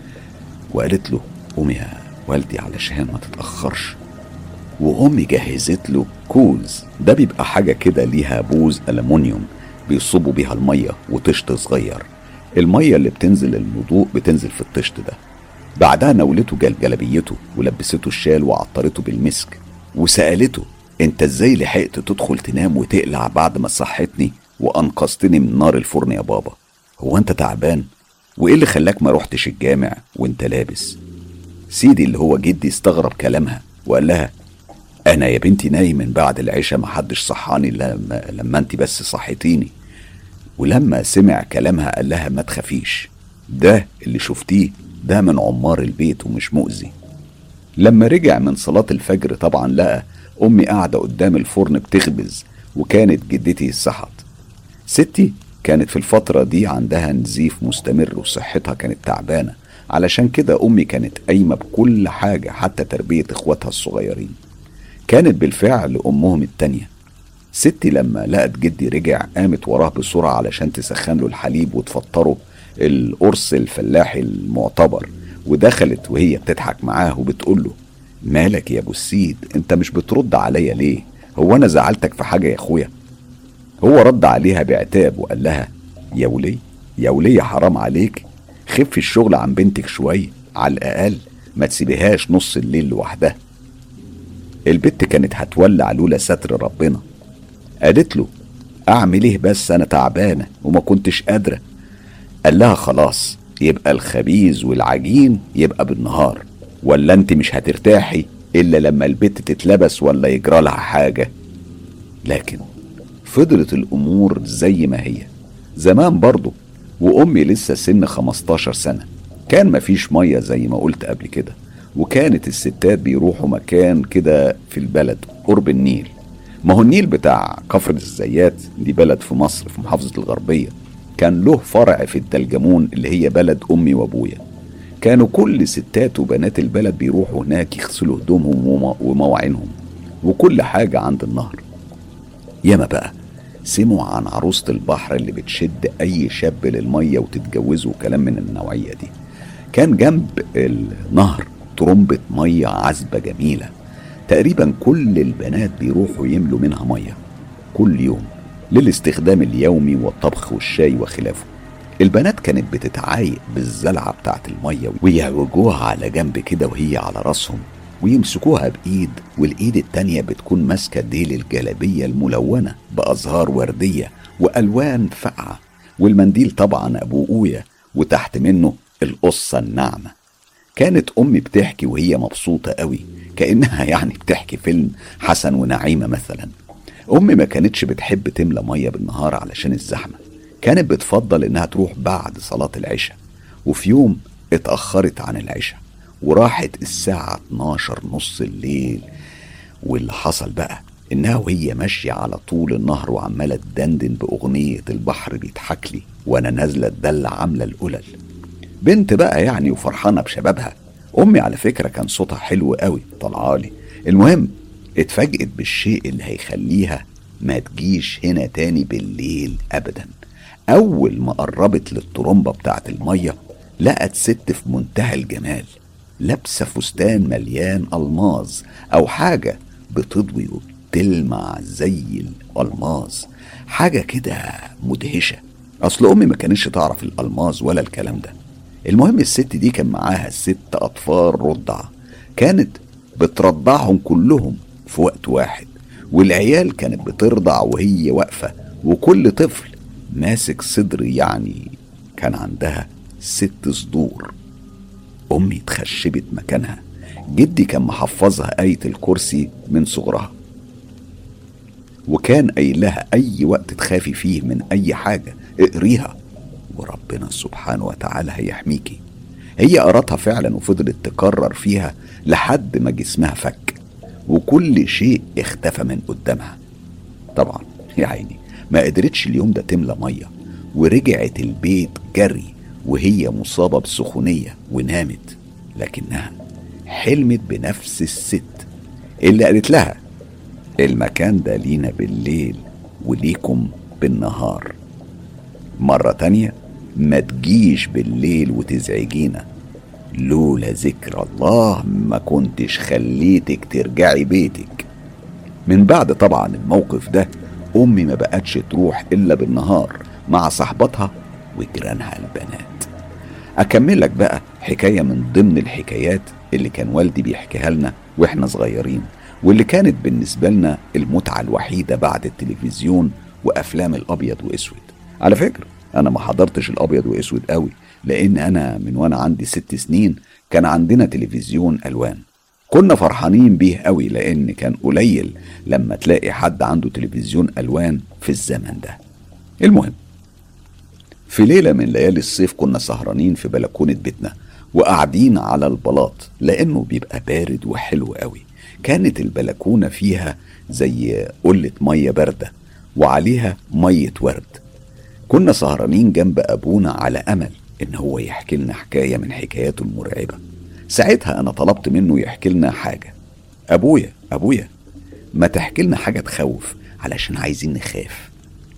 وقالت له: قوم يا والدي علشان ما تتأخرش. وأمي جهزت له كوز، ده بيبقى حاجة كده ليها بوز ألمونيوم بيصبوا بيها المية وطشت صغير. المية اللي بتنزل الوضوء بتنزل في الطشت ده. بعدها نولته جلجلبيته ولبسته الشال وعطرته بالمسك وسألته: انت ازاي لحقت تدخل تنام وتقلع بعد ما صحتني وانقذتني من نار الفرن يا بابا؟ هو انت تعبان؟ وايه اللي خلاك ما روحتش الجامع وانت لابس؟ سيدي اللي هو جدي استغرب كلامها وقال لها: انا يا بنتي نايم من بعد العشاء، ما حدش صحاني لما, لما انت بس صحتيني. ولما سمع كلامها قال لها: ما تخافيش، ده اللي شفتيه ده من عمار البيت ومش مؤذي. لما رجع من صلاة الفجر طبعا لقى أمي قاعدة قدام الفرن بتخبز، وكانت جدتي صحت. ستي كانت في الفترة دي عندها نزيف مستمر وصحتها كانت تعبانة، علشان كده أمي كانت قايمة بكل حاجة حتى تربية إخواتها الصغيرين. كانت بالفعل أمهم التانية. ستي لما لقت جدي رجع قامت وراه بسرعة علشان تسخن له الحليب وتفطره القرص الفلاحي المعتبر، ودخلت وهي بتضحك معاه وبتقول له: مالك يا ابو السيد، انت مش بترد عليا ليه؟ هو انا زعلتك في حاجة يا اخويا؟ هو رد عليها بعتاب وقال لها: يا ولي يا ولي حرام عليك، خف الشغل عن بنتك شوية، على الاقل ما تسيبيهاش نص الليل لوحدها. البت كانت هتولع لولا ستر ربنا. قالت له: اعمل ايه بس، انا تعبانة وما كنتش قادرة. قال لها: خلاص، يبقى الخبيز والعجين يبقى بالنهار، ولا انت مش هترتاحي الا لما البت تتلبس ولا يجرى لها حاجة. لكن فضلت الامور زي ما هي زمان برضو، وامي لسه سن خمستاشر سنة. كان مفيش مية زي ما قلت قبل كده، وكانت الستات بيروحوا مكان كده في البلد قرب النيل. ما هو النيل بتاع كفر الزيات دي بلد في مصر في محافظة الغربية، كان له فرع في الدلجمون اللي هي بلد أمي وأبويا. كانوا كل ستات وبنات البلد بيروحوا هناك يغسلوا هدومهم ومواعينهم وكل حاجة عند النهر. ياما بقى سمعوا عن عروسة البحر اللي بتشد أي شاب للمية وتتجوزه وكلام من النوعية دي. كان جنب النهر ترمبة مية عذبة جميلة، تقريبا كل البنات بيروحوا يملوا منها مية كل يوم للاستخدام اليومي والطبخ والشاي وخلافه. البنات كانت بتتعايق بالزلعة بتاعت المية ويعوجوها على جنب كده وهي على راسهم، ويمسكوها بإيد والإيد التانية بتكون ماسكة ديل الجلابية الملونة بأزهار وردية وألوان فقعة، والمنديل طبعا أبو قوية وتحت منه القصة الناعمة. كانت أمي بتحكي وهي مبسوطة قوي كأنها يعني بتحكي فيلم حسن ونعيمة مثلا. أمي ما كانتش بتحب تملى مية بالنهار علشان الزحمة، كانت بتفضل إنها تروح بعد صلاة العشاء. وفي يوم اتأخرت عن العشاء وراحت الساعة اتناشر نص الليل، واللي حصل بقى إنها وهي ماشية على طول النهر وعمالة تدندن بأغنية البحر بيضحك لي وأنا نازلة الدلة عاملة القلل. بنت بقى يعني وفرحانة بشبابها. أمي على فكرة كان صوتها حلو قوي طلعالي. المهم اتفاجئت بالشيء اللي هيخليها ما تجيش هنا تاني بالليل أبدا. أول ما قربت للطرمبة بتاعت المية لقت ست في منتهى الجمال لابسة فستان مليان ألماظ أو حاجة بتضوي وبتلمع زي الألماظ، حاجة كده مدهشة. أصل أمي ما كانتش تعرف الألماظ ولا الكلام ده. المهم الست دي كان معاها ست أطفال رضع، كانت بترضعهم كلهم في وقت واحد، والعيال كانت بترضع وهي واقفة، وكل طفل ماسك صدر، يعني كان عندها ست صدور. أمي اتخشبت مكانها. جدي كان محفظها آية الكرسي من صغرها، وكان قايل لها أي وقت تخافي فيه من أي حاجة اقريها وربنا سبحانه وتعالى هيحميكي. هي قرتها فعلا وفضلت تكرر فيها لحد ما جسمها فك وكل شيء اختفى من قدامها. طبعا يا عيني ما قدرتش اليوم ده تملى مية، ورجعت البيت جري وهي مصابة بسخونية ونامت، لكنها حلمت بنفس الست اللي قالت لها المكان ده لينا بالليل وليكم بالنهار. مرة تانية ما تجيش بالليل وتزعجينا، لولا ذكر الله ما كنتش خليتك ترجعي بيتك. من بعد طبعا الموقف ده أمي ما بقتش تروح إلا بالنهار مع صاحبتها وجيرانها البنات. أكملك بقى حكاية من ضمن الحكايات اللي كان والدي بيحكيها لنا وإحنا صغيرين، واللي كانت بالنسبة لنا المتعة الوحيدة بعد التلفزيون وأفلام الأبيض وإسود. على فكرة أنا ما حضرتش الأبيض وإسود قوي، لأن أنا من وأنا عندي ست سنين كان عندنا تلفزيون ألوان، كنا فرحانين بيه قوي لأن كان قليل لما تلاقي حد عنده تلفزيون ألوان في الزمن ده. المهم في ليلة من ليالي الصيف كنا سهرانين في بلكونة بيتنا وقاعدين على البلاط لأنه بيبقى بارد وحلو قوي. كانت البلكونة فيها زي قلة مية باردة وعليها مية ورد. كنا سهرانين جنب أبونا على أمل إن هو يحكي لنا حكاية من حكاياته المرعبة. ساعتها أنا طلبت منه يحكي لنا حاجة. أبويا أبويا ما تحكي لنا حاجة تخوف علشان عايزين نخاف.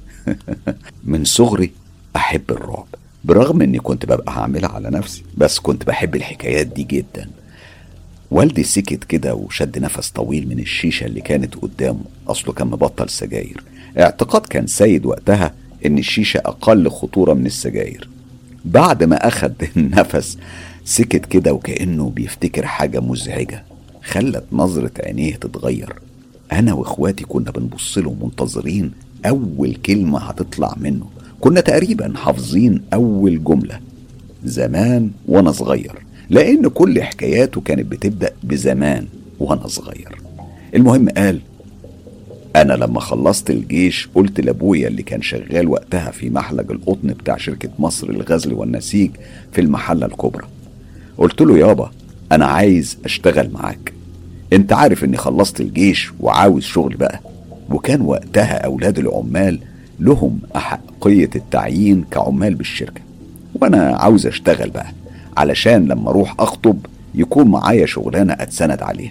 من صغري أحب الرعب، برغم إني كنت ببقى هعملها على نفسي، بس كنت بحب الحكايات دي جدا. والدي سكت كده وشد نفس طويل من الشيشة اللي كانت قدامه، أصله كان مبطل سجاير. اعتقاد كان سيد وقتها إن الشيشة أقل خطورة من السجاير. بعد ما أخد النفس سكت كده وكأنه بيفتكر حاجة مزعجة خلت نظرة عينيه تتغير. أنا وإخواتي كنا بنبصله منتظرين أول كلمة هتطلع منه. كنا تقريبا حافظين أول جملة، زمان وأنا صغير، لأن كل حكاياته كانت بتبدأ بزمان وأنا صغير. المهم قال أنا لما خلصت الجيش قلت لأبويا اللي كان شغال وقتها في محلج القطن بتاع شركة مصر للغزل والنسيج في المحلة الكبرى، قلت له يابا أنا عايز أشتغل معاك، أنت عارف إني خلصت الجيش وعاوز شغل بقى. وكان وقتها أولاد العمال لهم أحقية التعيين كعمال بالشركة، وأنا عاوز أشتغل بقى علشان لما اروح اخطب يكون معايا شغلانة اتسند عليها.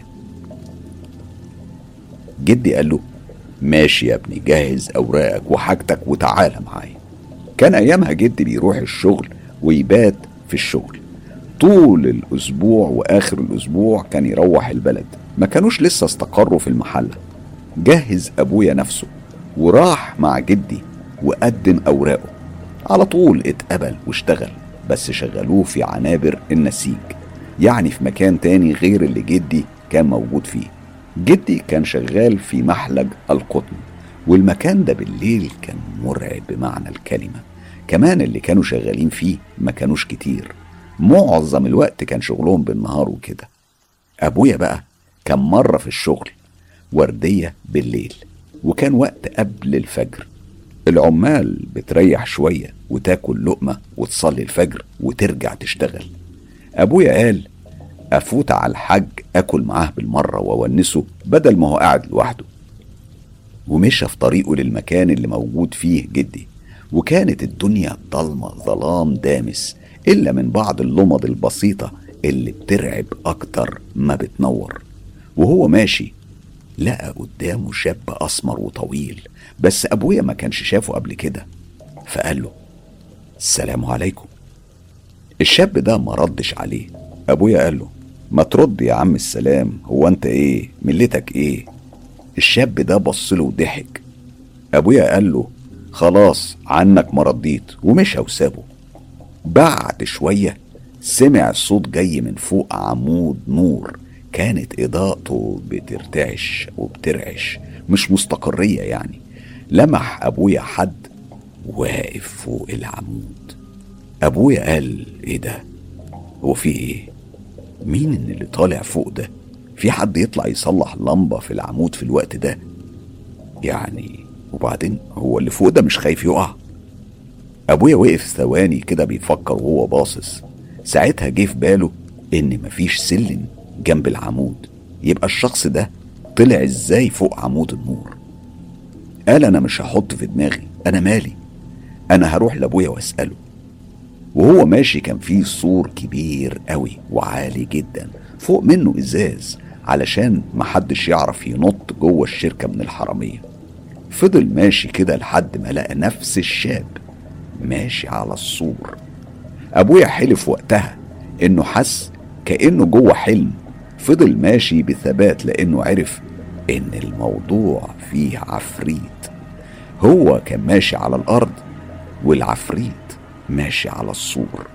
جدي قال له ماشي يا ابني، جهز اوراقك وحاجتك وتعالى معايا. كان ايامها جدي بيروح الشغل ويبات في الشغل طول الاسبوع، واخر الاسبوع كان يروح البلد. ما كانوش لسه استقروا في المحلة. جهز ابويا نفسه وراح مع جدي وقدم اوراقه. على طول اتقبل واشتغل، بس شغلوه في عنابر النسيج، يعني في مكان تاني غير اللي جدي كان موجود فيه. جدي كان شغال في محلج القطن، والمكان ده بالليل كان مرعب بمعنى الكلمة. كمان اللي كانوا شغالين فيه ما كانوش كتير، معظم الوقت كان شغلهم بالنهار وكده. أبويا بقى كان مرة في الشغل وردية بالليل، وكان وقت قبل الفجر. العمال بتريح شوية وتاكل لقمة وتصلي الفجر وترجع تشتغل. أبويا قال أفوت على الحاج أكل معاه بالمرة وونسه بدل ما هو قاعد لوحده. ومشى في طريقه للمكان اللي موجود فيه جدي، وكانت الدنيا ضلمة ظلام دامس إلا من بعض اللمض البسيطة اللي بترعب أكتر ما بتنور. وهو ماشي لقى قدامه شاب أسمر وطويل، بس أبويا ما كانش شافه قبل كده، فقال له السلام عليكم. الشاب ده ما ردش عليه. أبويا قال له ما ترد يا عم السلام، هو أنت إيه ملتك إيه؟ الشاب ده بصله وضحك. أبويا قال له خلاص عنك ما رديت، ومشى وسابه. بعد شوية سمع صوت جاي من فوق عمود نور، كانت إضاءته بترتعش وبترعش مش مستقرية يعني. لمح أبويا حد واقف فوق العمود. أبويا قال إيه ده؟ هو في إيه؟ مين اللي طالع فوق ده؟ في حد يطلع يصلح لمبة في العمود في الوقت ده يعني؟ وبعدين هو اللي فوق ده مش خايف يقع؟ أبويا وقف ثواني كده بيفكر وهو باصص. ساعتها جه في باله إن مفيش سلم جنب العمود، يبقى الشخص ده طلع إزاي فوق عمود النور؟ قال أنا مش هحط في دماغي، أنا مالي، أنا هروح لأبويا وأسأله. وهو ماشي كان فيه سور كبير قوي وعالي جدا، فوق منه إزاز علشان محدش يعرف ينط جوه الشركة من الحرامية. فضل ماشي كده لحد ما لقى نفس الشاب ماشي على السور. أبويا حلف وقتها إنه حس كأنه جوه حلم. فضل ماشي بثبات لأنه عرف إن الموضوع فيه عفريت. هو كان ماشي على الأرض والعفريت ماشي على السور.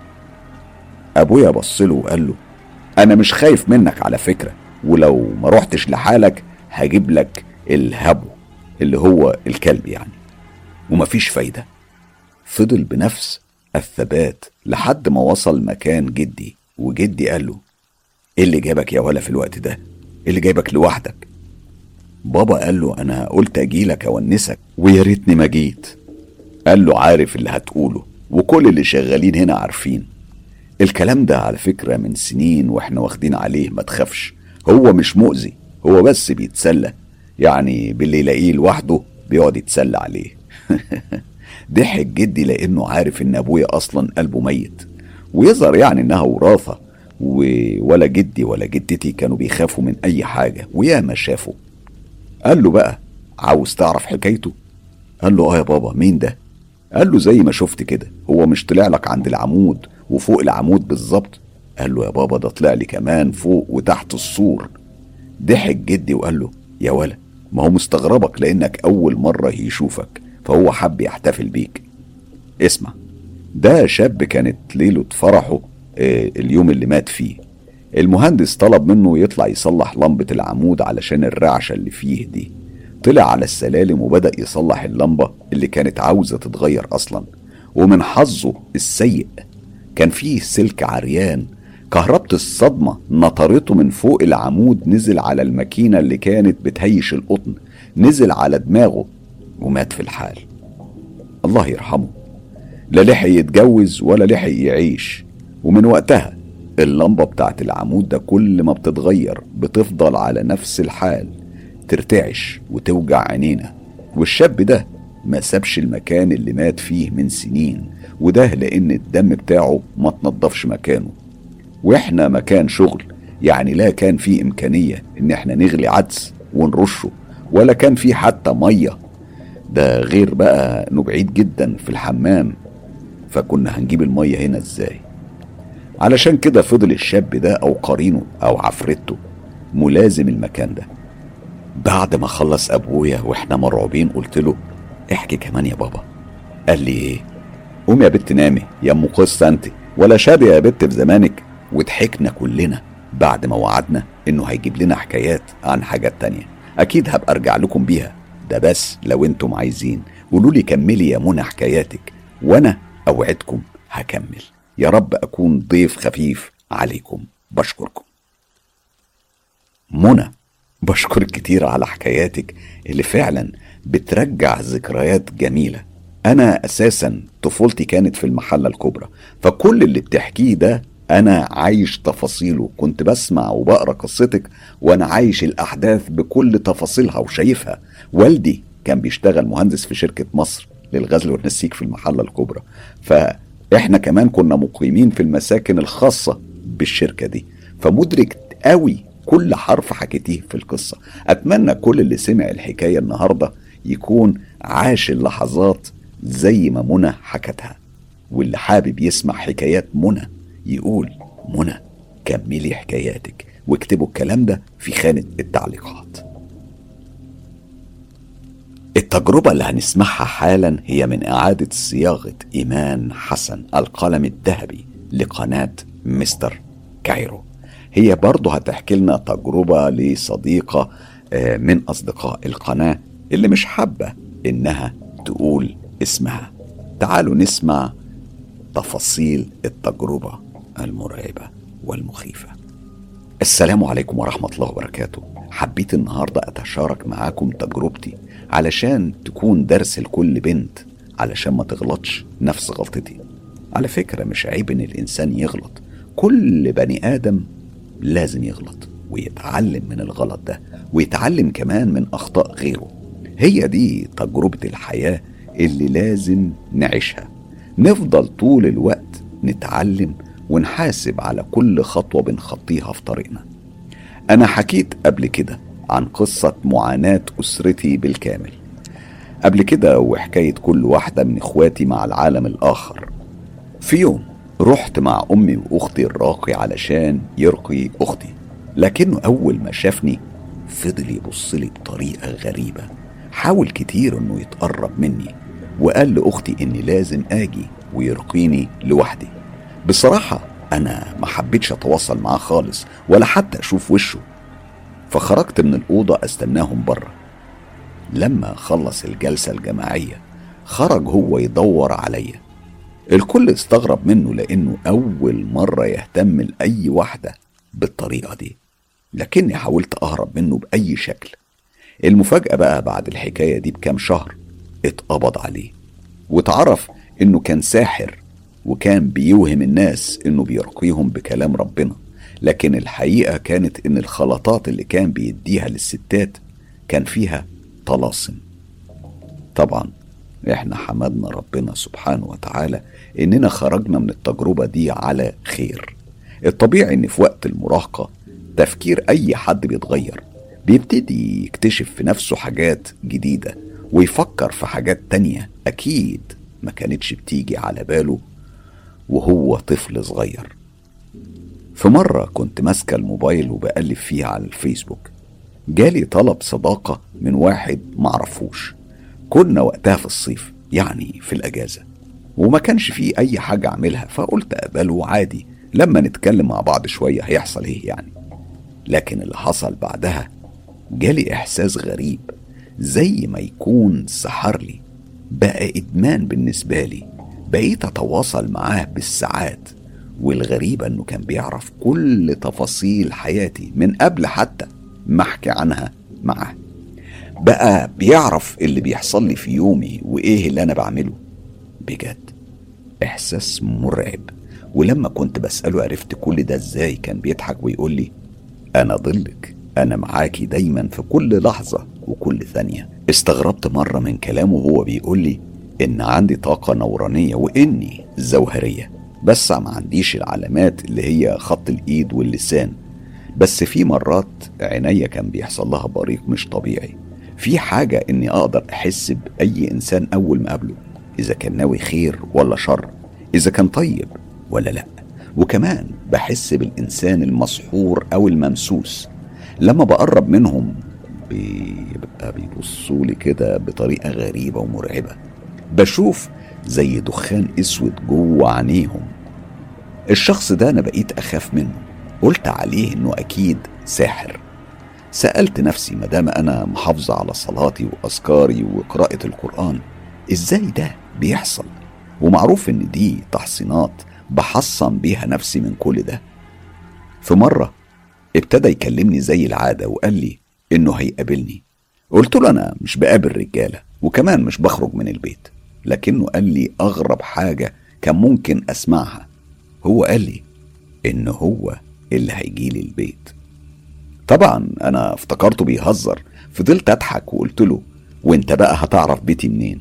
أبويا بصله وقال له أنا مش خايف منك على فكرة، ولو ما روحتش لحالك هجيب لك الهبو اللي هو الكلب يعني، ومفيش فايدة. فضل بنفس الثبات لحد ما وصل مكان جدي، وجدي قال له ايه اللي جابك يا ولا في الوقت ده؟ ايه اللي جايبك لوحدك؟ بابا قال له انا قلت اجيلك اونسك ويا ريتني ما جيت. قال له عارف اللي هتقوله، وكل اللي شغالين هنا عارفين الكلام ده على فكرة من سنين واحنا واخدين عليه، ما تخافش، هو مش مؤذي، هو بس بيتسلى يعني، باللي يلاقيه لوحده بيقعد يتسلى عليه. ضحك جدي لانه عارف ان ابويا اصلا قلبه ميت، ويظهر يعني انها وراثة، ولا جدي ولا جدتي كانوا بيخافوا من اي حاجة ويا ما شافوا. قال له بقى عاوز تعرف حكايته؟ قال له اه يا بابا، مين ده؟ قال له زي ما شفت كده، هو مش طلع لك عند العمود وفوق العمود بالظبط؟ قال له يا بابا ده طلع لي كمان فوق وتحت السور. ضحك جدي وقال له يا ولا ما هو مستغربك لانك اول مرة يشوفك، فهو حب يحتفل بيك. اسمع، ده شاب كانت ليلة فرحه اه اليوم اللي مات فيه. المهندس طلب منه يطلع يصلح لمبة العمود علشان الرعشة اللي فيه دي. طلع على السلالم وبدأ يصلح اللمبة اللي كانت عاوزة تتغير أصلا، ومن حظه السيء كان فيه سلك عريان. كهربة الصدمة نطرته من فوق العمود، نزل على الماكينة اللي كانت بتهيش القطن، نزل على دماغه ومات في الحال. الله يرحمه، لا لحق يتجوز ولا لحق يعيش. ومن وقتها اللمبة بتاعت العمود ده كل ما بتتغير بتفضل على نفس الحال، ترتعش وتوجع عينينا. والشاب ده ما سابش المكان اللي مات فيه من سنين، وده لأن الدم بتاعه ما تنضفش مكانه. واحنا مكان شغل، يعني لا كان في امكانية ان احنا نغلي عدس ونرشه، ولا كان في حتى مية. ده غير بقى انه بعيد جدا في الحمام، فكنا هنجيب المية هنا ازاي؟ علشان كده فضل الشاب ده او قرينه او عفرته ملازم المكان ده. بعد ما خلص ابويا واحنا مرعوبين قلت له احكي كمان يا بابا. قال لي ايه؟ قوم يا بت نامي يا ام قصه انت، ولا شادي يا بت في زمانك. وضحكنا كلنا بعد ما وعدنا انه هيجيب لنا حكايات عن حاجات تانية، اكيد هبقى ارجع لكم بيها، ده بس لو انتم عايزين. قولوا لي كملي يا منى حكاياتك وانا اوعدكم هكمل. يا رب اكون ضيف خفيف عليكم. بشكركم. منى، بشكرك كتير على حكاياتك اللي فعلا بترجع ذكريات جميلة. انا اساسا طفولتي كانت في المحلة الكبرى، فكل اللي بتحكيه ده انا عايش تفاصيله. كنت بسمع وبقرأ قصتك وانا عايش الاحداث بكل تفاصيلها وشايفها. والدي كان بيشتغل مهندس في شركة مصر للغزل والنسيج في المحلة الكبرى، فاحنا كمان كنا مقيمين في المساكن الخاصة بالشركة دي، فمدرك قوي كل حرف حكيتيه في القصة. اتمنى كل اللي سمع الحكاية النهاردة يكون عاش اللحظات زي ما منى حكتها، واللي حابب يسمع حكايات منى يقول منى كملي حكاياتك، واكتبوا الكلام ده في خانة التعليقات. التجربة اللي هنسمعها حالا هي من إعادة صياغة إيمان حسن القلم الذهبي لقناة مستر كايرو. هي برضه هتحكي لنا تجربة لصديقة من أصدقاء القناة اللي مش حابة إنها تقول اسمها. تعالوا نسمع تفاصيل التجربة المرعبة والمخيفة. السلام عليكم ورحمة الله وبركاته. حبيت النهاردة أتشارك معاكم تجربتي علشان تكون درس لكل بنت، علشان ما تغلطش نفس غلطتي. على فكرة مش عيب إن الإنسان يغلط، كل بني آدم لازم يغلط ويتعلم من الغلط ده، ويتعلم كمان من أخطاء غيره. هي دي تجربة الحياة اللي لازم نعيشها، نفضل طول الوقت نتعلم ونحاسب على كل خطوة بنخطيها في طريقنا. أنا حكيت قبل كده عن قصة معاناة أسرتي بالكامل قبل كده، وحكاية كل واحدة من إخواتي مع العالم الآخر. في يوم رحت مع أمي وأختي الراقي علشان يرقي أختي، لكنه أول ما شافني فضل يبصلي بطريقة غريبة، حاول كتير إنه يتقرب مني، وقال لأختي إني لازم آجي ويرقيني لوحدي. بصراحة أنا ما حبيتش أتواصل معاه خالص ولا حتى أشوف وشه، فخرجت من الأوضة أستناهم بره. لما خلص الجلسة الجماعية خرج هو يدور عليا. الكل استغرب منه لأنه أول مرة يهتم لأي واحدة بالطريقة دي، لكني حاولت أهرب منه بأي شكل. المفاجأة بقى بعد الحكاية دي بكام شهر اتقبض عليه، واتعرف إنه كان ساحر، وكان بيوهم الناس إنه بيرقيهم بكلام ربنا، لكن الحقيقة كانت إن الخلطات اللي كان بيديها للستات كان فيها طلاسم. طبعا احنا حمدنا ربنا سبحانه وتعالى اننا خرجنا من التجربة دي على خير. الطبيعي ان في وقت المراهقة تفكير اي حد بيتغير، بيبتدي يكتشف في نفسه حاجات جديدة ويفكر في حاجات تانية اكيد ما كانتش بتيجي على باله وهو طفل صغير. في مرة كنت ماسكة الموبايل وبقلب فيه على الفيسبوك، جالي طلب صداقة من واحد معرفوش. كنا وقتها في الصيف، يعني في الأجازة، وما كانش فيه أي حاجة أعملها، فقلت أقبله عادي، لما نتكلم مع بعض شوية هيحصل إيه يعني. لكن اللي حصل بعدها جالي إحساس غريب، زي ما يكون سحر لي، بقى إدمان بالنسبة لي، بقيت أتواصل معاه بالساعات. والغريبة أنه كان بيعرف كل تفاصيل حياتي من قبل حتى ما أحكي عنها معاه. بقى بيعرف اللي بيحصل لي في يومي وإيه اللي أنا بعمله. بجد إحساس مرعب. ولما كنت بسأله عرفت كل ده إزاي، كان بيضحك ويقول لي أنا ضلك، أنا معاكي دايما في كل لحظة وكل ثانية. استغربت مرة من كلامه وهو بيقول لي إن عندي طاقة نورانية وإني زوهرية. بس ما عنديش العلامات اللي هي خط الإيد واللسان. بس في مرات عينيا كان بيحصل لها بريق مش طبيعي، في حاجة إني أقدر أحس بأي إنسان أول ما قابله، إذا كان ناوي خير ولا شر، إذا كان طيب ولا لأ. وكمان بحس بالإنسان المسحور أو الممسوس. لما بقرب منهم بيبقى بيبصولي كده بطريقة غريبة ومرعبة، بشوف زي دخان اسود جوه عينيهم. الشخص ده انا بقيت اخاف منه، قلت عليه انه اكيد ساحر. سألت نفسي مادام انا محافظة على صلاتي واذكاري وقراءة القرآن، ازاي ده بيحصل؟ ومعروف ان دي تحصينات بحصن بيها نفسي من كل ده. في مرة ابتدى يكلمني زي العادة وقال لي انه هيقابلني. قلت له انا مش بقابل رجالة وكمان مش بخرج من البيت. لكنه قال لي اغرب حاجة كان ممكن اسمعها. هو قال لي ان هو اللي هيجيلي البيت. طبعا انا افتكرته بيهزر، فضلت اضحك وقلت له وانت بقى هتعرف بيتي منين؟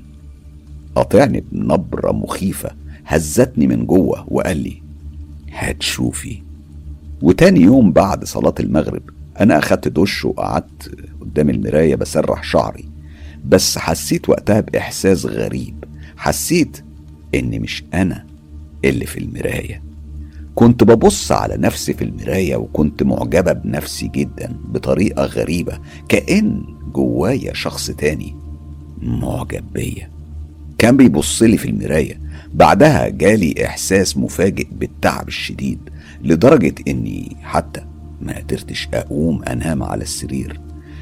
قاطعني بنبرة مخيفة هزتني من جوه وقال لي هتشوفي. وتاني يوم بعد صلاة المغرب انا اخدت دش وقعدت قدام المراية بسرح شعري، بس حسيت وقتها باحساس غريب. حسيت اني مش انا اللي في المراية. كنت ببص على نفسي في المراية وكنت معجبة بنفسي جدا بطريقة غريبة، كأن جوايا شخص تاني معجب بيا كان بيبصلي في المراية. بعدها جالي احساس مفاجئ بالتعب الشديد لدرجة اني حتى ما قدرتش اقوم انام على السرير.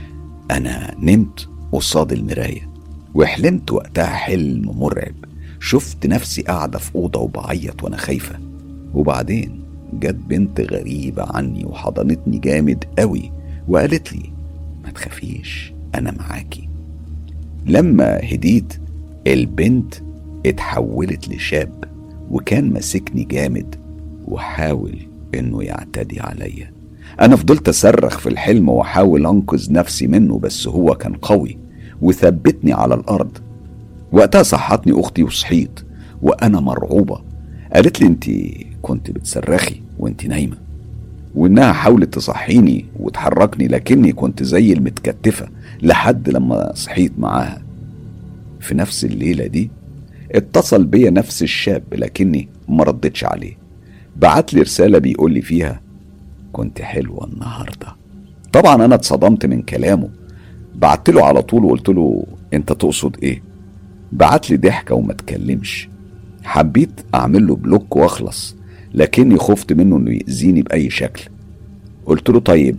انا نمت قصاد المراية وحلمت وقتها حلم مرعب. شفت نفسي قاعدة في أوضة وبعيط وأنا خايفة، وبعدين جت بنت غريبة عني وحضنتني جامد قوي وقالت لي ما تخافيش أنا معاكي. لما هديت البنت اتحولت لشاب وكان ماسكني جامد وحاول انه يعتدي عليا. انا فضلت اصرخ في الحلم واحاول انقذ نفسي منه، بس هو كان قوي وثبتني على الارض. وقتها صحتني اختي وصحيت وانا مرعوبة. قالت لي انت كنت بتصرخي وانت نايمة، وانها حاولت تصحيني وتحركني لكني كنت زي المتكتفة لحد لما صحيت معاها. في نفس الليلة دي اتصل بيا نفس الشاب لكني ما ردتش عليه. بعت لي رسالة بيقول لي فيها كنت حلوة النهاردة. طبعا انا اتصدمت من كلامه، بعت له على طول وقلت له انت تقصد ايه؟ بعت لي ضحكة وما تكلمش. حبيت اعمل له بلوك واخلص لكني خفت منه انه يأذيني بأي شكل. قلت له طيب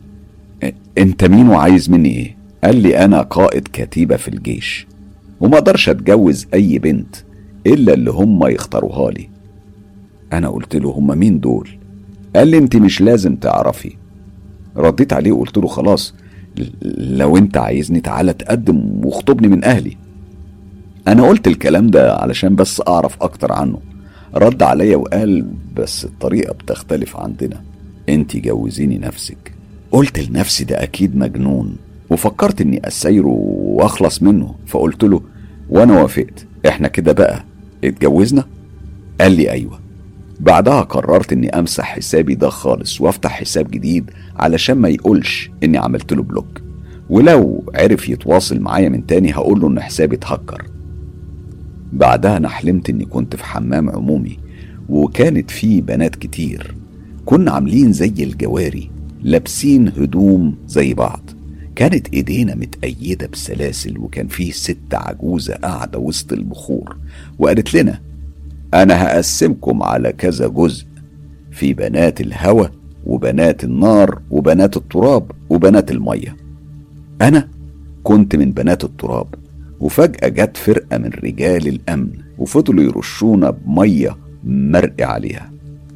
انت مين وعايز مني ايه؟ قال لي انا قائد كتيبة في الجيش وما اقدرش اتجوز اي بنت الا اللي هم يختاروها لي. انا قلت له هم مين دول؟ قال لي انت مش لازم تعرفي. رديت عليه وقلت له خلاص لو انت عايزني تعالى تقدم واخطبني من اهلي. انا قلت الكلام ده علشان بس اعرف اكتر عنه. رد عليا وقال بس الطريقة بتختلف عندنا، انت جوزيني نفسك. قلت لنفسي ده اكيد مجنون وفكرت اني اسيره واخلص منه، فقلت له وانا وافقت احنا كده بقى اتجوزنا؟ قال لي ايوه. بعدها قررت اني امسح حسابي ده خالص وافتح حساب جديد علشان ما يقولش اني عملت له بلوك، ولو عرف يتواصل معايا من تاني هقول له ان حسابي اتهكر. بعدها انا حلمت اني كنت في حمام عمومي وكانت فيه بنات كتير، كنا عاملين زي الجواري لابسين هدوم زي بعض، كانت ايدينا متأيدة بسلاسل، وكان فيه ست عجوزة قاعدة وسط البخور وقالت لنا انا هقسمكم على كذا جزء، في بنات الهوى وبنات النار وبنات التراب وبنات المية. انا كنت من بنات التراب، وفجأة جت فرقة من رجال الامن وفضلوا يرشونا بمية مرق عليها،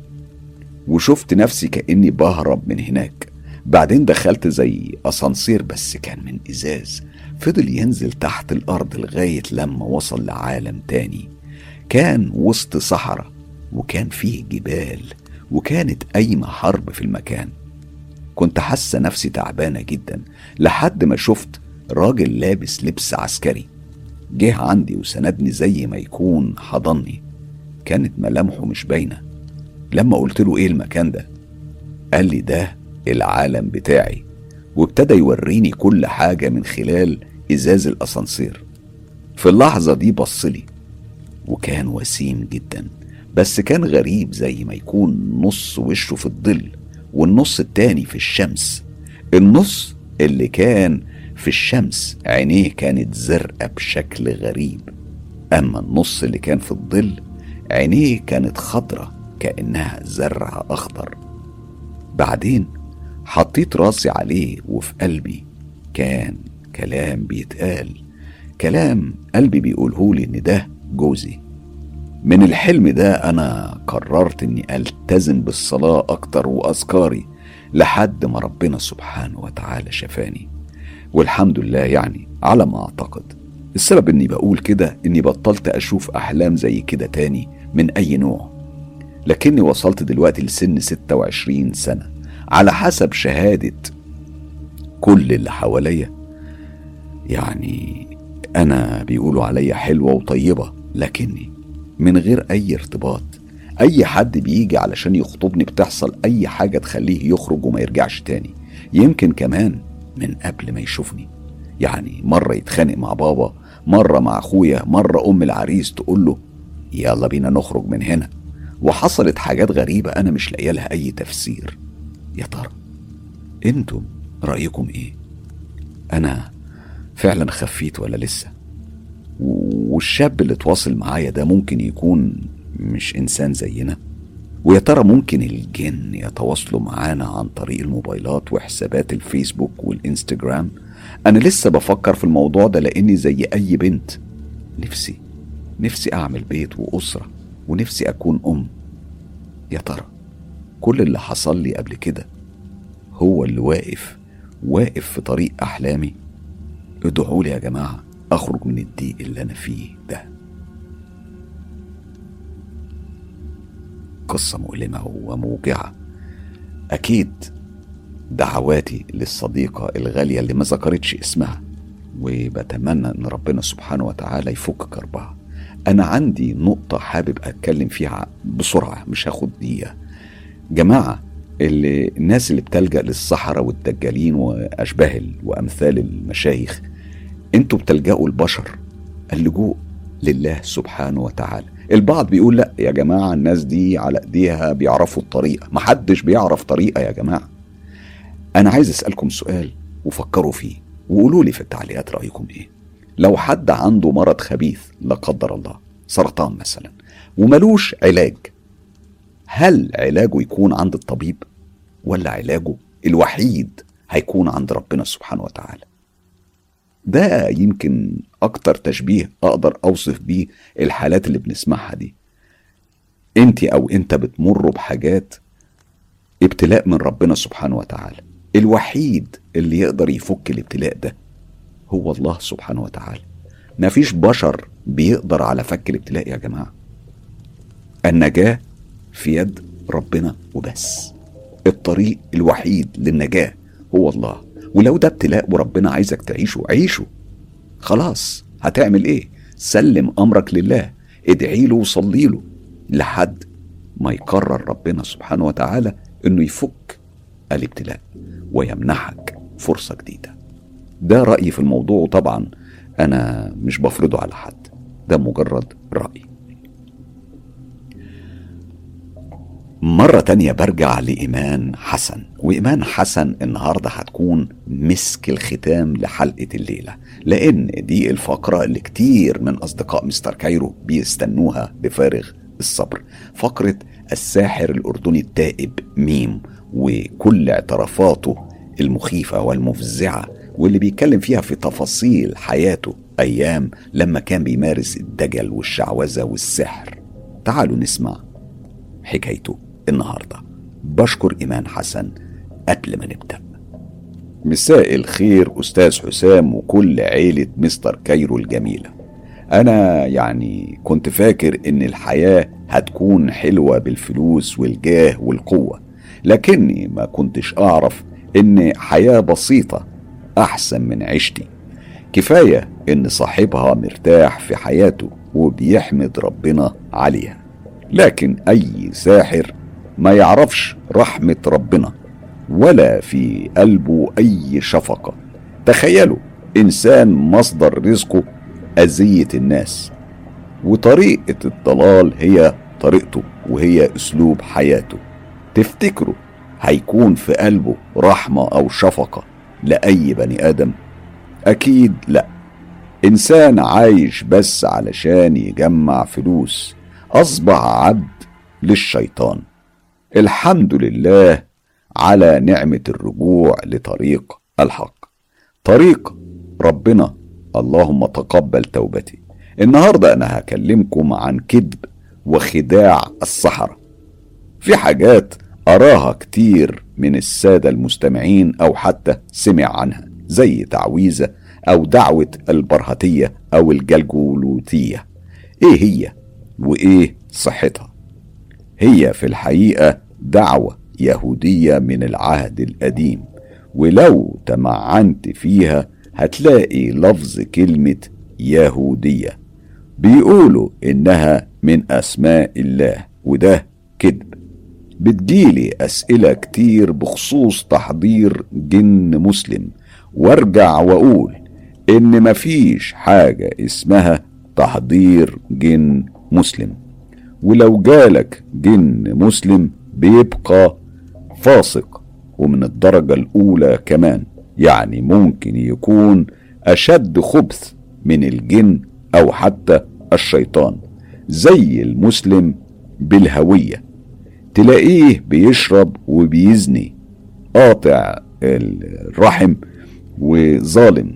وشفت نفسي كأني بهرب من هناك. بعدين دخلت زي أسانسير بس كان من إزاز، فضل ينزل تحت الأرض لغاية لما وصل لعالم تاني كان وسط صحراء وكان فيه جبال وكانت قايمة حرب في المكان. كنت حاسة نفسي تعبانة جدا لحد ما شفت راجل لابس لبس عسكري جه عندي وسندني زي ما يكون حضني. كانت ملامحه مش باينة. لما قلت له ايه المكان ده، قال لي ده العالم بتاعي، وابتدى يوريني كل حاجة من خلال ازاز الاسانسير. في اللحظة دي بصلي وكان وسيم جدا، بس كان غريب، زي ما يكون نص وشه في الظل والنص التاني في الشمس. النص اللي كان في الشمس عينيه كانت زرقاء بشكل غريب، اما النص اللي كان في الظل عينيه كانت خضرة كأنها زرع اخضر. بعدين حطيت راسي عليه وفي قلبي كان كلام بيتقال، كلام قلبي بيقولهولي ان ده جوزي. من الحلم ده انا قررت اني التزم بالصلاة اكتر واذكاري لحد ما ربنا سبحانه وتعالى شفاني، والحمد لله يعني على ما اعتقد. السبب اني بقول كده اني بطلت اشوف احلام زي كده تاني من اي نوع، لكني وصلت دلوقتي لسن ستة وعشرين سنة على حسب شهادة كل اللي حواليا. يعني انا بيقولوا عليا حلوة وطيبة، لكني من غير اي ارتباط. اي حد بيجي علشان يخطبني بتحصل اي حاجة تخليه يخرج وما يرجعش تاني، يمكن كمان من قبل ما يشوفني. يعني مرة يتخانق مع بابا، مرة مع اخويا، مرة ام العريس تقول له يلا بينا نخرج من هنا. وحصلت حاجات غريبة انا مش لاقيه لها اي تفسير. يا ترى انتم رأيكم ايه؟ انا فعلا خفيت ولا لسه؟ والشاب اللي تواصل معايا ده ممكن يكون مش انسان زينا؟ ويا ترى ممكن الجن يتواصلوا معانا عن طريق الموبايلات وحسابات الفيسبوك والانستجرام؟ انا لسه بفكر في الموضوع ده، لاني زي اي بنت نفسي نفسي اعمل بيت واسرة، ونفسي اكون ام. يا ترى كل اللي حصل لي قبل كده هو اللي واقف واقف في طريق احلامي؟ ادعوا لي يا جماعة اخرج من الضيق اللي انا فيه ده. قصة مؤلمة وموجعة. اكيد دعواتي للصديقة الغالية اللي ما ذكرتش اسمها، وبتمنى ان ربنا سبحانه وتعالى يفك كربها. انا عندي نقطة حابب اتكلم فيها بسرعة، مش هاخد دقيقة. جماعة اللي الناس اللي بتلجأ للسحرة والدجالين واشباه وامثال المشايخ، انتوا بتلجأوا البشر، اللجوء لله سبحانه وتعالى. البعض بيقول لا يا جماعة الناس دي على ايديها بيعرفوا الطريقة. محدش بيعرف طريقة يا جماعة. انا عايز اسألكم سؤال وفكروا فيه وقولوا لي في التعليقات رأيكم ايه. لو حد عنده مرض خبيث لا قدر الله، سرطان مثلا، وملوش علاج، هل علاجه يكون عند الطبيب ولا علاجه الوحيد هيكون عند ربنا سبحانه وتعالى؟ ده يمكن اكتر تشبيه اقدر اوصف بيه الحالات اللي بنسمعها دي. انت او انت بتمروا بحاجات ابتلاء من ربنا سبحانه وتعالى. الوحيد اللي يقدر يفك الابتلاء ده هو الله سبحانه وتعالى. مفيش بشر بيقدر على فك الابتلاء يا جماعة. النجاة في يد ربنا وبس. الطريق الوحيد للنجاة هو الله. ولو ده ابتلاء وربنا عايزك تعيشه، عيشه. خلاص هتعمل ايه؟ سلم امرك لله، ادعي له وصلي له لحد ما يقرر ربنا سبحانه وتعالى انه يفك الابتلاء ويمنحك فرصة جديدة. ده رأيي في الموضوع، وطبعا انا مش بفرضه على حد، ده مجرد رأي. مرة تانية برجع لإيمان حسن. وإيمان حسن النهاردة هتكون مسك الختام لحلقة الليلة، لأن دي الفقرة اللي كتير من أصدقاء مستر كايرو بيستنوها بفارغ الصبر. فقرة الساحر الأردني التائب ميم، وكل اعترافاته المخيفة والمفزعة، واللي بيتكلم فيها في تفاصيل حياته أيام لما كان بيمارس الدجل والشعوذة والسحر. تعالوا نسمع حكايته النهاردة. بشكر إيمان حسن. قبل ما نبدأ، مساء الخير أستاذ حسام وكل عيلة مستر كايرو الجميلة. أنا يعني كنت فاكر إن الحياة هتكون حلوة بالفلوس والجاه والقوة، لكني ما كنتش أعرف إن حياة بسيطة أحسن من عيشتي. كفاية إن صاحبها مرتاح في حياته وبيحمد ربنا عليها. لكن أي ساحر ما يعرفش رحمة ربنا ولا في قلبه أي شفقة. تخيلوا إنسان مصدر رزقه أذية الناس، وطريقة الضلال هي طريقته وهي أسلوب حياته. تفتكروا هيكون في قلبه رحمة أو شفقة لأي بني آدم؟ أكيد لأ. إنسان عايش بس علشان يجمع فلوس أصبح عبد للشيطان. الحمد لله على نعمة الرجوع لطريق الحق، طريق ربنا. اللهم تقبل توبتي. النهاردة أنا هكلمكم عن كذب وخداع السحرة. في حاجات أراها كتير من السادة المستمعين أو حتى سمع عنها، زي تعويذة أو دعوة البرهتية أو الجلجولوتية. إيه هي وإيه صحتها؟ هي في الحقيقة دعوة يهودية من العهد القديم، ولو تمعنت فيها هتلاقي لفظ كلمة يهودية. بيقولوا إنها من أسماء الله، وده كذب. بتجيلي أسئلة كتير بخصوص تحضير جن مسلم، وارجع وأقول إن مفيش حاجة اسمها تحضير جن مسلم. ولو جالك جن مسلم بيبقى فاسق ومن الدرجة الأولى كمان، يعني ممكن يكون أشد خبث من الجن أو حتى الشيطان. زي المسلم بالهوية، تلاقيه بيشرب وبيزني، قاطع الرحم وظالم.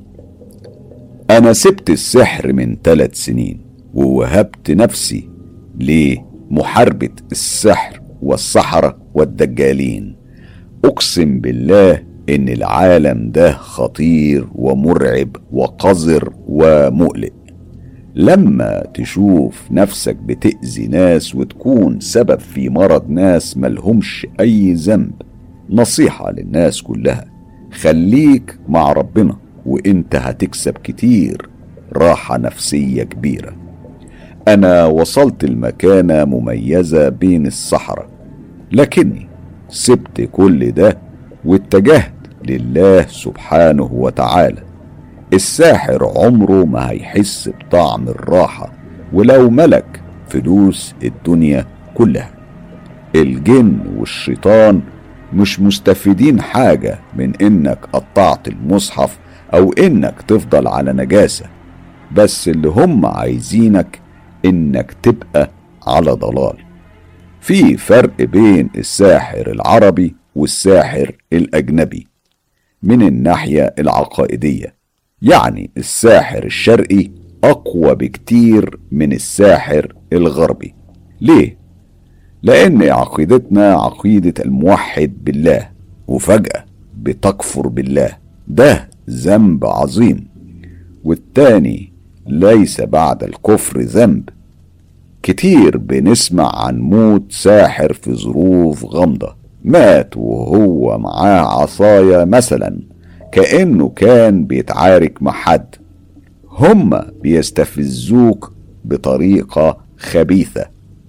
أنا سبت السحر من ثلاث سنين ووهبت نفسي لمحاربة السحر والسحرة والدجالين. أقسم بالله إن العالم ده خطير ومرعب وقذر ومقلق. لما تشوف نفسك بتأذي ناس وتكون سبب في مرض ناس ملهمش أي ذنب، نصيحة للناس كلها: خليك مع ربنا وإنت هتكسب كتير راحة نفسية كبيرة. أنا وصلت المكانة مميزة بين الصحراء، لكني سبت كل ده واتجهت لله سبحانه وتعالى. الساحر عمره ما هيحس بطعم الراحة ولو ملك فلوس الدنيا كلها. الجن والشيطان مش مستفيدين حاجة من انك قطعت المصحف او انك تفضل على نجاسة، بس اللي هم عايزينك انك تبقى على ضلال. في فرق بين الساحر العربي والساحر الأجنبي من الناحية العقائدية. يعني الساحر الشرقي أقوى بكتير من الساحر الغربي. ليه؟ لأن عقيدتنا عقيدة الموحد بالله، وفجأة بتكفر بالله، ده ذنب عظيم. والتاني ليس بعد الكفر ذنب. كتير بنسمع عن موت ساحر في ظروف غامضة، مات وهو معاه عصاية مثلا، كأنه كان بيتعارك مع حد. هم بيستفزوك بطريقة خبيثة.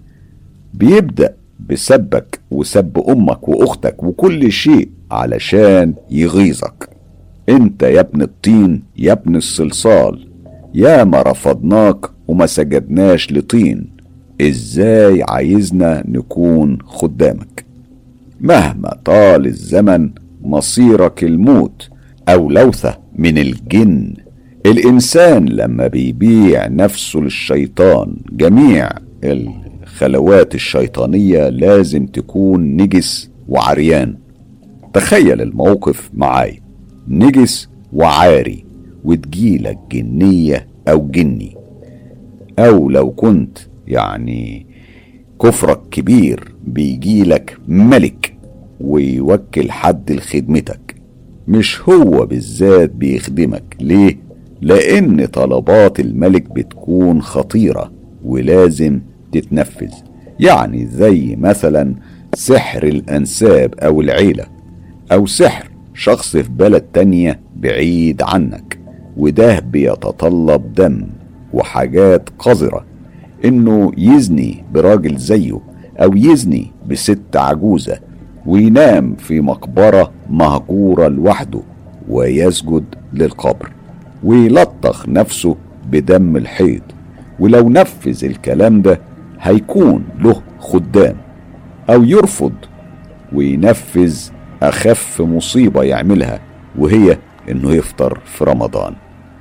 بيبدأ بسبك وسب أمك وأختك وكل شيء علشان يغيظك. انت يا ابن الطين يا ابن الصلصال، يا ما رفضناك وما سجدناش لطين، ازاي عايزنا نكون خدامك؟ مهما طال الزمن مصيرك الموت او لوثة من الجن. الانسان لما بيبيع نفسه للشيطان، جميع الخلوات الشيطانية لازم تكون نجس وعريان. تخيل الموقف معاي، نجس وعاري وتجيلك جنية او جني، او لو كنت يعني كفرك كبير بيجيلك ملك ويوكل حد لخدمتك. مش هو بالذات بيخدمك. ليه؟ لان طلبات الملك بتكون خطيرة ولازم تتنفذ. يعني زي مثلا سحر الانساب او العيلة، او سحر شخص في بلد تانية بعيد عنك، وده بيتطلب دم وحاجات قذرة. انه يزني براجل زيه او يزني بست عجوزة وينام في مقبرة مهجورة لوحده ويسجد للقبر ويلطخ نفسه بدم الحيض، ولو نفذ الكلام ده هيكون له خدام، او يرفض وينفذ اخف مصيبة يعملها وهي انه يفطر في رمضان.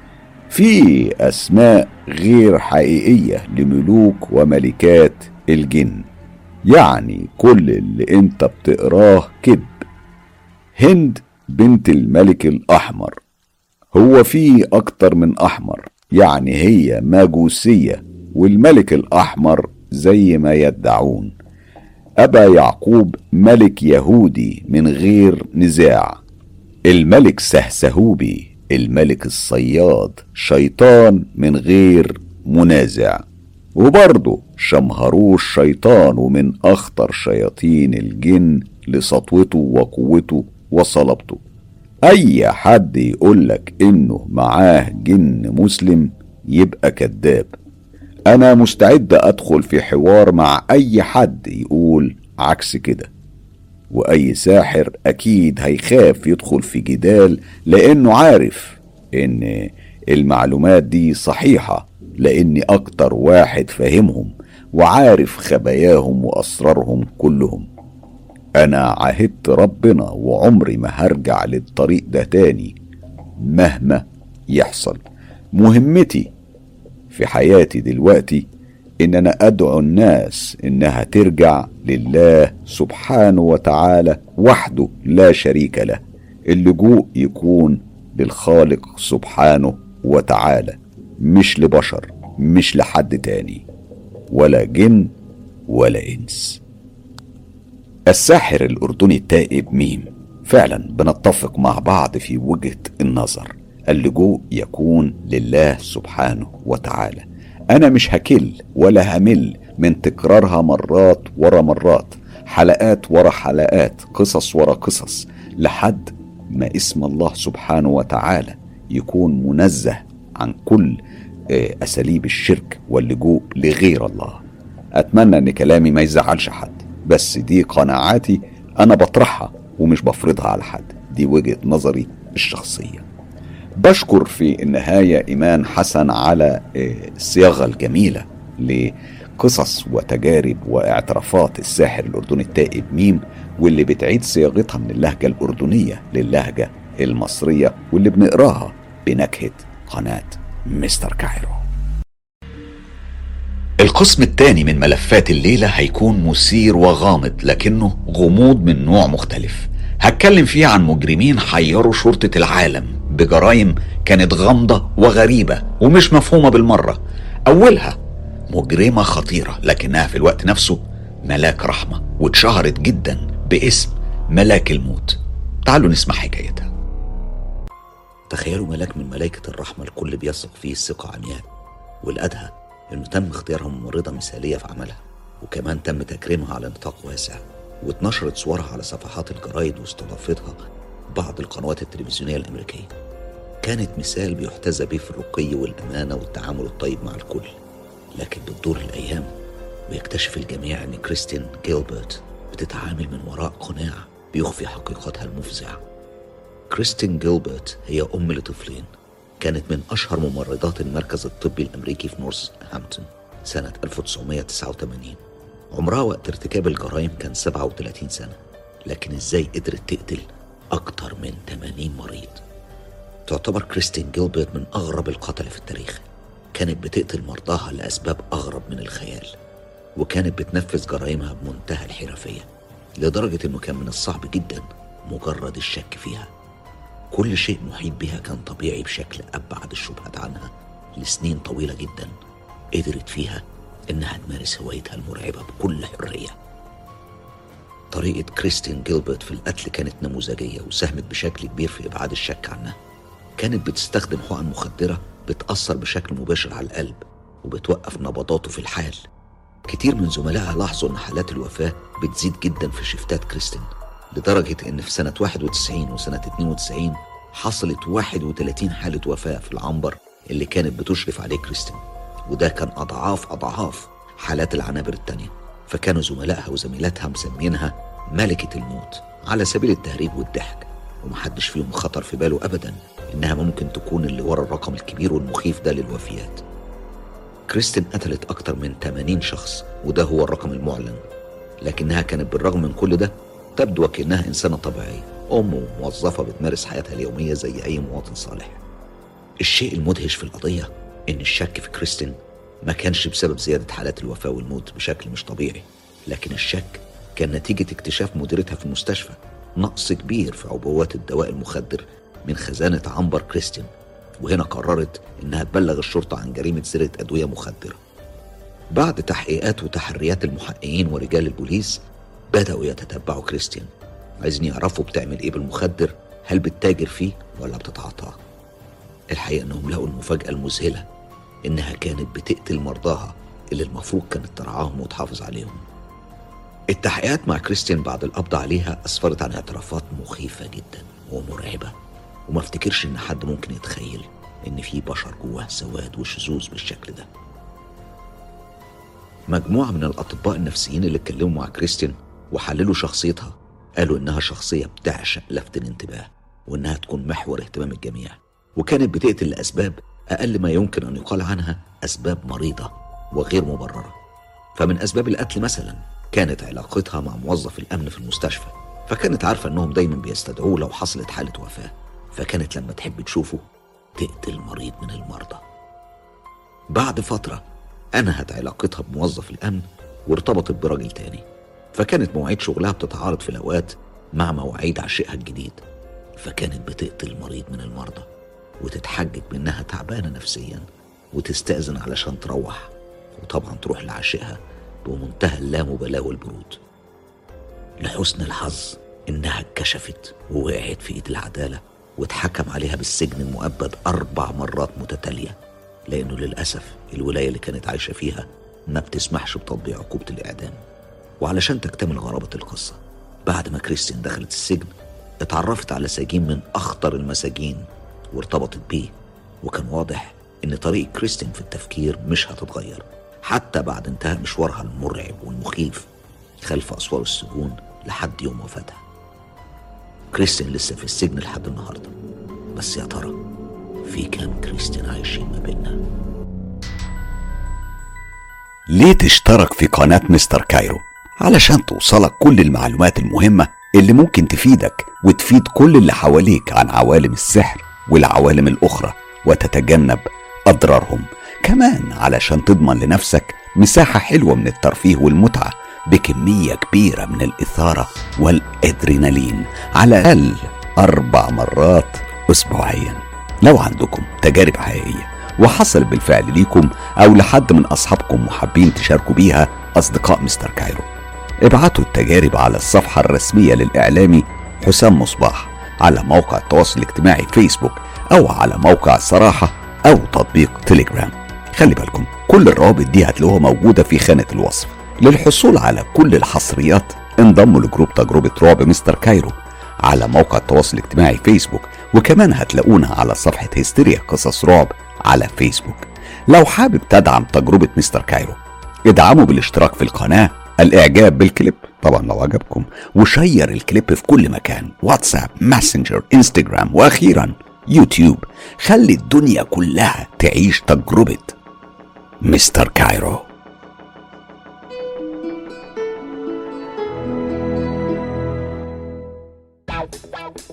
في اسماء غير حقيقية لملوك وملكات الجن، يعني كل اللي انت بتقراه كذب. هند بنت الملك الاحمر، هو في اكتر من احمر، يعني هي ماجوسية والملك الاحمر زي ما يدعون. ابا يعقوب ملك يهودي من غير نزاع. الملك سهسهوبي الملك الصياد شيطان من غير منازع، وبرضه شمهروش شيطان ومن اخطر شياطين الجن لسطوته وقوته وصلبته. اي حد يقولك انه معاه جن مسلم يبقى كذاب. انا مستعد ادخل في حوار مع اي حد يقول عكس كده، واي ساحر اكيد هيخاف يدخل في جدال لانه عارف ان المعلومات دي صحيحة، لاني اكتر واحد فاهمهم وعارف خباياهم واسرارهم كلهم. انا عهدت ربنا وعمري ما هرجع للطريق ده تاني مهما يحصل. مهمتي في حياتي دلوقتي ان انا ادعو الناس انها ترجع لله سبحانه وتعالى وحده لا شريك له. اللجوء يكون للخالق سبحانه وتعالى، مش لبشر، مش لحد تاني، ولا جن ولا انس. الساحر الاردني التائب ميم، فعلا بنتفق مع بعض في وجهة النظر. اللجوء يكون لله سبحانه وتعالى. انا مش هكل ولا همل من تكرارها مرات ورا مرات، حلقات ورا حلقات، قصص ورا قصص، لحد ما اسم الله سبحانه وتعالى يكون منزه عن كل اساليب الشرك واللجوء لغير الله. اتمنى ان كلامي ما يزعلش حد، بس دي قناعاتي انا بطرحها ومش بفرضها على حد، دي وجهة نظري الشخصية. بشكر في النهاية إيمان حسن على الصياغة الجميلة لقصص وتجارب واعترافات الساحر الأردني التائب ميم، واللي بتعيد صياغتها من اللهجة الأردنية للهجة المصرية، واللي بنقراها بنكهة قناة مستر كايرو. القسم الثاني من ملفات الليلة هيكون مثير وغامض، لكنه غموض من نوع مختلف. هتكلم فيه عن مجرمين حيروا شرطة العالم بجرائم كانت غامضة وغريبة ومش مفهومة بالمرة. أولها مجرمة خطيرة لكنها في الوقت نفسه ملاك رحمة، واتشهرت جدا باسم ملاك الموت. تعالوا نسمع حكايتها. تخيلوا ملاك من ملائكة الرحمة الكل بيثق فيه الثقة عمياء، والأدهى إنه تم اختيارها ممرضة مثالية في عملها، وكمان تم تكريمها على نطاق واسع، واتنشرت صورها على صفحات الجرايد واستضافتها بعض القنوات التلفزيونية الأمريكية. كانت مثال بيحتذى به في الرقي والأمانة والتعامل الطيب مع الكل. لكن بتدور الأيام ويكتشف الجميع أن كريستين جيلبرت بتتعامل من وراء قناع بيخفي حقيقتها المفزعة. كريستين جيلبرت هي أم لطفلين، كانت من أشهر ممرضات المركز الطبي الأمريكي في نورث هامبتون سنة ألف وتسعمائة وتسعة وثمانين. عمرها وقت ارتكاب الجرائم كان سبعة وثلاثين سنة، لكن ازاي قدرت تقتل أكتر من ثمانين مريض؟ تعتبر كريستين جيلبرت من أغرب القتلة في التاريخ. كانت بتقتل مرضاها لأسباب أغرب من الخيال، وكانت بتنفذ جرائمها بمنتهى الحرفية، لدرجة أنه كان من الصعب جدا مجرد الشك فيها. كل شيء محيط بها كان طبيعي بشكل أبعد الشبهات عنها. لسنين طويلة جدا قدرت فيها إنها تمارس هوايتها المرعبة بكل حرية. طريقة كريستين جيلبرت في القتل كانت نموذجية وساهمت بشكل كبير في إبعاد الشك عنها. كانت بتستخدم حقن مخدرة بتأثر بشكل مباشر على القلب وبتوقف نبضاته في الحال. كتير من زملائها لاحظوا إن حالات الوفاة بتزيد جدا في شفتات كريستين، لدرجة إن في سنة واحد وتسعين وسنة اثنين وتسعين حصلت واحد وثلاثين حالة وفاة في العنبر اللي كانت بتشرف عليه كريستين. وده كان أضعاف أضعاف حالات العنابر التانية. فكانوا زملائها وزميلاتها مسمينها ملكة الموت على سبيل التهريب والضحك، ومحدش فيهم خطر في باله أبدا إنها ممكن تكون اللي ورا الرقم الكبير والمخيف ده للوفيات. كريستين قتلت أكتر من ثمانين شخص، وده هو الرقم المعلن، لكنها كانت بالرغم من كل ده تبدو وكأنها إنسانة طبيعية، أم وموظفة بتمارس حياتها اليومية زي أي مواطن صالح. الشيء المدهش في القضية إن الشك في كريستين ما كانش بسبب زيادة حالات الوفاة والموت بشكل مش طبيعي، لكن الشك كان نتيجة اكتشاف مديرتها في المستشفى نقص كبير في عبوات الدواء المخدر من خزانة عنبر كريستين، وهنا قررت إنها تبلغ الشرطة عن جريمة سرقة أدوية مخدرة. بعد تحقيقات وتحريات المحققين ورجال البوليس بدأوا يتتبعوا كريستين، عايزين يعرفوا بتعمل إيه بالمخدر، هل بتتاجر فيه ولا بتتعاطاه. الحقيقة إنهم لقوا المفاجأة المذهلة إنها كانت بتقتل مرضاها اللي المفروض كانت ترعاهم وتحافظ عليهم. التحقيقات مع كريستين بعد القبض عليها أسفرت عن اعترافات مخيفة جدا ومرعبة، وما افتكرش إن حد ممكن يتخيل إن في بشر جواه سواد وشذوذ بالشكل ده. مجموعة من الأطباء النفسيين اللي اتكلموا مع كريستين وحللوا شخصيتها قالوا إنها شخصية بتعشق لفت الانتباه، وإنها تكون محور اهتمام الجميع، وكانت بتقتل لأسباب أقل ما يمكن أن يقال عنها أسباب مريضة وغير مبررة. فمن أسباب القتل مثلا كانت علاقتها مع موظف الأمن في المستشفى، فكانت عارفة أنهم دايما بيستدعوه لو حصلت حالة وفاة، فكانت لما تحب تشوفه تقتل مريض من المرضى. بعد فترة أنهت علاقتها بموظف الأمن وارتبطت براجل تاني، فكانت مواعيد شغلها بتتعارض في الأوقات مع مواعيد عشقها الجديد، فكانت بتقتل مريض من المرضى وتتحجج بأنها تعبانة نفسيا وتستأذن علشان تروح، وطبعا تروح لعشقها بمنتهى اللامبالاة والبرود. لحسن الحظ إنها اتكشفت ووقعت في إيد العدالة واتحكم عليها بالسجن المؤبد أربع مرات متتالية، لأنه للأسف الولاية اللي كانت عايشة فيها ما بتسمحش بتطبيق عقوبة الإعدام. وعلشان تكتمل غرابة القصة، بعد ما كريستين دخلت السجن اتعرفت على سجين من أخطر المساجين وارتبطت بيه، وكان واضح إن طريقة كريستين في التفكير مش هتتغير حتى بعد انتهاء مشوارها المرعب والمخيف خلف أسوار السجون لحد يوم وفاتها. كريستين لسه في السجن لحد النهاردة، بس يا ترى في كام كريستين عايشين ما بيننا؟ ليه تشترك في قناة مستر كايرو؟ علشان توصلك كل المعلومات المهمة اللي ممكن تفيدك وتفيد كل اللي حواليك عن عوالم السحر والعوالم الأخرى وتتجنب أضرارهم. كمان علشان تضمن لنفسك مساحة حلوة من الترفيه والمتعة بكمية كبيرة من الإثارة والأدرينالين على الأقل أربع مرات أسبوعيا. لو عندكم تجارب حقيقية وحصل بالفعل ليكم أو لحد من أصحابكم وحابين تشاركوا بيها أصدقاء مستر كايرو، ابعتوا التجارب على الصفحة الرسمية للإعلامي حسام مصباح على موقع التواصل الاجتماعي فيسبوك أو على موقع صراحة أو تطبيق تليجرام. خلي بالكم كل الروابط دي هتلاقوها موجودة في خانة الوصف. للحصول على كل الحصريات انضموا لجروب تجربة رعب مستر كايرو على موقع التواصل الاجتماعي فيسبوك، وكمان هتلاقونا على صفحة هستيريا قصص رعب على فيسبوك. لو حابب تدعم تجربة مستر كايرو ادعموا بالاشتراك في القناة، الاعجاب بالكليب طبعا لو عجبكم، وشير الكليب في كل مكان، واتساب، ماسنجر، انستجرام، واخيرا يوتيوب. خلي الدنيا كلها تعيش تجربة مستر كايرو.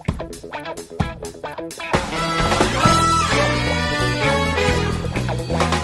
Wow.